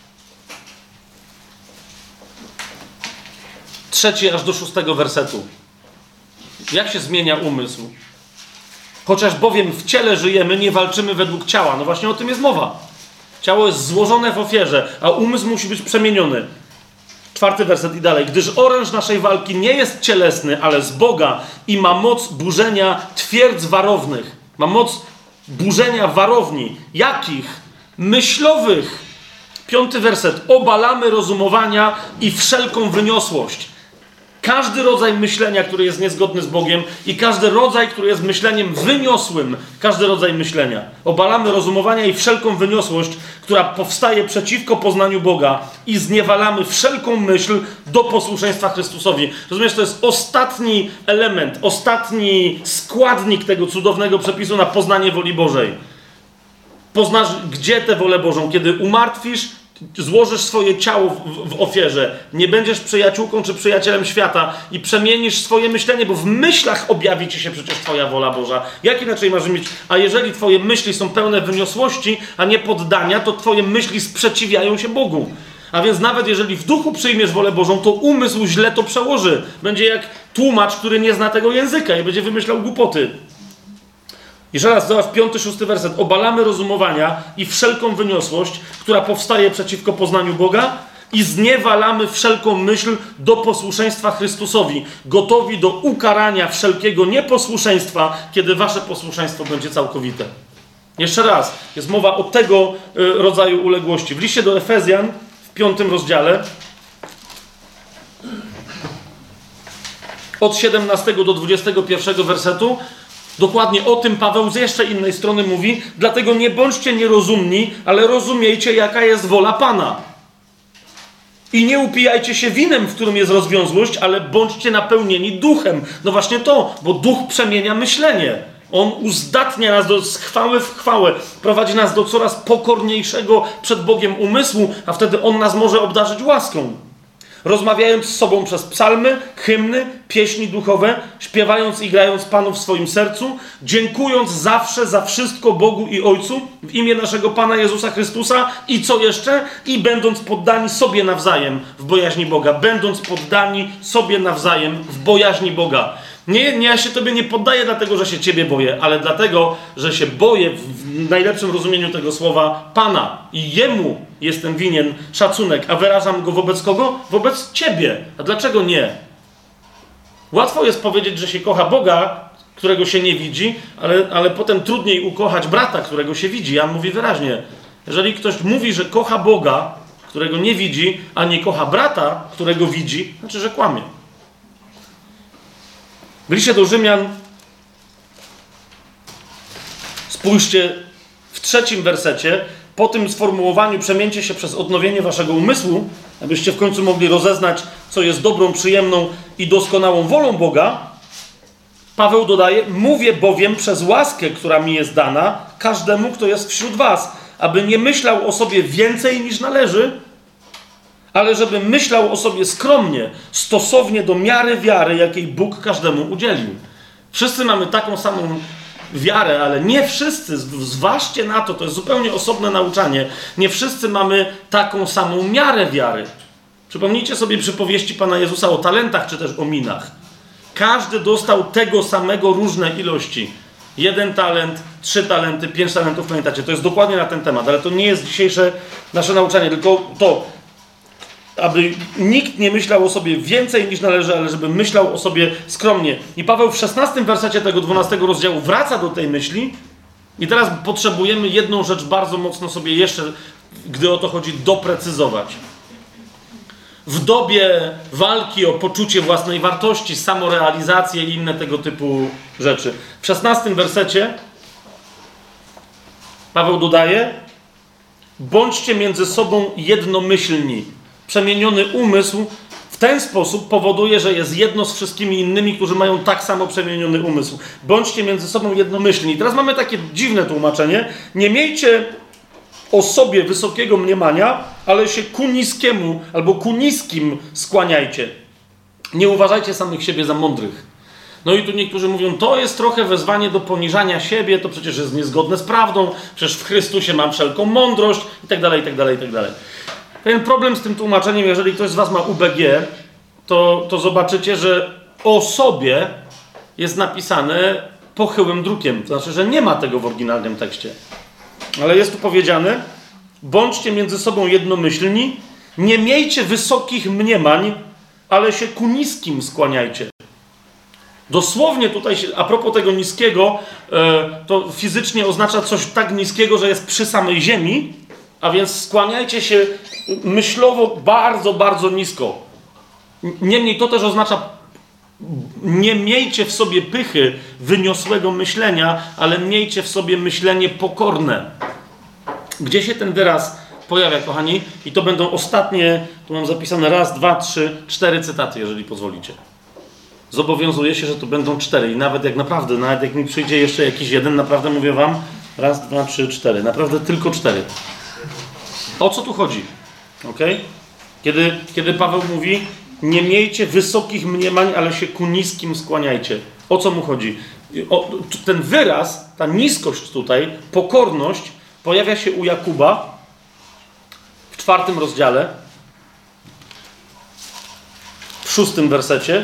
trzeci aż do szóstego wersetu. Jak się zmienia umysł? Chociaż bowiem w ciele żyjemy, nie walczymy według ciała. No właśnie o tym jest mowa. Ciało jest złożone w ofierze, a umysł musi być przemieniony. Czwarty werset i dalej. Gdyż oręż naszej walki nie jest cielesny, ale z Boga i ma moc burzenia twierdz warownych. Ma moc burzenia warowni. Jakich? Myślowych. Piąty werset. Obalamy rozumowania i wszelką wyniosłość. Każdy rodzaj myślenia, który jest niezgodny z Bogiem i każdy rodzaj, który jest myśleniem wyniosłym, każdy rodzaj myślenia. Obalamy rozumowania i wszelką wyniosłość, która powstaje przeciwko poznaniu Boga i zniewalamy wszelką myśl do posłuszeństwa Chrystusowi. Rozumiesz, to jest ostatni element, ostatni składnik tego cudownego przepisu na poznanie woli Bożej. Poznasz, gdzie tę wolę Bożą, kiedy umartwisz, złożysz swoje ciało w, w ofierze, nie będziesz przyjaciółką czy przyjacielem świata i przemienisz swoje myślenie, bo w myślach objawi ci się przecież twoja wola Boża. Jak inaczej masz mieć? A jeżeli twoje myśli są pełne wyniosłości, a nie poddania, to twoje myśli sprzeciwiają się Bogu. A więc nawet jeżeli w duchu przyjmiesz wolę Bożą, to umysł źle to przełoży. Będzie jak tłumacz, który nie zna tego języka i będzie wymyślał głupoty. Jeszcze raz, zobacz, piąty, szósty werset. Obalamy rozumowania i wszelką wyniosłość, która powstaje przeciwko poznaniu Boga i zniewalamy wszelką myśl do posłuszeństwa Chrystusowi, gotowi do ukarania wszelkiego nieposłuszeństwa, kiedy wasze posłuszeństwo będzie całkowite. Jeszcze raz, jest mowa o tego y, rodzaju uległości. W liście do Efezjan, w piątym rozdziale, od siedemnastego do dwudziestego pierwszego wersetu, dokładnie o tym Paweł z jeszcze innej strony mówi, dlatego nie bądźcie nierozumni, ale rozumiejcie, jaka jest wola Pana. I nie upijajcie się winem, w którym jest rozwiązłość, ale bądźcie napełnieni duchem. No właśnie to, bo duch przemienia myślenie. On uzdatnia nas do z chwały w chwałę, prowadzi nas do coraz pokorniejszego przed Bogiem umysłu, a wtedy On nas może obdarzyć łaską. Rozmawiając z sobą przez psalmy, hymny, pieśni duchowe, śpiewając i grając Panu w swoim sercu, dziękując zawsze za wszystko Bogu i Ojcu w imię naszego Pana Jezusa Chrystusa i co jeszcze? I będąc poddani sobie nawzajem w bojaźni Boga. Będąc poddani sobie nawzajem w bojaźni Boga. Nie, nie, ja się Tobie nie poddaję dlatego, że się Ciebie boję, ale dlatego, że się boję w najlepszym rozumieniu tego słowa Pana. I Jemu jestem winien szacunek. A wyrażam go wobec kogo? Wobec Ciebie. A dlaczego nie? Łatwo jest powiedzieć, że się kocha Boga, którego się nie widzi, ale, ale potem trudniej ukochać brata, którego się widzi. Jan mówi wyraźnie. Jeżeli ktoś mówi, że kocha Boga, którego nie widzi, a nie kocha brata, którego widzi, znaczy, że kłamie. W liście do Rzymian, spójrzcie w trzecim wersecie, po tym sformułowaniu przemieńcie się przez odnowienie waszego umysłu, abyście w końcu mogli rozeznać, co jest dobrą, przyjemną i doskonałą wolą Boga. Paweł dodaje, mówię bowiem przez łaskę, która mi jest dana, każdemu, kto jest wśród was, aby nie myślał o sobie więcej niż należy, ale żeby myślał o sobie skromnie, stosownie do miary wiary, jakiej Bóg każdemu udzielił. Wszyscy mamy taką samą wiarę, ale nie wszyscy, zważcie na to, to jest zupełnie osobne nauczanie, nie wszyscy mamy taką samą miarę wiary. Przypomnijcie sobie przypowieści Pana Jezusa o talentach, czy też o minach. Każdy dostał tego samego różne ilości. Jeden talent, trzy talenty, pięć talentów, pamiętacie, to jest dokładnie na ten temat, ale to nie jest dzisiejsze nasze nauczanie, tylko to, aby nikt nie myślał o sobie więcej niż należy, ale żeby myślał o sobie skromnie. I Paweł w szesnastym wersecie tego dwunastego rozdziału wraca do tej myśli i teraz potrzebujemy jedną rzecz bardzo mocno sobie jeszcze, gdy o to chodzi, doprecyzować. W dobie walki o poczucie własnej wartości, samorealizację i inne tego typu rzeczy. W szesnastym wersecie Paweł dodaje: bądźcie między sobą jednomyślni. Przemieniony umysł w ten sposób powoduje, że jest jedno z wszystkimi innymi, którzy mają tak samo przemieniony umysł. Bądźcie między sobą jednomyślni. I teraz mamy takie dziwne tłumaczenie. Nie miejcie o sobie wysokiego mniemania, ale się ku niskiemu albo ku niskim skłaniajcie. Nie uważajcie samych siebie za mądrych. No i tu niektórzy mówią, to jest trochę wezwanie do poniżania siebie, to przecież jest niezgodne z prawdą, przecież w Chrystusie mam wszelką mądrość i tak dalej, i tak dalej, i tak dalej. Ten problem z tym tłumaczeniem, jeżeli ktoś z was ma U B G, to, to zobaczycie, że o sobie jest napisane pochyłym drukiem. To znaczy, że nie ma tego w oryginalnym tekście. Ale jest tu powiedziane, bądźcie między sobą jednomyślni, nie miejcie wysokich mniemań, ale się ku niskim skłaniajcie. Dosłownie tutaj, się, a propos tego niskiego, to fizycznie oznacza coś tak niskiego, że jest przy samej ziemi, A więc skłaniajcie się myślowo bardzo, bardzo nisko. Niemniej to też oznacza, nie miejcie w sobie pychy wyniosłego myślenia, ale miejcie w sobie myślenie pokorne. Gdzie się ten wyraz pojawia, kochani? I to będą ostatnie, tu mam zapisane raz, dwa, trzy, cztery cytaty, jeżeli pozwolicie. Zobowiązuję się, że to będą cztery i nawet jak naprawdę, nawet jak mi przyjdzie jeszcze jakiś jeden, naprawdę mówię wam, raz, dwa, trzy, cztery. Naprawdę tylko cztery. O co tu chodzi? Okay? Kiedy, kiedy Paweł mówi, nie miejcie wysokich mniemań, ale się ku niskim skłaniajcie. O co mu chodzi? O, ten wyraz, ta niskość tutaj, pokorność, pojawia się u Jakuba w czwartym rozdziale, w szóstym wersecie.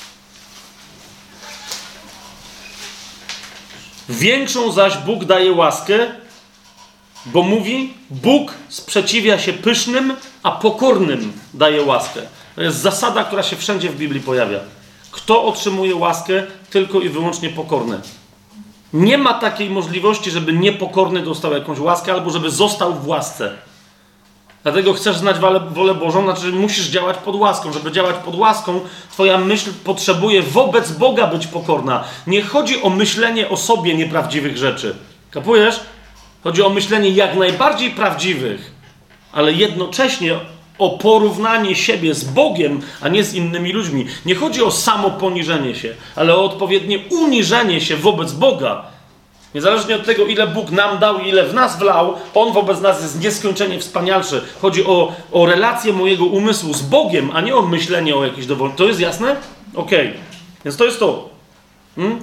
Większą zaś Bóg daje łaskę, bo mówi, Bóg sprzeciwia się pysznym, a pokornym daje łaskę. To jest zasada, która się wszędzie w Biblii pojawia. Kto otrzymuje łaskę? Tylko i wyłącznie pokorny. Nie ma takiej możliwości, żeby niepokorny dostał jakąś łaskę, albo żeby został w łasce. Dlatego chcesz znać wolę Bożą, znaczy musisz działać pod łaską. Żeby działać pod łaską, twoja myśl potrzebuje wobec Boga być pokorna. Nie chodzi o myślenie o sobie nieprawdziwych rzeczy. Kapujesz? Chodzi o myślenie jak najbardziej prawdziwych, ale jednocześnie o porównanie siebie z Bogiem, a nie z innymi ludźmi. Nie chodzi o samo poniżenie się, ale o odpowiednie uniżenie się wobec Boga. Niezależnie od tego, ile Bóg nam dał i ile w nas wlał, On wobec nas jest nieskończenie wspanialszy. Chodzi o, o relację mojego umysłu z Bogiem, a nie o myślenie o jakiejś dowolności. To jest jasne? Okej. Okay. Więc to jest to. Hmm?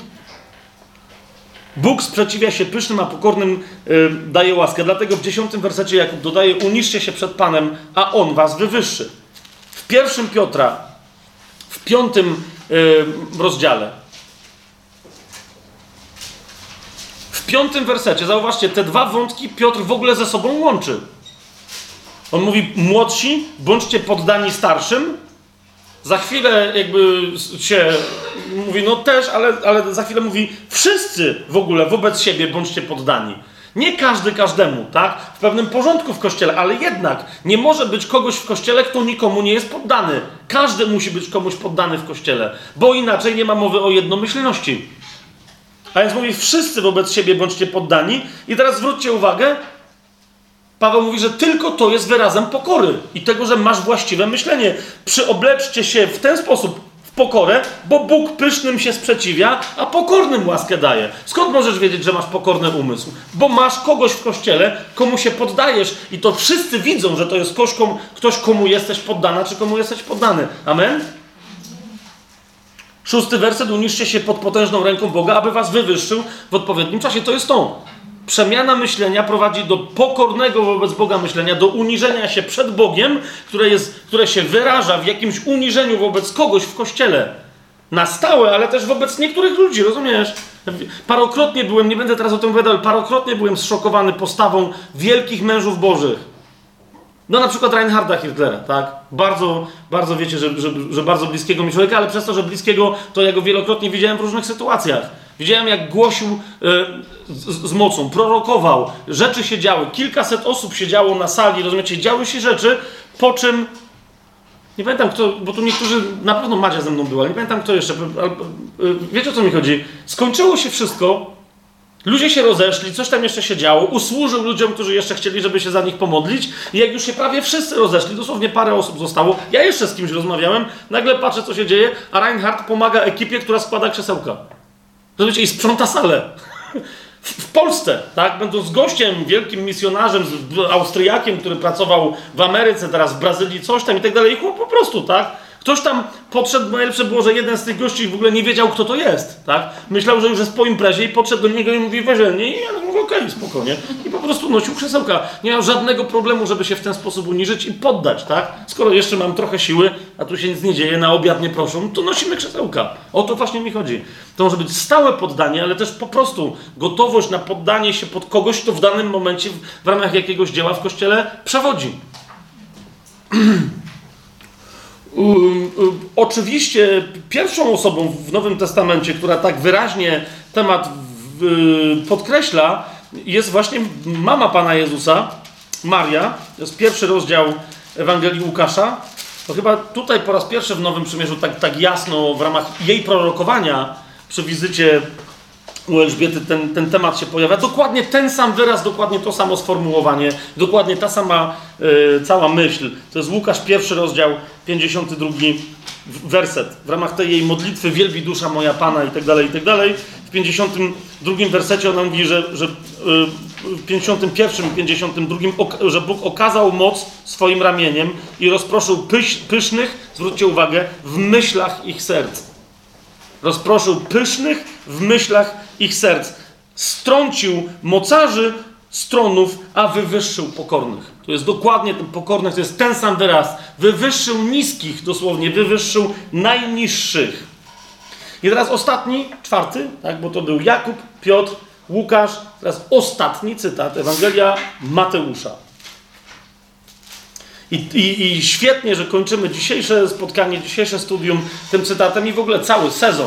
Bóg sprzeciwia się pysznym, a pokornym yy, daje łaskę. Dlatego w dziesiątym wersecie Jakub dodaje, uniżcie się przed Panem, a On was wywyższy. W pierwszym Piotra, w piątym yy, rozdziale, w piątym wersecie, zauważcie, te dwa wątki Piotr w ogóle ze sobą łączy. On mówi, młodsi, bądźcie poddani starszym. Za chwilę jakby się mówi, no też, ale, ale za chwilę mówi, wszyscy w ogóle wobec siebie bądźcie poddani. Nie każdy każdemu, tak? W pewnym porządku w Kościele, ale jednak nie może być kogoś w Kościele, kto nikomu nie jest poddany. Każdy musi być komuś poddany w Kościele, bo inaczej nie ma mowy o jednomyślności. A więc mówi, wszyscy wobec siebie bądźcie poddani. I teraz zwróćcie uwagę, Paweł mówi, że tylko to jest wyrazem pokory i tego, że masz właściwe myślenie. Przyobleczcie się w ten sposób w pokorę, bo Bóg pysznym się sprzeciwia, a pokornym łaskę daje. Skąd możesz wiedzieć, że masz pokorny umysł? Bo masz kogoś w Kościele, komu się poddajesz i to wszyscy widzą, że to jest ktoś, komu, ktoś, komu jesteś poddana, czy komu jesteś poddany. Amen? Szósty werset, uniżcie się pod potężną ręką Boga, aby was wywyższył w odpowiednim czasie. To jest to. Przemiana myślenia prowadzi do pokornego wobec Boga myślenia, do uniżenia się przed Bogiem, które, jest, które się wyraża w jakimś uniżeniu wobec kogoś w Kościele. Na stałe, ale też wobec niektórych ludzi, rozumiesz? Parokrotnie byłem, nie będę teraz o tym opowiadał, ale parokrotnie byłem zszokowany postawą wielkich mężów bożych. No na przykład Reinharda Hirtlera, tak? Bardzo, bardzo wiecie, że, że, że bardzo bliskiego mi człowieka, ale przez to, że bliskiego, to ja go wielokrotnie widziałem w różnych sytuacjach. Widziałem, jak głosił yy, z, z mocą, prorokował, rzeczy się działy, kilkaset osób siedziało na sali, rozumiecie, działy się rzeczy, po czym, nie pamiętam kto, bo tu niektórzy, na pewno Madzia ze mną była, nie pamiętam kto jeszcze, ale, yy, wiecie o co mi chodzi? Skończyło się wszystko, ludzie się rozeszli, coś tam jeszcze się działo, usłużył ludziom, którzy jeszcze chcieli, żeby się za nich pomodlić i jak już się prawie wszyscy rozeszli, dosłownie parę osób zostało, ja jeszcze z kimś rozmawiałem, nagle patrzę, co się dzieje, a Reinhard pomaga ekipie, która składa krzesełka. Rozumiecie, i sprząta salę. W, w Polsce, tak? Będąc gościem, wielkim misjonarzem, z Austriakiem, który pracował w Ameryce, teraz w Brazylii, coś tam i tak dalej. I chłop po prostu, tak? Ktoś tam podszedł, najlepsze było, że jeden z tych gości w ogóle nie wiedział, kto to jest, tak? Myślał, że już jest po imprezie i podszedł do niego i mówi, weź nie, i ja mówię, okej, okay, spokojnie. I po prostu nosił krzesełka. Nie miał żadnego problemu, żeby się w ten sposób uniżyć i poddać, tak? Skoro jeszcze mam trochę siły, a tu się nic nie dzieje, na obiad nie proszą, to nosimy krzesełka. O to właśnie mi chodzi. To może być stałe poddanie, ale też po prostu gotowość na poddanie się pod kogoś, kto w danym momencie w, w ramach jakiegoś dzieła w Kościele przewodzi. Um, um, oczywiście pierwszą osobą w Nowym Testamencie, która tak wyraźnie temat w, y, podkreśla, jest właśnie mama Pana Jezusa, Maria, to jest pierwszy rozdział Ewangelii Łukasza, to chyba tutaj po raz pierwszy w Nowym Przymierzu tak, tak jasno w ramach jej prorokowania przy wizycie u Elżbiety ten, ten temat się pojawia. Dokładnie ten sam wyraz, dokładnie to samo sformułowanie, dokładnie ta sama y, cała myśl. To jest Łukasz, pierwszy rozdział, pięćdziesiąty drugi werset. W ramach tej jej modlitwy wielbi dusza moja Pana i tak dalej, i tak dalej. W pięćdziesiątym drugim wersecie ona mówi, że, że y, w pięćdziesiątym pierwszym i pięćdziesiątym drugim, że Bóg okazał moc swoim ramieniem i rozproszył pyś, pysznych, zwróćcie uwagę, w myślach ich serc. Rozproszył pysznych w myślach ich serc. Strącił mocarzy stronów, a wywyższył pokornych. To jest dokładnie ten pokornych, to jest ten sam wyraz. Wywyższył niskich, dosłownie, wywyższył najniższych. I teraz ostatni, czwarty, tak, bo to był Jakub, Piotr, Łukasz. Teraz ostatni cytat, Ewangelia Mateusza. I, i, I świetnie, że kończymy dzisiejsze spotkanie, dzisiejsze studium tym cytatem i w ogóle cały sezon.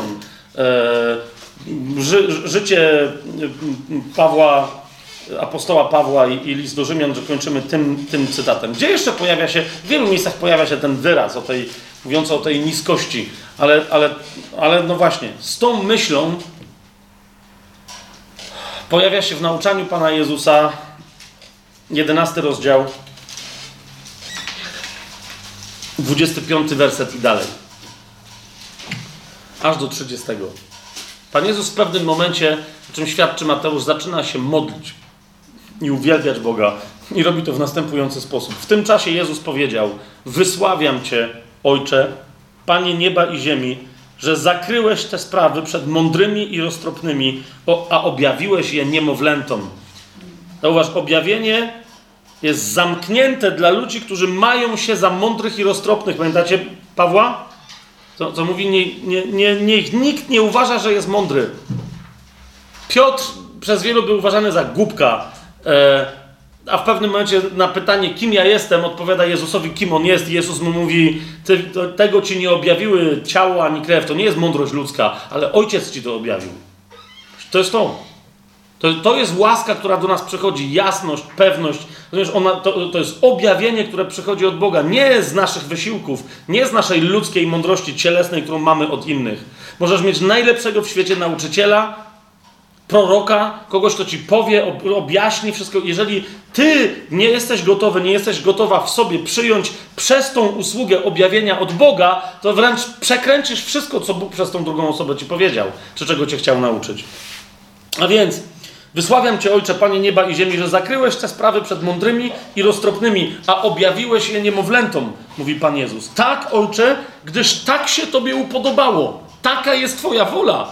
E, ży, życie Pawła, apostoła Pawła i, i list do Rzymian, że kończymy tym, tym cytatem. Gdzie jeszcze pojawia się, w wielu miejscach pojawia się ten wyraz o tej, mówiący o tej niskości, ale, ale, ale no właśnie, z tą myślą pojawia się w nauczaniu Pana Jezusa jedenasty rozdział, dwudziesty piąty werset i dalej. Aż do trzydziestego. Pan Jezus w pewnym momencie, o czym świadczy Mateusz, zaczyna się modlić i uwielbiać Boga. I robi to w następujący sposób. W tym czasie Jezus powiedział: wysławiam Cię, Ojcze, Panie nieba i ziemi, że zakryłeś te sprawy przed mądrymi i roztropnymi, a objawiłeś je niemowlętom. Zauważ, objawienie jest zamknięte dla ludzi, którzy mają się za mądrych i roztropnych. Pamiętacie Pawła? Co, co mówi, nie, nie, nie, niech nikt nie uważa, że jest mądry. Piotr przez wielu był uważany za głupka, e, a w pewnym momencie na pytanie, kim ja jestem, odpowiada Jezusowi, kim on jest. I Jezus mu mówi, ty, to, tego ci nie objawiły ciało ani krew, to nie jest mądrość ludzka, ale Ojciec ci to objawił. To jest to. To, to jest łaska, która do nas przychodzi, jasność, pewność. Ona, to, to jest objawienie, które przychodzi od Boga, nie z naszych wysiłków, nie z naszej ludzkiej mądrości cielesnej, którą mamy od innych. Możesz mieć najlepszego w świecie nauczyciela, proroka, kogoś, kto ci powie, ob, objaśni wszystko. Jeżeli ty nie jesteś gotowy, nie jesteś gotowa w sobie przyjąć przez tą usługę objawienia od Boga, to wręcz przekręcisz wszystko, co Bóg przez tą drugą osobę ci powiedział, czy czego cię chciał nauczyć. A więc wysławiam Cię, Ojcze, Panie nieba i ziemi, że zakryłeś te sprawy przed mądrymi i roztropnymi, a objawiłeś je niemowlętom, mówi Pan Jezus. Tak, Ojcze, gdyż tak się Tobie upodobało. Taka jest Twoja wola.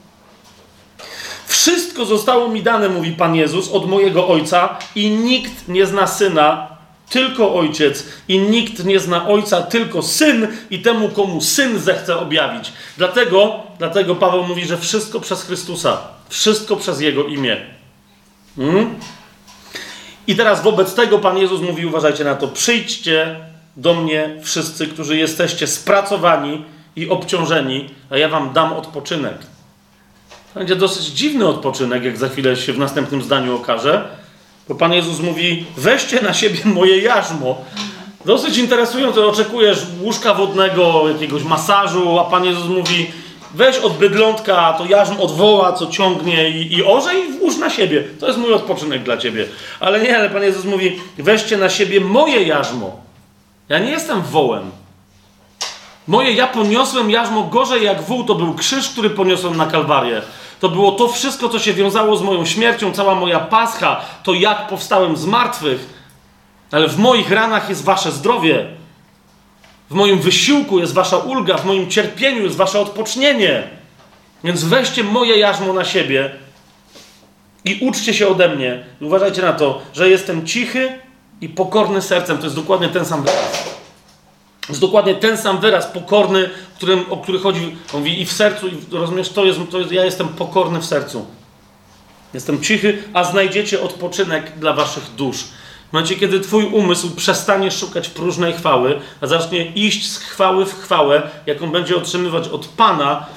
Wszystko zostało mi dane, mówi Pan Jezus, od mojego Ojca i nikt nie zna Syna, tylko Ojciec, i nikt nie zna Ojca, tylko Syn i temu, komu Syn zechce objawić. Dlatego, dlatego Paweł mówi, że wszystko przez Chrystusa. Wszystko przez Jego imię. Hmm? I teraz wobec tego Pan Jezus mówi, uważajcie na to, przyjdźcie do mnie wszyscy, którzy jesteście spracowani i obciążeni, a ja wam dam odpoczynek. To będzie dosyć dziwny odpoczynek, jak za chwilę się w następnym zdaniu okaże, bo Pan Jezus mówi, weźcie na siebie moje jarzmo. Dosyć interesujące, oczekujesz łóżka wodnego, jakiegoś masażu, a Pan Jezus mówi, weź od bydlątka to jarzmo od woła, co ciągnie i, i orze i włóż na siebie. To jest mój odpoczynek dla ciebie. Ale nie, ale Pan Jezus mówi, weźcie na siebie moje jarzmo. Ja nie jestem wołem. Moje, ja poniosłem jarzmo gorzej jak wół, to był krzyż, który poniosłem na Kalwarię. To było to wszystko, co się wiązało z moją śmiercią, cała moja pascha, to jak powstałem z martwych. Ale w moich ranach jest wasze zdrowie. W moim wysiłku jest wasza ulga, w moim cierpieniu jest wasze odpocznienie. Więc weźcie moje jarzmo na siebie i uczcie się ode mnie. I uważajcie na to, że jestem cichy i pokorny sercem. To jest dokładnie ten sam wyraz. To jest dokładnie ten sam wyraz, pokorny, którym, o który chodzi, on mówi i w sercu, i rozumiesz, to jest, to jest, ja jestem pokorny w sercu. Jestem cichy, a znajdziecie odpoczynek dla waszych dusz. W momencie, kiedy twój umysł przestanie szukać próżnej chwały, a zacznie iść z chwały w chwałę, jaką będzie otrzymywać od Pana,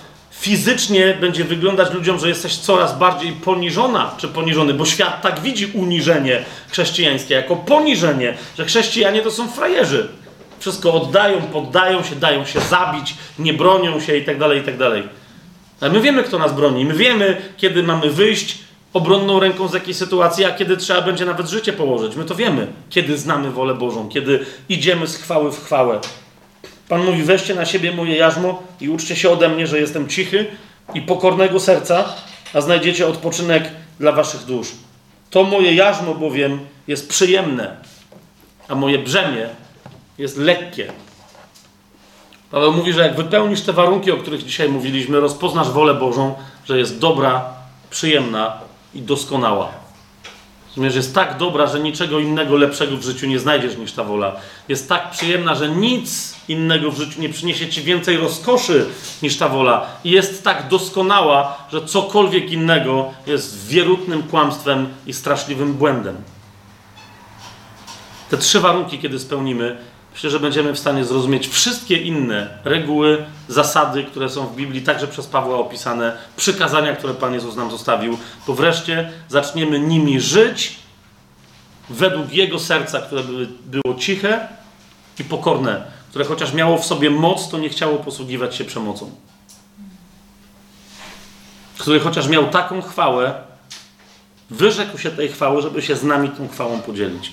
fizycznie będzie wyglądać ludziom, że jesteś coraz bardziej poniżona czy poniżony, bo świat tak widzi uniżenie chrześcijańskie jako poniżenie, że chrześcijanie to są frajerzy. Wszystko oddają, poddają się, dają się zabić, nie bronią się i tak dalej, i tak dalej. Ale my wiemy, kto nas broni. My wiemy, kiedy mamy wyjść obronną ręką z jakiejś sytuacji, a kiedy trzeba będzie nawet życie położyć. My to wiemy, kiedy znamy wolę Bożą, kiedy idziemy z chwały w chwałę. Pan mówi, weźcie na siebie moje jarzmo i uczcie się ode mnie, że jestem cichy i pokornego serca, a znajdziecie odpoczynek dla waszych dusz. To moje jarzmo bowiem jest przyjemne, a moje brzemię jest lekkie. Paweł mówi, że jak wypełnisz te warunki, o których dzisiaj mówiliśmy, rozpoznasz wolę Bożą, że jest dobra, przyjemna i doskonała. Rozumiesz, jest tak dobra, że niczego innego lepszego w życiu nie znajdziesz niż ta wola. Jest tak przyjemna, że nic innego w życiu nie przyniesie ci więcej rozkoszy niż ta wola. I jest tak doskonała, że cokolwiek innego jest wierutnym kłamstwem i straszliwym błędem. Te trzy warunki, kiedy spełnimy, myślę, że będziemy w stanie zrozumieć wszystkie inne reguły, zasady, które są w Biblii, także przez Pawła opisane, przykazania, które Pan Jezus nam zostawił, bo wreszcie zaczniemy nimi żyć według Jego serca, które były, było ciche i pokorne, które chociaż miało w sobie moc, to nie chciało posługiwać się przemocą. Który chociaż miał taką chwałę, wyrzekł się tej chwały, żeby się z nami tą chwałą podzielić.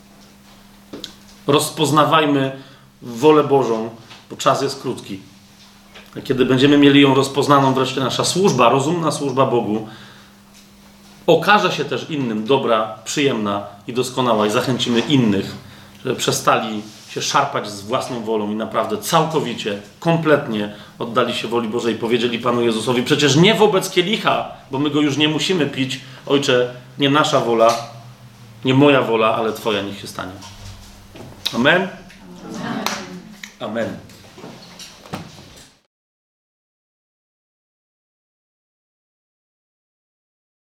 Rozpoznawajmy wolę Bożą, bo czas jest krótki. A kiedy będziemy mieli ją rozpoznaną, wreszcie nasza służba, rozumna służba Bogu, okaże się też innym dobra, przyjemna i doskonała i zachęcimy innych, żeby przestali się szarpać z własną wolą i naprawdę całkowicie, kompletnie oddali się woli Bożej i powiedzieli Panu Jezusowi, przecież nie wobec kielicha, bo my go już nie musimy pić. Ojcze, nie nasza wola, nie moja wola, ale Twoja niech się stanie. Amen? Amen. Amen.